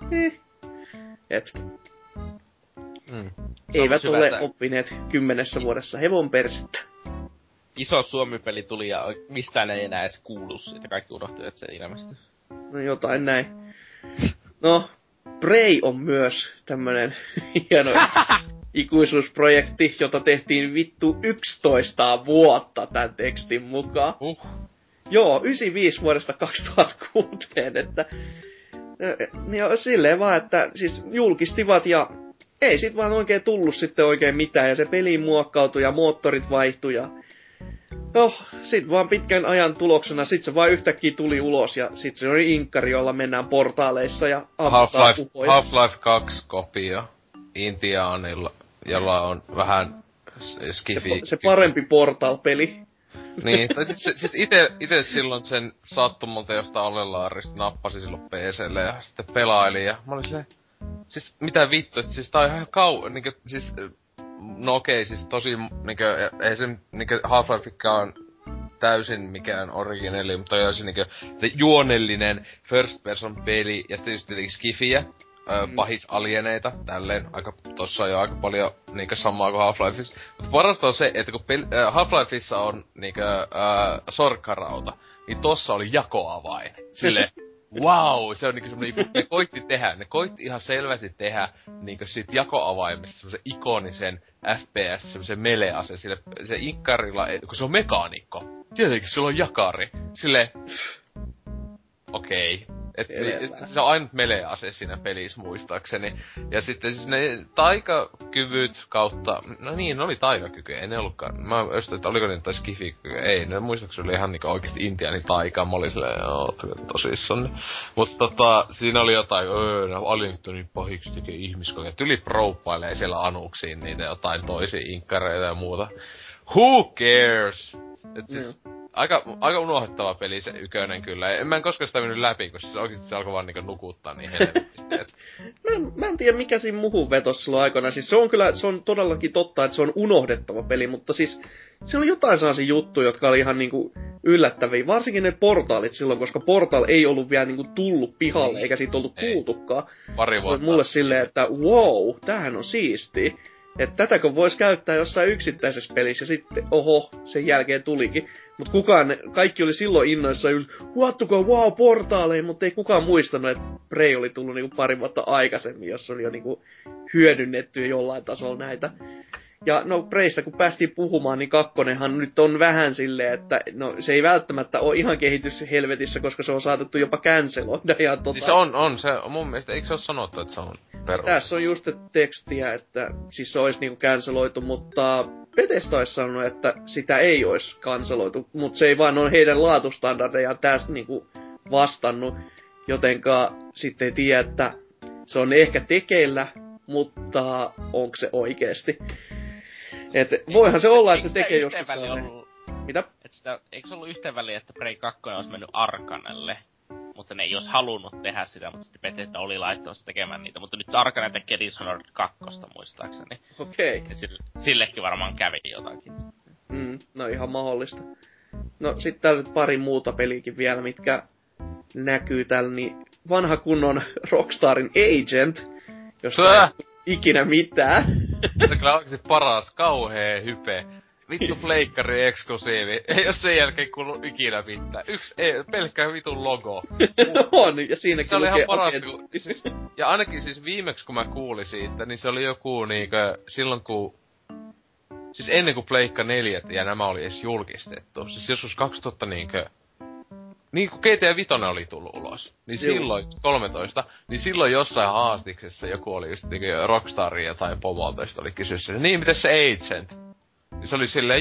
eivät ole oppineet 10 vuodessa hevon persettä. Iso Suomi-peli tuli ja mistään ei enää edes kuulu siitä. Kaikki unohtivat, että se ilmestyi. No jotain näin. No, Prey on myös tämmönen hieno ikuisuusprojekti, jota tehtiin vittu 11 vuotta tän tekstin mukaan. Joo, 95 vuodesta 2006, että ja silleen vaan, että siis julkistivat ja ei sit vaan oikein tullut sitten oikein mitään ja se peli muokkautui ja moottorit vaihtui ja no, sit vaan pitkän ajan tuloksena sit se vaan yhtäkkiä tuli ulos ja sit se oli inkkari, jolla mennään portaaleissa ja ammutaan uhoja. Half-Life 2 kopio Intiaanilla, jolla on vähän skifi. Se parempi Portal-peli. Niin, tai siis ite silloin sen sattumalta jostain Allelaarista nappasin silloin PC:lle ja sitten pelailin ja mä olin silleen, siis mitä vittu, että siis tää on ihan niinkö, siis no okei, siis tosi niinkö, ei se niinkö Half-Lifeikään täysin mikään originelli, mutta on se niinkö juonellinen first person peli ja sitten just tietenkin skifiä, pahisalieneita, tälleen, tossa on jo aika paljon niinkö samaa kuin Half-Lifeissa. Mutta parasta on se, että kun Half-Lifeissa on niinkö sorkkarauta, niin tossa oli jakoavain. Silleen, wow, se on niinku semmonen, ne koitti ihan selvästi tehdä niinkö siitä jakoavaimesta semmosen ikonisen FPS, semmosen melee-ase sille, se inkkarilla, kun se on mekaanikko. Tietenkin sillä on jakari. Silleen, okei. Se on ainut melee-ase siinä pelissä muistaakseni. Ja sitten siis ne taikakyvyt kautta, no niin, ne oli taikakykyjä, ei ne ollutkaan. Mä östän, että oliko ne tai skifikykyjä, ei, ne muistaakseni oli ihan niinku oikeesti intiaanin taikaa. Mä olin silleen, tosissaan. Mutta siinä oli jotain, ne alienit on niin pahiksi tekee ihmiskokeet. Tyli prouppailee siellä anuksiin niitä jotain toisia inkkareita ja muuta. Who cares? Et siis, aika unohdettava peli se ykönen kyllä. Mä en koskaan sitä mennyt läpi, koska siis oikeesti se alkoi vaan niinku nukuttaa niin helvetisti. Mä en tiedä mikä siinä muuhun vetosi silloin aikana. Siis se on todellakin totta, että se on unohdettava peli, mutta siis se oli jotain sellaisia juttuja, jotka oli ihan niinku yllättäviä. Varsinkin ne portaalit silloin, koska Portal ei ollut vielä niinku tullut pihalle, eikä siitä ollut kuultukaan. Pari vuotta. Se oli mulle silleen, että wow, tämähän on siistiä. Että tätäkö vois käyttää jossain yksittäisessä pelissä, ja sitten, oho, sen jälkeen tulikin. Mut kaikki oli silloin innoissaan just, wow, portaaleja, mutta ei kukaan muistanut, että Prey oli tullut niinku pari vuotta aikaisemmin, jossa oli jo niinku hyödynnetty jollain tasolla näitä. Ja no Preystä kun päästiin puhumaan, niin kakkonenhan nyt on vähän silleen, että no se ei välttämättä ole ihan kehitys helvetissä, koska se on saatettu jopa canceloida ja Siis se on mun mielestä, eikö se ole sanottu, että se on perus? Tässä on just tekstiä, että siis se olisi niinku canceloitu, mutta Bethesda olisi sanonut, että sitä ei olisi canceloitu, mutta se ei vaan ole heidän laatustandardejaan tästä niinku vastannut, jotenka sitten ei tiedä, että se on ehkä tekeillä, mutta onko se oikeesti? Et voihan se olla, että se tekee joskus sellaisen. Mitä? Eikö se ollut yhteen väliin, että Prey 2 olisi mennyt Arkanelle? Mutta ne ei olisi halunnut tehdä sitä, mutta sitten Bethesda oli laittamassa tekemään niitä. Mutta nyt Arkane tekee Dishonored 2 muistaakseni. Okei. Ja sillekin varmaan kävi jotakin. No ihan mahdollista. No sit täällä pari muuta peliäkin vielä, mitkä näkyy täällä, niin vanha kunnon Rockstarin Agent, josta ei ikinä mitään. Se on kyllä oikeesti paras, kauhee hype. Vittu pleikkari eksklusiivi. Ei oo sen jälkeen kuullut ikinä mitään. Pelkkä vitun logo. On, ja siinäkin se oli ihan paras, ja ainakin siis viimeksi kun mä kuulin siitä, niin se oli joku niinkö, silloin kun siis ennen kuin Pleikka 4 ja nämä oli edes julkistettu. Siis joskus 2000 niinkö, niin kun GTA 5 oli tullut ulos, niin silloin, 13, niin silloin jossain haastiksessa joku oli just niinkö Rockstaria tai Pomolta, oli kysyssä, niin miten se Agent? Niin se oli silleen,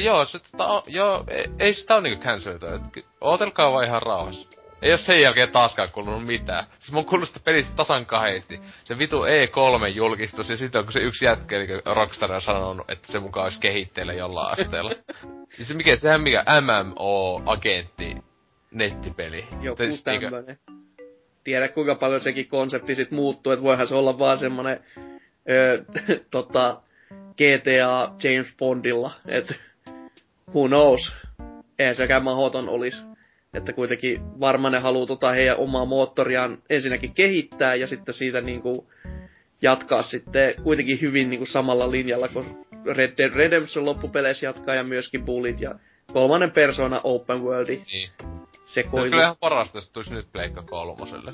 ei sitä oo niinku cancelöitu, ootelkaa vaan ihan rauhassa. Ei oo sen jälkeen taaskaan kuulunut mitään. Siis mun kuullut sitä pelistä tasan kahdesti. Se vitu E3-julkistus ja sitten onko se yksi jätkä, eli Rockstar on sanonut, että se mukaan olisi kehitteillä jollain asteella. Siis sehän mikä MMO-agentti nettipeli. Joku tämmönen. Tiedä kuinka paljon sekin konsepti sit muuttuu, että voihan se olla vaan semmonen GTA James Bondilla, että who knows. Eihän sekään mahdoton olis. Että kuitenkin varmaan ne haluu heidän omaa moottoriaan ensinnäkin kehittää ja sitten siitä niinku jatkaa sitten kuitenkin hyvin niinku samalla linjalla, kun Red Dead Redemption loppupeleissä jatkaa ja myöskin Bullet ja kolmannen persona Open Worldi. Niin. Sekoilu. Kyllä ihan parasta, jos tulisi nyt Pleikka 3:lle.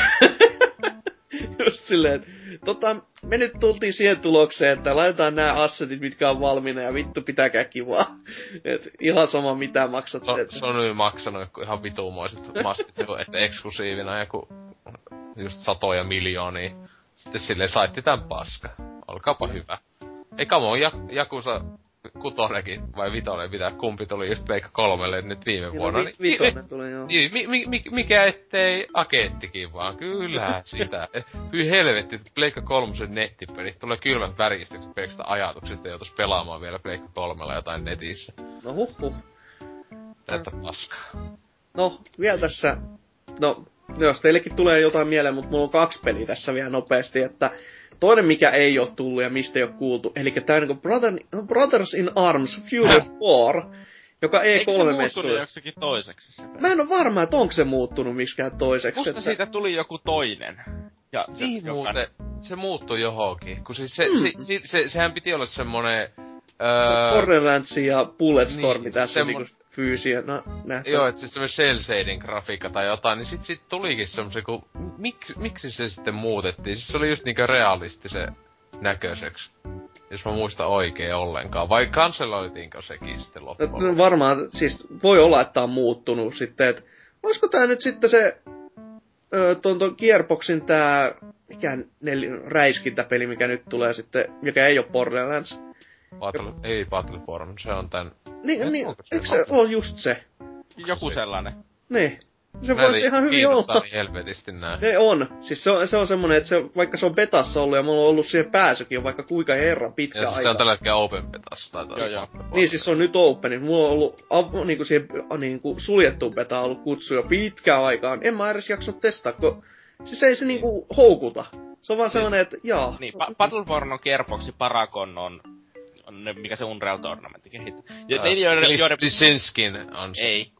Just silleen, me nyt tultiin siihen tulokseen, että laitetaan nämä assetit, mitkä on valmiina, ja vittu pitäkää kivaa. Et ihan sama mitä maksat. Sony maksanut ihan vituumoiset mastit, että eksklusiivina joku just satoja miljoonia. Sitten silleen saitti tän paska. Olkaapa hyvä. Eikä mun Jakusa kutonenkin, vai vitonen, mitä kumpi tuli just Pleikka 3:lle nyt viime vuonna. Vitonen tuli, joo. Mikä ettei Akeettikin vaan, kyllä sitä. Hyi helvetti, Pleikka 3:n nettipeli. Tulee kylmät väristykset pelkästään ajatuksesta, joutuis pelaamaan vielä Pleikka 3:lla jotain netissä. No huh. Tätä paskaa. No, vielä tässä... No, jos teillekin tulee jotain mieleen, mutta mulla on 2 peliä tässä vielä nopeasti, että... Toinen, mikä ei oo tullut ja mistä ei oo kuultu, eli tää niinku Brothers in Arms Furious 4, joka E3-messuilla... Eikö se muuttunut joksikin toiseksi se peli? Mä en oo varma, että onko se muuttunut miksikään toiseksi. Musta siitä tuli joku toinen. Ja, niin muuten, se muuttui johonkin. Kun siis sehän piti olla semmonen... Borderlands ja Bulletstorm, niin, tässä niinku fyysiä nähty. Joo, et siis semmonen cel-shading grafiikka tai jotain, niin sit tulikin semmosen ku... Miksi se sitten muutettiin? Siis se oli just niinkö realistisen näköiseksi. Jos mä muistan oikein ollenkaan. Vai kanseloitiinko sekin sitten loppuun? No varmaan, siis voi olla, että on muuttunut sitten, että... Olisiko tää nyt sitten se... Ton Gearboxin tää... räiskintäpeli, mikä nyt tulee sitten... Mikä ei oo Borderlands. Ei Battleborn, se on tän... Niin, eikö se oo just se? Joku sellainen. Niin. Se voisi ihan hyvin olla. Niin helvetisti nää. Ne on. Siis se on semmonen, että vaikka se on betassa ollut ja mulla on ollut siihen pääsykin jo vaikka kuinka herran pitkä aika. Siis se on tällä hetkellä open betassa tai Joo. Niin siis se on nyt open. Mulla on ollut niinku siihen niinku suljettuun betaan ollut kutsu jo pitkään aikaan. En mä edes jaksanut testaa, kun siis ei se niinku houkuta. Se on vaan semmonen, että jaa. Niin, Battleborn on Gearboxi, Paragon on mikä se Unreal Tournament kehittää. Lisinskkin on se. Ei.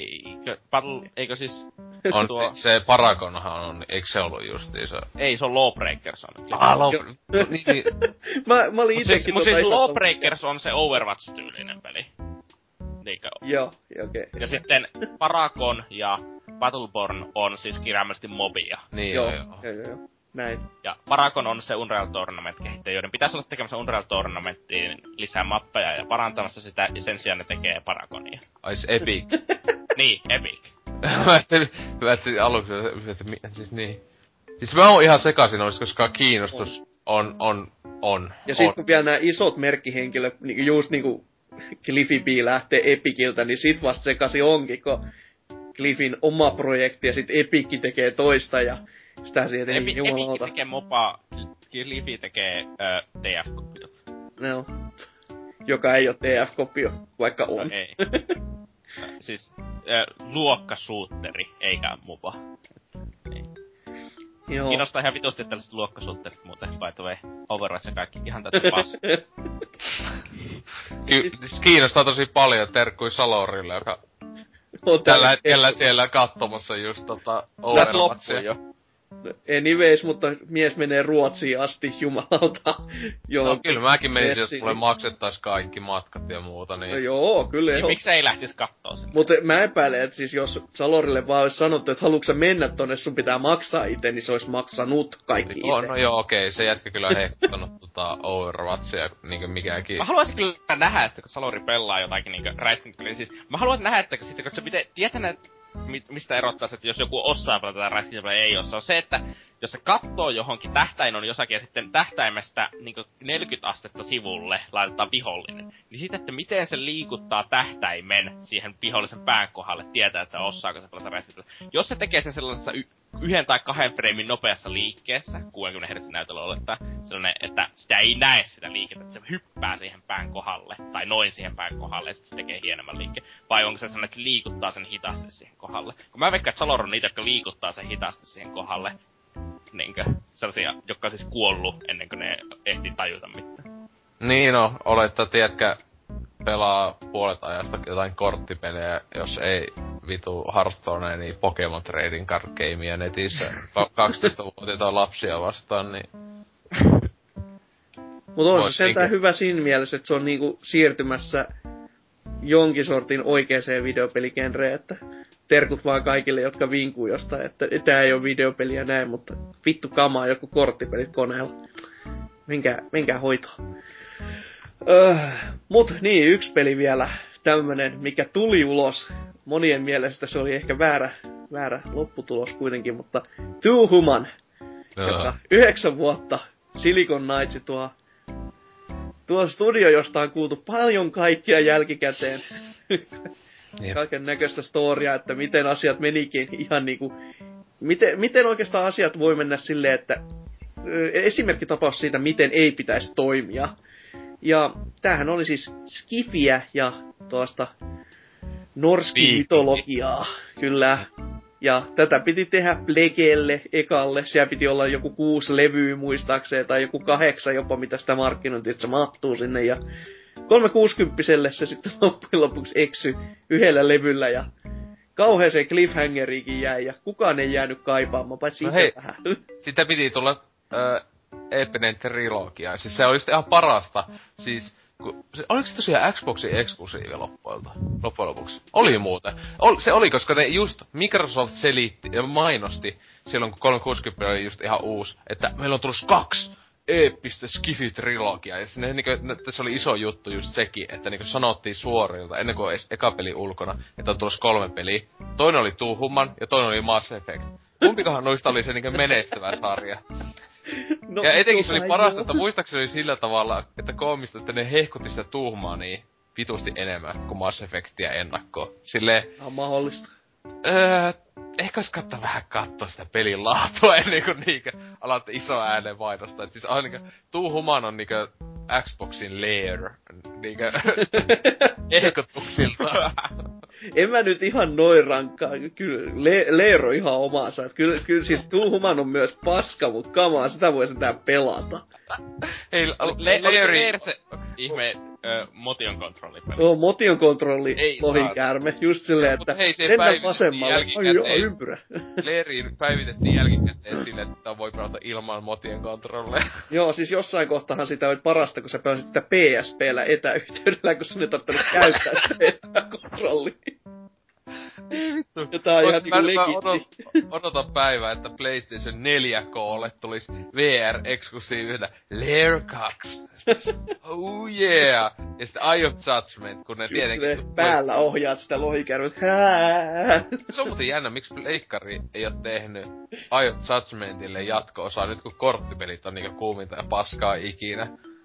Eikö siis... On siis se Paragonhan on, eikö se ollut justiinsa? Ei, se on Lawbreakers on. Niin. Mä olin itekin Mut siis Lawbreakers on se Overwatch-tyylinen peli. Niinkö? Joo, okei. Ja sitten Paragon ja Battleborn on siis kirjaimellisesti mobia. Niin joo. Näin. Ja Paragon on se Unreal Tournament-kehittäjä, joiden pitäisi olla tekemässä Unreal Tournamenttiin lisää mappeja ja parantamassa sitä, ja sen sijaan ne tekee Paragonia. Ai se Epic. Niin, Epic. Mä ajattelin aluksi, että siis niin. Siis mä oon ihan sekaisin olis, koska kiinnostus on. Ja sit kun vielä nää isot merkkihenkilöt, niinku just niinku Cliffy B lähtee Epiciltä, niin sit vasta sekaisin onkin, kun Cliffin oma projekti ja sit Epic tekee toista ja sitä sieltä niin jumalauta. Epic tekee mopaa, Cliffy tekee TF-kopio. No. Joka ei oo TF-kopio, vaikka on. No ei. Siis luokkasuutteri, eikä mopa. Niin. Joo. Kiinnostaa ihan vitusti tällaiset luokkasuutterit muuten, by the way. Overwatch ja kaikki ihan tätä passaa. Kiinnostaa tosi paljon, terkkui Salorille, joka tällä hetkellä siellä katsomassa just Overwatchia. Jo. Anyways, mutta mies menee Ruotsiin asti, jumalauta. No kyllä mäkin menisin, jos mulle maksettais kaikki matkat ja muuta, niin... No joo, kyllä niin miksi ei lähtis kattoo sinne? Mutta mä epäilen, että siis jos Salorille vaan olisi sanottu, että haluatko sä mennä tonne, sun pitää maksaa itse, niin se olisi maksanut kaikki itse. No joo, okei, se jätkä kyllä hehkuttanut Overwatchia niinkö mikäänkin. Mä haluaisin kyllä nähdä, että kun Salori pelaa jotakin niinkö räiskintäpeliä, siis mä haluaisin nähdä, että sitten kun se tietää, mistä erottaisi, että jos joku osaa pelata räiskintäpeliä ei osaa, on se, että jos se kattoo johonkin, tähtäin on jossakin ja sitten tähtäimestä niin 40 astetta sivulle laitetaan vihollinen, niin sitten, että miten se liikuttaa tähtäimen siihen vihollisen pään kohdalle, tietää, että osaako se pelata räiskintäpeliä. Jos se tekee sen sellaisessa 1 tai 2 freimin nopeassa liikkeessä, 60 Hz näytöllä olettaa, sellainen, että sitä ei näe sitä liikettä, että se hyppää siihen pään kohdalle, tai noin siihen pään kohdalle, ja sitten se tekee hienomman liikkeen. Vai onko se sellainen, että se liikuttaa sen hitaasti siihen kohdalle? Kun mä veikkaan, että Salor on niitä, jotka liikuttaa sen hitaasti siihen kohdalle. Niinkö, sellaisia, jotka on siis kuollut ennen kuin ne ehtii tajuta mitään. Niin no, olettaa, tiedätkö, pelaa puolet ajasta jotain korttipelejä, jos ei vitu Hearthstonea, niin Pokemon Trading Card Gamea netissä 12-vuotiaita lapsia vastaan, niin... Mut on se sentään hyvä siinä mielessä, että se on niinku siirtymässä jonkin sortin oikeeseen videopeligenreen, että terkut vaan kaikille, jotka vinkuu jostain, että tää ei oo videopeliä näin, mutta vittu kamaa joku korttipelit koneella. Menkää hoitoon. Mut niin, yksi peli vielä, tämmönen, mikä tuli ulos. Monien mielestä se oli ehkä väärä lopputulos kuitenkin, mutta Too Human, joka 9 vuotta Silicon Knights tuo studio, josta on kuultu paljon kaikkia jälkikäteen. Kaiken näköistä storiaa, että miten asiat menikin ihan niinku... Miten oikeastaan asiat voi mennä silleen, että... Esimerkkitapaus siitä, miten ei pitäisi toimia. Ja tämähän oli siis skifiä ja tuosta norski-mytologiaa, kyllä. Ja tätä piti tehdä Plegelle ekalle, siellä piti olla joku 6 levyä muistaakseen, tai joku 8 jopa, mitä sitä markkinointi, että se mahtuu sinne. Ja 360-selle se sitten loppujen lopuksi eksy 1 levyllä, ja kauheeseen cliffhangeriikin jäi, ja kukaan ei jäänyt kaipaamaan, paitsi no itse vähän. Sitä piti tulla eeppinen trilogia. Siis se oli ihan parasta. Siis, oliko se tosiaan Xboxin eksklusiivi loppujen lopuksi? Oli muuten. Se oli, koska ne just Microsoft selitti ja mainosti silloin, kun 360 oli just ihan uusi, että meillä on tullut 2 eeppistä Skifi-trilogia. Ja sinne, se oli iso juttu just sekin, että sanottiin suorilta, ennen kuin edes eka peli ulkona, että on tulossa 3 peliä. Toinen oli Too Human ja toinen oli Mass Effect. Kumpikahan noista oli se menestyvä sarja? No, ja etenkin se oli parasta, että muistaakseni oli sillä tavalla, että koomista, että ne hehkutti sitä tuhmaa niin vitusti enemmän kuin Mass Effectia ennakkoon. Silleen... On mahdollista. Ehkä olisi vähän katsoa sitä pelin laatua ennen kuin alatte iso ääneen mainostaa. Et siis Too Human on Xboxin lair ehkotuksilta. En mä nyt ihan noin rankkaa. Kyllä Leero on ihan omaansa. Kyllä siis Too Human on myös paska, mut kamaa, sitä voi sentään pelata. Hei, Leer se ihme motion kontrolli peli. Joo, motion kontrolli lohikäärme. Just silleen, että mennään vasemmalle. Ai ympyrä. Leeriin päivitettiin jälkikäteen silleen, että voi pelata ilman motion kontrolleja. Joo, siis jossain kohtahan sitä oli parasta, kun sä pelasit sitä PSP:llä etäyhteydellä, kun sun ei tarvittanut käyttää sitä etäkontrollia. Ei vittu. Ja tää on ihan legitti. Odotan päivää, että PlayStation 4K:lle tulis VR-eksklusiivisena Lair 2. Oh yeah! Ja sitten Eye of Judgment, kun ne just tietenkin... päällä ohjaat sitä lohikäärmettä. Se on muuten jännä, miksi Pleikkari ei oo tehnyt Eye of Judgmentille jatko-osaa nyt, kun korttipelit on kuuminta ja paskaa ikinä.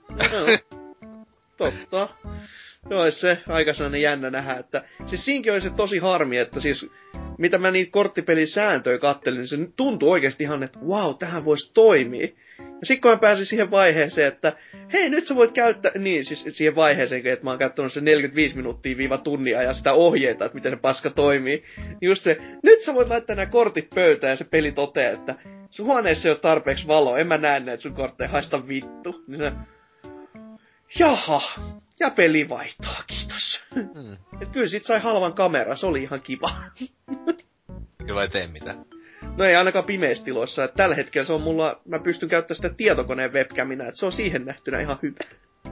Totta. Joo, se aika sellainen jännä nähdä, että... Siis siinkin oli se tosi harmi, että siis... Mitä mä niitä korttipelin sääntöjä kattelin, niin se tuntui oikeesti ihan, että wow, tähän voisi toimia. Ja sit kun mä pääsin siihen vaiheeseen, että hei, nyt sä voit käyttää... Niin, siis siihen vaiheeseen, että mä oon käyttänyt se 45 minuuttia tunnia ja sitä ohjeita, että miten se paska toimii. Niin just se, nyt sä voit laittaa nämä kortit pöytään ja se peli toteaa, että sun huoneessa ei ole tarpeeksi valoa, en mä näe näitä sun kortteja, haista vittu. Niin se, jaha. Ja peli vaihtoa, kiitos. Et kyllä sit sai halvan kamera, se oli ihan kiva. Kyllä ei tee mitään. No ei ainakaan pimeistiloissa, että tällä hetkellä se on mulla, mä pystyn käyttämään sitä tietokoneen webcaminä, että se on siihen nähtynä ihan hyvä.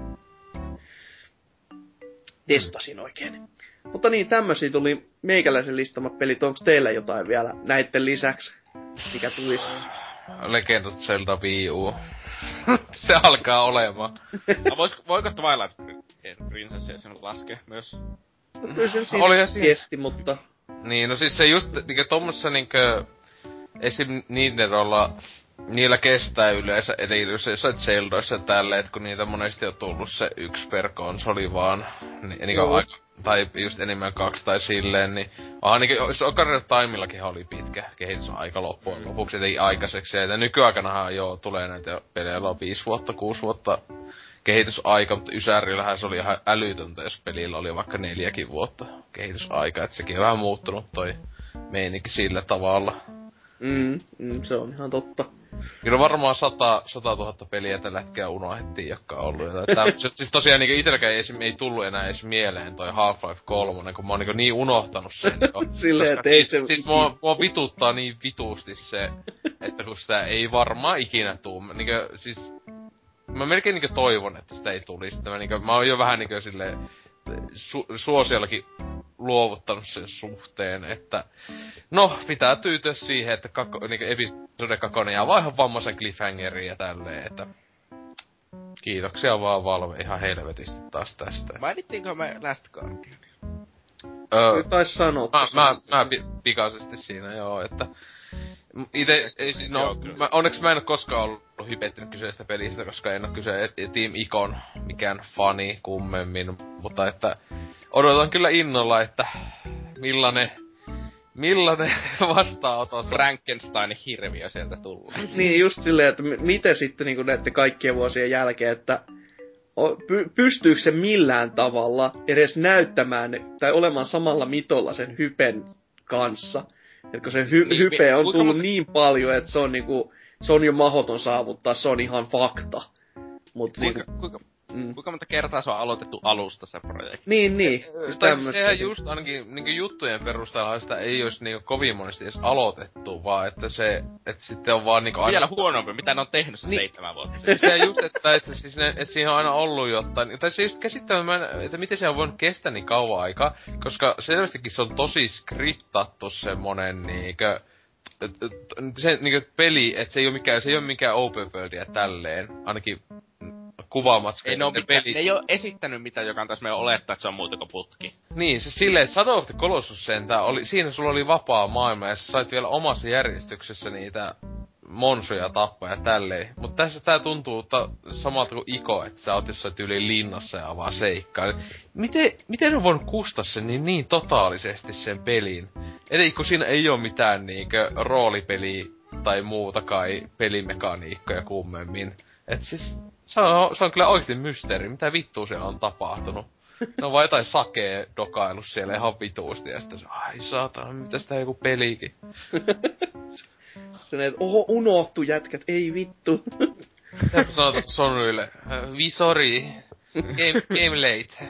Testasin oikein. Mutta niin, tämmösiä tuli meikäläisen listamat pelit, onks teillä jotain vielä näitten lisäksi, mikä tulisi? Legend of Zelda Wii U. Se alkaa olemaan. Voiko Twilight Princessia sen laskea myös? Kyllä sen siinä kesti, mutta... Niin, no siis se just tommossa esim. Nintendolla niillä kestää yleensä, eli jossain Zeldoissa tälleen, että kun niitä monesti on tullut se 1 per konsoli vaan, niin tai just enemmän 2 tai silleen, niin onhan niinku, Ocarina of Timeillakin oli pitkä kehitysaika loppujen lopuksi, ei aikaiseksi, ja nykyaikanahan joo, tulee näitä pelejä, on 5 vuotta, 6 vuotta kehitysaika, mutta Ysärillähän se oli ihan älytöntä, jos pelillä oli vaikka 4 vuotta kehitysaika, et sekin on vähän muuttunut toi meininki sillä tavalla. Se on ihan totta. Kyllä varmaan 100 000 peliä tällä hetkellä unohdettiin, jotka on ollut. Siis tosiaan niinku itelläkään ei tullut enää edes mieleen toi Half-Life 3, kun mä oon niin unohtanut sen. Silleen, että ei se... Siis mua vituttaa niin vituusti se, että kun sitä ei varmaan ikinä tuu. Niinku, siis... Mä melkein niinku toivon, että sitä ei tulisi. Mä oon jo vähän niinku silleen... suosiollakin luovuttanut sen suhteen, että no, pitää tyytyä siihen, että niinku episode 2 jää vaan ihan vammaisen cliffhangeriin ja tälleen, että kiitoksia vaan Valve ihan helvetisti taas tästä. Mainittiinko me Last Guardian? Tais sanoo. Mä pikaisesti siinä joo, että onneksi mä en oo koskaan ollut hypettynyt kyseistä pelistä, koska en oo kyse Team Icon mikään fani kummemmin, mutta että odotan kyllä innolla, että millainen vastaanotos Frankensteinin hirviö sieltä tullut. Niin, just silleen, että miten sitten niin näiden kaikkien vuosien jälkeen, että pystyykö se millään tavalla edes näyttämään tai olemaan samalla mitolla sen hypen kanssa. Että kun se hype on tullut niin paljon, että se on niinku, se on jo mahdoton saavuttaa, se on ihan fakta. Mut kuinka monta kertaa se on aloitettu alusta se projekti? Niin. Sehän just ainakin niinku juttujen perusteella sitä ei ois niinku kovin monesti edes aloitettu, vaan että se, että sitten on vaan niinku aina... Vielä huonompi, mitä ne on tehnyt se 7 vuotta. Se just, että siis että siihen on aina ollut jotain, tai se just käsittämättä, että miten se on voinut kestää niin kauan aikaa, koska selvästikin se on tosi skriptattu semmonen niinkö... Se niinkö peli, että se ei oo mikään open worldia tälleen, ainakin kuvaamatska. Ei ne ei oo esittänyt mitään, joka antais meidän olettaa, että se on muuta kuin putki. Niin, se silleen, että Shadow of the Colossus sentään oli, siinä sulla oli vapaa maailma ja sä sait vielä omassa järjestyksessä niitä monsuja tappaa ja tälleen. Mut tässä tää tuntuu samalta kuin Iko, että sä oot jossain tyyliin linnassa ja vaan seikkaa. Miten on voinut kustaa sen niin totaalisesti sen pelin? Eli kun siinä ei oo mitään niinkö roolipeliä tai muuta kai pelimekaniikkoja kummemmin. Et siis, se on kyllä oikeesti mysteeri, mitä vittua siellä on tapahtunut. Ne on vaan jotain sakee dokaillut siellä ihan vituusti ja sitten ai saatana, mitäs tää joku pelikin. Sen unohtu jätkät, ei vittu. Sanotaan Sonylle, we sorry, game late.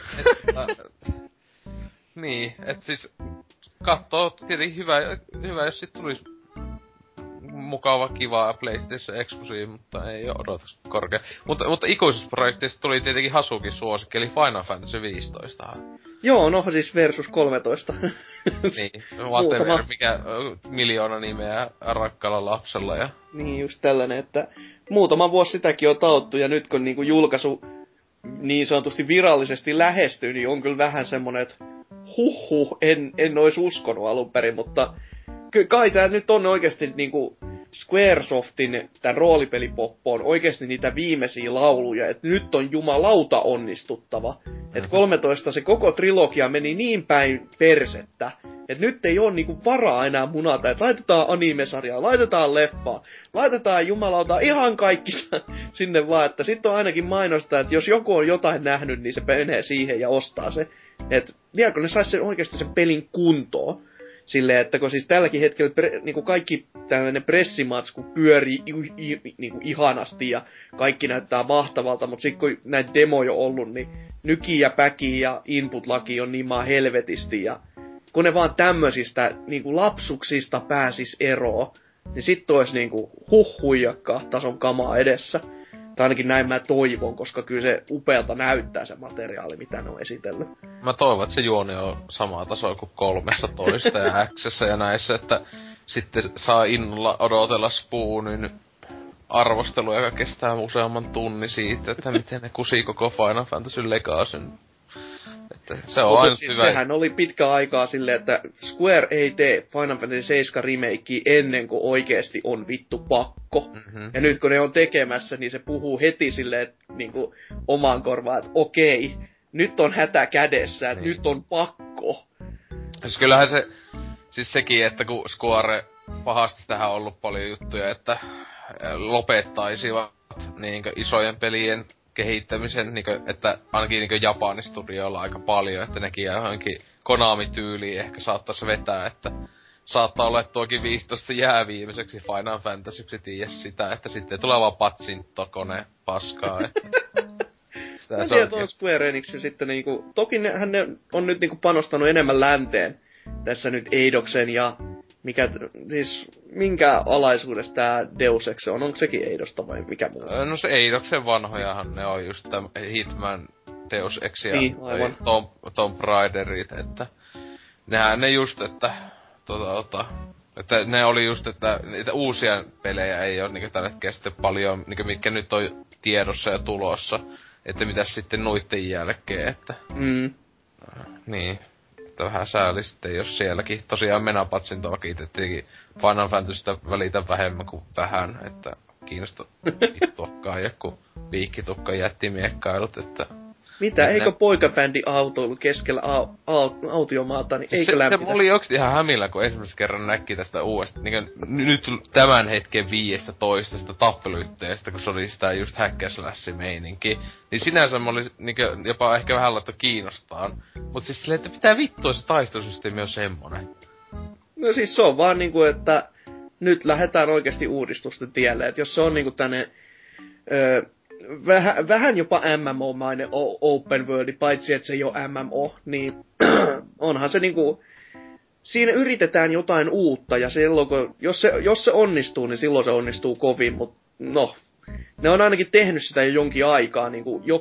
Niin, et siis kattoo tietenkin hyvä jos sit tulis mukava, kiva PlayStation Exclusive, mutta ei oo odotus korkea. Mutta ikuisuusprojekteista tuli tietenkin Hasukin suosikki, eli Final Fantasy 15. Joo, no siis versus 13. Niin, whatever, mikä miljoona nimeä rakkaalla lapsella ja... Niin, just tällainen, että muutama vuosi sitäkin on tauttu, ja nyt kun niinku julkaisu niin sanotusti virallisesti lähestyy, niin on kyllä vähän semmonen, että en ois uskonut alun perin, mutta kai tää nyt on oikeesti niinku Squaresoftin tän roolipelipoppo on oikeesti niitä viimeisiä lauluja, että nyt on jumalauta onnistuttava. Että 13 se koko trilogia meni niin päin persettä, että nyt ei oo niinku varaa enää munata, että laitetaan animesarjaa, laitetaan leffaa, laitetaan jumalauta ihan kaikki sinne vaan, että sit on ainakin mainosta, että jos joku on jotain nähnyt, niin se menee siihen ja ostaa se. Että vieläkö ne sais sen oikeesti sen pelin kuntoon. Silleen, että kun siis tälläkin hetkellä niinku kaikki tällainen pressimatsku pyörii niinku ihanasti ja kaikki näyttää mahtavalta, mutta sit kun näitä demoja on ollut, niin nyki ja päki ja input-laki on niin maan helvetisti ja kun ne vaan tämmöisistä niinku lapsuksista pääsis eroon, niin sit ois niinku huijakkaa tason kamaa edessä. Tai ainakin näin mä toivon, koska kyllä se upealta näyttää se materiaali, mitä ne on esitellyt. Mä toivon, että se juoni on samaa tasoa kuin 13 ja X:ssä ja näissä, että sitten saa innolla odotella Spoonin arvostelua, joka kestää useamman tunnin siitä, että miten ne kusii koko Final Fantasy Legacyn. Että se on aina siis hyvä. Sehän oli pitkä aikaa silleen, että Square ei tee Final Fantasy 7 remakea ennen kuin oikeesti on vittu pakko. Mm-hmm. Ja nyt kun ne on tekemässä, niin se puhuu heti silleen, niinku omaan korvaan, että okei, nyt on hätä kädessä, että nyt on pakko. Siis kyllähän se, siis sekin, että kun Square pahasti tähän on ollut paljon juttuja, että lopettaisivat niinkö isojen pelien kehittämisen, niinkö, että ainakin niinkö Japanin studioilla aika paljon, että nekin johonkin Konami-tyyliin ehkä saattaisi vetää, että saattaa olla, että tuokin 15 jää viimeiseksi Final Fantasyksi, tiedä sitä, että sitten tulee vaan patsintokone paskaa, että... Mä tiedän, että on Square Enix sitten niinku... Toki ne on nyt niinku panostanut enemmän länteen tässä nyt Eidoksen ja... minkä alaisuudessa tää Deus Ex on? Onko sekin Eidosta vai mikä muu? No se Eidoksen vanhojahan ne on just Hitman, Deus Ex ja niin, Tomb Raiderit, että... Nehän ne just, että... Että ne oli just, että niitä uusia pelejä ei oo niinku tällä hetkellä sitten paljon, niinku mitkä nyt on tiedossa ja tulossa. Että mitäs sitten nuitten jälkeen, että... Niin. Että vähän sääli sitten, jos sielläkin tosiaan Menapatsintoa kiitettiinkin Final Fantasystä välitä vähemmän kuin vähän, että kiinnosta vittuakaan joku piikkitukka jättimiekkailut, että... Mitä, eikö poikabändi autoilu keskellä autiomaata, niin eikö lämpitä? Se oli oikeesti ihan hämillä, kun ensimmäisen kerran näki tästä uudesta, niin nyt tämän hetken 15 tappeluyhteestä, kun se oli sitä just häkkäslässi-meininki. Niin sinänsä mä olin niin jopa ehkä vähän laittu kiinnostaan. Mut siis silleen, että mitä vittua se taistelusysteemi on semmonen? No siis se on vaan niinku, että nyt lähdetään oikeesti uudistusten tielle. Et jos se on niinku tänne... Vähän jopa MMO-mainen open world, paitsi että se ei ole MMO, niin onhan se niinku... Siinä yritetään jotain uutta, ja silloin kun, jos se onnistuu, niin silloin se onnistuu kovin, mutta no... Ne on ainakin tehnyt sitä jo jonkin aikaa, niinku jo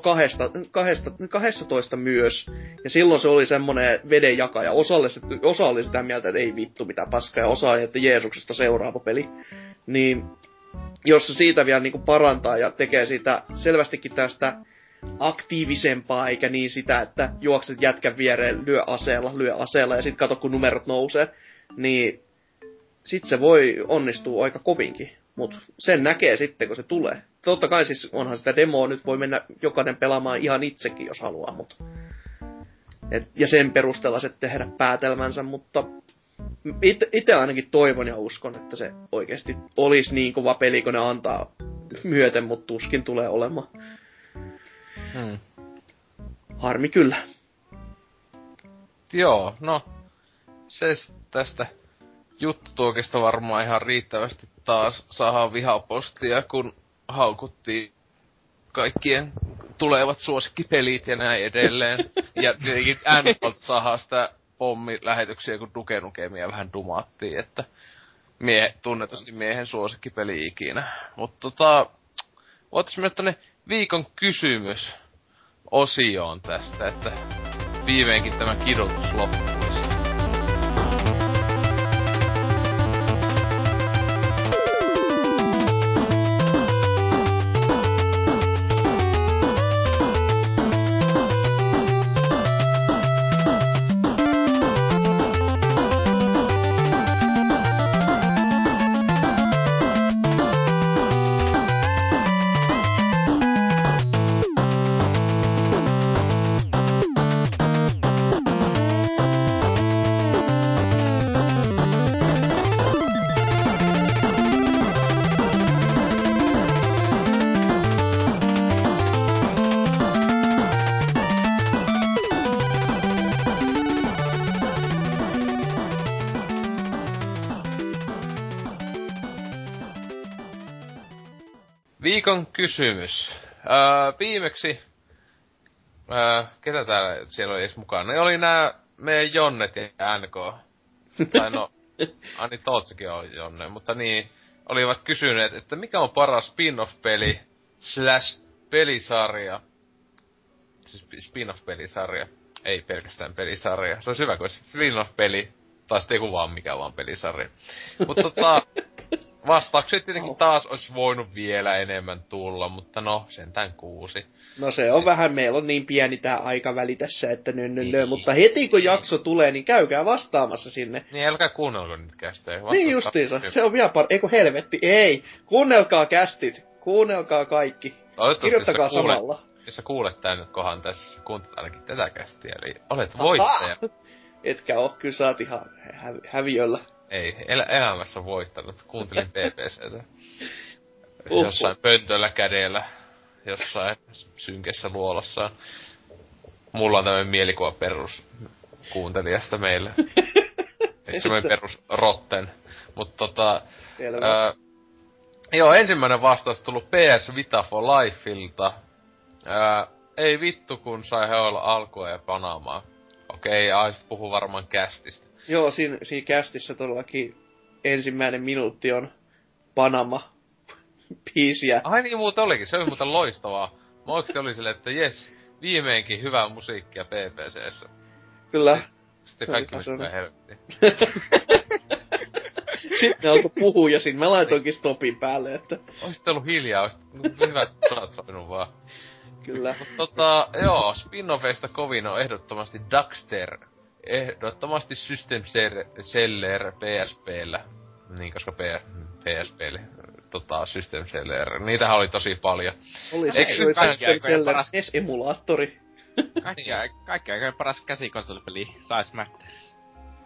12 myös. Ja silloin se oli semmonen vedenjakaja. Osa oli sitä mieltä, että ei vittu mitä paskaa, ja osa että Jeesuksesta seuraava peli. Niin... Jos se siitä vielä niinku parantaa ja tekee siitä selvästikin tästä aktiivisempaa, eikä niin sitä, että juokset jätkän viereen, lyö aseella ja sit kato kun numerot nousee, niin sit se voi onnistua aika kovinkin. Mut sen näkee sitten, kun se tulee. Totta kai siis onhan sitä demoa, nyt voi mennä jokainen pelaamaan ihan itsekin, jos haluaa, mut... ja sen perusteella se tehdä päätelmänsä, mutta... Itse ainakin toivon ja uskon, että se oikeesti olisi niin kova peli, kun ne antaa myöten, mutta tuskin tulee olemaan. Harmi kyllä. Joo, no. Se tästä juttutuokista varmaan ihan riittävästi taas saadaan vihapostia, kun haukuttiin kaikkien tulevat suosikkipelit ja näin edelleen. Ja tietenkin N-Bolt saadaan sitä pommilähetyksiä, kun Duke Nukemia vähän dumattiin, että tunnetusti miehen suosikkipeli ikinä. Mutta voitais mennä tänne viikon kysymys osioon tästä, että viimeinkin tämä kidutus loppuisi. Viikon kysymys. Viimeksi... ketä täällä siellä oli edes mukana? Ne oli nää meidän Jonnet ja NK. Tai no... Ani Tootsakin on Jonne, mutta niin... Olivat kysyneet, että mikä on paras spin-off-peli / pelisarja. Siis spin-off-pelisarja. Ei pelkästään pelisarja. Se olisi hyvä, kun olisi spin-off-peli. Tai sitten joku vaan mikä vaan pelisarja. Mutta vastaukset tietenkin taas olisi voinut vielä enemmän tulla, mutta no, sentään 6. No se on vähän, meillä on niin pieni tää aikaväli tässä, että mutta heti kun jakso tulee, niin käykää vastaamassa sinne. Niin, älkää kuunnelko nyt kästejä. Niin justiinsa, se on vielä eiku helvetti, ei, kuunnelkaa kästit, kuunnelkaa kaikki, kirjoittakaa samalla. jos sä kuulet tän nyt kohan tässä, kuuntelet ainakin tätä kästiä, eli olet voittaja. Etkä oo, kyllä sä oot ihan häviöllä. Ei, elämässä voittanut. Kuuntelin BBCtä. Jossain pöntöllä kädellä. Jossain synkessä luolassa. Mulla on tämmönen mielikuva perus kuuntelijasta meille. Ei semmoinen perus rotten. Mut joo, ensimmäinen vastaus tullut PS Vita for Lifeilta. Ei vittu kun sai heoilla alkua ja Panamaa. Okei, sit puhuu varmaan kästistä. Joo, siinä kästissä todellakin ensimmäinen minuutti on Panama-biisiä. Ai niin muuten olikin, se oli muuten loistavaa. Mä oikeesti oli silleen, että jes, viimeinkin hyvää musiikkia PPC:ssä. Kyllä. Sitten kaikki oli helvettiin. Sitten ne alkoi puhua ja siinä mä laitoinkin stopin päälle, että... Oisit ollut hiljaa, oisit hyvät sanat sopinut vaan. Kyllä. Mut joo, spin-offeista kovin on ehdottomasti Daxter. Ehdottomasti System Seller PSP:llä. Niin, koska PSP:lle System Seller. Niitähän oli tosi paljon. Oli se System Seller emulaattori. Kaikki aikojen paras käsikonsolipeli Size Matters.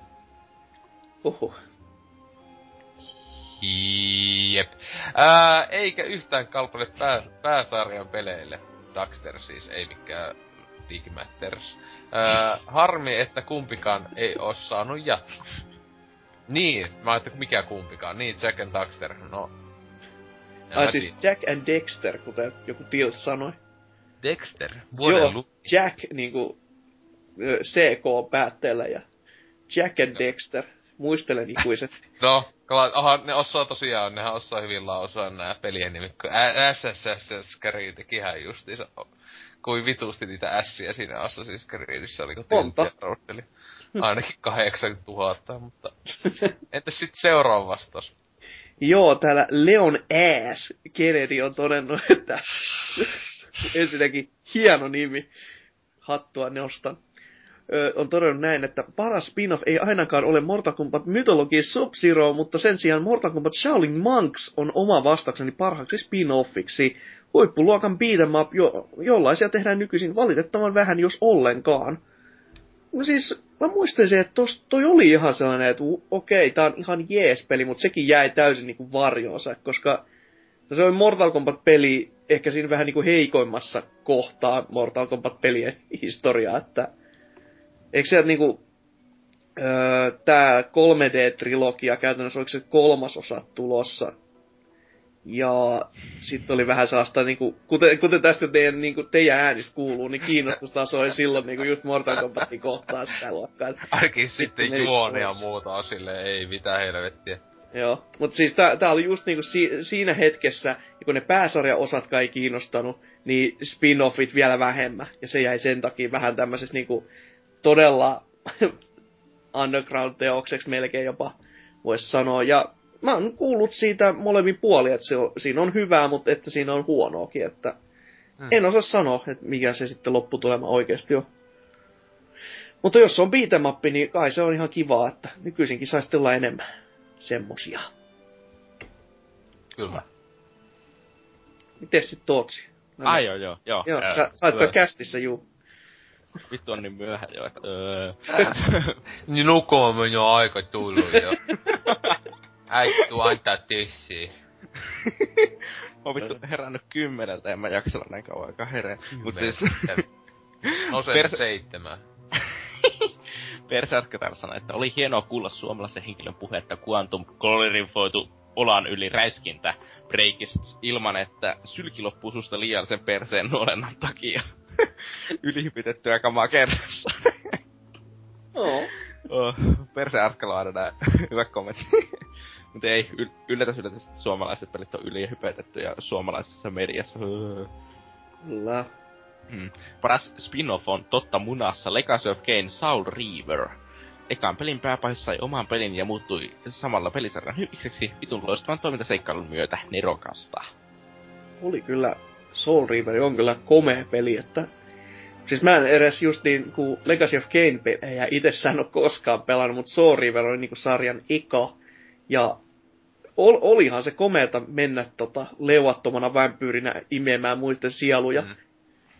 Jep. Eikä yhtään kalpaile pääsarjan peleille. Daxter siis, ei mikään Big Matters. Harmi, että kumpikaan ei oo saanut jatkoa. Niin, mä ajattelin, mikä kumpikaan. Niin, Jack and Daxter, no... Ai siis Jack and Dexter, kuten joku Tilt sanoi. Dexter? Joo, Jack niinku CK-päätteellä ja Jack and Dexter. Muistelen ikuisesti. No, ne osaa tosiaan, nehän osaa hyvin lausua nää pelien nimet, kun SSS Creedikihän justiinsa, kuin vitusti niitä ässiä siinä Assassin's Creedissä oli, kun Tiltia rousteli. Ainakin 80,000, mutta entäs sit seuraava vastaus? Joo, täällä Leon Ass Kennedy on todennut, että ensinnäkin hieno nimi, hattua nostan. On todennut näin, että paras spin-off ei ainakaan ole Mortal Kombat Mythology Sub-Zero, mutta sen sijaan Mortal Kombat Shaolin Monks on oma vastaukseni parhaaksi spin-offiksi. Huippuluokan beat'em up, jollaisia tehdään nykyisin valitettavan vähän, jos ollenkaan. No siis, mä muistaisin, että toi oli ihan sellainen, että okei, tää on ihan jees-peli, mutta sekin jäi täysin niinku varjoonsa, koska se oli Mortal Kombat-peli ehkä siinä vähän niinku heikoimmassa kohtaa Mortal Kombat-pelien historiaa, että eikö sieltä niinku tää 3D-trilogia käytännössä, oliko se 3. osa tulossa? Ja sitten oli vähän sellaista, niinku, kuten tästä teidän äänistä kuuluu, niin kiinnostustaso oli silloin niinku just Mortal Kombatin kohtaan sitä luokkaa. Ainakin sitten juoni ja muuta on silleen, ei mitään helvettiä. Joo, mut siis tää oli just niinku siinä hetkessä, kun ne pääsarjaosatkaan ei kiinnostanut, niin spin-offit vielä vähemmän. Ja se jäi sen takia vähän tämmöisessä niinku todella underground-teokseksi melkein jopa voisi sanoa. Ja mä oon kuullut siitä molemmin puolin, että siinä on hyvää, mutta että siinä on huonoakin. Että en osaa sanoa, että mikä se sitten lopputulema oikeasti on. Mutta jos se on beat'em up, niin kai se on ihan kivaa, että nykyisinkin saisi olla enemmän semmosia. Kyllä. Mites sit Tootsi? Ai joo. Joo, sä oot kästissä, juu. Vittu on niin myöhään jo, että Niin nukoon on jo aika tullut jo. Äittu antaa tissiä. mä oon vittu herännyt 10, en mä jaksella näin kauan aikaa herää. Mut siis... Nosen 7. Perse äsken täällä sanoi, että oli hienoa kuulla suomalaisen henkilön puhetta Quantum glorifioitu olan yli räiskintä breakista ilman, että sylki loppuu susta liiallisen perseen nuolennan takia. Ylihypitettyä kamaa kerrassa. Perse äsken on aina nää hyvä kommentti. Mutta ei, yllätys, että suomalaiset pelit on ylihypetetty ja suomalaisessa mediassa. Kyllä. Paras spin-off on totta munassa Legacy of Kain Soul Reaver. Ekan pelin pääpahis sai oman pelin ja muuttui samalla pelisarjan hyvikseksi vitun loistavan toimintaseikkailun myötä nerokasta. Oli kyllä, Soul Reaver on kyllä komea peli, että... Siis mä en edes just niin kuin Legacy of Kain pelejä itsessään ole koskaan pelannut, mutta Soul Reaver oli niinku sarjan eka. Ja olihan se komeeta mennä leuattomana vampyyrinä imemään muisten sieluja.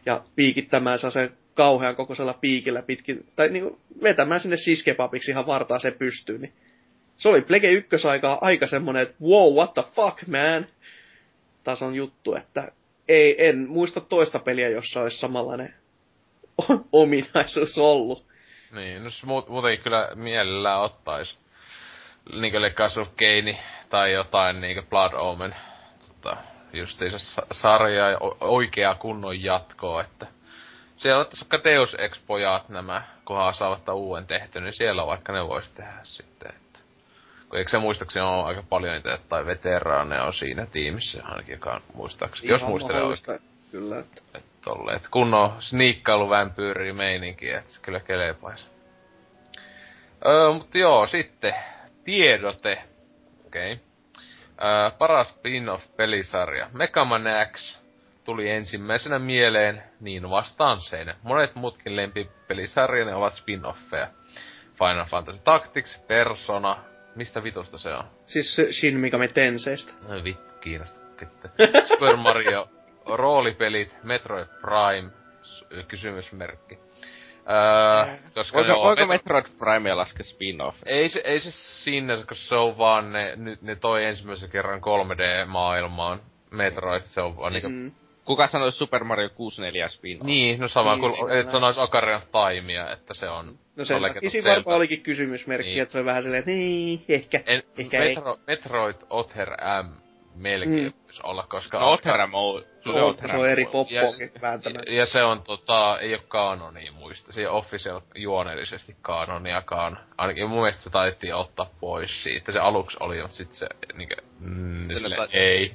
ja piikittämään se kauhean kokoisella piikillä pitkin, tai niinku vetämään sinne siskepapiksi ihan vartaaseen pystyyn, niin se oli Plege 1 aika semmonen, että wow, what the fuck, man, tason juttu, että en muista toista peliä, jossa olisi samanlainen ominaisuus ollut. Niin, no muutenkin kyllä mielellään ottais niinkö Legacy of Kain tai jotain niinkö Blood Omen justiinsa sarjaa ja oikeaa kunnon jatkoa, että siellä ottaisi vaikka Deus Ex-pojat nämä, kunhan saavat uuden tehty, niin siellä vaikka ne vois tehdä sitten, että kun eikö se muistaakseni ole aika paljon niitä jotain veteraaneja on siinä tiimissä ainakin, joka muistaakseni, jos muistelee oikein. Kyllä, että Että kunnon sniikkailuvämpyyri meininki, että se kyllä kelepaisi. Mutta joo, sitten tiedote. Okei. Okay. Paras spin-off-pelisarja. Mega Man X tuli ensimmäisenä mieleen, niin vastaan sen. Monet muutkin lempipelisarjani ovat spin-offeja. Final Fantasy Tactics, Persona. Mistä vitusta se on? Siis Shin Megami Tenseistä. No vittu, kiinnostaa. Super Mario roolipelit, Metroid Prime, kysymysmerkki. Koska voiko Metroid Primea laskea spin-off? Ei se sinne, koska se on vaan ne toi ensimmäisen kerran 3D-maailmaan. Metroid, se on vaan siis, niinku... Kuka sanoi Super Mario 64 spin-off? Niin, no sama niin, kuin, et sanois Ocarina of Timea, että se on... No sen takia siinä varmaan olikin kysymysmerkki, niin. Että se on vähän silleen, että niin, ehkä Metroid Other M melkein voisi olla, koska... No Other M se on eri poppoakin vääntämään. Ja se on ei oo kaanonia muista. Se ei oo official juonellisesti kaanoniakaan. Ainakin mun mielestä se taidettiin ottaa pois siitä. Se aluksi oli, mutta sit se niinkö... ei.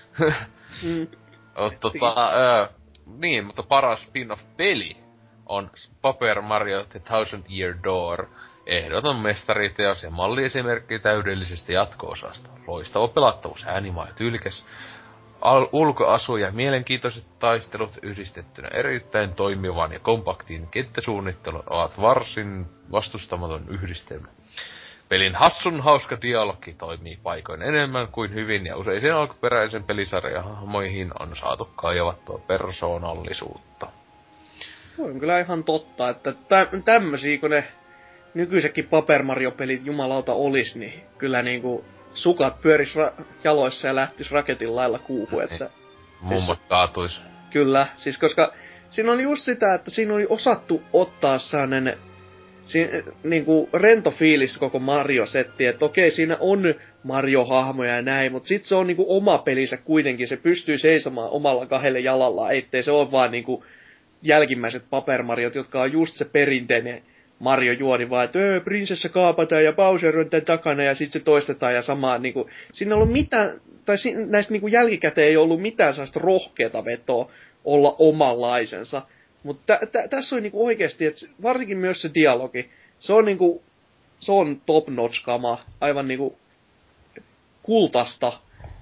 Niin, mutta paras spin-off-peli on Paper Mario The Thousand Year Door. Ehdoton mestariteos ja malliesimerkki täydellisestä jatko-osasta. Loistava pelattavuus, äänimaa ja tyylikäs ulkoasu ja mielenkiintoiset taistelut yhdistettynä erittäin toimivaan ja kompaktiin kenttäsuunnittelu ovat varsin vastustamaton yhdistelmä. Pelin hassun hauska dialogi toimii paikoin enemmän kuin hyvin ja usein alkuperäisen pelisarjan hahmoihin on saatu kaivattua persoonallisuutta. Se on kyllä ihan totta, että tämmösiä kun ne nykyisetkin Paper Mario-pelit jumalauta olis, niin kyllä niinku sukat pyöris jaloissa ja lähtis raketin lailla kuuhun, että... Mummat kaatuis. Kyllä, siis koska siinä oli just sitä, että siinä oli osattu ottaa sellainen niinku rento fiilis koko Mario-setti, että okei, siinä on Mario-hahmoja ja näin, mutta sit se on niinku oma pelinsä kuitenkin, se pystyy seisomaan omalla kahdelle jalallaan, ettei se ole vaan niinku jälkimmäiset Paper Mariot, jotka on just se perinteinen Mario-juoni, vaan että prinsessa kaapataan ja Bowser on tän takana ja sit se toistetaan ja samaa niinku, siinä ei ollut mitään, tai näistä niinku jälkikäteen ei ollut mitään sellaista rohkeata vetoa olla omanlaisensa. Mutta tässä on niinku oikeesti, että varsinkin myös se dialogi, se on niinku, se on top notch kama, aivan niinku kultasta.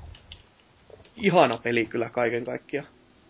Ihana peli kyllä kaiken kaikkiaan.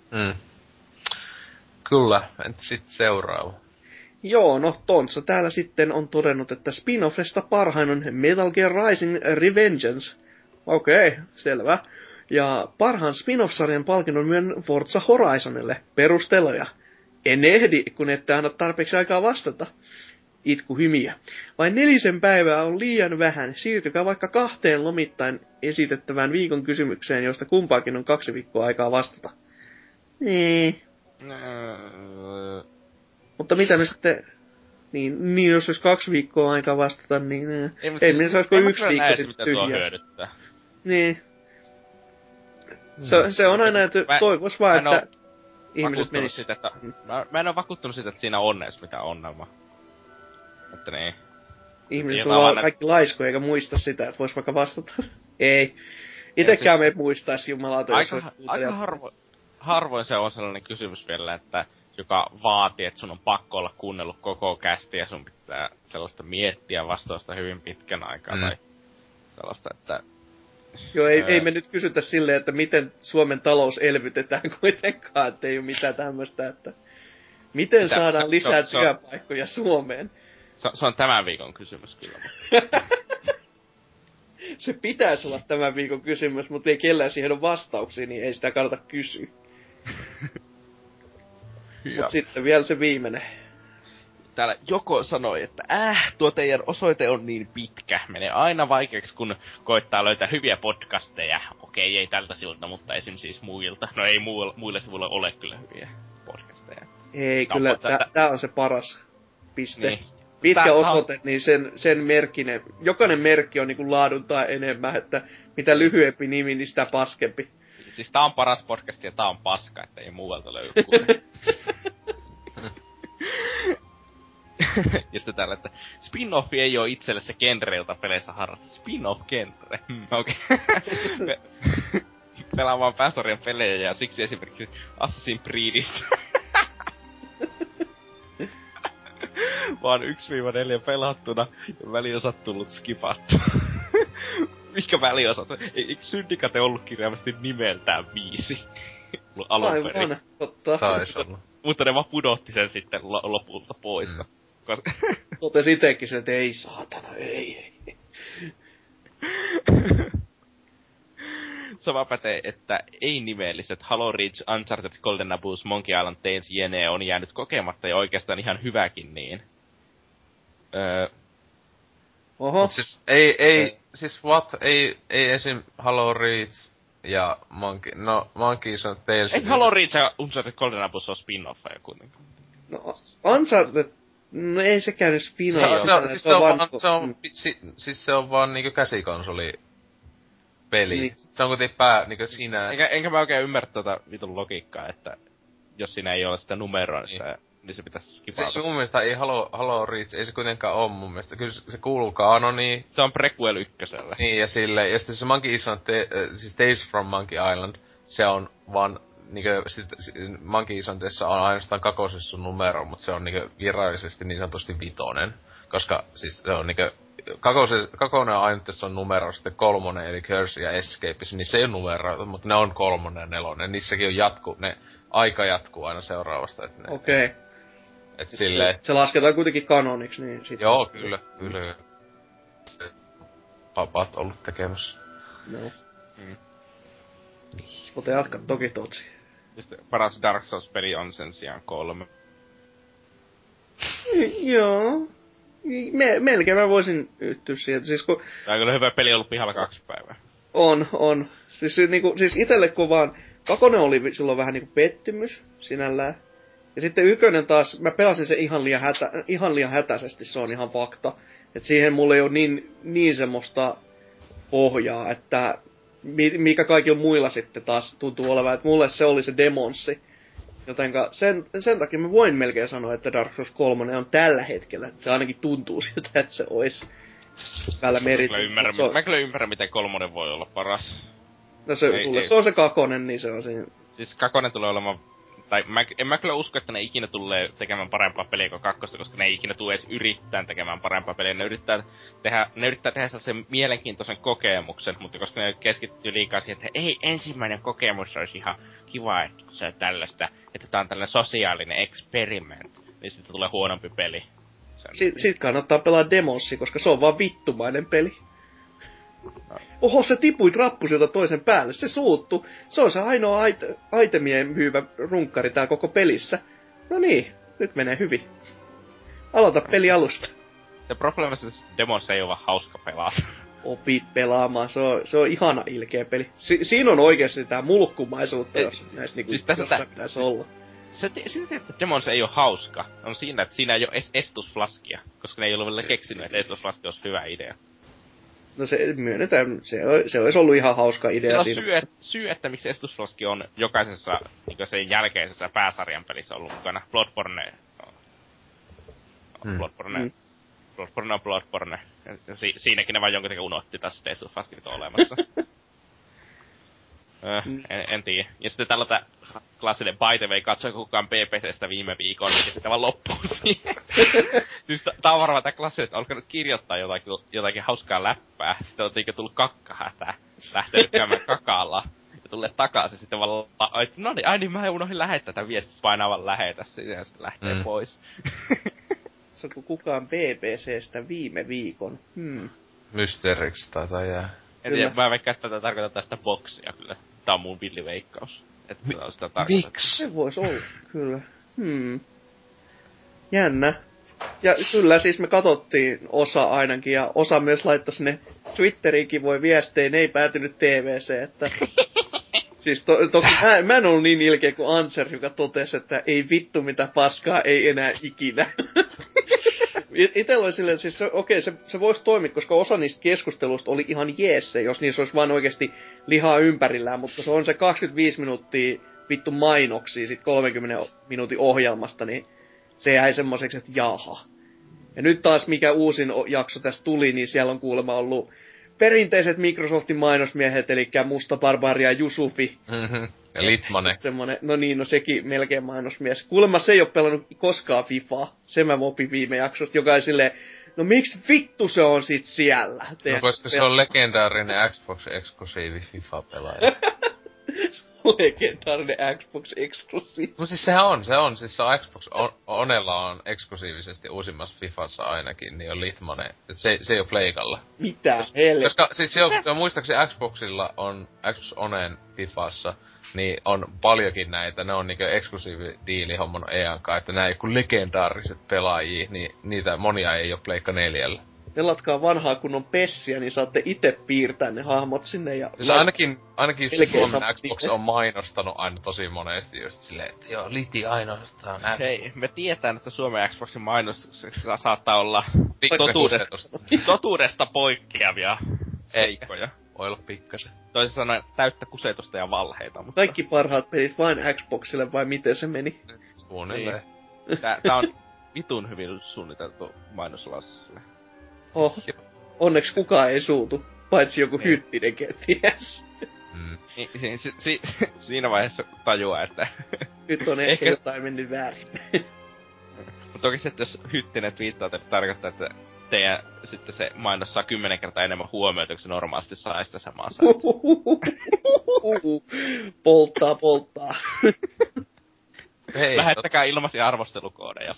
Kyllä, entä sitten seuraava? Joo, no Tontsa täällä sitten on todennut, että spin-offista parhain on Metal Gear Rising Revengeance. Okei, selvä. Ja parhaan spin-off-sarjan palkinnon myönnän Forza Horizonille. Perusteluja. En ehdi, kun ette anna tarpeeksi aikaa vastata. Itku hymiä. Vain 4 päivää on liian vähän. Siirtykää vaikka 2 lomittain esitettävään viikon kysymykseen, josta kumpaakin on 2 viikkoa aikaa vastata. Niin. Mutta mitä me sitten... Niin jos olisi 2 viikkoa aikaa vastata, niin... Ei minä saisi kuin 1 viikko sitten tyhjää. Niin. Se on aina, että toivois vaan, että ihmiset menis... Sitä, että, mä en oo vakuuttunut siitä, että siinä on edes mitään onnelmaa. Että niin. Ihmiset on vaan kaikki laiskoja eikä muista sitä, että vois vaikka vastata. Ei. Itekään me muistais jumalauta, jos aika harvoin se on sellainen kysymys vielä, että joka vaatii, että sun on pakko olla kuunnellut koko kästiä ja sun pitää sellaista miettiä vastausta hyvin pitkän aikaa tai sellaista, että... Joo, ei me nyt kysytä silleen, että miten Suomen talous elvytetään kuitenkaan, että ei oo mitään tämmöstä, että... Miten saadaan lisää työpaikkoja Suomeen? Se on tämän viikon kysymys kyllä. Se pitäisi olla tämän viikon kysymys, mutta ei kellään siihen ole vastauksia, niin ei sitä kannata kysyä. Mut sitten vielä se viimeinen. Täällä Joko sanoi, että tuo teidän osoite on niin pitkä. Menee aina vaikeaksi, kun koittaa löytää hyviä podcasteja. Okei, ei tältä sivulta, mutta esim. Siis muilta. No ei muille sivuilla ole kyllä hyviä podcasteja. Ei, kyllä tää on se paras piste. Niin. Pitkä osoite, niin sen merkkinen, jokainen merkki on niinku laaduntaa enemmän, että mitä lyhyempi nimi, niin sitä paskempi. Siis tää on paras podcast ja tää on paska, että ei muualta löydy. Ja sitten täällä, että spin-offi ei oo itselle se genre, jota peleissä harrastaa. Spin-off-genre. Okei. Pelaa vaan pääsarjan pelejä ja siksi esimerkiksi Assassin's Creedistä. Vaan 1-4 pelattuna ja väliosat tullut skipattu. Mikä väliosat? Eikö Syndicate ollut kirjaimesti nimeltään 5? Alun perin. Aivan, totta. Taisi olla. Mutta ne vaan pudotti sen sitten lopulta pois. Totesi itekin sen, että ei saatana, ei. Sama pätee, että ei-nimelliset Halo Reach, Uncharted, Golden Abyss, Monkey Island, Tales, jne. On jäänyt kokematta ja oikeastaan ihan hyväkin niin. Oho. Mut siis siis what? Ei esim. Halo Reach ja Monkey Island Tales. Ei Halo Reach ja Uncharted, Golden Abyss on spin-offeja kuitenkaan. No, Uncharted, no ei sekään nyt Se on vaan niinku käsikonsoli peli. Niin. Se on kuitenkin niinku siinä. Enkä mä oikein ymmärrä tota vitun logiikkaa, että jos siinä ei ole sitä numeroa, niin se pitäisi skipata. Siis mun mielestä ei Halo Reach, ei se kuitenkaan oo mun mielestä. Kyllä se kuuluu kanoniin. Se on prequel ykköselle. Niin, ja silleen. Ja sitten se Monkey Island, siis Tales from Monkey Island, se on vaan niinkö Monkey Islandissa on ainoastaan kakosessa numero, mutta se on niinkö virallisesti niin sanotusti vitonen. Koska siis se on niinkö kakonen on ainut, jos on numero, sitten kolmonen, eli Curse ja Escape, niin se ei oo numero, mutta ne on 3 ja 4. Niissäkin on aika jatkuu aina seuraavasta. Okei. Okay. Et silleen. Se lasketaan kuitenkin kanoniksi, niin sit. Joo, kyllä. Papat ollut tekemässä. No. Mutta jatka toki Totsi. Sitten paras Dark Souls-peli on sen sijaan 3. Joo. Melkein mä voisin yhtyä siihen. Siis kun Tää on kyllä hyvä peli ollut pihalla 2 päivää. On. Siis itelle kun vaan kakonen oli silloin vähän niinku pettymys sinällään. Ja sitten ykkönen taas, mä pelasin sen ihan liian hätäisesti, se on ihan fakta. Et siihen mulla ei oo niin semmoista pohjaa, että mikä kaikilla muilla sitten taas tuntuu olevan, että mulle se oli se demonssi. Jotenka sen takia mä voin melkein sanoa, että Dark Souls 3 on tällä hetkellä, että se ainakin tuntuu siltä, että se olisi päällä meritin. Mä kyllä ymmärrän, miten 3 voi olla paras. No se on se kakonen, niin se on siinä. Siis kakonen tulee olemaan, tai en mä kyllä usko, että ne ikinä tulee tekemään parempaa peliä kuin 2, koska ne ei ikinä tule edes yrittää tekemään parempaa peliä. Ne yrittää tehdä sellaisen mielenkiintoisen kokemuksen, mutta koska ne keskittyy liikaa siihen, että ei ensimmäinen kokemus olisi ihan kiva, että se on tällaista, että tää on tällainen sosiaalinen experiment, niin sitten tulee huonompi peli. Sit kannattaa pelaa demossi, koska se on vaan vittumainen peli. Oho, se tipuit rappusilta toisen päälle, se suuttu. Se on se ainoa itemien myyvä runkkari tää koko pelissä. No niin, nyt menee hyvin. Aloita peli alusta. Se probleema on, että demos ei ole vaan hauska pelaa. Opi pelaamaan, se on ihana ilkeä peli. Siinä on oikeesti tää mulkkumaisuutta, jos näistä niinku siis jossain pitäisi olla. Siinä, että Demons ei oo hauska, on siinä, että siinä ei oo estusflaskia, koska ne ei ole vielä keksinyt, että estusflaski olisi hyvä idea. No se myönnetään, se olisi ollut ihan hauska idea siinä. Syy, että miksi estusflaski on jokaisessa niin sen jälkeisessä pääsarjan pelissä ollut mukana. Bloodborne. Bloodborne. Siinäkin ne vaan jonkun takia unohti taas estusflaskit on olemassa. En tiedä. Ja sitten tällä klassinen by the way, katsoi kukaan BBCstä viime viikon, niin sitten vaan loppuu siihen. Siis tää on varmaan tää klassinen, että on alkanut kirjoittaa jotakin hauskaa läppää. Sitten on tietenkin tullut kakkahätä. Lähtenyt käymään kakalla. Ja tulee takaisin sitten vaan no niin, mä unohdin lähettää tämän viestin, painaa vaan lähetä siitä ja sitten lähtee pois. Se on kukaan BBCstä viime viikon. Mysteeriksi taitaa jää. En tiedä, mä veikkaan, että tätä tarkoittaa sitä boksia kyllä. Tää on mun villiveikkaus. Että sitä tarkoittaa. Miksi? Se vois olla, kyllä. Jännä. Ja kyllä siis me katsottiin osa ainakin, ja osa myös laittoi sinne Twitteriinkin voi viestejä, ne ei päätynyt TVC, että... Siis toki mä en ollut niin ilkeä kuin Anser, joka totesi, että ei vittu mitä paskaa, ei enää ikinä. Itellä oli silleen, siis se voisi toimia, koska osa niistä keskustelusta oli ihan jeesse, jos niissä olisi vaan oikeasti lihaa ympärillään, mutta se on se 25 minuuttia vittu mainoksia sit 30 minuutin ohjelmasta, niin se jäi semmoiseksi, että jaha. Ja nyt taas mikä uusin jakso tässä tuli, niin siellä on kuulemma ollut perinteiset Microsoftin mainosmiehet, eli Musta Barbari ja Jusufi. Ja Litmanen. Semmonen, no niin, no sekin melkein mainosmies. Kuulemma se ei ole pelannut koskaan FIFAa. Se mä opin viime jaksosta, joka ei silleen, no miksi vittu se on sit siellä? No koska se on legendaarinen Xbox-eksklusiivi FIFA-pelaaja. Legendaarinen Xbox-eksklusiivi. No siis sehän on. Siis se on Xbox Onella on eksklusiivisesti uusimmassa FIFassa ainakin, niin on Litmanen. Et se ei oo Pleikalla. Mitä helvettiä? Koska siis se on muistaakseni Xboxilla on Xbox Onen FIFassa, niin on paljonkin näitä, ne on niinku eksklusiividiili homman EANkaan, että nää joku legendaariset pelaajia, niin niitä monia ei oo Pleikka 4:llä. Pelatkaa vanhaa kunnon pessiä, niin saatte itse piirtää ne hahmot sinne ja... Siis ainakin Suomen Xbox on mainostanut aina tosi monesti just silleen, että joo, liti ainoastaan Xbox. Hei, me tietään, että Suomen Xboxin mainostuksessa saattaa olla Totuudesta. totuudesta poikkeavia seikkoja. Voi olla pikkasen. Toisin sanoen täyttä kusetusta ja valheita, mutta... Kaikki parhaat pelit vain Xboxille, vai miten se meni? Suunnilleen. Niin. Tää on vitun hyvin suunniteltu mainoslassille. Onneksi kukaan ei suutu, paitsi joku Hyttinen kenties. Siinä vaiheessa tajuaa, että... Nyt on ehkä jotain mennyt väärin. Mutta toki se, että jos Hyttinen twiittaa, tarkoittaa, että teidän sitten se mainos saa 10 kertaa enemmän huomiota, kun se normaalisti saa sitä samaa saa. Polttaa. Hei, Lähettäkää ilmaisia arvostelukoodeja.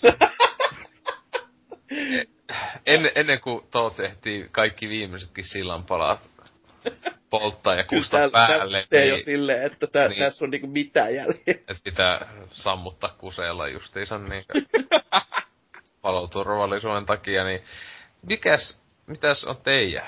Ennen kuin Toots ehtii kaikki viimeisetkin sillanpalat polttaa ja kustaa päälle. Tää jo silleen, että tässä on niinku mitään jäljellä. Et pitää sammuttaa kuseella justiinsa niinku paloturvallisuuden takia, niin mitäs on teidän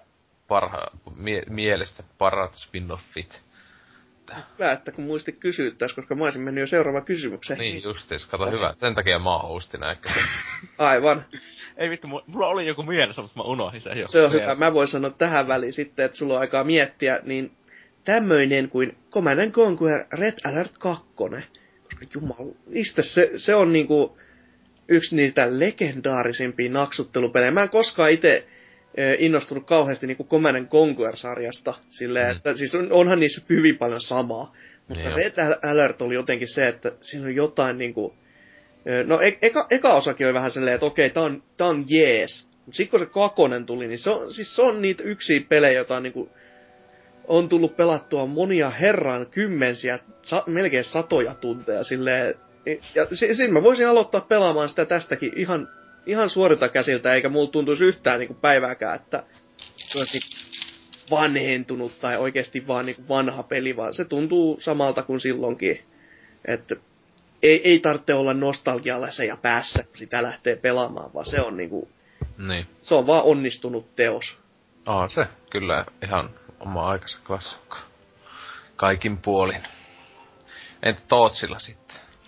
mielestä parat spin-offit? Hyvä, että kun muistit kysyä tässä, koska mä olisin mennyt jo seuraavaan kysymykseen. Niin justiis, kato hyvä. Sen takia mä oon hostina ehkä. Aivan. Ei vittu, mulla oli joku mielessä, mutta mä unohdin sen jo. Se on hyvä. Mä voin sanoa tähän väliin sitten, että sulla on aikaa miettiä, niin tämmöinen kuin Command & Conquer Red Alert 2. Koska jumalista, se on niinku yksi niitä legendaarisimpia naksuttelupelejä. Mä en koskaan itse innostunut kauheasti niinku Command & Conquer-sarjasta. Silleen, että siis onhan niissä hyvin paljon samaa. Mutta Red Alert oli jotenkin se, että siinä on jotain niinku... No eka osakin oli vähän silleen, että okei, tää on jees. Mut sit kun se kakonen tuli, niin se on niitä yksiä pelejä, joita on niinku... On tullut pelattua monia herran kymmensiä, melkein satoja tunteja silleen... Ja sitten mä voisin aloittaa pelaamaan sitä tästäkin ihan suorilta käsiltä, eikä mulla tuntuisi yhtään niinku päivääkään, että se olisi vanhentunut tai oikeasti vaan niinku vanha peli, vaan se tuntuu samalta kuin silloinkin. Että ei tarvitse olla nostalgialaseja päässä, kun sitä lähtee pelaamaan, vaan se on niinku... Niin. Se on vaan onnistunut teos. Se kyllä ihan oma aikansa klassikko. Kaikin puolin. Entä Tootsilla sitten?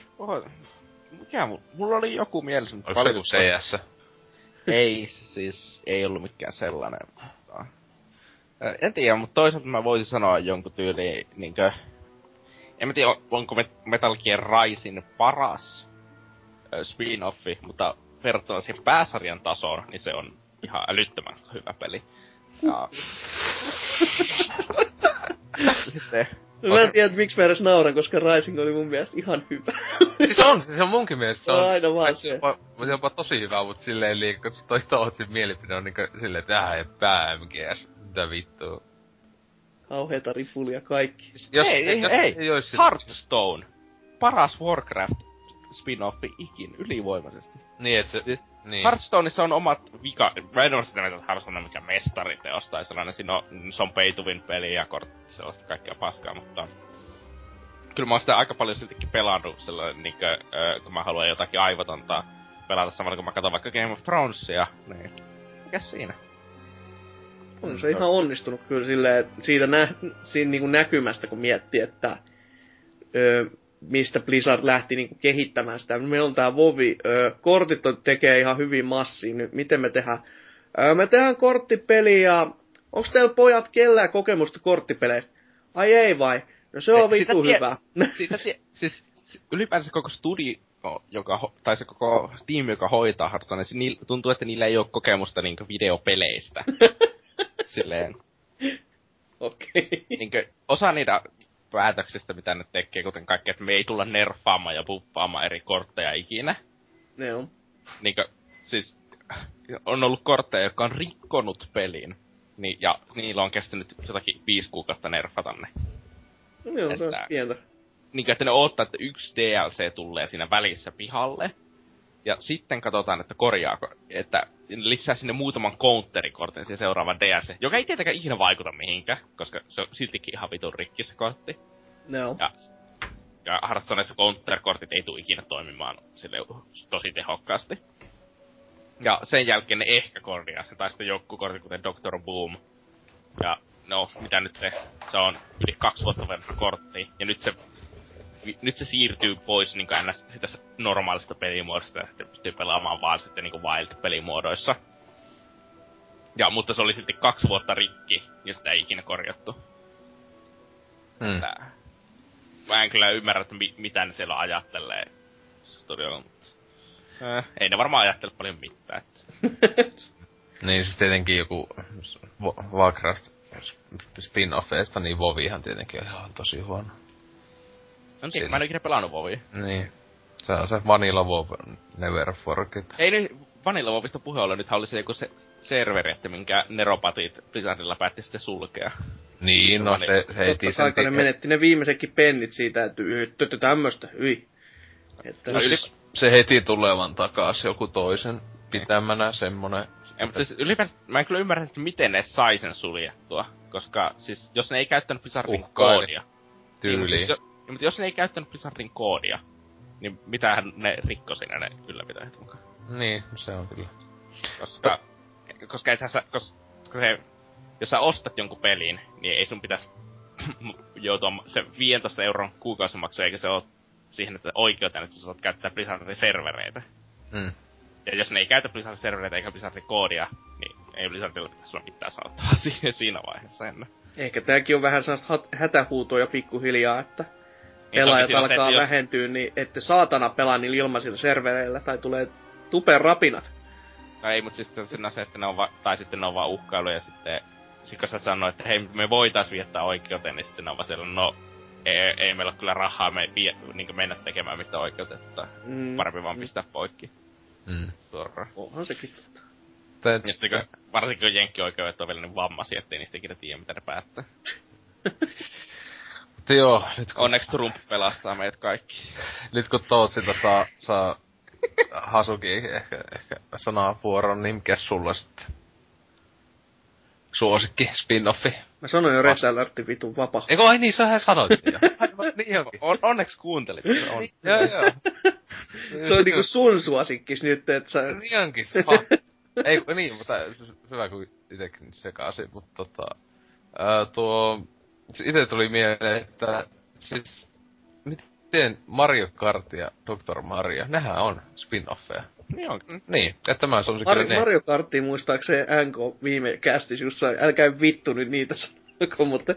Mulla oli joku mielessä, mutta oliko se joku CS? Ei, siis ei ollut mikään sellainen. En tiedä, mutta toisaalta mä voisin sanoa jonkun tyyliin niinkö... En mä tiedä, onko Metal Gear Risin paras spin-offi, mutta verrattuna siihen pääsarjan tasoon, niin se on ihan älyttömän hyvä peli. Ja... Sitten... Mä en tiedä, miksi mä edes nauran, koska Rising oli mun mielestä ihan hyvä. Se on munkin mielestä. Se on aina vaan se. Jopa tosi hyvä, mut silleen liikaa, kun toi Tootsin mielipide on niinku silleen, että ei MGS, mitä vittua. Kauheeta rifulia kaikki. Ei, Hearthstone. Paras Warcraft spin-offi ikin, ylivoimaisesti. Niin, et se... Niin. Hearthstoneissa on omat mä en ole sitä mieltä, että Hearthstone on mikään mestariteos tai sellainen, se on pay to win peli ja sellaista kaikkea paskaa, mutta... kyllä mä oon sitä aika paljon siltikin pelannut sellainen niinkö, kun mä haluan jotakin aivotonta pelata samalla kun mä katson vaikka Game of Thronesia, niin mikäs siinä? On se ihan onnistunut kyllä silleen, siinä niinku näkymästä kun miettii, että mistä Blizzard lähti niinku kehittämään sitä. Meillä on tää Vovi, kortit tekee ihan hyvin massiin, nyt miten me tehdään? Me tehdään korttipeli ja onks teillä pojat kellään kokemusta korttipeleistä? Ai ei vai? No se on vittu hyvä. Siis ylipäänsä koko studio, tai se koko tiimi, joka hoitaa Hearthstonea, niin tuntuu, että niillä ei ole kokemusta niinku videopeleistä. Silleen. Okei. Niinkö osa niitä päätöksistä, mitä ne tekee, kuten kaikki, että me ei tulla nerfaamaan ja buffaamaan eri kortteja ikinä. Ne on. Niinkö, siis on ollut kortteja, jotka on rikkonut pelin. Niin, ja niillä on kestänyt jotakin 5 kuukautta nerfata ne. Joo, se on pientä. Niinkö, että ne odottaa, että yksi DLC tulee siinä välissä pihalle. Ja sitten katsotaan, että korjaako, että lisää sinne muutaman counterikortin siihen seuraavan DLC, joka ei tietenkään ikinä vaikuta mihinkään, koska se on siltikin ihan vitun rikki se kortti. No. Ja Hearthstoneissa counterkortit ei tule ikinä toimimaan sille tosi tehokkaasti. Ja sen jälkeen ne ehkä korjaa se, tai sitten joku kortti, kuten Dr. Boom. Ja no, mitä nyt se on yli 2 vuotta verran kortti, ja nyt se siirtyy pois niinku ns. Sitä normaalista pelimuodosta, ja sitten pystyy pelaamaan vaan sitten niinku Wild-pelimuodoissa. Mutta se oli silti 2 vuotta rikki, ja sitä ei ikinä korjattu. Mä en kyllä ymmärrä, että mitä ne siellä ajattelee studiolla, mutta ei ne varmaan ajattele paljon mitään. Niin, siis tietenkin joku Warcraft spin-offeista, niin Vovihan tietenkin on ihan tosi huono. Mä en ikinä pelannut Vovia. Niin. Se on se Vanilla WoW Never Forget. Ei nyt Vanilla WoWista puhe olla, nythän oli se joku serveri, että minkä neropatit Blizzardilla päätti sitten sulkea. Niin, no se heti sen ne menetti ne viimeisetkin pennit siitä, että tämmöstä, hyi. Että no siis se heti tulevan takas joku toisen pitämänä semmonen. Ja, mutta siis ylipäänsä, mä en kyllä ymmärrä, että miten ne sai sen suljettua. Koska siis, jos ne ei käyttänyt Blizzardin koodia. Tyyliin. Niin, mutta jos ne ei käyttänyt Blizzardin koodia, niin mitähän ne rikkoi siinä ne ylläpitäjät mukaan. Niin, se on kyllä. Koska se, jos sä ostat jonkun pelin, niin ei sun pitäisi joutua se 15 euron kuukausimaksu, eikä se ole siihen, että oikeuteen, että sä saat käyttää Blizzardin servereitä. Ja jos ne ei käytä Blizzardin servereitä eikä Blizzardin koodia, niin ei Blizzardilla pitäisi olla mitään sanottavaa siinä vaiheessa ennen. Ehkä tääkin on vähän sellaista hätähuutoja pikkuhiljaa, että pelaajat alkaa vähentyä, niin ette saatana pelaa niillä ilmaisilla servereillä, tai tulee tupen rapinat. No ei, mut siis siinä on se, että ne on tai sitten ne on vaan uhkailu, ja sitten kun sä sanoo, että hei, me voitais viettää oikeuteen, niin sitten ne on vaan siellä, no ei meillä ole kyllä rahaa niin mennä tekemään mitään oikeutetta. Parempi vaan pistää poikki. Suoraan. Onhan sekin totta. Ja sitten varsinkin kun jenkkioikeudet on vielä niin vammaisia, ettei niistä ikinä tiedä, mitä ne päättää. Mutta joo, nyt kun onneksi Trump pelastaa meidät kaikki. Nyt kun Tootsilta saa Hasuki ehkä sanavuoron, niin mikä sulla sitten? Suosikki, spin-offi. Mä sanoin jo Red Alertin vitun vapa. Eikö ai niin, sähän sanoit siinä. Niin onneksi kuuntelit. Joo. Se on niinku sun suosikkis nyt, et sä Niin onkin. Ei, niin, mutta hyvä kun itekin sekaisin, mutta ite tuli mieleen, että siis miten Mario Kart ja Dr. Mario, nehän on spin-offeja. Niin on. Niin, että mä sanoisin kyllä ne. Mario Karttiin muistaakseen NK viime kästis jossain, älkää vittu nyt niitä sanoko, mutta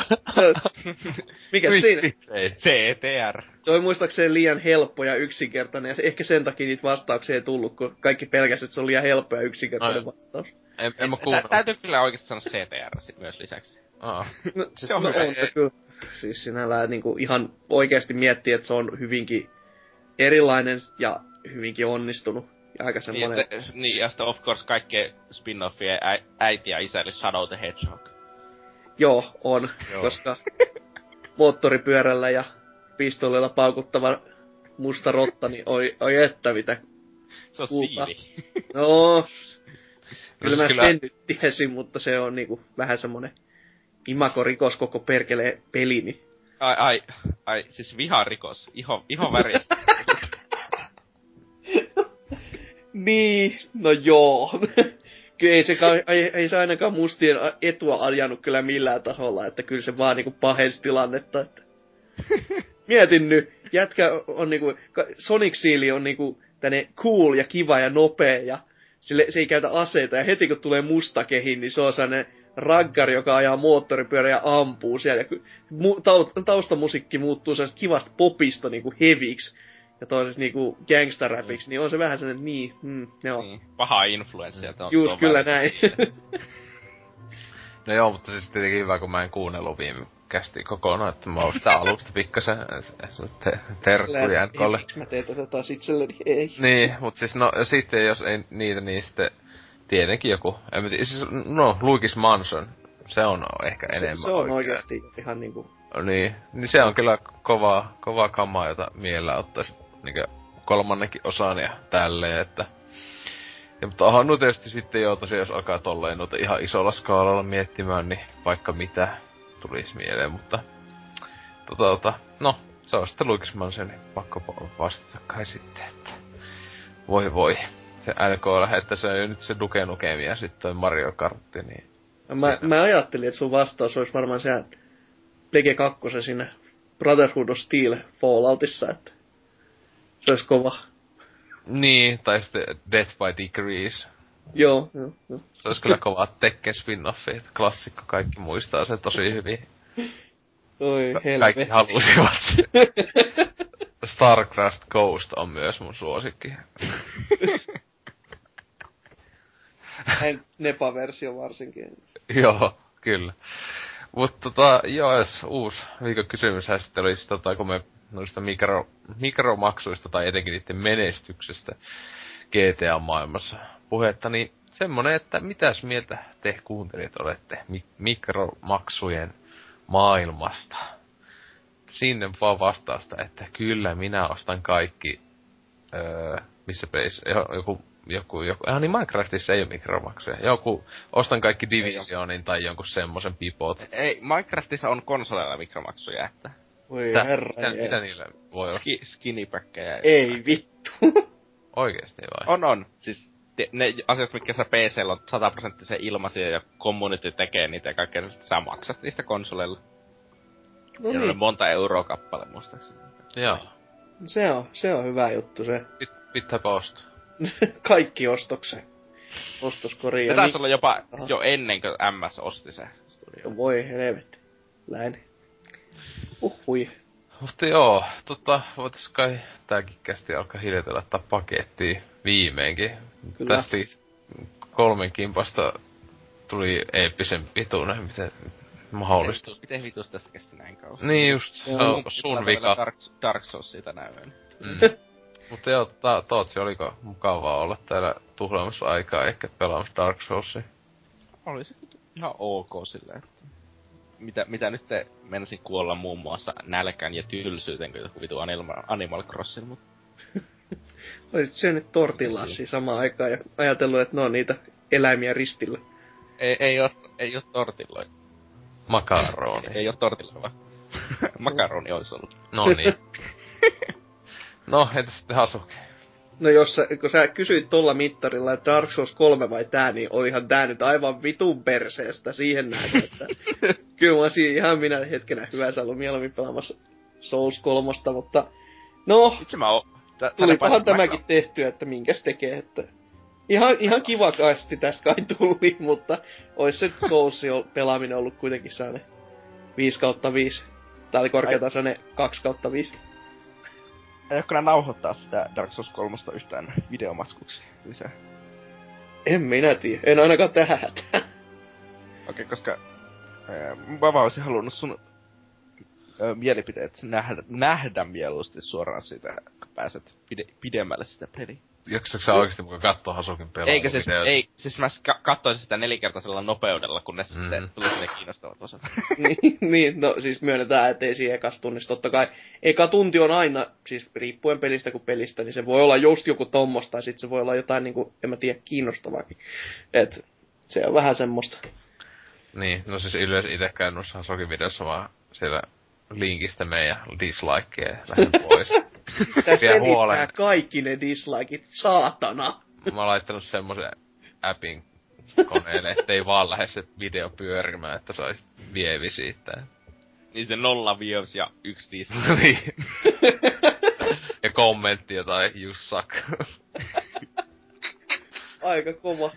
mikä siinä? CTR. Se oli muistaakseen liian helppo ja yksinkertainen, ja ehkä sen takia niitä vastauksia ei tullut, kun kaikki pelkästään, että se oli liian helppo ja yksinkertainen vastaus. En mä kuunnella. Täytyy kyllä oikeesti sanoa CTR myös lisäksi. No, siis on se kyllä. Siis sinällään niinku ihan oikeesti miettii, että se on hyvinkin erilainen ja hyvinkin onnistunut. Ja aika semmonen. Ja sitten of course kaikkien spin-offien äiti ja isä, eli Shadow the Hedgehog. Joo, on. Koska moottoripyörällä ja pistoolilla paukuttava musta rotta, niin oi että mitä. Se on siili. No, kyllä mä sen nyt tiesin, mutta se on niinku vähän semmonen imakorikos koko perkelee peli, niin Ai, siis viharikos. Iho värissä. Niin, no joo. Kyllä ei se ainakaan mustien etua ajanut kyllä millään tasolla, että kyllä se vaan niinku pahensi tilannetta. Että. Mietin nyt, jätkä on niinku, Sonic Seal on niinku tänne cool ja kiva ja nopea ja se ei käytä aseita ja heti kun tulee musta kehi, niin se on sellainen raggari, joka ajaa moottoripyörä ja ampuu siellä. Ja taustamusiikki muuttuu sellaisesta kivasta popista niinku heviksi ja toisesta niinku gangsta-rapiksi, niin on se vähän sellainen, joo. Niin, paha influenssia. Just kyllä näin. No joo, mutta siis tietenkin hyvä, kun mä en kuunnellut viime kästi kokonaan, että mä oon sitä alusta pikkasen terkkuja NKlle. Miksi mä teen tätä taas itselleni? Ei. Niin, mut siis no sitten jos ei niitä, niin sitten tietenkin joku, en mä tiedä, siis no Luigi's Mansion, se on ehkä enemmän se on oikeesti ihan niinku. Niin se on kyllä kovaa kamaa, jota mielellä ottais niinkö kolmannenkin osan ja tälleen, että. Ja mutta onhan nu tietysti sitten jo tosiaan, jos alkaa tolleen noita ihan isolla skaalalla miettimään, niin vaikka mitä tulis mieleen, mutta no, se on sitten Luigi's Mansion, niin pakko vastata kai sitten, että voi. Se NK lähettää se nyt se Duke Nukemia ja sitten toi Mario Kartti, niin. Mä ajattelin, että sun vastaus olisi varmaan se Plege 2 siinä Brotherhood of Steel Falloutissa, että se olisi kova. Niin, tai sitten Death by Degrees. Joo. Se olisi kyllä kova Tekken spin-offi, että klassikko, kaikki muistaa sen tosi hyvin. Oi helvetti. Kaikki halusivat sen. StarCraft Ghost on myös mun suosikki. Nepa-versio varsinkin. Joo, kyllä. Mutta jos uusi viikon kysymyshän sitten olisi kun me noista mikromaksuista tai etenkin niiden menestyksestä GTA-maailmassa puhetta, niin semmonen, että mitäs mieltä te kuuntelijat olette mikromaksujen maailmasta? Sinne vaan vastausta, että kyllä minä ostan kaikki, missä pelissä, joku, niin Minecraftissa ei oo mikromaksuja. Ostan kaikki Divisionin tai jonkun semmosen pipot. Ei, Minecraftissa on konsoleilla mikromaksuja, että. Voi herra. Mitä niillä voi olla? Skinnypäkkejä. Ei vittu. Oikeesti vai? On. Siis ne asiat, mitkä sä PC:llä on 100% ilmaisia ja community tekee niitä ja kaikkea, niin sä maksat niistä konsoleilla. No ja niin. on monta euroa kappale muistaakseni. Joo. Se on hyvä juttu se. Pitääpä ostaa. Kaikki ostoksen. Ostoskoriin. Se taisi olla jopa jo ennen kuin MS osti se studio. Voi helvetti. Läin. Hui. Mutta joo, voitais kai tääkin kästi alkaa hiljatella ottaa pakettiin viimeinkin. Kyllä. Tästä 3 kimpasta tuli eeppisen pituinen, miten mahdollista. Miten vitus tästä kesti näin kauan? Niin just, se on sun vika. Dark Souls siitä näin. Mutta joo, Tootsi, oliko mukavaa olla täällä tuhlaamassa aikaa ehkä pelaamassa Dark Soulsia? Oli se ihan ok silleen, että mitä nyt te menisin kuolla muun muassa nälkään ja tylsyyteen, kun joku vitu Animal Crossing, mut. Olisit syönyt tortillassia samaan aikaan ja ajatellut, että ne on niitä eläimiä ristillä. Ei oo tortilloja. Makaroni. Ei oo tortilloja vaan. Makaroni olisi ollut. No niin. No, entäs sitten Hasuki? No kun sä kysyit tolla mittarilla, että Dark Souls 3 vai tää, niin olihan tää nyt aivan vitun perseestä siihen nähden, että kyllä mä olisin ihan minä hetkenä hyvänsä ollut mieluummin pelaamassa Souls 3, mutta no, itse mä oon. Tulipahan tämäkin tehtyä, että minkäs tekee, että ihan kiva kasti tästä kai tuli, mutta ois se Soulsin pelaaminen ollut kuitenkin sellainen 5/5. Tää oli korkeatasoinen 2/5. Aiotko nää nauhoittaa sitä Dark Souls 3 yhtään videomaskuksi lisää? En minä tiedä, en ainakaan tähän hätään. Okei, koska mä vaan olisin halunnut sun mielipiteet nähdä mieluusti suoraan siitä, kun pääset pidemmälle sitä peliä. Jaksatko sä oikeesti mukaan kattoo Hasukin pelaa? Eikä siis mä katsoin sitä 4-kertaisella nopeudella, kun ne sitten tuli sinne kiinnostavat osat. niin, no siis myönnetään, ettei siinä ekas tunnissa. Totta kai eka tunti on aina, siis riippuen pelistä kuin pelistä, niin se voi olla just joku tommosta, tai sit se voi olla jotain niinku, en mä tiedä, kiinnostavaakin. Et se on vähän semmoista. Niin, no siis yleensä itekään noissa Hasukin videossa vaan siellä linkistä meidän dislikeja ja lähden pois. Tää selittää kaikki ne dislikeit, saatana. Mä oon laittanut semmosen appin koneelle, ettei vaan lähde se video pyörimään, että sais vievi siitä. Niin se 0 views ja 1 dislike. Niin. Ja kommentti jotain, you suck. Aika kova.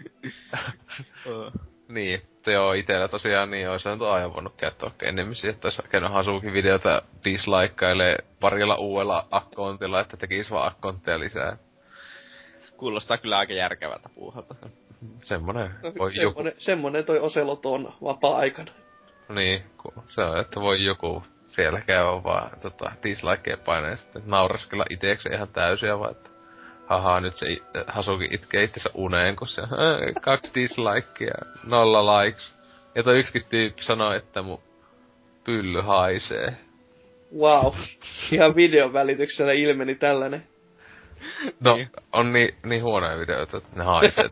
Niin, joo, itellä tosiaan niin ois nyt aina voinut käyttää oikein enemmän siihen, että ois käynyt Hasukin videota dislikeailee parilla uudella akkontilla, että tekis vaan akkontteja lisää. Kuulostaa kyllä aika järkevältä puuhalta. Semmonen semmonen toi Oselot on vapaa-aikana. Niin, se on, että voi joku siellä käydä vaan dislikeja painaa ja sitten nauraskella iteekseen ihan täysiä vaan, että haha, nyt se Hasuki itkee itsensä uneen, kun se 2 dislikea, 0 likes. Ja toi yksikin tyyppi sanoi, että mun pylly haisee. Wow. Ihan videon välityksellä ilmeni tällainen. No, niin. On niin huonoja videoita, että ne haisee.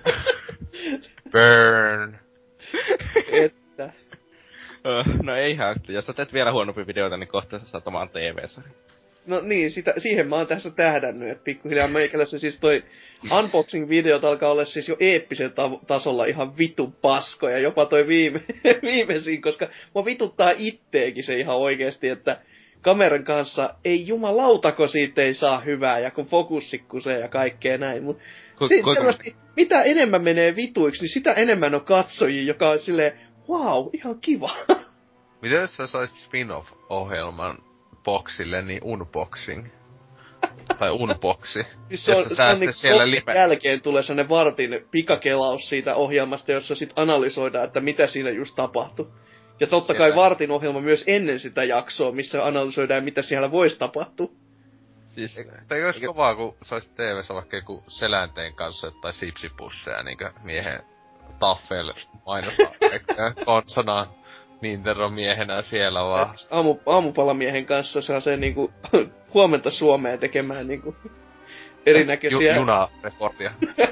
Burn. Että. No ei haittaa. Jos sä teet vielä huonompia videoita, niin kohta sä saat omaan TV-sarjan. No niin, siihen mä oon tässä tähdännyt, että pikkuhiljaa meikälässä siis toi unboxing-videot alkaa olla siis jo eeppisen tasolla ihan vitun paskoja, jopa toi viimeisin, koska mua vituttaa itteekin se ihan oikeesti, että kameran kanssa ei jumalautako siitä ei saa hyvää, ja kun fokussi kusee ja kaikkea näin, mut selvästi, mitä enemmän menee vituiksi, niin sitä enemmän on katsojia, joka on silleen, wow, ihan kiva. Miten jos sä saisit spin-off-ohjelman boxille, niin unboxing? Tai unboxi. Siis se on niin siellä jälkeen tulee sellainen vartin pikakelaus siitä ohjelmasta, jossa sit analysoidaan, että mitä siinä just tapahtui. Ja totta kai vartin ohjelma myös ennen sitä jaksoa, missä analysoidaan, mitä siellä voisi tapahtua. Siis, tai olisi kovaa, kun se olisi TV-ssä vaikka joku selänteen kanssa tai sipsipusseja, niinkö miehen taffel mainostaa konsana Nintendo miehenä siellä vaan. Siis aamupalamiehen kanssa saa se niinku huomenta Suomeen tekemään niinku erinäköisiä junareportia.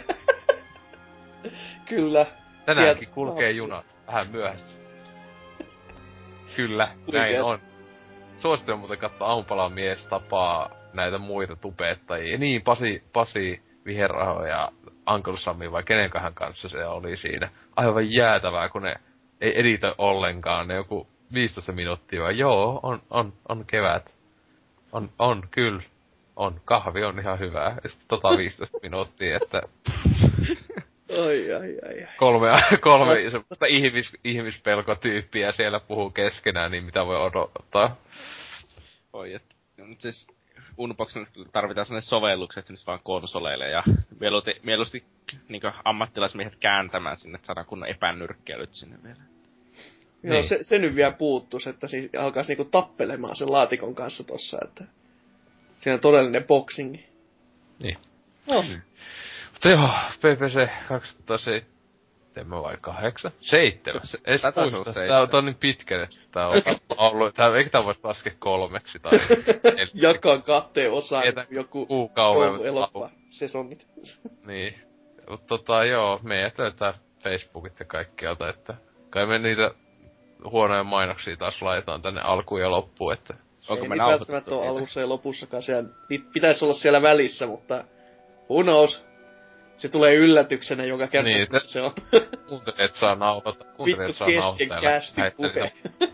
Kyllä. Tänäänkin kulkee junat vähän myöhässä. Kyllä, näin on. Suosittelen muuten katsoa Aamupalamies tapaa näitä muita tubettajia. Niin, Pasi Viherraho ja Uncle Sami vai kenenkähän kanssa se oli siinä. Aivan jäätävää, kun ne ei editoi ollenkaan. Ne joku 15 minuuttia vai joo, on kevät. On, kyllä. On. Kahvi on ihan hyvää. Ja sitten 15 minuuttia, että Ai. Kolme semmoista ihmispelkotyyppiä siellä puhuu keskenään, niin mitä voi odottaa. Oi, että siis Unboxin tarvitaan sellainen sovellukset nyt vaan konsoleille ja mieluusti niinkö ammattilaismiehet kääntämään sinne, että saadaan kunnon epänyrkkeilyt sinne vielä. Joo, niin. se nyt vielä puuttuisi, että siis alkaisi niinku tappelemaan sen laatikon kanssa tossa, että siinä on todellinen boxingi. Niin. No. Mutta joo, PPC 2007 vai 8? 7. Ei se muista. Tää on niin pitkä, että tää on ollut. Eikä tää voisi laskea 3 tai 4. Jakaa 2 osaan joku elokuva sesongit. Niin. Mutta joo, meidät löytää Facebookit ja kaikkialta, että kai me niitä huonoja mainoksia taas laitetaan tänne alkuun ja loppuun, että onko me nauhoitettu? Ei välttämättä ole alussa ja lopussakaan, siellä pitäisi olla siellä välissä, mutta who knows? Se tulee yllätyksenä joka kerta, niin, kun se on. Kuuntelijat saa nauhoittaa. Vittu kesken kästi puhe.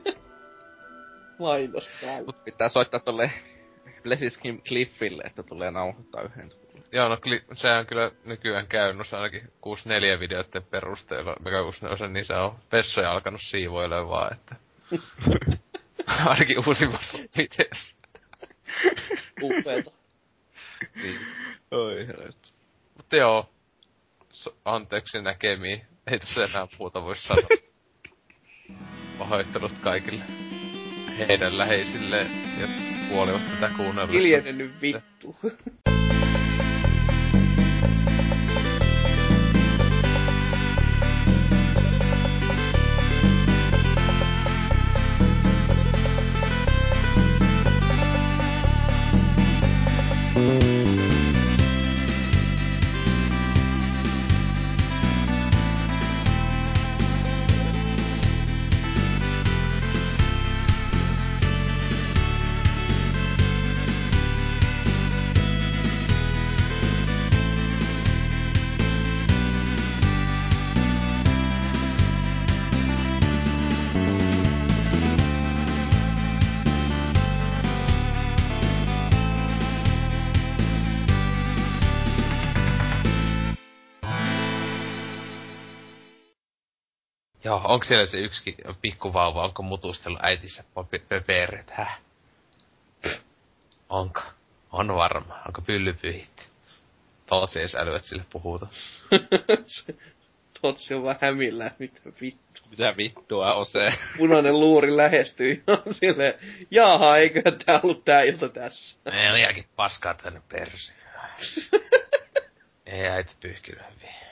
Mainos täällä. Mut pitää soittaa tolle Blessiskin Cliffille, että tulee nauhoittaa yhden. Joo, no sehän kyllä nykyään käynyt ainakin 6-4 videoiden perusteella, mikä 6-4, niin se on vessoja alkanut siivoilemaan vaan, että ainakin uusimmassa videossa. Upeeta. Niin. Oi helvettä. Mutta joo, anteeksi näkemiin. Ei tässä enää muuta voi sanoa. Pahoittelut kaikille heidän läheisilleen, jotka kuolivat tätä kuunnellessa. Hiljenen nyt vittu. Joo, onko siellä se yksikin pikkuvauva, onko mutustellut äitissä pöpeeret, Onko? On varma. Onko pyllypyhitty? Tosi ees äly, et sille puhuta. Totsi on vaan hämillään, mitä vittu. Mitä vittua Ose? Punainen luuri lähestyy silleen, jaha, eiköhän tää ollut tää ilta tässä. Ei liiankin paskaa tänne persiin. Ei äiti pyyhkinyt hyvin.